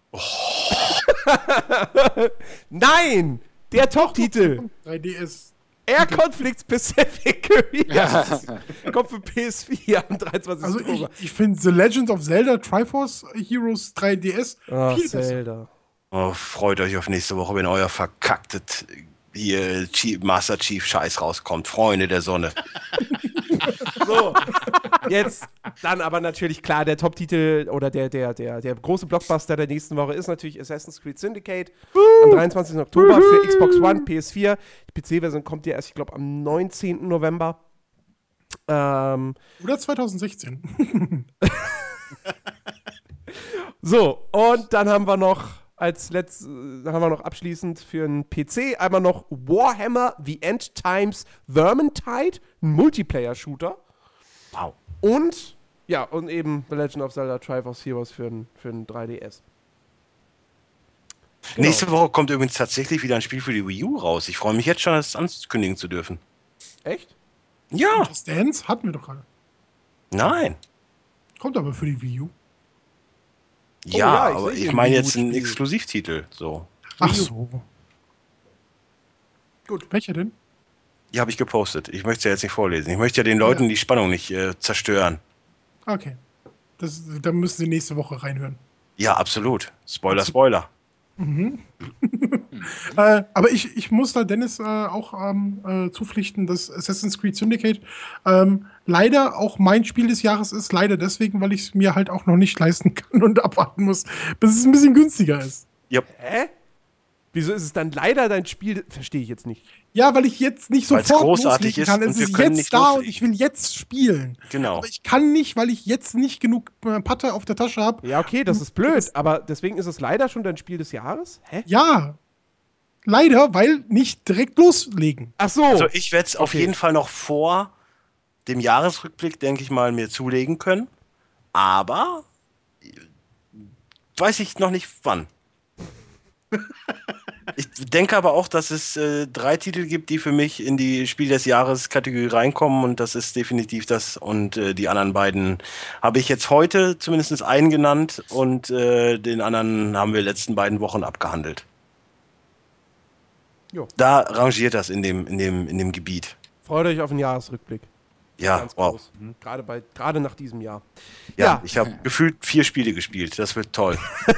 nein! Der Top-Titel! 3DS. Air Conflicts Pacific Couriers kommt für PS4 am 23. Also Oktober. ich finde The Legend of Zelda Triforce Heroes 3DS Ach, viel besser. Zelda. Oh, freut euch auf nächste Woche, wenn euer verkacktes hier Master Chief Scheiß rauskommt. Freunde der Sonne. So, jetzt dann aber natürlich klar, der Top-Titel oder der große Blockbuster der nächsten Woche ist natürlich Assassin's Creed Syndicate am 23. Oktober für Xbox One, PS4. Die PC-Version kommt ja erst, ich glaube, am 19. November. Oder 2016. So, und dann haben wir noch abschließend für einen PC einmal noch Warhammer The End Times Vermintide, ein Multiplayer-Shooter. Wow. Und, ja, und eben The Legend of Zelda Triforce Heroes für ein 3DS. Genau. Nächste Woche kommt übrigens tatsächlich wieder ein Spiel für die Wii U raus. Ich freue mich jetzt schon, das ankündigen zu dürfen. Echt? Ja. Das Dance hatten wir doch gerade. Nein. Kommt aber für die Wii U. Ja, ja, ich aber sehe ich den meine Wii jetzt einen U-Spiel. Exklusivtitel. So. Ach so. Gut. Welcher denn? Die habe ich gepostet. Ich möchte es ja jetzt nicht vorlesen. Ich möchte ja den Leuten die Spannung nicht zerstören. Okay. Da müssen Sie nächste Woche reinhören. Ja, absolut. Spoiler, Spoiler. Aber ich muss da Dennis auch zupflichten, dass Assassin's Creed Syndicate leider auch mein Spiel des Jahres ist. Leider deswegen, weil ich es mir halt auch noch nicht leisten kann und abwarten muss, bis es ein bisschen günstiger ist. Yep. Hä? Wieso ist es dann leider dein Spiel? Verstehe ich jetzt nicht. Ja, weil ich jetzt nicht Weil's sofort großartig loslegen ist kann. und Es wir ist können jetzt nicht da und loslegen. ich will jetzt spielen. Genau. Aber ich kann nicht, weil ich jetzt nicht genug Patte auf der Tasche habe. Ja, okay, das ist blöd, aber deswegen ist es leider schon dein Spiel des Jahres? Hä? Ja. Leider, weil nicht direkt loslegen. Ach so. Also ich werde es auf Okay. jeden Fall noch vor dem Jahresrückblick, denke ich mal, mir zulegen können. Aber weiß ich noch nicht wann. Ich denke aber auch, dass es 3 Titel gibt, die für mich in die Spiel des Jahres-Kategorie reinkommen und das ist definitiv das und die anderen beiden habe ich jetzt heute zumindest einen genannt und den anderen haben wir letzten beiden Wochen abgehandelt. Jo. Da rangiert das in dem Gebiet. Freut euch auf den Jahresrückblick. Ja, Ganz wow. groß. Gerade nach diesem Jahr. Ja, Ja. ich habe gefühlt 4 Spiele gespielt. Das wird toll.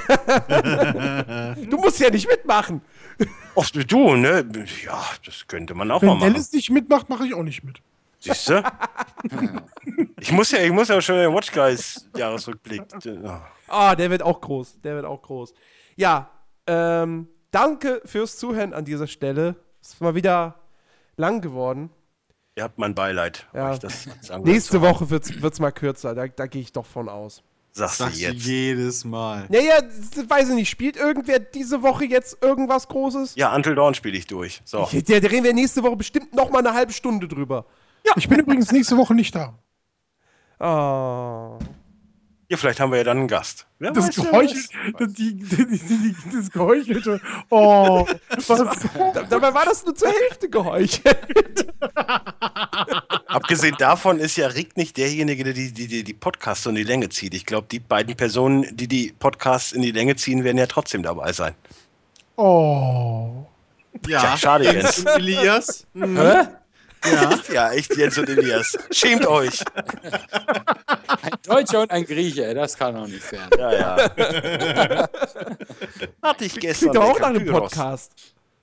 Du musst ja nicht mitmachen. Och, du, ne? Ja, das könnte man auch mal Wenn machen. Dennis nicht mitmacht, mache ich auch nicht mit. Siehst du? Ich muss ja schon den Watch Guys Jahresrückblick. Ah, der wird auch groß. Ja, danke fürs Zuhören an dieser Stelle. Ist mal wieder lang geworden. Ihr habt mein Beileid. Ja. weil ich das angehört Nächste habe. Woche wird's mal kürzer. Da gehe ich doch von aus. Sagst du Sagst du jetzt. jedes Mal. Naja, weiß ich nicht. Spielt irgendwer diese Woche jetzt irgendwas Großes? Ja, Until Dawn spiele ich durch. So. Da reden wir nächste Woche bestimmt noch mal eine halbe Stunde drüber. Ich bin übrigens nächste Woche nicht da. Oh. Ja, vielleicht haben wir ja dann einen Gast. Wer Das weiß, wer Geheuchel, weiß. das Geheuchelte. Oh, was? Dabei war das nur zur Hälfte geheuchelt. Abgesehen davon ist ja Rick nicht derjenige, der die Podcasts in die Länge zieht. Ich glaube, die beiden Personen, die Podcasts in die Länge ziehen, werden ja trotzdem dabei sein. Oh. Ja, schade, Jens. Und Elias. Hä? Ja. Ja, echt, Jens und Elias. Schämt euch. Ein Deutscher und ein Grieche, das kann auch nicht werden. Ja, ja. Hatte ich gestern. Klingt doch auch lecker nach einem Gyros. Podcast.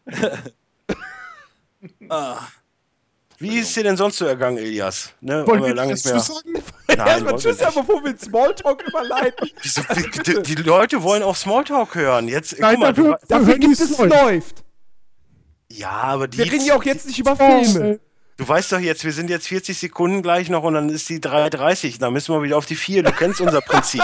Wie ist es dir denn sonst so ergangen, Elias? Ne, Wollen haben wir lange jetzt nicht mehr. Tschüss sagen? Nein, Erstmal wollen wir tschüss, nicht. bevor wir in Smalltalk überleiten. Wieso, die Leute wollen auch Smalltalk hören. Jetzt, Nein, guck mal, dafür- Dafür hören die gibt es läuft. ja, aber die. Wir reden ja auch jetzt nicht über Oh, Filme. Du weißt doch jetzt, wir sind jetzt 40 Sekunden gleich noch und dann ist die 3:30. Da müssen wir wieder auf die 4. Du kennst unser Prinzip.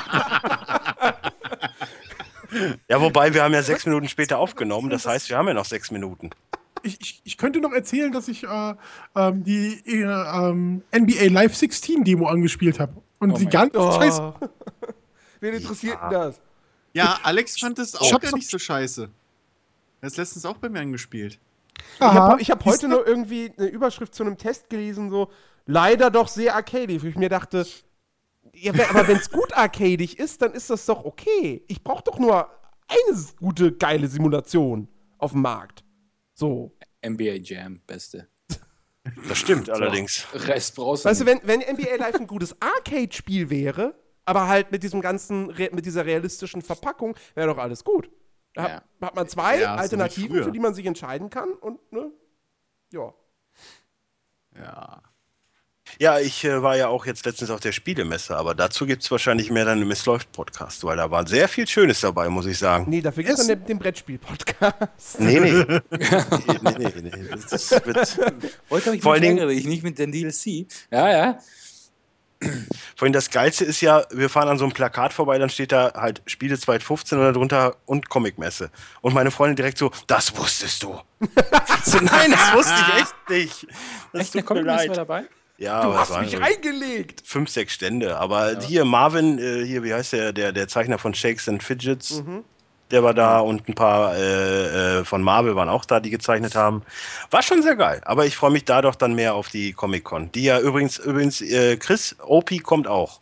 Ja, wobei wir haben ja 6 Minuten später aufgenommen. Das heißt, wir haben ja noch 6 Minuten. Ich könnte noch erzählen, dass ich die NBA Live 16 Demo angespielt habe. Und Oh die mein ganze Oh. Scheiße. Wen interessiert denn das? Ja, Alex fand es Ich auch hab's gar doch- nicht so scheiße. Er ist letztens auch bei mir angespielt. Ich hab heute nur irgendwie eine Überschrift zu einem Test gelesen, so leider doch sehr arcadig. Wo ich mir dachte, ja, aber wenn es gut arcadig ist, dann ist das doch okay. Ich brauche doch nur eine gute, geile Simulation auf dem Markt. So. NBA Jam, beste. Das stimmt allerdings. Rest brauchst du Weißt du, nicht. wenn NBA Live ein gutes Arcade-Spiel wäre, aber halt mit diesem ganzen, mit dieser realistischen Verpackung, wäre doch alles gut. Da Ja. hat man zwei Ja, so wie Alternativen, früher. für die man sich entscheiden kann und, ne? Ja. Ja. Ja, ich war ja auch jetzt letztens auf der Spielemesse, aber dazu gibt es wahrscheinlich mehr dann im Es läuft Podcast, weil da war sehr viel Schönes dabei, muss ich sagen. Nee, dafür gibt es dann den Brettspiel-Podcast. Nee. Nee. Das wird, Heute habe ich Vor mich allen Dingen- ärgerlich, nicht mit den DLC. Ja, ja. vorhin das Geilste ist ja, wir fahren an so einem Plakat vorbei, dann steht da halt Spiele 2015 und darunter und Comicmesse. Und meine Freundin direkt so, das wusstest du. So, nein, das wusste ich echt nicht. Das Echt, der tut mir Comic war leid. dabei? Ja, Du aber hast es mich waren reingelegt. 5, 6 Stände. Aber hier Marvin, hier, wie heißt der Zeichner von Shakes and Fidgets, der war da und ein paar von Marvel waren auch da, die gezeichnet haben. War schon sehr geil. Aber ich freue mich da doch dann mehr auf die Comic-Con. Die ja übrigens Chris, Opie kommt auch.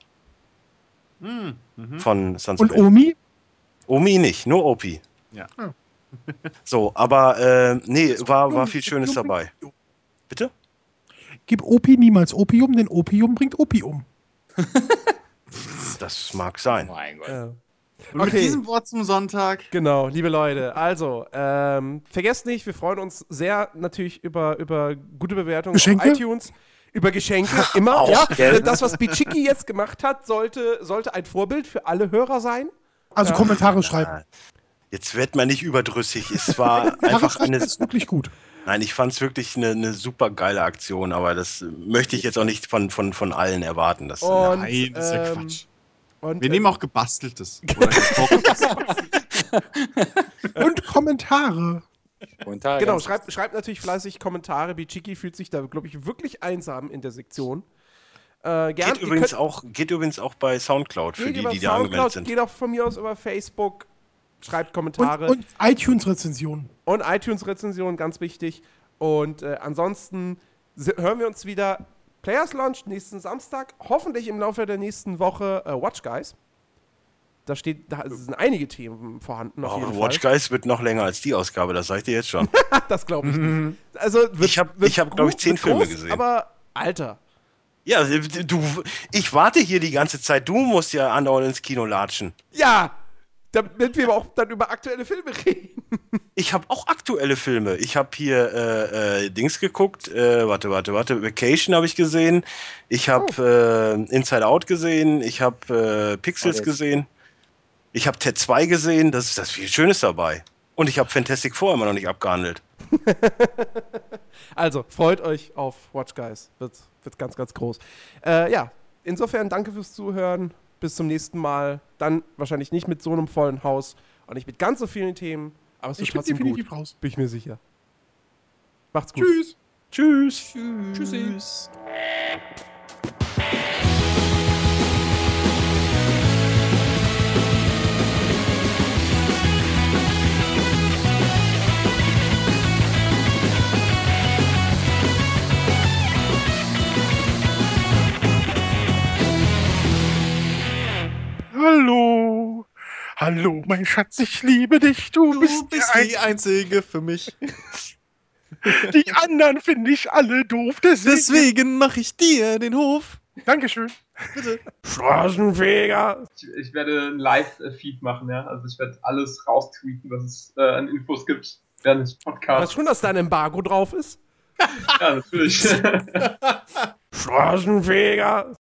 Von Sons Und of Anarchy. Omi? Omi nicht, nur Opie. Ja. So, aber nee, war viel Schönes dabei. Bitte? Gib Opi niemals Opium, denn Opium bringt Opium. Das mag sein. Mein Gott. Ja. Und mit Okay. diesem Wort zum Sonntag. Genau, liebe Leute. Also, vergesst nicht, wir freuen uns sehr natürlich über gute Bewertungen Geschenke? auf iTunes. Über Geschenke, immer. Auch, Ja, gell? das, was Bichiki jetzt gemacht hat, sollte ein Vorbild für alle Hörer sein. Also Kommentare schreiben. Jetzt wird man nicht überdrüssig. Es war Kommentare einfach schreiben eine. ist wirklich gut. Nein, ich fand es wirklich eine super geile Aktion, aber das möchte ich jetzt auch nicht von allen erwarten. Das, Und, Nein, das ist ja Quatsch. Und, Wir nehmen auch gebasteltes. Oder gekochtes. Und Kommentare. Kommentare Genau, ganz- schreibt natürlich fleißig Kommentare. Bichiki fühlt sich da, glaube ich, wirklich einsam in der Sektion. Gern, geht übrigens auch bei Soundcloud für geht die, über die da angemeldet Soundcloud, sind. geht auch von mir aus über Facebook, schreibt Kommentare. Und iTunes-Rezensionen. Und iTunes-Rezension, ganz wichtig. Und ansonsten hören wir uns wieder Players Launch nächsten Samstag. Hoffentlich im Laufe der nächsten Woche Watch Guys. Da sind einige Themen vorhanden. Auf jeden Watch Fall. Guys wird noch länger als die Ausgabe, das sag ich dir jetzt schon. Das glaube ich nicht. Also Ich hab, glaube ich, 10 Filme groß, gesehen. Aber, Alter. Ja, ich warte hier die ganze Zeit. Du musst ja andauernd ins Kino latschen. Ja, damit wir aber auch dann über aktuelle Filme reden. Ich habe auch aktuelle Filme. Ich habe hier Dings geguckt. Warte. Vacation habe ich gesehen. Ich habe Inside Out gesehen. Ich habe Pixels gesehen. Ich habe Ted 2 gesehen. Das ist viel Schönes dabei. Und ich habe Fantastic Four immer noch nicht abgehandelt. Also, freut euch auf Watch Guys. Wird ganz, ganz groß. Ja, insofern danke fürs Zuhören. Bis zum nächsten Mal. Dann wahrscheinlich nicht mit so einem vollen Haus und nicht mit ganz so vielen Themen. Aber es wird Ich bin trotzdem definitiv gut. raus. Bin ich mir sicher. Macht's gut. Tschüss. Tschüss. Tschüssi. Hallo. Hallo, mein Schatz, ich liebe dich. Du bist die Einzige für mich. Die anderen finde ich alle doof. Deswegen mache ich dir den Hof. Dankeschön. Bitte. Straßenfeger. Ich werde einen Live-Feed machen, ja. Also ich werde alles raustweeten, was es an Infos gibt während des Podcasts. Weißt schon, dass da ein Embargo drauf ist? Ja, natürlich. Straßenfeger.